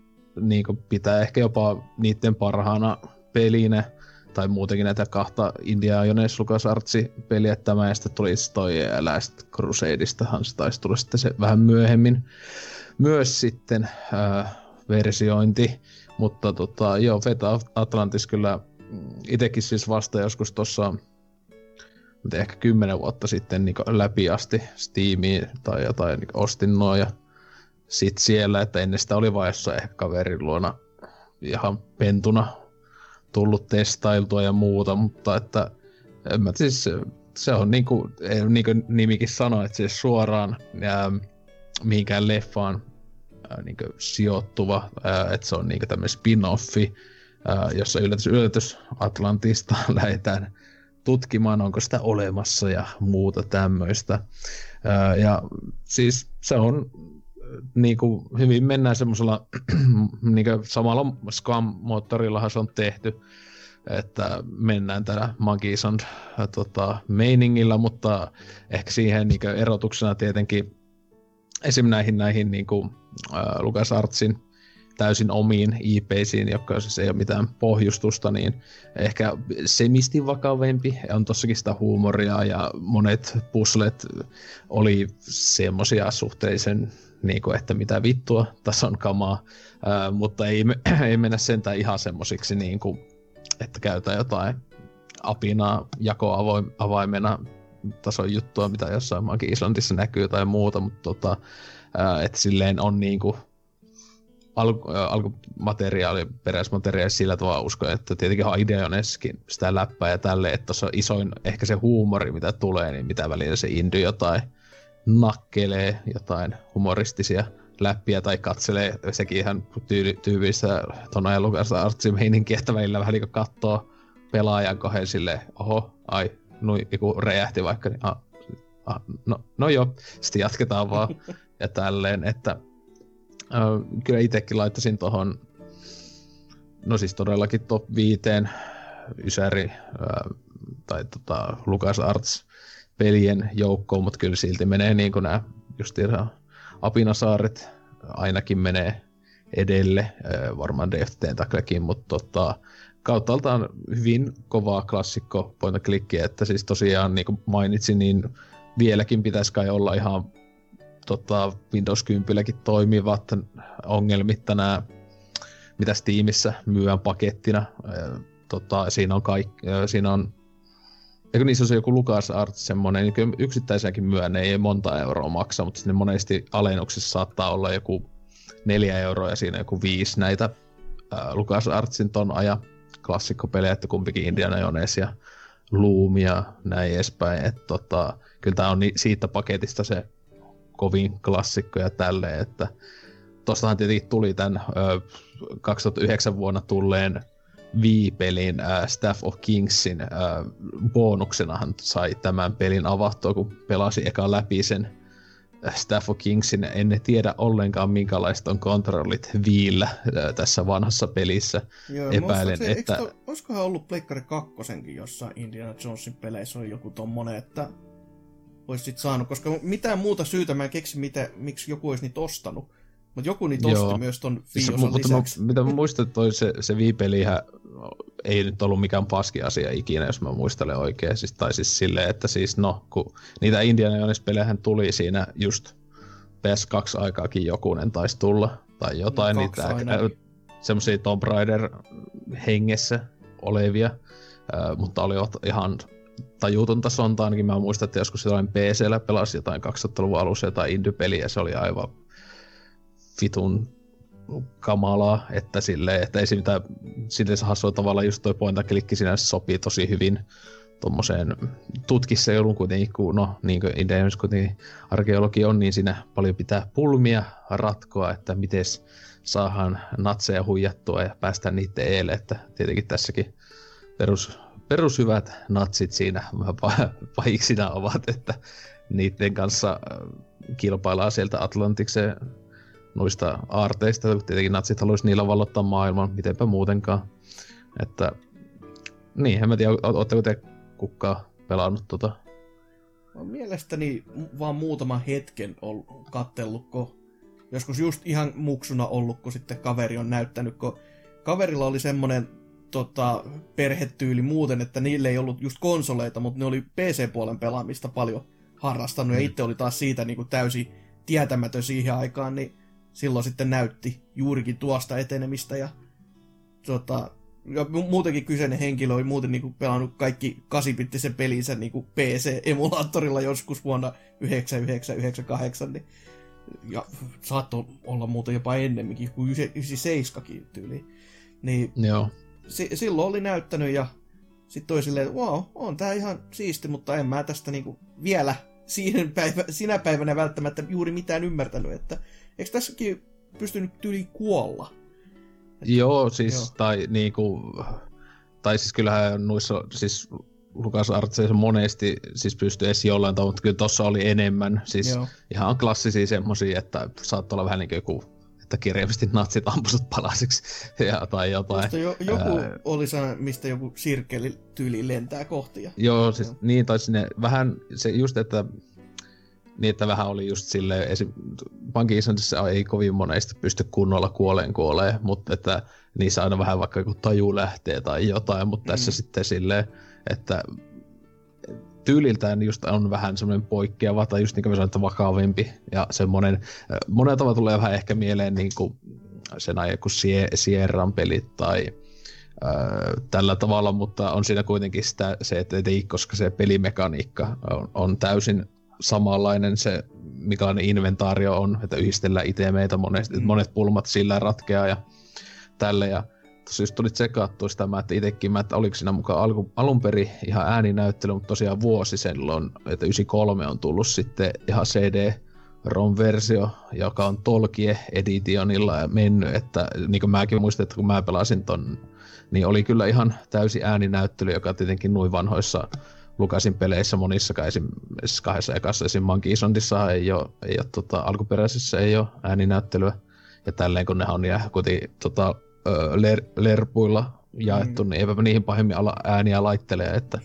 pitää ehkä jopa niiden parhaana pelinä, tai muutenkin näitä kahta Indiana Jones LucasArtsin peliä, tämä ja sitten tuli toi Last Crusadistahan se taisi tulla sitten se vähän myöhemmin myös sitten versiointi, mutta joo, Fate of Atlantis kyllä itekin siis vasta joskus tossa ehkä 10 vuotta sitten niin läpi asti Steamiin tai jotain niin ostin noin ja sit siellä, että ennen sitä oli vaiheessa ehkä kaverin luona ihan pentuna tullut testailtua ja muuta, mutta että siis se on niin kuin nimikin sanoi, että se suoraan mihinkään leffaan niin sijoittuva, että se on niin tämmöinen spin-offi, jossa yllätys Atlantista lähdetään tutkimaan, onko sitä olemassa ja muuta tämmöistä. Ja siis se on niinku hyvin mennään semmoisella niinku samalla Scam-moottorillahan se on tehty, että mennään tällä Magison meiningillä, mutta ehkä siihen niinku erotuksena tietenkin esim. näihin niinku LucasArtsin täysin omiin IP:siin, jotka siis ei ole mitään pohjustusta, niin ehkä semisti vakavempi. On tossakin sitä huumoria ja monet puzzlet oli semmosia suhteellisen, niin kuin, että mitä vittua tason kamaa, mutta ei mennä sentään ihan semmosiksi, niin kuin, että käytetään jotain apinaa jakoavaimena tason juttua, mitä jossain Magi Islandissa näkyy tai muuta, mutta että silleen on niinku alkumateriaali, peräismateriaali sillä tavalla uskon, että tietenkin Ideoneskin sitä läppää ja tälleen, että tuossa isoin ehkä se huumori, mitä tulee, niin mitä välillä se Indy jotain nakkelee, jotain humoristisia läppiä tai katselee, sekin ihan tyypillistä tuon ajan LucasArtsin meininkiä, että välillä vähän niin katsoo pelaajan kohden silleen, oho, ai, joku räjähti vaikka, niin no joo, sitten jatketaan vaan ja tälleen, että kyllä itsekin laittaisin tohon, no siis todellakin top 5 Ysäri tai LucasArts pelien joukkoon, mutta kyllä silti menee niin kuin nämä justiinsa Apinasaaret ainakin menee edelle, varmaan DFT:n taklakin, mutta kauttaaltaan hyvin kovaa klassikko point and clickia, että siis tosiaan niin kuin mainitsin, niin vieläkin pitäisi kai olla ihan Windows 10:lläkin toimivat ongelmitta nämä, mitä Steamissa myyään pakettina. Siinä on eikö niissä on se joku LucasArts semmoinen, niin yksittäisenäkin myön, ne ei monta euroa maksa, mutta sinne monesti alennuksissa saattaa olla joku 4 euroa ja siinä joku 5 näitä LucasArtsin ton ajan klassikkopelejä, että kumpikin Indiana Jones ja Loom ja näin edespäin. Kyllä tää on siitä paketista se kovin klassikko ja tälleen, että tostahan tietenkin tuli tän 2009 vuonna tulleen Wii-pelin Staff of Kingsin bonuksenahan sai tämän pelin avattua, kun pelasi eka läpi sen Staff of Kingsin. En tiedä ollenkaan, minkälaiset on kontrollit Wiillä tässä vanhassa pelissä. Joo, epäilen, että olisikohan ollut Pleikkari 2:nkin jossain Indiana Jonesin peleissä on joku tommonen, että olisi sit saanut, koska mitään muuta syytä mä en keksi, miksi joku olisi niitä ostanut. Mutta joku niitä osti myös ton Wii-osan lisäksi. Mitä mä muistan, että se Wii-pelihän ei nyt ollut mikään paski asia ikinä, jos mä muistelen oikein. Tai siis silleen, että siis kun niitä Indiana Jones-pelejähän tuli siinä just PS2-aikaakin jokunen taisi tulla. Tai jotain niitä semmosia Tomb Raider hengessä olevia, mutta olivat ihan tajuutonta sonta. Ainakin mä muistan, että joskus jotain PC:llä pelasi jotain 2000-luvun alussa jotain Indy-peliä ja se oli aivan vitun kamalaa, että silleen, että ei se mitään silleen hassua tavalla just toi point and click sinänsä sopii tosi hyvin tommoseen tutkissa joulun kuitenkin, kun niin kuin Indiana kuitenkin arkeologi on, niin siinä paljon pitää pulmia ratkoa, että miten saadaan natseja huijattua ja päästä niiden eelle, että tietenkin tässäkin perushyvät natsit siinä pahiksina ovat, että niiden kanssa kilpaillaan sieltä Atlantiksen noista aarteista, kun tietenkin natsit haluaisi niillä vallottaa maailman, mitenpä muutenkaan. Että niin, en mä tiedä, ootteko te kukaan pelannut tota? Mielestäni vaan muutaman hetken katsellut, kun joskus just ihan muksuna ollut, kun sitten kaveri on näyttänyt, kun kaverilla oli semmonen perhetyyli muuten, että niille ei ollut just konsoleita, mutta ne oli PC-puolen pelaamista paljon harrastanut, ja itse oli taas siitä niin kuin täysin tietämätön siihen aikaan, niin silloin sitten näytti juurikin tuosta etenemistä, ja muutenkin kyseinen henkilö oli muuten niin kuin pelannut kaikki 8-bittisen pelinsä niin kuin PC-emulaattorilla joskus vuonna 1998, niin, ja saattoi olla muuten jopa ennemminkin, kuin 97kin tyyliin. Niin, joo. Silloin oli näyttänyt, ja sitten toi silleen, että wow, on tää ihan siisti, mutta en mä tästä niinku vielä sinä päivänä välttämättä juuri mitään ymmärtänyt, että eikö tässäkin pystynyt tyyliin kuolla? Joo, siis, tai siis kyllähän noissa, siis LucasArtseissa monesti siis pystyy edes jollain tavalla, mutta kyllä tossa oli enemmän, siis ihan klassisia semmosia, että saattoi olla vähän niin kuin joku, että kirjaimisesti natsit ampusut palasiksi tai jotain. Joku oli se, mistä joku sirkkeli tyyliin lentää kohti. Joo, siis niin, tai sinne vähän se just, että niin, että vähän oli just silleen, Pankin Islandissa ei kovin monesti pysty kunnolla kuoleen, mutta että niissä aina vähän vaikka joku taju lähtee tai jotain, mutta tässä sitten silleen, että tyyliltään just on vähän semmoinen poikkeava tai just niin kuin sanoin, että vakavempi ja semmoinen, monella tavalla tulee vähän ehkä mieleen niin kuin sen ajan kuin Sierran pelit tai tällä tavalla, mutta on siinä kuitenkin se, että ei, koska se pelimekaniikka on täysin samanlainen se minkälainen inventaario on, että yhdistellään itemeitä, monet pulmat sillä ratkeaa ja tälle. Ja tuossa just tuli tsekattua sitä, että itsekin, että oliko siinä mukaan alun perin ihan ääninäyttely, mutta tosiaan vuosi silloin, että 93 on tullut sitten ihan CD-ROM-versio, joka on Tolkien Editionilla ja mennyt, että niin kuin mäkin muistin, että kun mä pelasin ton, niin oli kyllä ihan täysi ääninäyttely, joka tietenkin noin vanhoissa Lucasin peleissä monissakaan, esimerkiksi 2 ekassa, esim. Monkey Islandissa ei ole alkuperäisessä ei ole ääninäyttelyä, ja tälleen kun ne on lerpuilla jaettu, niin eipä niihin pahemmin ääniä laittele, että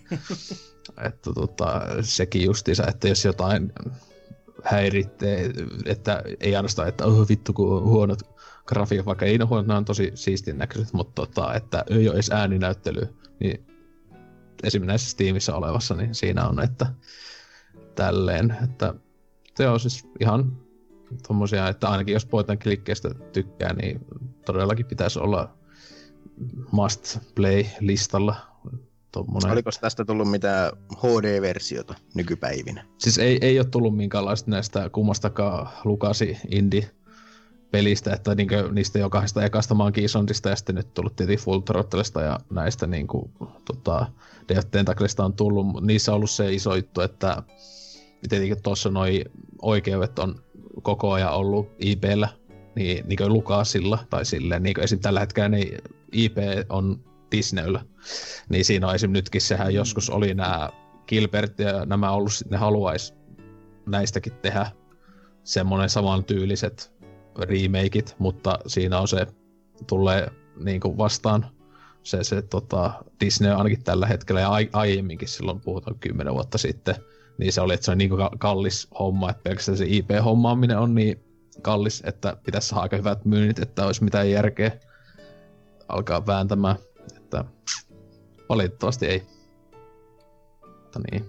sekin justiinsa, että jos jotain häiritsee, että ei ainoastaan, että vittu kun on huonot grafiikat, vaikka ei ne huonot, ne on tosi siistin näköiset, mutta että ei ole edes ääninäyttelyä, niin esimerkiksi näissä Steamissa olevassa, niin siinä on, että tälleen, että se on siis ihan tommosia, että ainakin jos point and clickkeistä tykkää, niin todellakin pitäisi olla must play listalla. Tommonen. Oliko tästä tullut mitään HD-versiota nykypäivinä? Siis ei ole tullut minkäänlaista näistä kummastakaan Lucasi indie-pelistä, että niistä jo 2 ekasta Monkey Islandista ja sitten nyt tullut tietenkin Full Throttlesta ja näistä Death Tentaclesta on tullut. Niissä on ollut se iso juttu, että tietenkin tuossa noi oikeudet on koko ajan ollut IP:llä, niin kuin Lucasilla tai silleen, niin kuin esim. Tällä hetkellä niin IP on Disneyllä. Niin siinä on esim. Nytkin sehän joskus oli nämä Gilbert ja nämä ollut, ne haluaisi näistäkin tehdä semmoinen samantyyliset remakeit, mutta siinä on se, tulee niinku vastaan se Disney ainakin tällä hetkellä ja aiemminkin silloin puhutaan 10 vuotta sitten, niin se oli, että se on niin kallis homma, että pelkästään se IP-hommaaminen on niin kallis, että pitäisi saada aika hyvät myynnit, että olisi mitään järkeä alkaa vääntämään, että valitettavasti ei. Mutta niin.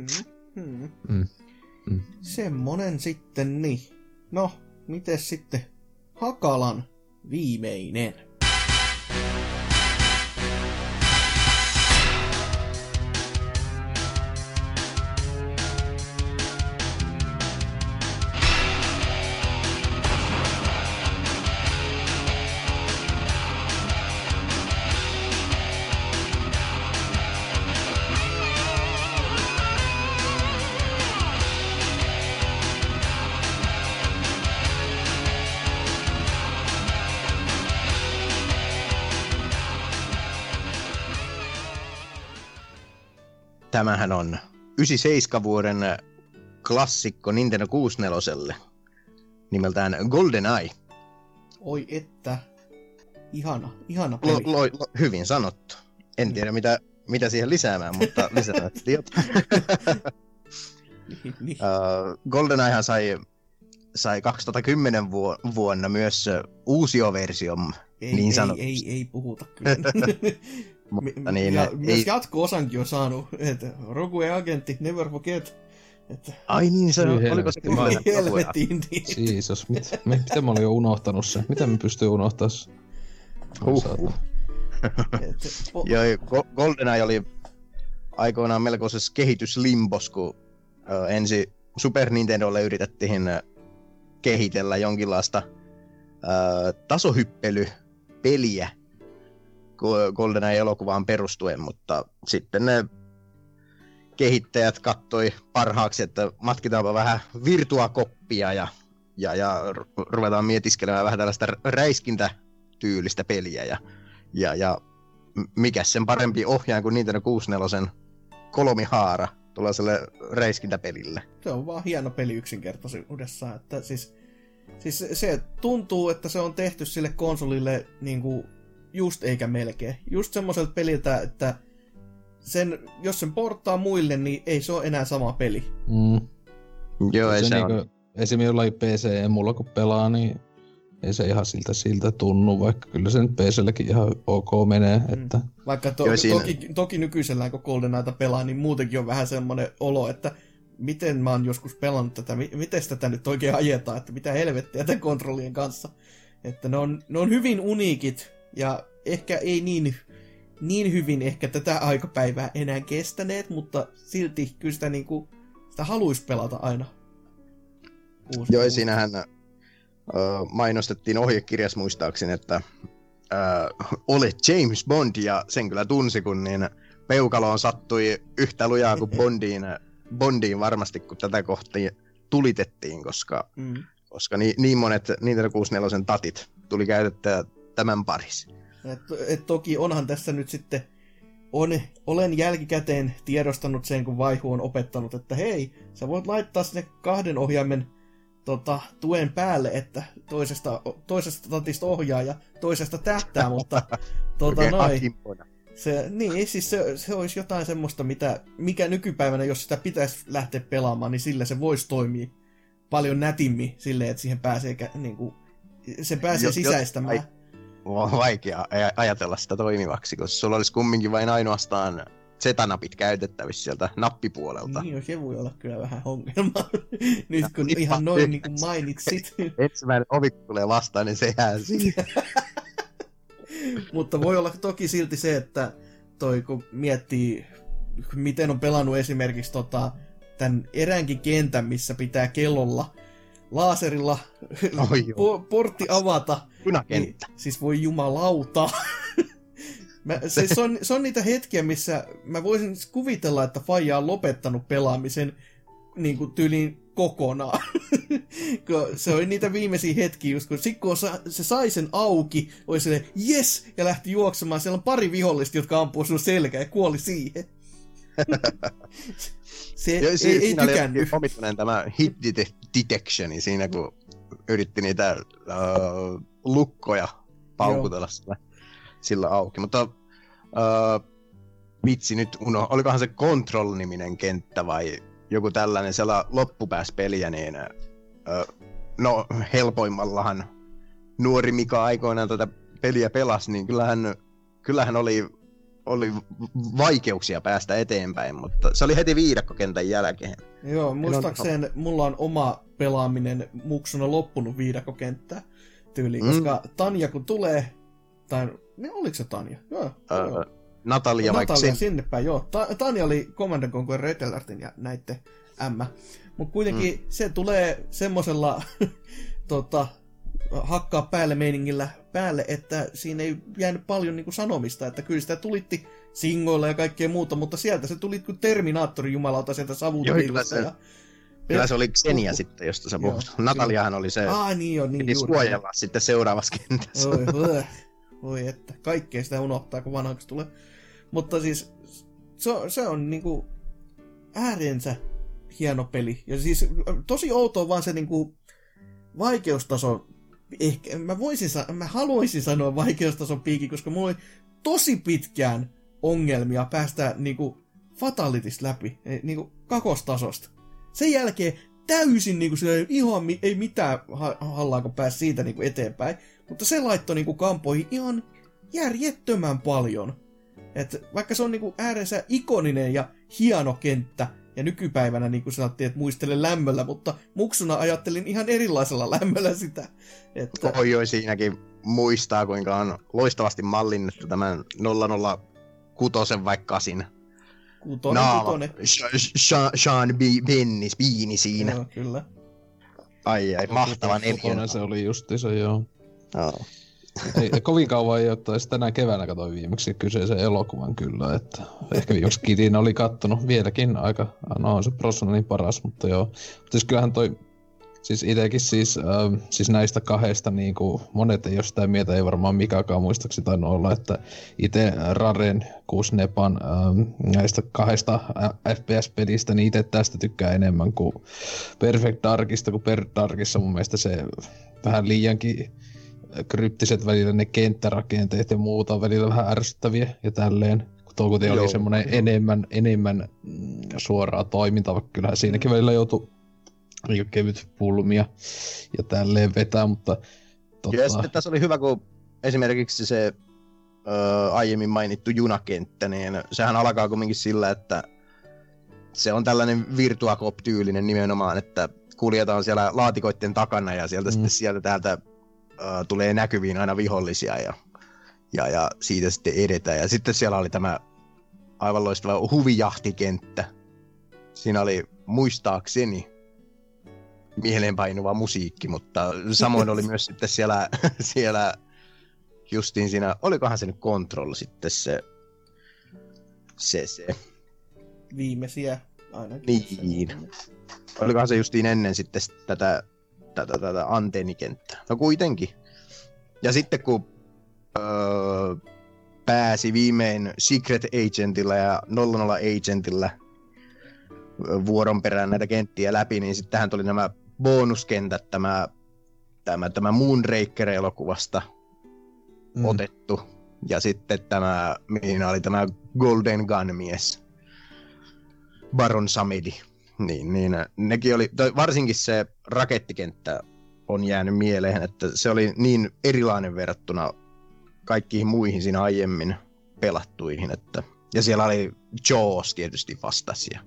Semmonen sitten niin. No, mites sitten Hakalan viimeinen? Tämähän on 97 vuoden klassikko Nintendo 64 nimeltään GoldenEye. Oi että, ihana peli. Hyvin sanottu. En tiedä mitä siihen lisäämään, mutta lisätään jotain. niin. GoldenEyehan sai 2010 vuonna myös uusioversion, niin sanottu. Ei puhuta kyllä. Mutta niin, ja myös jatko-osankin on saanut, että Rogue Agentti, Never Forget. Että... Ai niin, se on, oliko se kyllä? Helvetin. Siisos, miten mä olin jo unohtanut sen? Miten mä pystyn unohtamaan sen? Joo, GoldenEye oli aikoinaan melkoisessa kehityslimbos, kun ensin Super Nintendolle yritettiin kehitellä jonkinlaista tasohyppelypeliä GoldenEye-elokuvaan perustuen, mutta sitten ne kehittäjät kattoi parhaaksi, että matkitaanpa vähän virtuakoppia ja ruvetaan mietiskelemään vähän tällaista räiskintätyylistä peliä ja mikäs sen parempi ohjaan kuin Nintendo 64 kolmihaara tuollaiselle räiskintäpelille. Se on vaan hieno peli yksinkertaisuudessaan, että siis se tuntuu, että se on tehty sille konsolille niinku just eikä melkein. Just semmoiselta peliltä, että jos sen porttaa muille, niin ei se ole enää sama peli. Joo, ei se on. Esimerkiksi jollain PC-emulla kun pelaa, niin ei se ihan siltä tunnu, vaikka kyllä se nyt PC:lläkin ihan ok menee. Että... Vaikka toki nykyisellään kun GoldenEyeta pelaa, niin muutenkin on vähän semmoinen olo, että miten mä oon joskus pelannut tätä, miten tätä nyt oikein ajetaan, että mitä helvettiä tämän kontrollien kanssa. Että ne on hyvin uniikit ja ehkä ei niin hyvin ehkä tätä aikapäivää enää kestäneet, mutta silti kyllä sitä haluaisi pelata aina. Joo, siinähän mainostettiin ohjekirjassa muistaakseni, että ole James Bond, ja sen kyllä tunsi, kun niin peukaloon sattui yhtä lujaa kuin Bondiin varmasti, kun tätä kohti tulitettiin, koska niin monet Nintendo 64 tatit tuli käytettyä tämän parissa. Toki onhan tässä nyt sitten, olen jälkikäteen tiedostanut sen, kun Vaihu on opettanut, että hei, sä voit laittaa sinne 2 ohjaimen tuen päälle, että toisesta tatista ohjaa ja toisesta tähtää, mutta se olisi jotain semmoista, mikä nykypäivänä, jos sitä pitäisi lähteä pelaamaan, niin sillä se voisi toimia paljon nätimmin silleen, että siihen pääsee se pääsee sisäistämään. Vaikea ajatella sitä toimivaksi, koska sulla olisi kumminkin vain ainoastaan Z-napit käytettävissä sieltä nappipuolelta. Niin, se voi olla kyllä vähän ongelma. Nyt kun ihan noin niin kuin mainitsit. Ensimmäinen ovi tulee vastaan, niin se jää siihen. Mutta voi olla toki silti se, että kun miettii, miten on pelannut esimerkiksi tämän eräänkin kentän, missä pitää kellolla laaserilla portti avata. Punakenttä. Niin, siis voi jumalauta. Se on niitä hetkiä, missä mä voisin kuvitella, että faija on lopettanut pelaamisen niin kuin tyyliin kokonaan. Se oli niitä viimeisiä hetkiä, just kun se sai sen auki, oli silleen, yes, ja lähti juoksemaan. Siellä on pari vihollista, jotka ampuu sun selkään ja kuoli siihen. Se ei tykännyt. Omituinen tämä hit detectioni siinä, kun yritti niitä lukkoja paukutella sillä auki. Mutta vitsi nyt olikohan se Control-niminen kenttä vai joku tällainen siellä loppupäässä peliä, niin helpoimmallahan nuori Mika aikoinaan tätä peliä pelasi, niin kyllähän oli vaikeuksia päästä eteenpäin, mutta se oli heti viidakkokentän jälkeen. Joo, muistaakseni mulla on oma pelaaminen muksuna loppunut viidakkokenttää tyyliin, koska Tanja kun tulee, tai oliko se Tanja? Joo. Natalia sinne päin, joo. Tanja oli Command & Conquer Red Alertin ja näitten M. Mutta kuitenkin se tulee semmosella hakkaa päälle meiningillä päälle, että siinä ei jäänyt paljon niinku sanomista, että kyllä sitä tulitti singoilla ja kaikkea muuta, mutta sieltä se tuli kuin Terminaattori jumalauta sieltä savutonilta. Kyllä se oli Xenia sitten, josta sä puhut. Nataliahan oli se, piti suojella sitten seuraavassa kentässä. Voi että, kaikkea sitä unohtaa, kun vanhaksi tulee. Mutta siis, se on niinku äärensä hieno peli. Ja siis tosi outoa vaan se niinku vaikeustaso, ehkä, mä haluaisin sanoa vaikeustason piikki, koska mulla oli tosi pitkään ongelmia päästä niinku fatalitista läpi, niinku kakostasosta. Sen jälkeen täysin niinku ihan ei mitään hallaa, kun pääsi siitä niinku eteenpäin, mutta se laittoi niinku kampoihin ihan järjettömän paljon. Et vaikka se on niinku äärensä ikoninen ja hieno kenttä, ja nykypäivänä niin kuin sanottiin, että muistelen lämmöllä, mutta muksuna ajattelin ihan erilaisella lämmöllä sitä. Että Oi, siinäkin muistaa, kuinka on loistavasti mallinnettu tämän 006 vai 8. Kutonen. Sean Bean siinä. Joo, kyllä. Ai, mahtava neljä. Se oli justiinsa, joo. Ei, kovin kauan ei ole, tänä keväänä katsoin viimeksi kyseisen elokuvan kyllä, että ehkä viimeksi Kidin oli kattonut vieläkin aika, on se Brosnanin paras, mutta joo. Mutta siis kyllähän siis itekin siis näistä kahdesta niinku, monet ei ole sitä mieltä, ei varmaan Mikakaan muistaksi tainnut olla, että ite Raren 6 Nepan näistä kahdesta FPS-pelistä, niin ite tästä tykkää enemmän kuin Perfect Darkista, kun Perfect Darkissa mun mielestä se vähän liiankin kryptiset välillä ne kenttärakenteet ja muuta on välillä vähän ärsyttäviä ja tälleen. Kun tuo oli semmoinen enemmän suoraa toimintaa, vaikka kyllähän siinäkin välillä joutui aika kevyt pulmia ja tälleen vetää, mutta ja sitten tässä oli hyvä, kun esimerkiksi se aiemmin mainittu junakenttä, niin sehän alkaa kumminkin sillä, että se on tällainen Virtua Cop-tyylinen nimenomaan, että kuljetaan siellä laatikoiden takana ja sieltä täältä tulee näkyviin aina vihollisia ja siitä sitten edetään. Ja sitten siellä oli tämä aivan loistava huvijahtikenttä. Siinä oli muistaakseni mieleenpainuva musiikki, mutta samoin oli myös sitten siellä justiin siinä, olikohan se nyt Control sitten se. Viimeisiä ainakin. Niin. Olikohan se justiin ennen sitten tätä antennikenttää. No kuitenkin. Ja sitten kun pääsi viimein Secret Agentilla ja 00 Agentilla vuoron perään näitä kenttiä läpi, niin sitten tähän tuli nämä bonuskentät, tämä Moonraker-elokuvasta otettu. Ja sitten mihin oli tämä Golden Gun-mies, Baron Samedi. Niin, nekin oli, varsinkin se rakettikenttä on jäänyt mieleen, että se oli niin erilainen verrattuna kaikkiin muihin siinä aiemmin pelattuihin. Ja siellä oli Jaws tietysti vastaisia.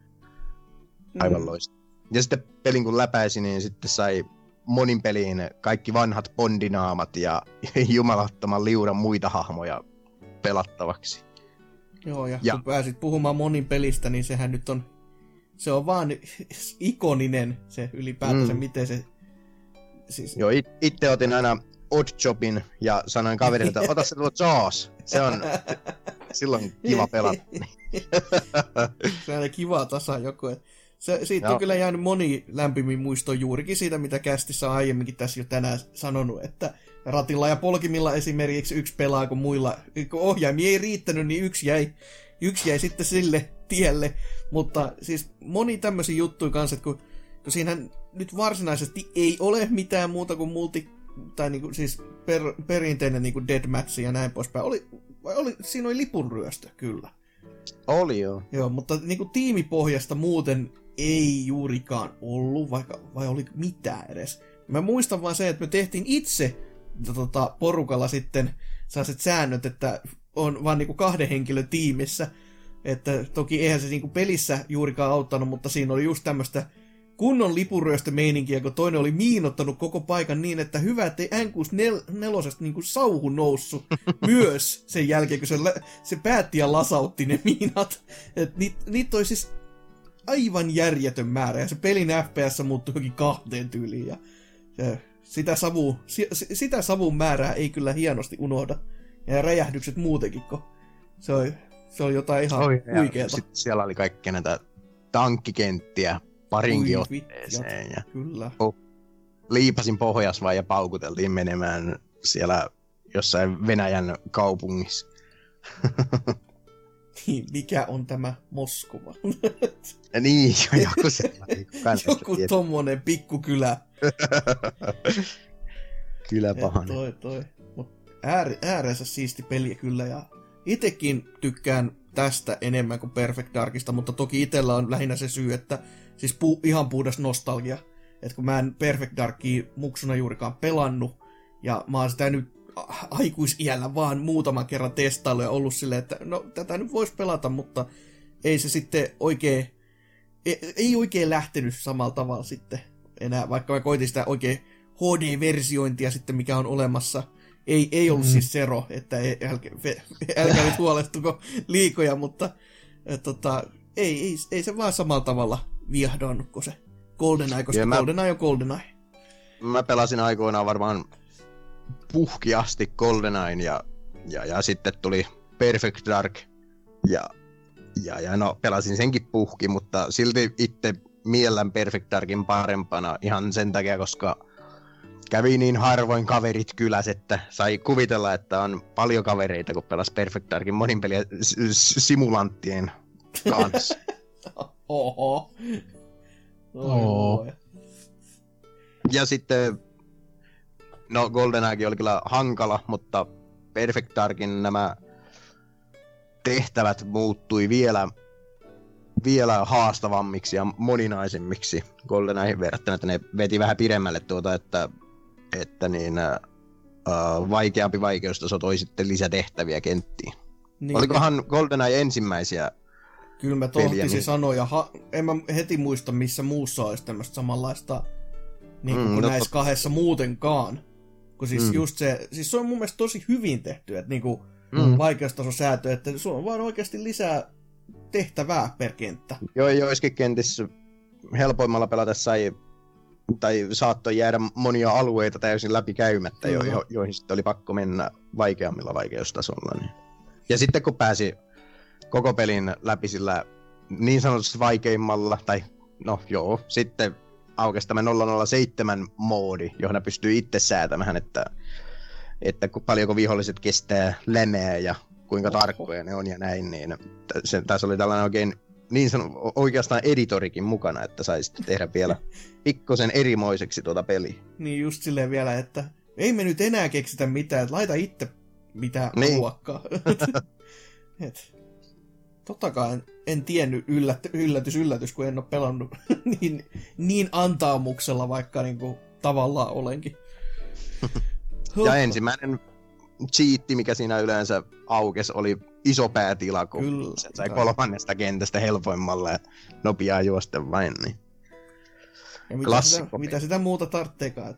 Aivan loistava. Ja sitten pelin kun läpäisi, niin sitten sai monin peliin kaikki vanhat Bondinaamat ja jumalattoman liudan muita hahmoja pelattavaksi. Joo, ja kun pääsit puhumaan monin pelistä, niin sehän nyt on, se on vaan ikoninen se ylipäätänsä, miten se. Siis. Joo, itse otin aina Oddjobin ja sanoin kaverille, että ota se tuo Jaws. Se on silloin kiva pelata. Se on kiva tasa joku. Siitä on kyllä jäänyt moni lämpimin muisto juurikin siitä, mitä kästissä on aiemminkin tässä jo tänään sanonut, että ratilla ja polkimilla esimerkiksi yksi pelaa, kun muilla, kun ohjaimia ei riittänyt, niin yksi jäi sitten sille tielle. Mutta siis moni tämmöisiä juttuja kanssa, että kun siinähän nyt varsinaisesti ei ole mitään muuta kuin tai niinku siis perinteinen niinku deathmatch ja näin poispäin. Siinä oli lipunryöstö, kyllä. Oli joo. Joo, mutta niinku tiimipohjasta muuten ei juurikaan ollut, vai oli mitään edes. Mä muistan vaan se, että me tehtiin itse porukalla sitten sellaiset säännöt, että on vaan niinku 2 henkilön tiimissä. Että toki eihän se niinku pelissä juurikaan auttanut, mutta siinä oli just tämmöistä kunnon lipunryöstömeininkiä, kun toinen oli miinottanut koko paikan niin, että hyvä, ettei N64 niinku sauhu noussut myös sen jälkeen, kun se päätti ja lasautti ne miinat. Niitä oli siis aivan järjetön määrä, ja se pelin FPS muuttui johonkin 2 tyyliin, ja sitä savun määrää ei kyllä hienosti unohda. Ja räjähdykset muutenkin, kun se oli jotain ihan huikeeta. Sitten siellä oli kaikkea näitä tankkikenttiä parinkin otteeseen. Ja kyllä. Liipasin pohjas vaan ja paukuteltiin menemään siellä jossain Venäjän kaupungissa. Mikä on tämä Moskova? Niin, joku sellainen. Joku tommonen pikkukylä. Kyllä pahainen. Toi. Ääreensä siisti peli kyllä, ja itekin tykkään tästä enemmän kuin Perfect Darkista, mutta toki itellä on lähinnä se syy, että siis ihan puhdas nostalgia. Että kun mä en Perfect Darkia muksuna juurikaan pelannut, ja mä oon sitä nyt aikuisiällä vaan muutaman kerran testaillut ja ollut silleen, että no tätä nyt voisi pelata, mutta ei se sitten ei oikein lähtenyt samalla tavalla sitten enää, vaikka mä koitin sitä oikein HD-versiointia sitten, mikä on olemassa. Ei ollut siis Zero, että älkää nyt huolestuko liikoja, mutta ei se vaan samalla tavalla viehdoannut kuin se GoldenEye, koska GoldenEye on GoldenEye. Mä pelasin aikoinaan varmaan puhki asti GoldenEyen ja sitten tuli Perfect Dark ja no pelasin senkin puhki, mutta silti itse miellän Perfect Darkin parempana ihan sen takia, koska kävi niin harvoin kaverit kylässä, että sai kuvitella, että on paljon kavereita, kun pelasi Perfect Darkin monin peliä simulanttien kanssa. Oho. Ja sitten no GoldenEye oli kyllä hankala, mutta Perfect Darkin nämä tehtävät muuttui vielä haastavammiksi ja moninaisemmiksi GoldenEyeen verrattuna, että ne veti vähän pidemmälle että niin vaikeampi vaikeustaso toi sitten lisätehtäviä kenttiin. Niin, olikohan GoldenEye ensimmäisiä? Kyllä mä tohtisin sanoa, ja en mä heti muista, missä muussa olisi tämmöistä samanlaista niin kuin näissä 2 muutenkaan. Kun siis just se on mun mielestä tosi hyvin tehty, että niinku vaikeustasosäätö, että sulla on vaan oikeasti lisää tehtävää per kenttä. Joo, joissakin kentissä helpoimmalla pelata sai tai saattoi jäädä monia alueita täysin läpikäymättä, joihin sitten oli pakko mennä vaikeammilla vaikeustasolla. Niin. Ja sitten kun pääsi koko pelin läpi sillä niin sanotusti vaikeimmalla, tai no joo, sitten aukesi tämä 007 moodi, johon pystyy itse säätämään, että paljonko viholliset kestää lämää ja kuinka tarkkoja ne on ja näin, niin tässä oli tällainen oikein oikeastaan editorikin mukana, että saisi tehdä vielä pikkosen erimoiseksi tuota peliä. Niin just silleen vielä, että ei me nyt enää keksitä mitään, että laita itse mitä haluakkaa. Tottakaan en tiennyt yllätys, kun en ole pelannut niin antaumuksella, vaikka niinku tavallaan olenkin. Ja ensimmäinen cheatti, mikä siinä yleensä aukesi, oli iso päätila, kun se sai 3. kentästä helpoimmalla ja nopeaa juosta vain. Niin. Mitä sitä muuta tarvitseekaan.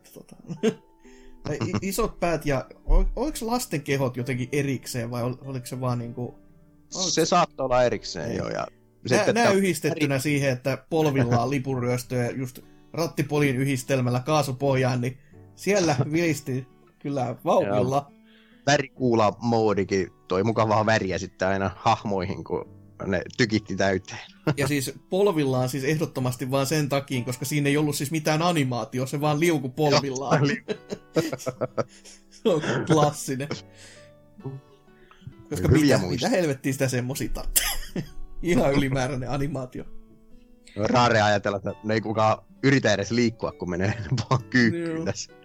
Isot päät ja oliko lasten kehot jotenkin erikseen vai oliko se vaan niinku... Se saattoi olla erikseen jo. Ja nää yhdistettynä siihen, että polvillaan lipunryöstöä just rattipoliin yhdistelmällä kaasupohjaan, niin siellä vilisti kyllä vauhdilla. Värikuula-moodikin toi mukavaa väriä sitten aina hahmoihin, kun ne tykitti täyteen. Ja siis polvillaan siis ehdottomasti vaan sen takia, koska siinä ei ollut siis mitään animaatio, se vaan liuku polvillaan. Se on klassinen. Koska mitä helvettiä sitä semmosia tarvitsee. Ihan ylimääräinen animaatio. Rare ajatella, että ne ei kukaan yritä edes liikkua, kun menee vaan kyykkyyn tässä.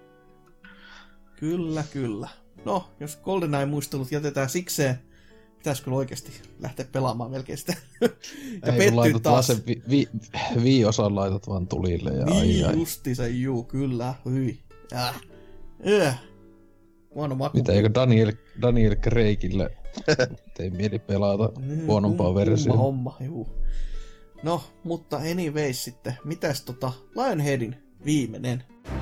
Kyllä. No, jos GoldenEye-muistelut jätetään sikseen, pitäisi kyllä oikeasti lähteä pelaamaan melkein sitä. Ja pettyy taas. Sen Wii-osan laitat vaan tulille. Ja niin justiinsa, kyllä. Hyi. Huono maku. Mitä, eikö Daniel Craigille ei mieli pelata huonompaa versiota? Homma, juu. No, mutta anyways sitten. Mitäs Lionheadin viimeinen?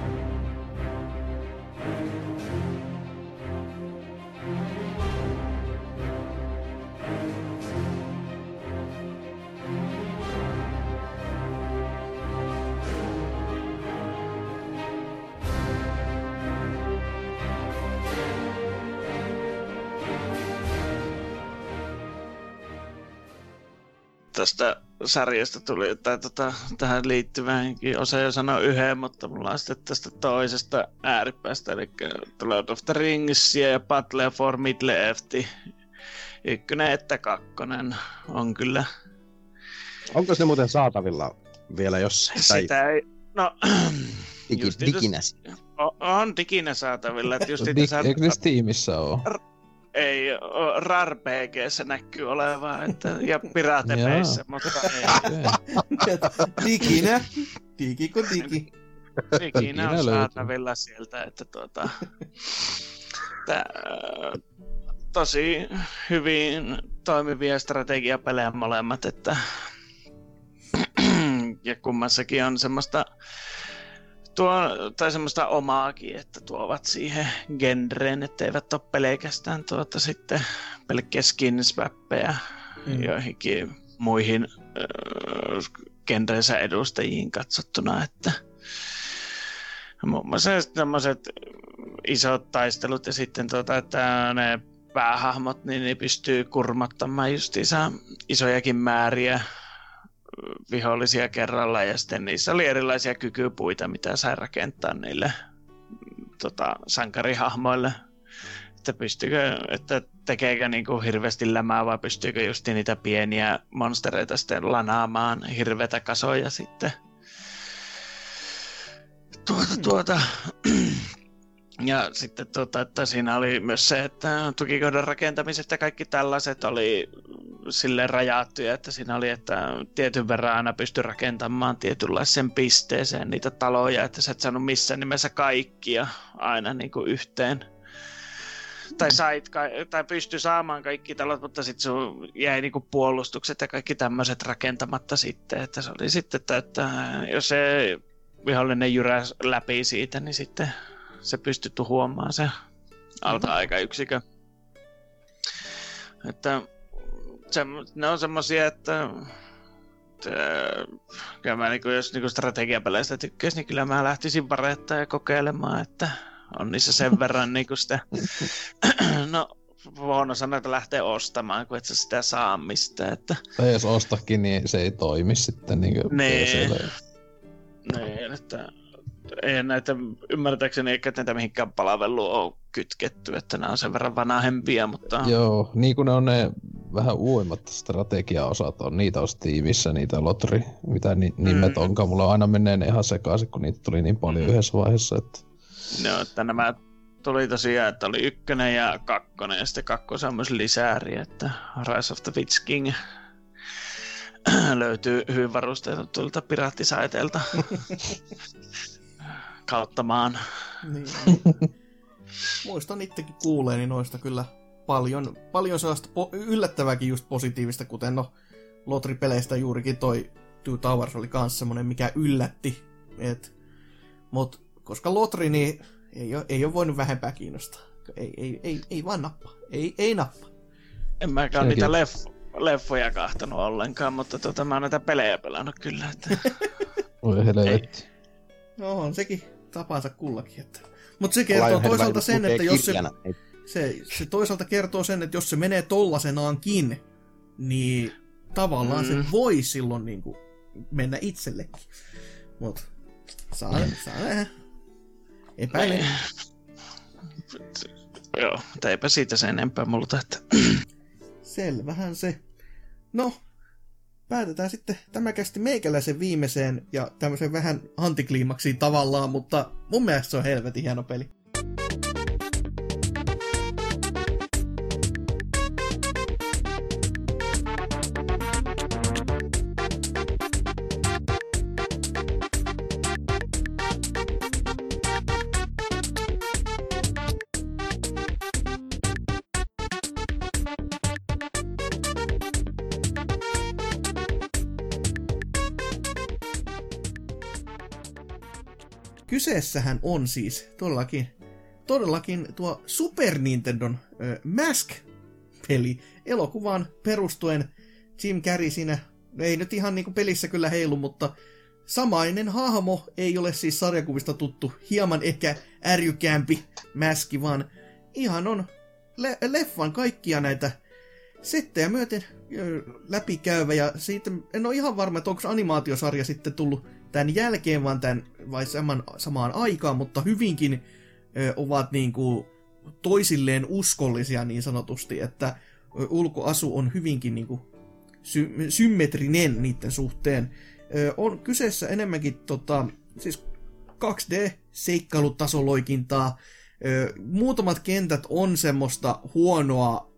Tästä sarjasta tuli, tai tähän liittyväänkin osa jo sanoi yhden, mutta mulla on sitten tästä toisesta ääripäästä, eli Lord of the Ringsia ja Battle for Middle-earth. 1 että 2 on kyllä. Onko se muuten saatavilla vielä jossain? Sitä ei, no... diginä. On diginä saatavilla. Eikö ne Steamissa ole? Ei, RAR-PG:ssä näkyy olevaa, ja Pirate-Bayssä, mutta ei. Diginä. Digiko digi. Diginä on saatavilla sieltä, että tosi hyvin toimivia strategiapelejä molemmat, että ja kummassakin on semmoista semmoista omaakin, että tuovat siihen genreen, että eivät ole pelkästään sitten pelkkiä skin-swappeja joihinkin muihin genreensä edustajiin katsottuna, että muun muassa tämmöiset isot taistelut ja sitten että ne päähahmot, niin ne pystyy kurmottamaan justiinsa isojakin määriä vihollisia kerralla, ja sitten niissä oli erilaisia kykypuita, mitä sai rakentaa niille sankarihahmoille. Että tekeekö niinku hirveästi lämää vai pystyykö just niitä pieniä monstereita sitten lanaamaan hirveitä kasoja sitten. Ja sitten että siinä oli myös se, että tukikohdan rakentamiset ja kaikki tällaiset oli silleen rajattuja, että siinä oli, että tietyn verran aina pystyi rakentamaan tietynlaisen pisteeseen niitä taloja, että sä et saanut missään nimessä kaikkia aina niin kuin yhteen. Tai pystyi saamaan kaikki talot, mutta sitten sun jäi niin kuin puolustukset ja kaikki tämmöiset rakentamatta sitten, että se oli sitten, että jos se vihollinen jyräsi läpi siitä, niin sitten se pystyi tuhoamaan se alta-aikayksikö. Että ne on semmosia, että Kyllä mä, jos strategiapeleistä tykkäisin, niin kyllä mä lähtisin Barettaa ja kokeilemaan, että on niissä sen verran sitä... No, huono sanoa, että lähtee ostamaan, kun et sä sitä saa mistään. Että... Tai jos ostakin, niin se ei toimi sitten niin, että ei näitä ymmärtääkseni eikä näitä mihinkään palveluun ole kytketty, että nämä on sen verran vanhempia, mutta... Joo, niin kuin ne on ne vähän uudemmat strategiaosat on, niitä on Steamissa, niitä Lotri, mitä nimet onkaan. Mulla aina menee ne ihan sekaisin, kun niitä tuli niin paljon yhdessä vaiheessa, että... No, että nämä tuli tosiaan, että oli 1 ja 2, ja sitten 2 on myös lisääri, että Rise of the Witch King löytyy hyvin varusteita tuolta piraattisaiteilta kautta maan. Niin. Muistan itsekin kuuleeni noista kyllä paljon sellaista yllättävääkin just positiivista, kuten Lotri-peleistä juurikin toi Two Towers oli kans semmonen, mikä yllätti. Mut koska Lotri, niin ei ole voinut vähempää kiinnostaa. Ei vaan nappa. Ei nappa. En mäkään niitä leffoja kahtanut ollenkaan, mutta mä oon näitä pelejä pelannut kyllä. Että... Oi helvetti. No on sekin tapansa kullakin. Mutta se kertoo toisaalta sen, että jos se toisaalta kertoo sen, että jos se menee tollasenaankin, niin tavallaan se voi silloin niinku mennä itsellekin. Mut saa nähdä. Epäilen. Joo, mutta eipä siitä sen enempää multa, että... Selvähän se. No, päätetään sitten tämä kästi meikäläisen viimeiseen ja tämmöisen vähän antikliimaksiin tavallaan, mutta mun mielestä se on helvetin hieno peli. Kyseessähän on siis todellakin tuo Super Nintendon Mask-peli elokuvaan perustuen. Jim Carrey siinä, ei nyt ihan niinku pelissä kyllä heilu, mutta samainen hahmo ei ole siis sarjakuvista tuttu, hieman ehkä ärjykäämpi Maski, vaan ihan on leffan kaikkia näitä settejä myöten läpikäyvä, ja siitä en ole ihan varma, että onko animaatiosarja sitten tullut tämän jälkeen vai samaan aikaan, mutta hyvinkin ovat niinku toisilleen uskollisia niin sanotusti, että ulkoasu on hyvinkin niinku symmetrinen niiden suhteen. On kyseessä enemmänkin siis 2D-seikkailutasoloikintaa. Muutamat kentät on semmoista huonoa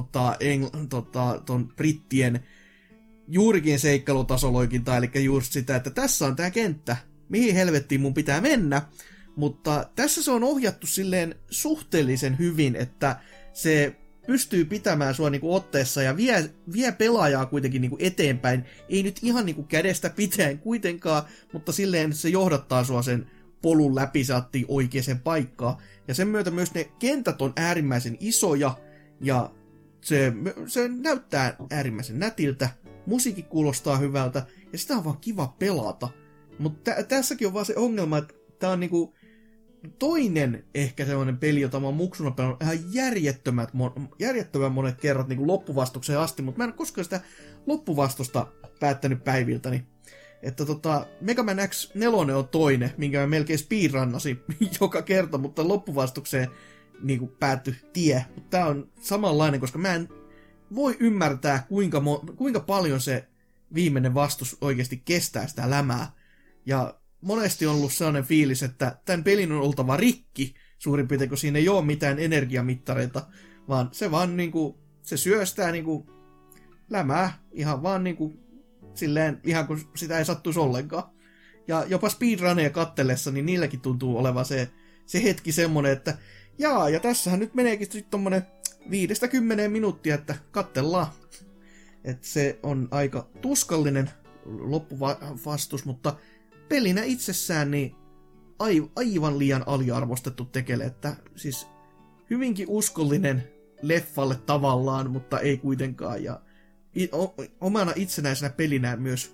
ton brittien juurikin seikkailutasoloikintaa, eli just sitä, että tässä on tää kenttä, mihin helvettiin mun pitää mennä, mutta tässä se on ohjattu silleen suhteellisen hyvin, että se pystyy pitämään sua niinku otteessa ja vie pelaajaa kuitenkin niinku eteenpäin, ei nyt ihan niinku kädestä pitäen kuitenkaan, mutta silleen se johdattaa sua sen polun läpi, saattiin oikeaan paikkaan, ja sen myötä myös ne kentät on äärimmäisen isoja, ja se näyttää äärimmäisen nätiltä, musiikki kuulostaa hyvältä, ja sitä on vaan kiva pelata. Mutta tässäkin on vaan se ongelma, että tää on niinku toinen ehkä sellainen peli, jota mä oon muksuna pelannut ihan järjettömän monet kerrat niinku loppuvastukseen asti, mutta mä en ole koskaan sitä loppuvastusta päättänyt päiviltäni. Että Mega Man X4 on toinen, minkä mä melkein speedrunnasin joka kerta, mutta loppuvastukseen niinku päättyi tie. Mutta tää on samanlainen, koska mä en voi ymmärtää, kuinka paljon se viimeinen vastus oikeasti kestää sitä lämää. Ja monesti on ollut sellainen fiilis, että tämän pelin on oltava rikki, suurin piirtein, kun siinä ei ole mitään energiamittareita, vaan se vaan niinku, se syöstää niinku lämää ihan vaan niinku silleen, ihan kun sitä ei sattuisi ollenkaan. Ja jopa speedruneja kattellessa, niin niilläkin tuntuu olevan se hetki semmonen, että ja tässähän nyt meneekin sitten tommonen 5-10 minuuttia, että kattellaan. Että se on aika tuskallinen loppuvastus, mutta pelinä itsessään niin aivan liian aliarvostettu tekele, että siis hyvinkin uskollinen leffalle tavallaan, mutta ei kuitenkaan. Ja omana itsenäisenä pelinä myös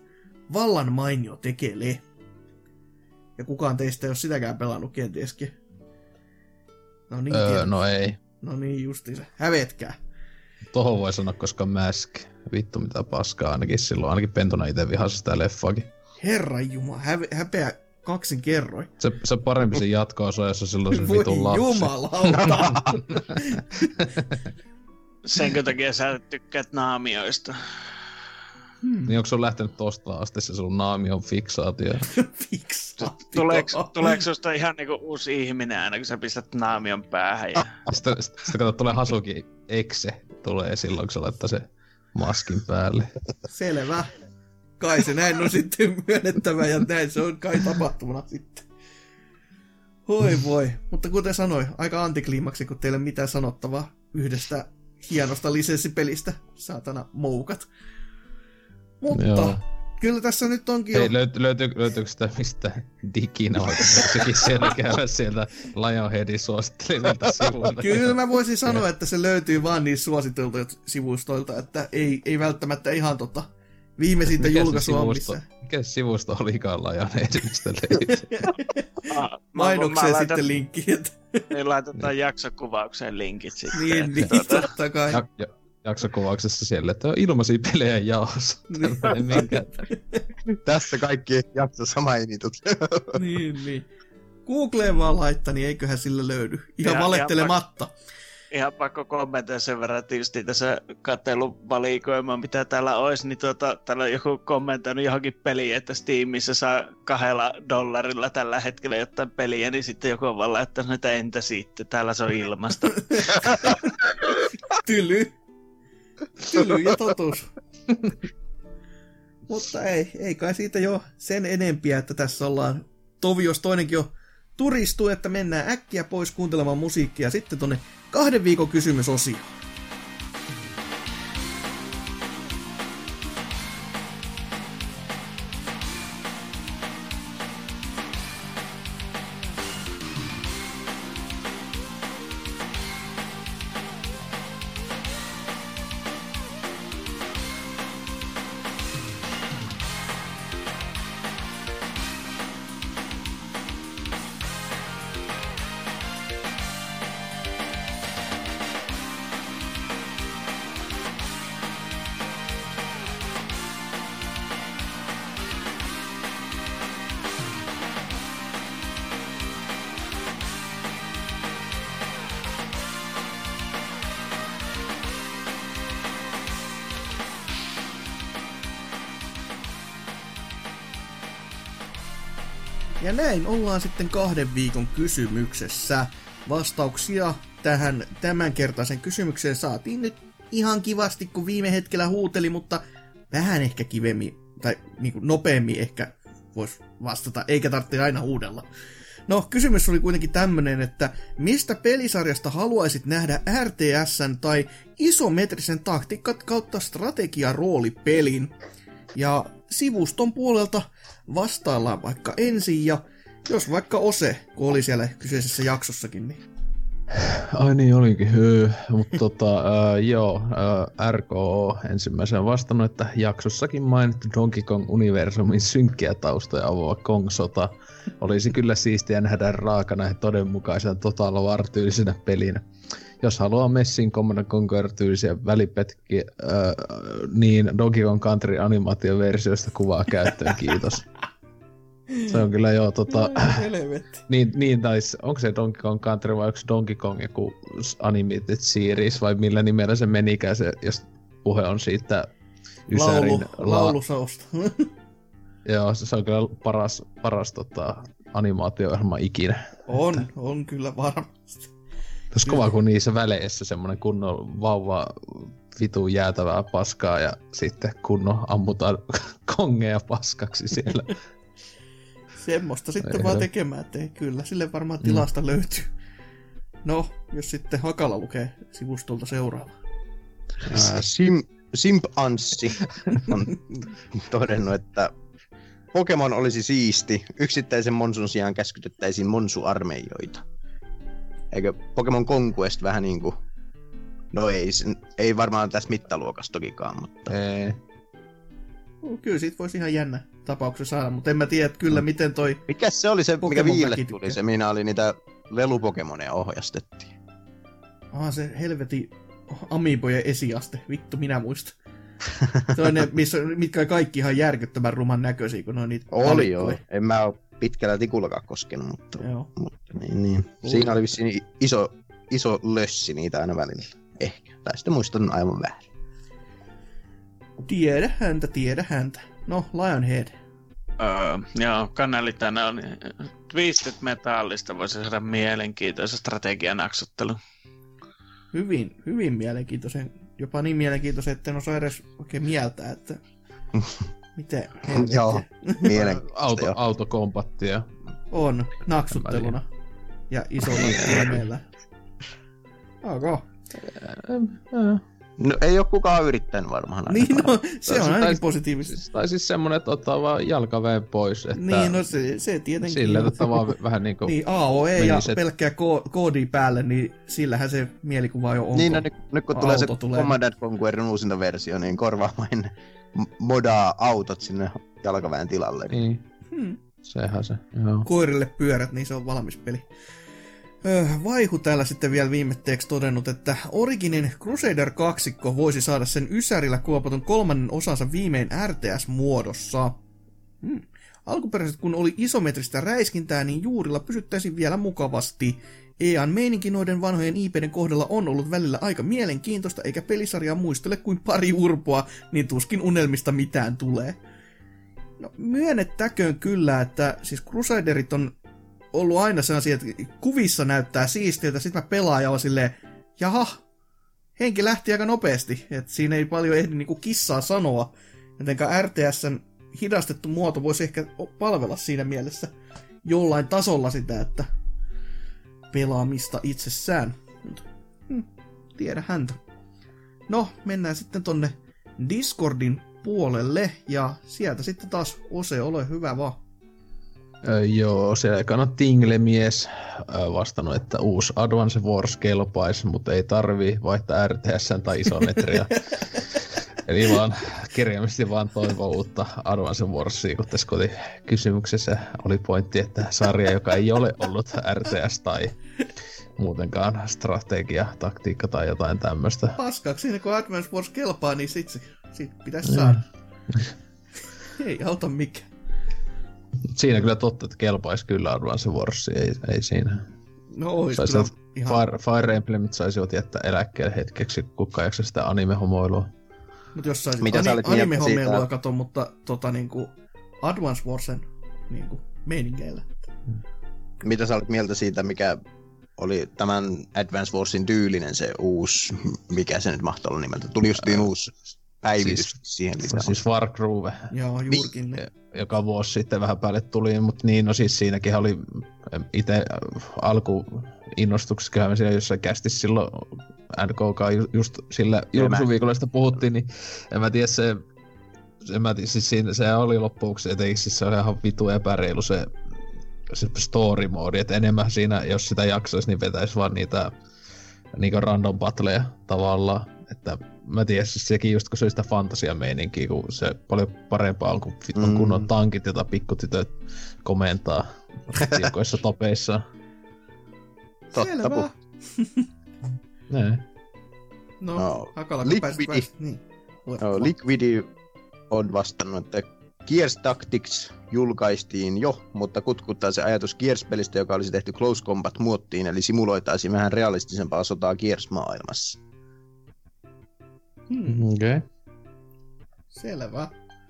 vallan mainio tekele. Ja kukaan teistä ei ole sitäkään pelannut kentieskin. No niin, no ei. No niin, justiinsa. Hävetkää. Tohon voi sanoa, koska Mask. Vittu mitä paskaa ainakin silloin. Ainakin pentuna ite vihasi sitä leffaakin. Herranjumala, häpeä kaksin kerroin. Se parempi se jatko-osa, jossa silloin se vitun lapsi. Voi jumalauta. Senkö takia sä tykkäät naamioista? Niin onko sun lähtenyt tosta asti se sun naamion fiksaatio? Fiksaatio. Tuleeko susta ihan niinku uusi ihminen aina, kun sä pistät naamion päähän? Ja... Sitten kato, tulee Hasuki Exe tulee silloin, kun sä laittaa se maskin päälle. Selvä. Kai se näin on sitten myönnettävä ja näin se on kai tapahtumana sitten. Voi. Mutta kuten sanoin, aika antikliimaksi, kun teillä ei ole mitään sanottavaa yhdestä hienosta lisenssipelistä. Saatana moukat. Mutta joo. Kyllä tässä nyt onkin jo... Hei, löytyykö sitä mistä diginä, vaikka sekin selkeä sieltä Lionheadin suosittelijoilta sivuilta? Kyllä mä voisin sanoa, että se löytyy vaan niistä suositeltuilta sivustoilta, että ei välttämättä ihan viimeisintä julkaisua missään. Mikä sivusto olikaan Lionheadin, mistä löytyy? Mainokseen sitten linkki. Niin laitetaan jaksokuvaukseen linkit sitten. Niin, totta kai. Jaksokuvauksessa siellä, että on ilmaisia pelejä jaossa. Tässä kaikki jaksossa mainitut. niin. Googleen vaan laittaa, niin eiköhän sillä löydy. Ihan valettelematta. Ihan pakko kommentoida sen verran, että just tässä katseluvalikoima, mitä täällä olisi, niin täällä on joku kommentoinut johonkin peliin, että Steamissa saa $2 tällä hetkellä jotain peliä, niin sitten joku on vaan laittanut, että entä sitten, täällä se on ilmasta. Tyly ja totuus. Mutta ei kai siitä jo sen enempiä, että tässä ollaan tovios toinenkin jo turistuu, että mennään äkkiä pois kuuntelemaan musiikkia sitten tonne 2 viikon kysymysosioon. Ja näin ollaan sitten 2 viikon kysymyksessä. Vastauksia tähän tämänkertaisen kysymykseen saatiin nyt ihan kivasti, kun viime hetkellä huuteli, mutta vähän ehkä kivemmin, tai niin kuin nopeammin ehkä voisi vastata, eikä tarvitse aina huudella. No, kysymys oli kuitenkin tämmönen, että mistä pelisarjasta haluaisit nähdä RTS:n tai isometrisen taktiikat kautta strategiaroolipelin? Ja sivuston puolelta vastaillaan vaikka ensin, ja jos vaikka Ose, kun oli siellä kyseisessä jaksossakin, niin... Ai niin olikin, mutta RKO ensimmäisenä vastannut, että jaksossakin mainittu Donkey Kong-universumin synkkiä taustoja avova Kong-sota olisi kyllä siistiä nähdä raakana ja todenmukaisena Total War-tyylisenä pelinä. Jos haluaa Messiin Command & Conquer-tyylisiä välipetkiä, niin Donkey Kong Country animaatioversioista kuvaa käyttöön, kiitos. Se on kyllä joo, niin taisi, onko se Donkey Kong Country vai onko Donkey Kong joku animated series vai millä nimellä se menikään se, jos puhe on siitä Ysärin laulusausta. Joo, se on kyllä paras animaatio-ohjelma ikinä. On kyllä varmasti. Tos kova, kun niissä väleissä semmonen kunnon vauva vitun jäätävää paskaa ja sitten kunnon ammutaan kongeja paskaksi siellä. Semmosta sitten vaan tekemään, että kyllä sille varmaan tilasta löytyy. No, jos sitten Hakala lukee sivustolta seuraava. Simp Anssi on todennut, että Pokemon olisi siisti. Yksittäisen Monsun sijaan käskytettäisiin Monsu-armeijoita. Eikö Pokemon Conquest vähän niinku... No ei varmaan tässä mittaluokassa tokikaan, mutta... Kyllä siitä voisi ihan jännä tapauksessa saada, mutta en mä tiedä kyllä miten toi... Mikä se oli se, mikä Viille tuli, se minä oli niitä lelupokemoneja ohjastettiin. Se helvetin Amiibojen esiaste, vittu minä muistan. Se on ne, mitkä kaikki ihan järkyttävän ruman näköisiä, kun ne on niitä oli joo, en mä oo pitkällä tikullakaan koskenut, mutta niin. Siinä oli vissiin iso lössi niitä aina välillä, ehkä. Tai sitten muistan aivan väärin. Tiedä häntä. No, Lionhead. Joo, kanali tänään on Twisted Metallista, voisi saada mielenkiintoisen strategian aksottelun. Hyvin mielenkiintoisen. Jopa niin mielenkiintoisen, että en osaa edes oikein mieltää, että... Miten? Joo, mielenkiintoista. Autokombattia. On, naksutteluna. Ja isolla ilmeellä. Okay. No ei oo kukaan yrittänyt varmaan. Niin, no, se on ainakin positiivisesti. Tai siis semmonen, että ottaa vaan jalkaveen pois. Että niin, no se tietenkin. Sillä että vaan vähän niinku... Niin, AOE ja pelkkää koodia päälle, niin sillähän se mielikuva jo on. Niin, no nyt kun tulee se Command & Conquerin uusinta versio, niin korvaa vain modaa autot sinne jalkaväen tilalle. Niin, sehän se, joo. Koirille pyörät, niin se on valmis peli. Vaihu täällä sitten vielä viimetteeksi todennut, että Originin Crusader-kaksikko voisi saada sen ysärillä kuopatun 3. osansa viimein RTS-muodossa. Alkuperäiset kun oli isometristä räiskintää, niin juurilla pysyttäisiin vielä mukavasti. EA:n meininki noiden vanhojen IP:den kohdalla on ollut välillä aika mielenkiintoista, eikä pelisarjaa muistele kuin pari urpoa, niin tuskin unelmista mitään tulee. No, myönnettäköön kyllä, että siis Crusaderit on ollut aina sellaisia, että kuvissa näyttää siistiltä, sit mä pelaan ja oon silleen, jaha, henki lähti aika nopeasti, että siinä ei paljon ehdi niinku kissaa sanoa, jotenka RTS:n hidastettu muoto voisi ehkä palvella siinä mielessä jollain tasolla sitä, että pelaamista itsessään. Tiedä häntä. No, mennään sitten tonne Discordin puolelle, ja sieltä sitten taas Ose, ole hyvä vaan. Joo, siellä aikana Tingle-mies vastannut, että uusi Advance Wars kelpaisi, mutta ei tarvii vaihtaa RTS:n tai isometriä. Eli vaan kirjaimisesti vaan toivoo uutta Advance Warsia, kun tässä kysymyksessä oli pointti, että sarja, joka ei ole ollut RTS tai muutenkaan strategia, taktiikka tai jotain tämmöistä. Paskaksi siinä kun Advance Wars kelpaa, niin sit pitäisi saada. Ei auta mikään. Siinä kyllä totta, että kelpaisi kyllä Advance Wars, ei siinä. No ois kyllä ihan... Fire Emblemit saisivat jättää eläkkeelle hetkeksi, kukaan jaksa sitä anime-homoilua. Mutta jos saisit anime-homoilua kato, mutta niinku Advance Warsen niinku meiningeillä. Mitä sä olet mieltä siitä, mikä oli tämän Advance Warsin tyylinen se uusi, mikä se nyt mahtoi olla nimeltä? Tuli justiin uusi päivitys siihen lisää. Siis Wargroove. Joo, juurikin. Joka vuosi sitten vähän päälle tuli, mutta niin, no siis siinäkin oli itse alkuinnostuksessa, kyllähän me siellä jossain kästissä silloin NKK just sillä julkaisuviikolla sitä puhuttiin, niin en mä tiedä siis siinä, se oli loppuksi, etenkin siis se on ihan vitu epäreilu se story-moodi, että enemmän siinä, jos sitä jaksaisi, niin vetäisi vaan niitä niinku random battleja tavallaan, että mä tiedän, siis sekin just kun se on sitä fantasia-meininkiä, kun se paljon parempaa on, kun kunnon tankit, jota pikkutytöt komentaa tiukoissa topeissa. Selvä. Näin. No, Hakalakka pääsit. Niin. Liquidi on vastannut, että Gears Tactics julkaistiin jo, mutta kutkuttaa se ajatus Gears-pelistä, joka olisi tehty Close Combat-muottiin, eli simuloitaisiin vähän realistisempaa sotaa Gears-maailmassa. Okei. Selvä.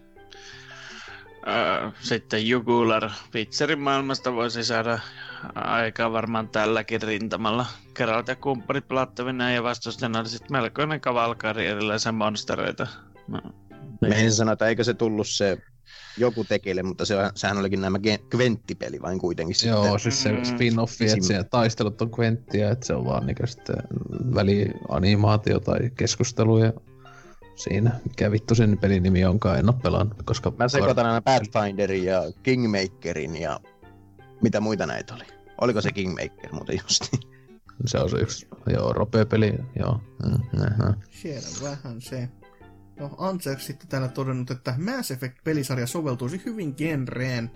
Sitten Jugular Witcherin maailmasta voisi saada aikaa varmaan tälläkin rintamalla. Geralt ja kumppanit pelattavina ja vastustajana oli sitten melkoinen kavalkari erilaisia monstereita. No. Meidän sanoa, että eikö se tullut se joku tekeille, mutta sehän olikin nämä Gwentti-peli vain kuitenkin. Joo, sitten. Siis se spin-offi, että siinä taistelut on Gwenttiä, että se on vaan niinku sitten välianimaatio tai keskusteluja siinä. Mikä vittu sen pelin nimi onkaan, en oo pelannut, koska... Mä sekoitan aina Pathfinderin ja Kingmakerin ja mitä muita näitä oli. Oliko se Kingmaker muuten justiin? Se on se yksi, joo, ropea-peli, joo. Siellä vähän se. No, Antsex sitten täällä todennut, että Mass Effect-pelisarja soveltuisi hyvin genreen.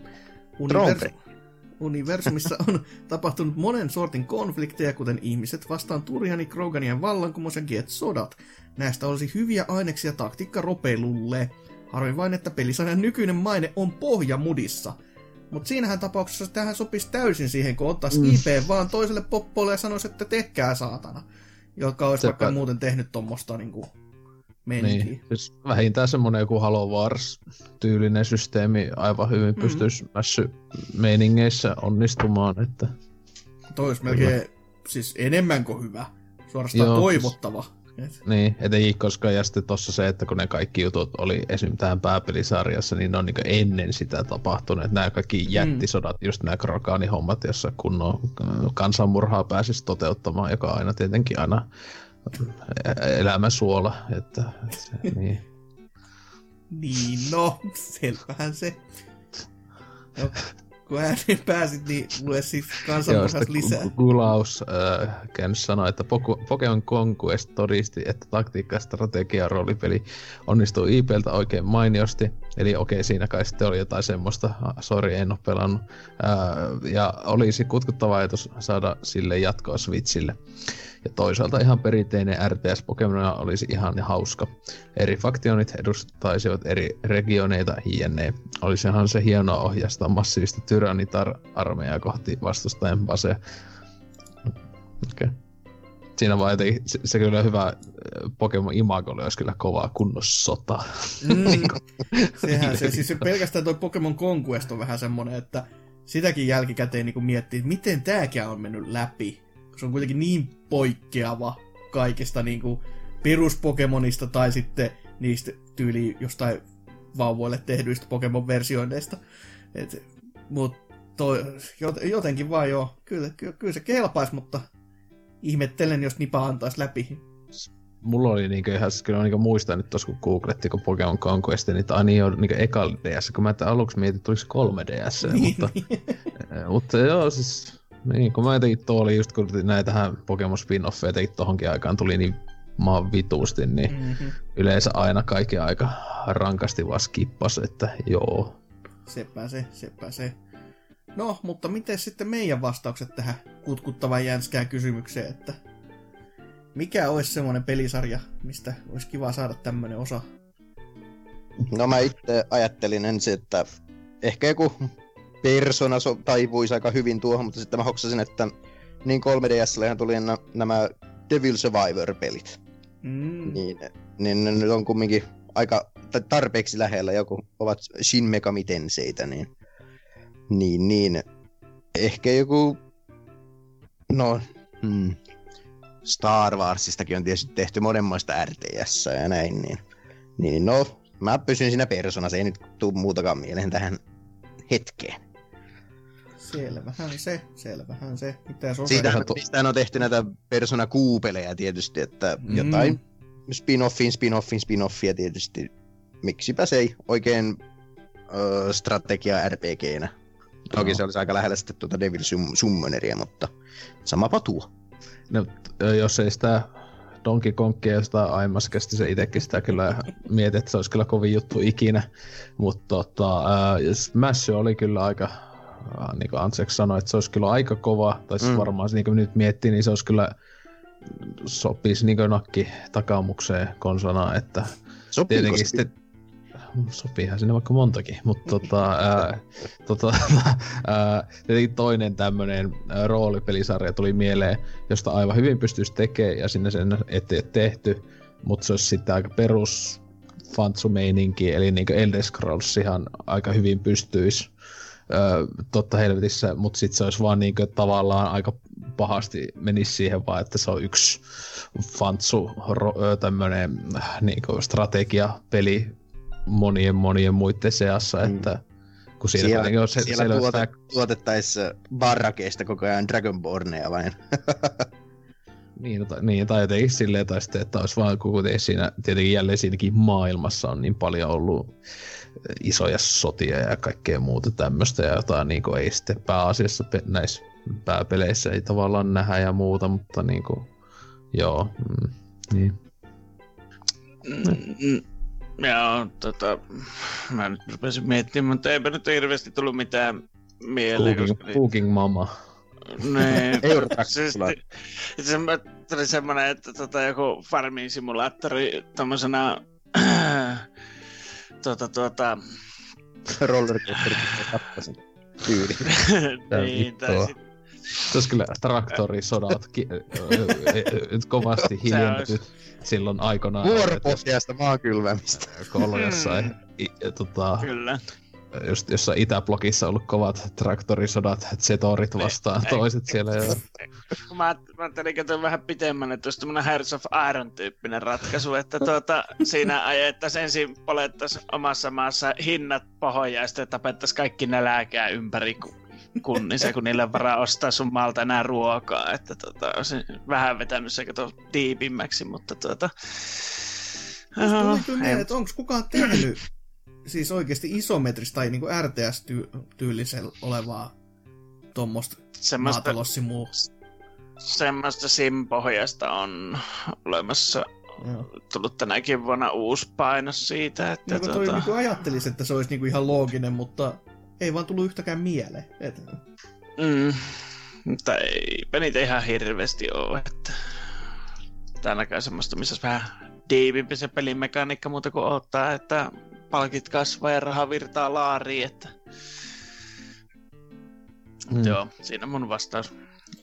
Universumissa on tapahtunut monen sortin konflikteja, kuten ihmiset vastaan Turjani, Kroganien vallankumous ja Geth-sodat. Näistä olisi hyviä aineksia taktiikkaropeilulle. Harvoin vain, että pelisarjan nykyinen maine on pohjamudissa. Mutta siinähän tapauksessa tähän sopisi täysin siihen, kun ottaisi IP vaan toiselle poppoille ja sanoisi, että tehkää saatana. Joka olisi vaikka muuten tehnyt tommoista niinku meininkiä. Niin, siis vähintään semmonen joku Halo Wars-tyylinen systeemi aivan hyvin pystyisi mässy-meiningeissä onnistumaan. Että... Toi melkein siis enemmän kuin hyvä. Suorastaan toivottava. Niin, etenkin koska ja sitten tossa se, että kun ne kaikki jutut oli esimerkiksi tähän pääpelisarjassa, niin ne on niinku ennen sitä tapahtunut. Nämä kaikki jättisodat, just nämä Krogaani-hommat, jossa kunnon kansanmurhaa pääsisi toteuttamaan, joka on aina tietenkin aina elämän suola. Niin. Niin, no, selvähän se. No. Kun ääneen pääsit, niin lue siis kansanmurhasta lisää. Gulaus käynyt sanoa, että Pokémon Conquest todisti, että taktiikka, strategia ja roolipeli onnistuu IP:ltä oikein mainiosti. Eli siinä kai sitten oli jotain semmoista, sori en ole pelannut. Ja olisi kutkuttava ajatus saada sille jatkoa Switchille. Ja toisaalta ihan perinteinen RTS Pokemonilla olisi ihan hauska. Eri faktionit edustaisivat eri regioneita jne. Olisihan se hienoa ohjastaa massiivista tyrannitar-armeijaa kohti vastustajan baseja. Okay. Siinä vaan jotenkin, se kyllä hyvä Pokemon imagolle olisi kyllä kovaa kunnossa sota. Sehän se, siis pelkästään toi Pokemon Conquest on vähän semmonen, että sitäkin jälkikäteen niin miettii, että miten tääkään on mennyt läpi. Se on kuitenkin niin poikkeava kaikista niinku peruspokemonista tai sitten niistä tyyliin jostain vauvoille tehdyistä Pokemon-versioineista. Mutta jotenkin vaan joo, kyllä se kelpaisi, mutta ihmettelen, jos Nipa antaisi läpi. Mulla oli niinku ihan, kyllä niinku muistan nyt tossa kun googletti, kun Pokemon Conquest, niin aina jo niinku ekalla DS, kun mä aluksi mietin, että tuliko 3DS, niin, mutta joo siis... Niin, kun mä jotenkin oli just kun näitähän Pokemon spin-offeja jotenkin tohonkin aikaan tuli niin maan vituusti, niin yleensä aina kaiken aika rankasti vaan skippas, että joo. Sepä se. No, mutta miten sitten meidän vastaukset tähän kutkuttavan jänskään kysymykseen, että mikä olisi semmoinen pelisarja, mistä olisi kiva saada tämmönen osa? No mä itse ajattelin ensin, että ehkä joku Persona taivuisi aika hyvin tuohon, mutta sitten mä hoksasin, että niin 3DS:llähän tuli nämä Devil Survivor-pelit. Niin ne nyt on kumminkin aika tarpeeksi lähellä, joku ovat Shin Megami Tenseitä, niin ehkä joku, no, Star Warsistakin on tietysti tehty monenmoista RTS ja näin, niin no, mä pysyn siinä Personassa, ei nyt tuu muutakaan mieleen tähän hetkeen. Selvähän se. Siitähän on tehty näitä Persona Q-pelejä tietysti, että jotain spin-offia tietysti. Miksipä se ei oikein strategia RPG:nä. Toki se olisi aika lähellä sitten tuota Devil Summoneria, mutta samapa tuo. No, jos ei sitä Donkey Kongia ja sitä aiemmaskästi se itekin sitä kyllä mietin, että se olisi kyllä kovin juttu ikinä. Mutta Smash oli kyllä aika, niin kuin Antsex sanoi, että se olisi kyllä aika kova. Tai siis varmaan niin kuin nyt miettii, niin se olisi kyllä sopisi niin kuin nakki takaamukseen konsonaan, että tietenkin sitten sopiihan sinne vaikka montakin, mutta tietenkin toinen tämmönen roolipelisarja tuli mieleen, josta aivan hyvin pystyisi tekemään ja sinne sen ettei tehty, mutta se olisi sitten aika perus fantsu-meininki, eli niinku Elder Scrolls ihan aika hyvin pystyisi totta helvetissä, mutta sitten se olisi vaan niinku tavallaan aika pahasti menisi siihen vaan, että se on yksi fantsu tämmönen niinku strategiapeli monien muiden seassa, että kun siellä on siellä tuotettaisiin barrakeista koko ajan Dragonborneja vain. niin, tai jotenkin silleen, tai sitten, että olisi vaan kuitenkin siinä, tietenkin jälleen siinäkin maailmassa on niin paljon ollut isoja sotia ja kaikkea muuta tämmöistä, ja jotain niin kuin ei sitten pääasiassa näissä pääpeleissä ei tavallaan nähdä ja muuta, mutta niin kuin, joo, niin. Joo, mä nyt rupesin miettimään, mutta eipä nyt hirveästi tullut mitään mieleen. Cooking Mama. Nee, se oli semmoinen, että joku farming simulaattori tommosena rollercoasterit tappasin tyyli. Niin, tai sit... Se olisi kyllä traktorisodat kovasti hiljentynyt silloin aikanaan. Vuoropohjaista maakylvämistä. Kun jossain, kyllä. Just jossain Itäblogissa ollut kovat traktorisodat, zetorit vastaan toiset siellä. Mä ajattelin katsoa vähän pitemmän, että olisi tämmönen Hearts of Iron-tyyppinen ratkaisu, että siinä ajettaisiin ensin polettaisiin omassa maassa hinnat pohjaan ja sitten tapettaisiin kaikki nälääkää ympäri kunnissa, kun niille varaa ostaa sun maalta enää ruokaa, että olisin vähän vetänyt se diipimmäksi, mutta tuli kyllä mieleen, että onko kukaan tehnyt siis oikeasti isometristä tai niinku RTS-tyylisellä olevaa tuommoista maataloussimua? Semmoista sim-pohjasta on olemassa. Tullut tänäkin vuonna uusi painos siitä, että niinku ajattelisi, että se olisi niinku ihan looginen, mutta ei vaan tullut yhtäkään mieleen. Mutta eipä niitä ihan hirveästi ole, että ainakaan semmoista, missä olisi vähän diivimpi se pelimekaniikka muuta kuin odottaa, että palkit kasvaa ja raha virtaa laariin, että... Joo, siinä mun vastaus.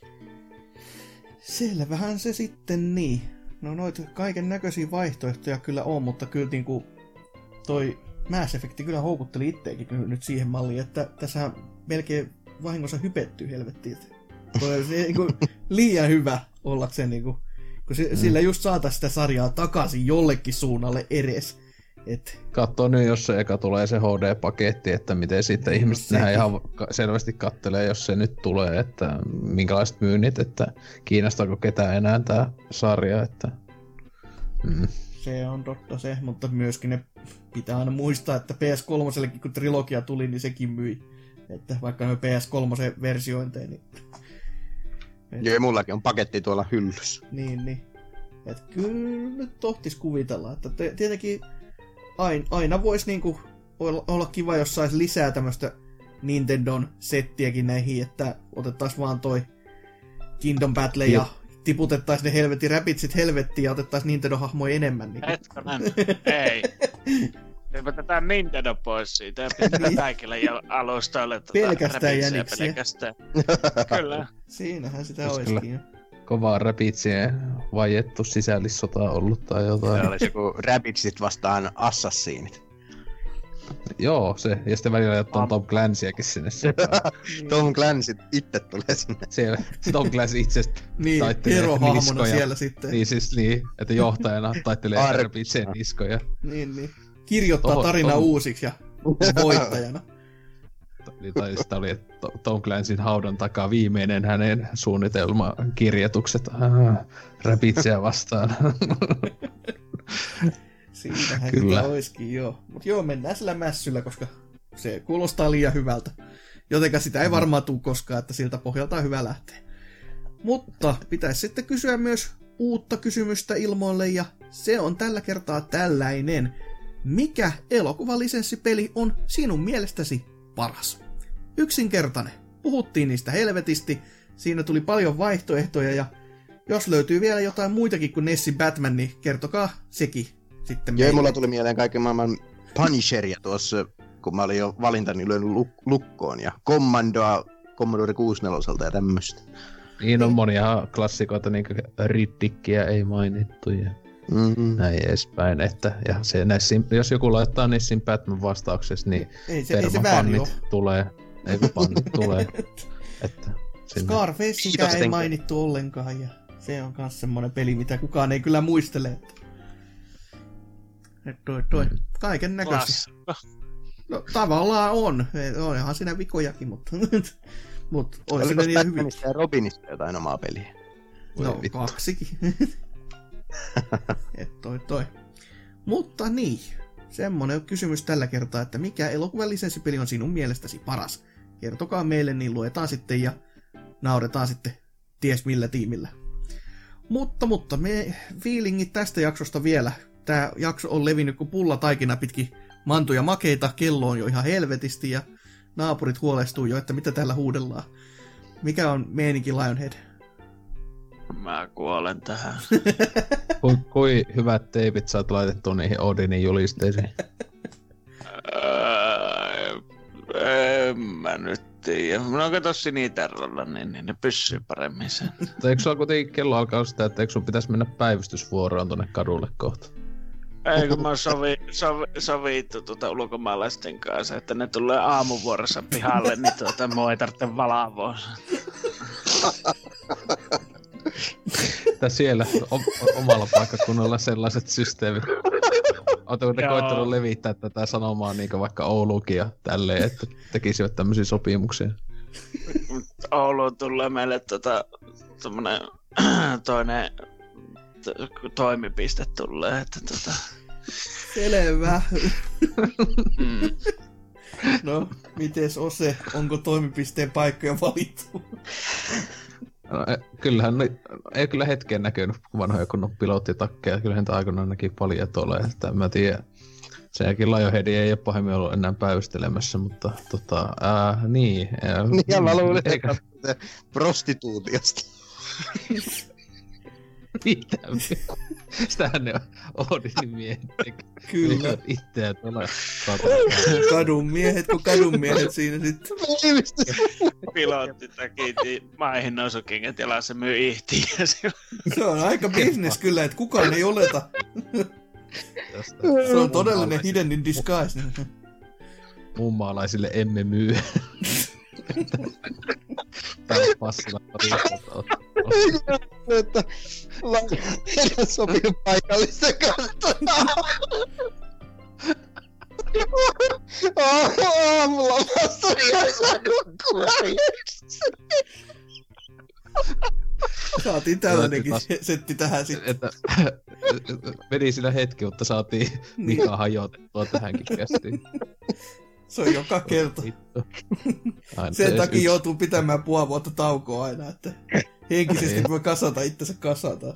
Selvähän se sitten niin. No noita kaiken näköisiä vaihtoehtoja kyllä on, mutta kyllä niinku toi Mass Effect kyllä houkutteli itteekin nyt siihen malliin, että tässä melkein vahingossa hypettyy helvettiin. Toi on se niinku liian hyvä ollakseen niinku, kun sillä just saataisiin sitä sarjaa takaisin jollekin suunnalle edes. Katso nyt, jos se eka tulee se HD-paketti, että miten sitten ihmiset nähdään ihan selvästi kattelee, jos se nyt tulee, että minkälaiset myynnit, että kiinnostaako ketään enää tää sarja, että... Se on totta se, mutta myöskin ne pitää aina muistaa, että PS3 kun trilogia tuli, niin sekin myi. Että vaikka ne PS3-versiointeja, niin... Joo, mullakin on paketti tuolla hyllyssä. Niin. Että kyllä nyt tohtis kuvitella, että tietenkin aina voisi niinku olla kiva, jos saisi lisää tämmöistä Nintendon settiäkin näihin, että otettaisiin vaan toi Kingdom Battle ja tiputettaisiin ne helvetin Rabidsit helvettiin ja otettaisiin Nintendo-hahmoja enemmän. Niin. Hetkonen, ei. Hypätetään Nintendo pois siitä ja pitää kaikille alustoille pelkästään jäniksiä. Pelkästään. Kyllä. Siinähän sitä olisikin. Kovaa Rabbidsien vaiettu sisällissota ollut tai jotain. Se olisi joku Rabbidsit vastaan Assassinit. Joo, se. Ja sitten välillä jotain Tom Clancyäkin sinne. Tom Clancy itse tulee sinne. Siellä Tom Clancy itse niin, hero-hahmona siellä sitten. Niin siis niin, että johtajana taittelee Rabbidsen niskoja. Niin. Kirjoittaa tarinaa uusiksi ja voittajana. Tai sitä oli, että Tom Clancyn haudan takaa viimeinen hänen suunnitelmakirjoitukset Rabbidsia vastaan. Siinähän kyllä olisikin, joo. Mutta joo, mennään sillä mässyllä, koska se kuulostaa liian hyvältä. Jotenka sitä ei varmaan tule koskaan, että siltä pohjalta on hyvä lähteä. Mutta pitäisi sitten kysyä myös uutta kysymystä ilmoille, ja se on tällä kertaa tällainen. Mikä elokuvalisenssipeli on sinun mielestäsi paras? Yksinkertainen. Puhuttiin niistä helvetisti, siinä tuli paljon vaihtoehtoja, ja jos löytyy vielä jotain muitakin kuin Nessin Batman, niin kertokaa sekin sitten meille. Joo, mulla tuli mieleen kaiken maailman Punisheria tuossa, kun mä olin jo valintani lyönyt lukkoon, ja Commandoa Commodore 64 ja tämmöistä. Niin on monia klassikoita, niin kuin Riddickia ei mainittu, ja näin edespäin, että ja se Nessin, jos joku laittaa Nessin Batman vastauksessa, niin permapannit tulee. Ei kun pannit tulee. Että Scarfacekään ei mainittu ollenkaan, ja se on myös semmoinen peli, mitä kukaan ei kyllä muistele. Toi. Kaiken näköisiä. No tavallaan on. Onhan siinä vikojakin, mutta olisi ne niin hyvin. Oliko ja Robinista jotain omaa peliä? No, kaksikin. Toi. Mutta niin, semmonen kysymys tällä kertaa, että mikä elokuvan lisenssipeli on sinun mielestäsi paras? Kertokaa meille, niin luetaan sitten ja nauretaan sitten ties millä tiimillä. Mutta me feelingit tästä jaksosta vielä tää jakso on levinnyt kuin pullataikina pitkin mantuja makeita, kello on jo ihan helvetisti ja naapurit huolestuu jo, että mitä täällä huudellaan. Mikä on meininki Lionhead? Mä kuolen tähän. Kui hyvät teipit sä oot laitettu niihin Odinin julisteisiin? En mä nyt tiedä. Mä oon kato siniterrolla, niin ne pysyy paremmin sen. Eikö sulla kuitenkin kello alkaa sitä, että eikö sun pitäisi mennä päivystysvuoroon tonne kadulle kohta? Ei, kun mä oon sovittu ulkomaalaisten kanssa, että ne tulee aamuvuorossa pihalle, niin mua ei tarvitse valavoa. Tai siellä omalla paikkakunnalla sellaiset systeemit. Oletko te koittanut levittää tätä sanomaa niin vaikka Ouluukin ja tälleen, että tekisivät tämmöisiä sopimuksia? Ouluun tulee meille tommonen toinen toimipiste tulee, että Selvä. No, mites Ose? Onko toimipisteen paikkoja valittu? No, kyllähän ei kyllä hetken näkynyt vanhoja kunnon pilottitakkeja. Kyllähän tämä aikoinaan näki paljon tuolla, että mä tiedän. Senkin Lionhead ei ole pahemmin ollut enää päivystelemässä, mutta niin. Niin, mä luulin, että se prostituutiosta. Mitä? Sitähän ne Odinin miehet tekee. Kyllä. Itseä tuolla. Kadun miehet, kun kadun miehet siinä sitten. Pilotti takiiti maihin nousukengät jalassa myy ihtiä. Se on aika business kyllä, että kukaan ei oleta. Se on todellinen hidden in disguise. Mummaalaisille emme myy. Täällä passilla riittää. Että Lionhead sopii paikallisten kanssa. Aamulla vasta ei saa nukkua. Saatiin tällainenkin setti tähän sitten. Että meni siinä hetki, mutta saatiin Mika hajotettua tähänkin kästiin. Se on joka kerta. Sen takia joutuu pitämään puoli vuotta taukoa aina, että henkisesti voi kasata itsensä kasata.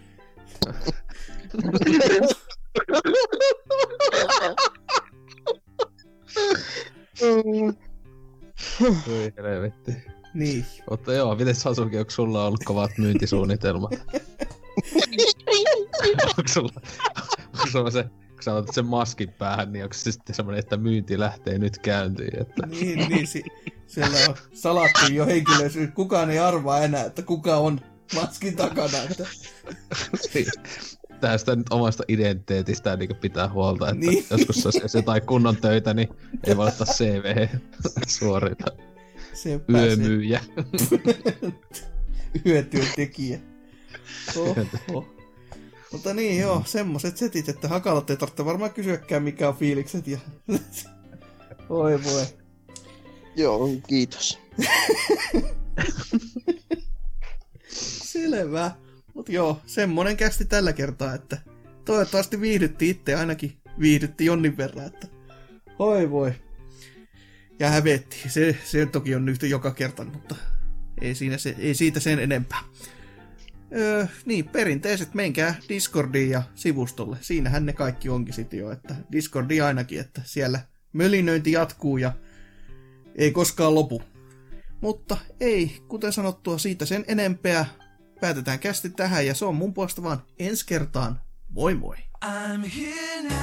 Oi helvetti. Niin. Mutta joo, miten Sasuke, onko sulla ollut kovat myyntisuunnitelmat? Onko sulla se, kun sä otat sen maskin päähän, niin onko se sitten semmoinen, että myynti lähtee nyt käyntiin? Että... Niin, siellä on salattiin jo henkilöisyys. Kukaan ei arvaa enää, että kuka on maskin takana. Että... Tästä nyt omasta identiteetistään niin pitää huolta, että niin. Joskus jos jotain kunnon töitä, niin ei voi ottaa CV suorita. Yömyyjä. Yötyöntekijä. Mutta niin joo, semmoset setit, että Hakalat ei tarvitse varmaan kysyäkään mikä on fiilikset ja... Oi voi. Joo, kiitos. Selvä. Mut joo, semmonen kästi tällä kertaa, että toivottavasti viihdytti itse, ainakin viihdytti jonnin verran, että oi voi. Ja hävetti. Se toki on nyt joka kerta, mutta ei siitä sen enempää. Niin, perinteiset menkää Discordiin ja sivustolle. Siinähän ne kaikki onkin sitten jo, että Discordi ainakin, että siellä mölinöinti jatkuu ja ei koskaan lopu. Mutta ei, kuten sanottua, siitä sen enempää. Päätetään kästi tähän ja se on mun puolesta vaan ensi kertaan. Moi moi! I'm here now.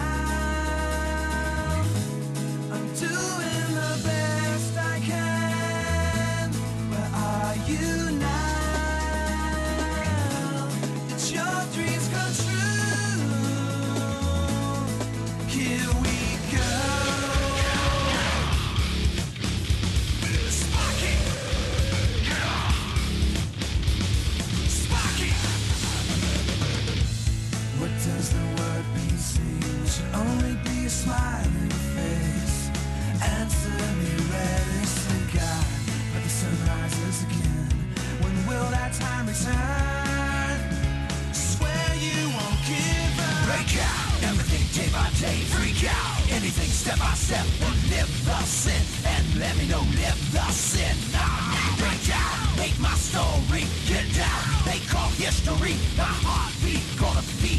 I'm doing the best I can. Where are you now? It's your dreams come true. Here we go. Sparky! Sparky! What does the word mean? Should only be a smiling face. Answer me, reddish sky. But the sun rises again. When will that time return? Swear you won't give up. Break out, everything day by day. Freak out, anything step by step. And live the sin, and let me know, live the sin. Break out, make my story, get down. They call history, my heartbeat gonna beat faster.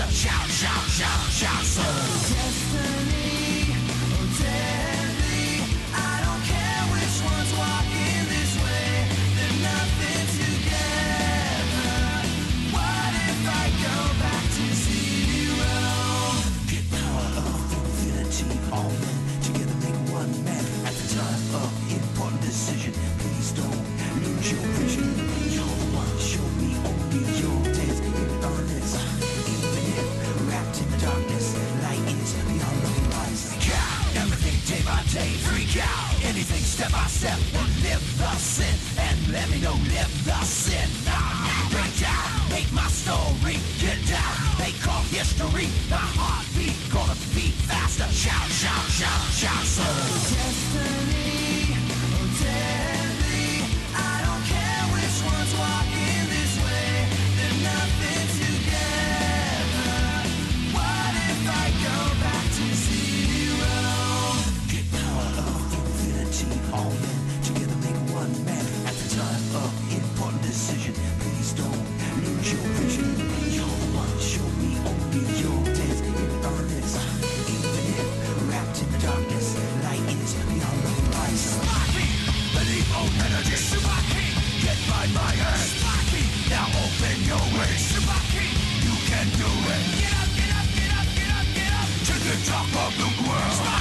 faster. Shout, shout, shout, shout. So destiny, oh deadly. I don't care which one's walking this way. They're nothing together. What if I go back to zero? Get power of infinity. All men together make one man. At the time of important decision, please don't lose your vision. You're the one, show me only your dance. Get honest, even if wrapped in darkness, light is beyond the horizon. Freak out, everything day by day. Freak out, anything step by step. Live the sin, and let me know, live the sin. Break down, make my story, get down. They call history, my heartbeat gonna beat faster. Shout, shout, shout, shout. So destiny, oh deadly. I don't care which one's walking this way. They're nothing together. What if I go back to zero? Get power of infinity. All men together make one man. At the time of important decision, please don't lose your vision. You're the one, show me only your dance. Get honest, even if wrapped in darkness, light is beyond the horizon. Sparky, believe old energy. Sparky, get by my hand. Sparky, now open your way. Sparky, you can do it. Get up, get up, get up, get up, get up to the top of the world.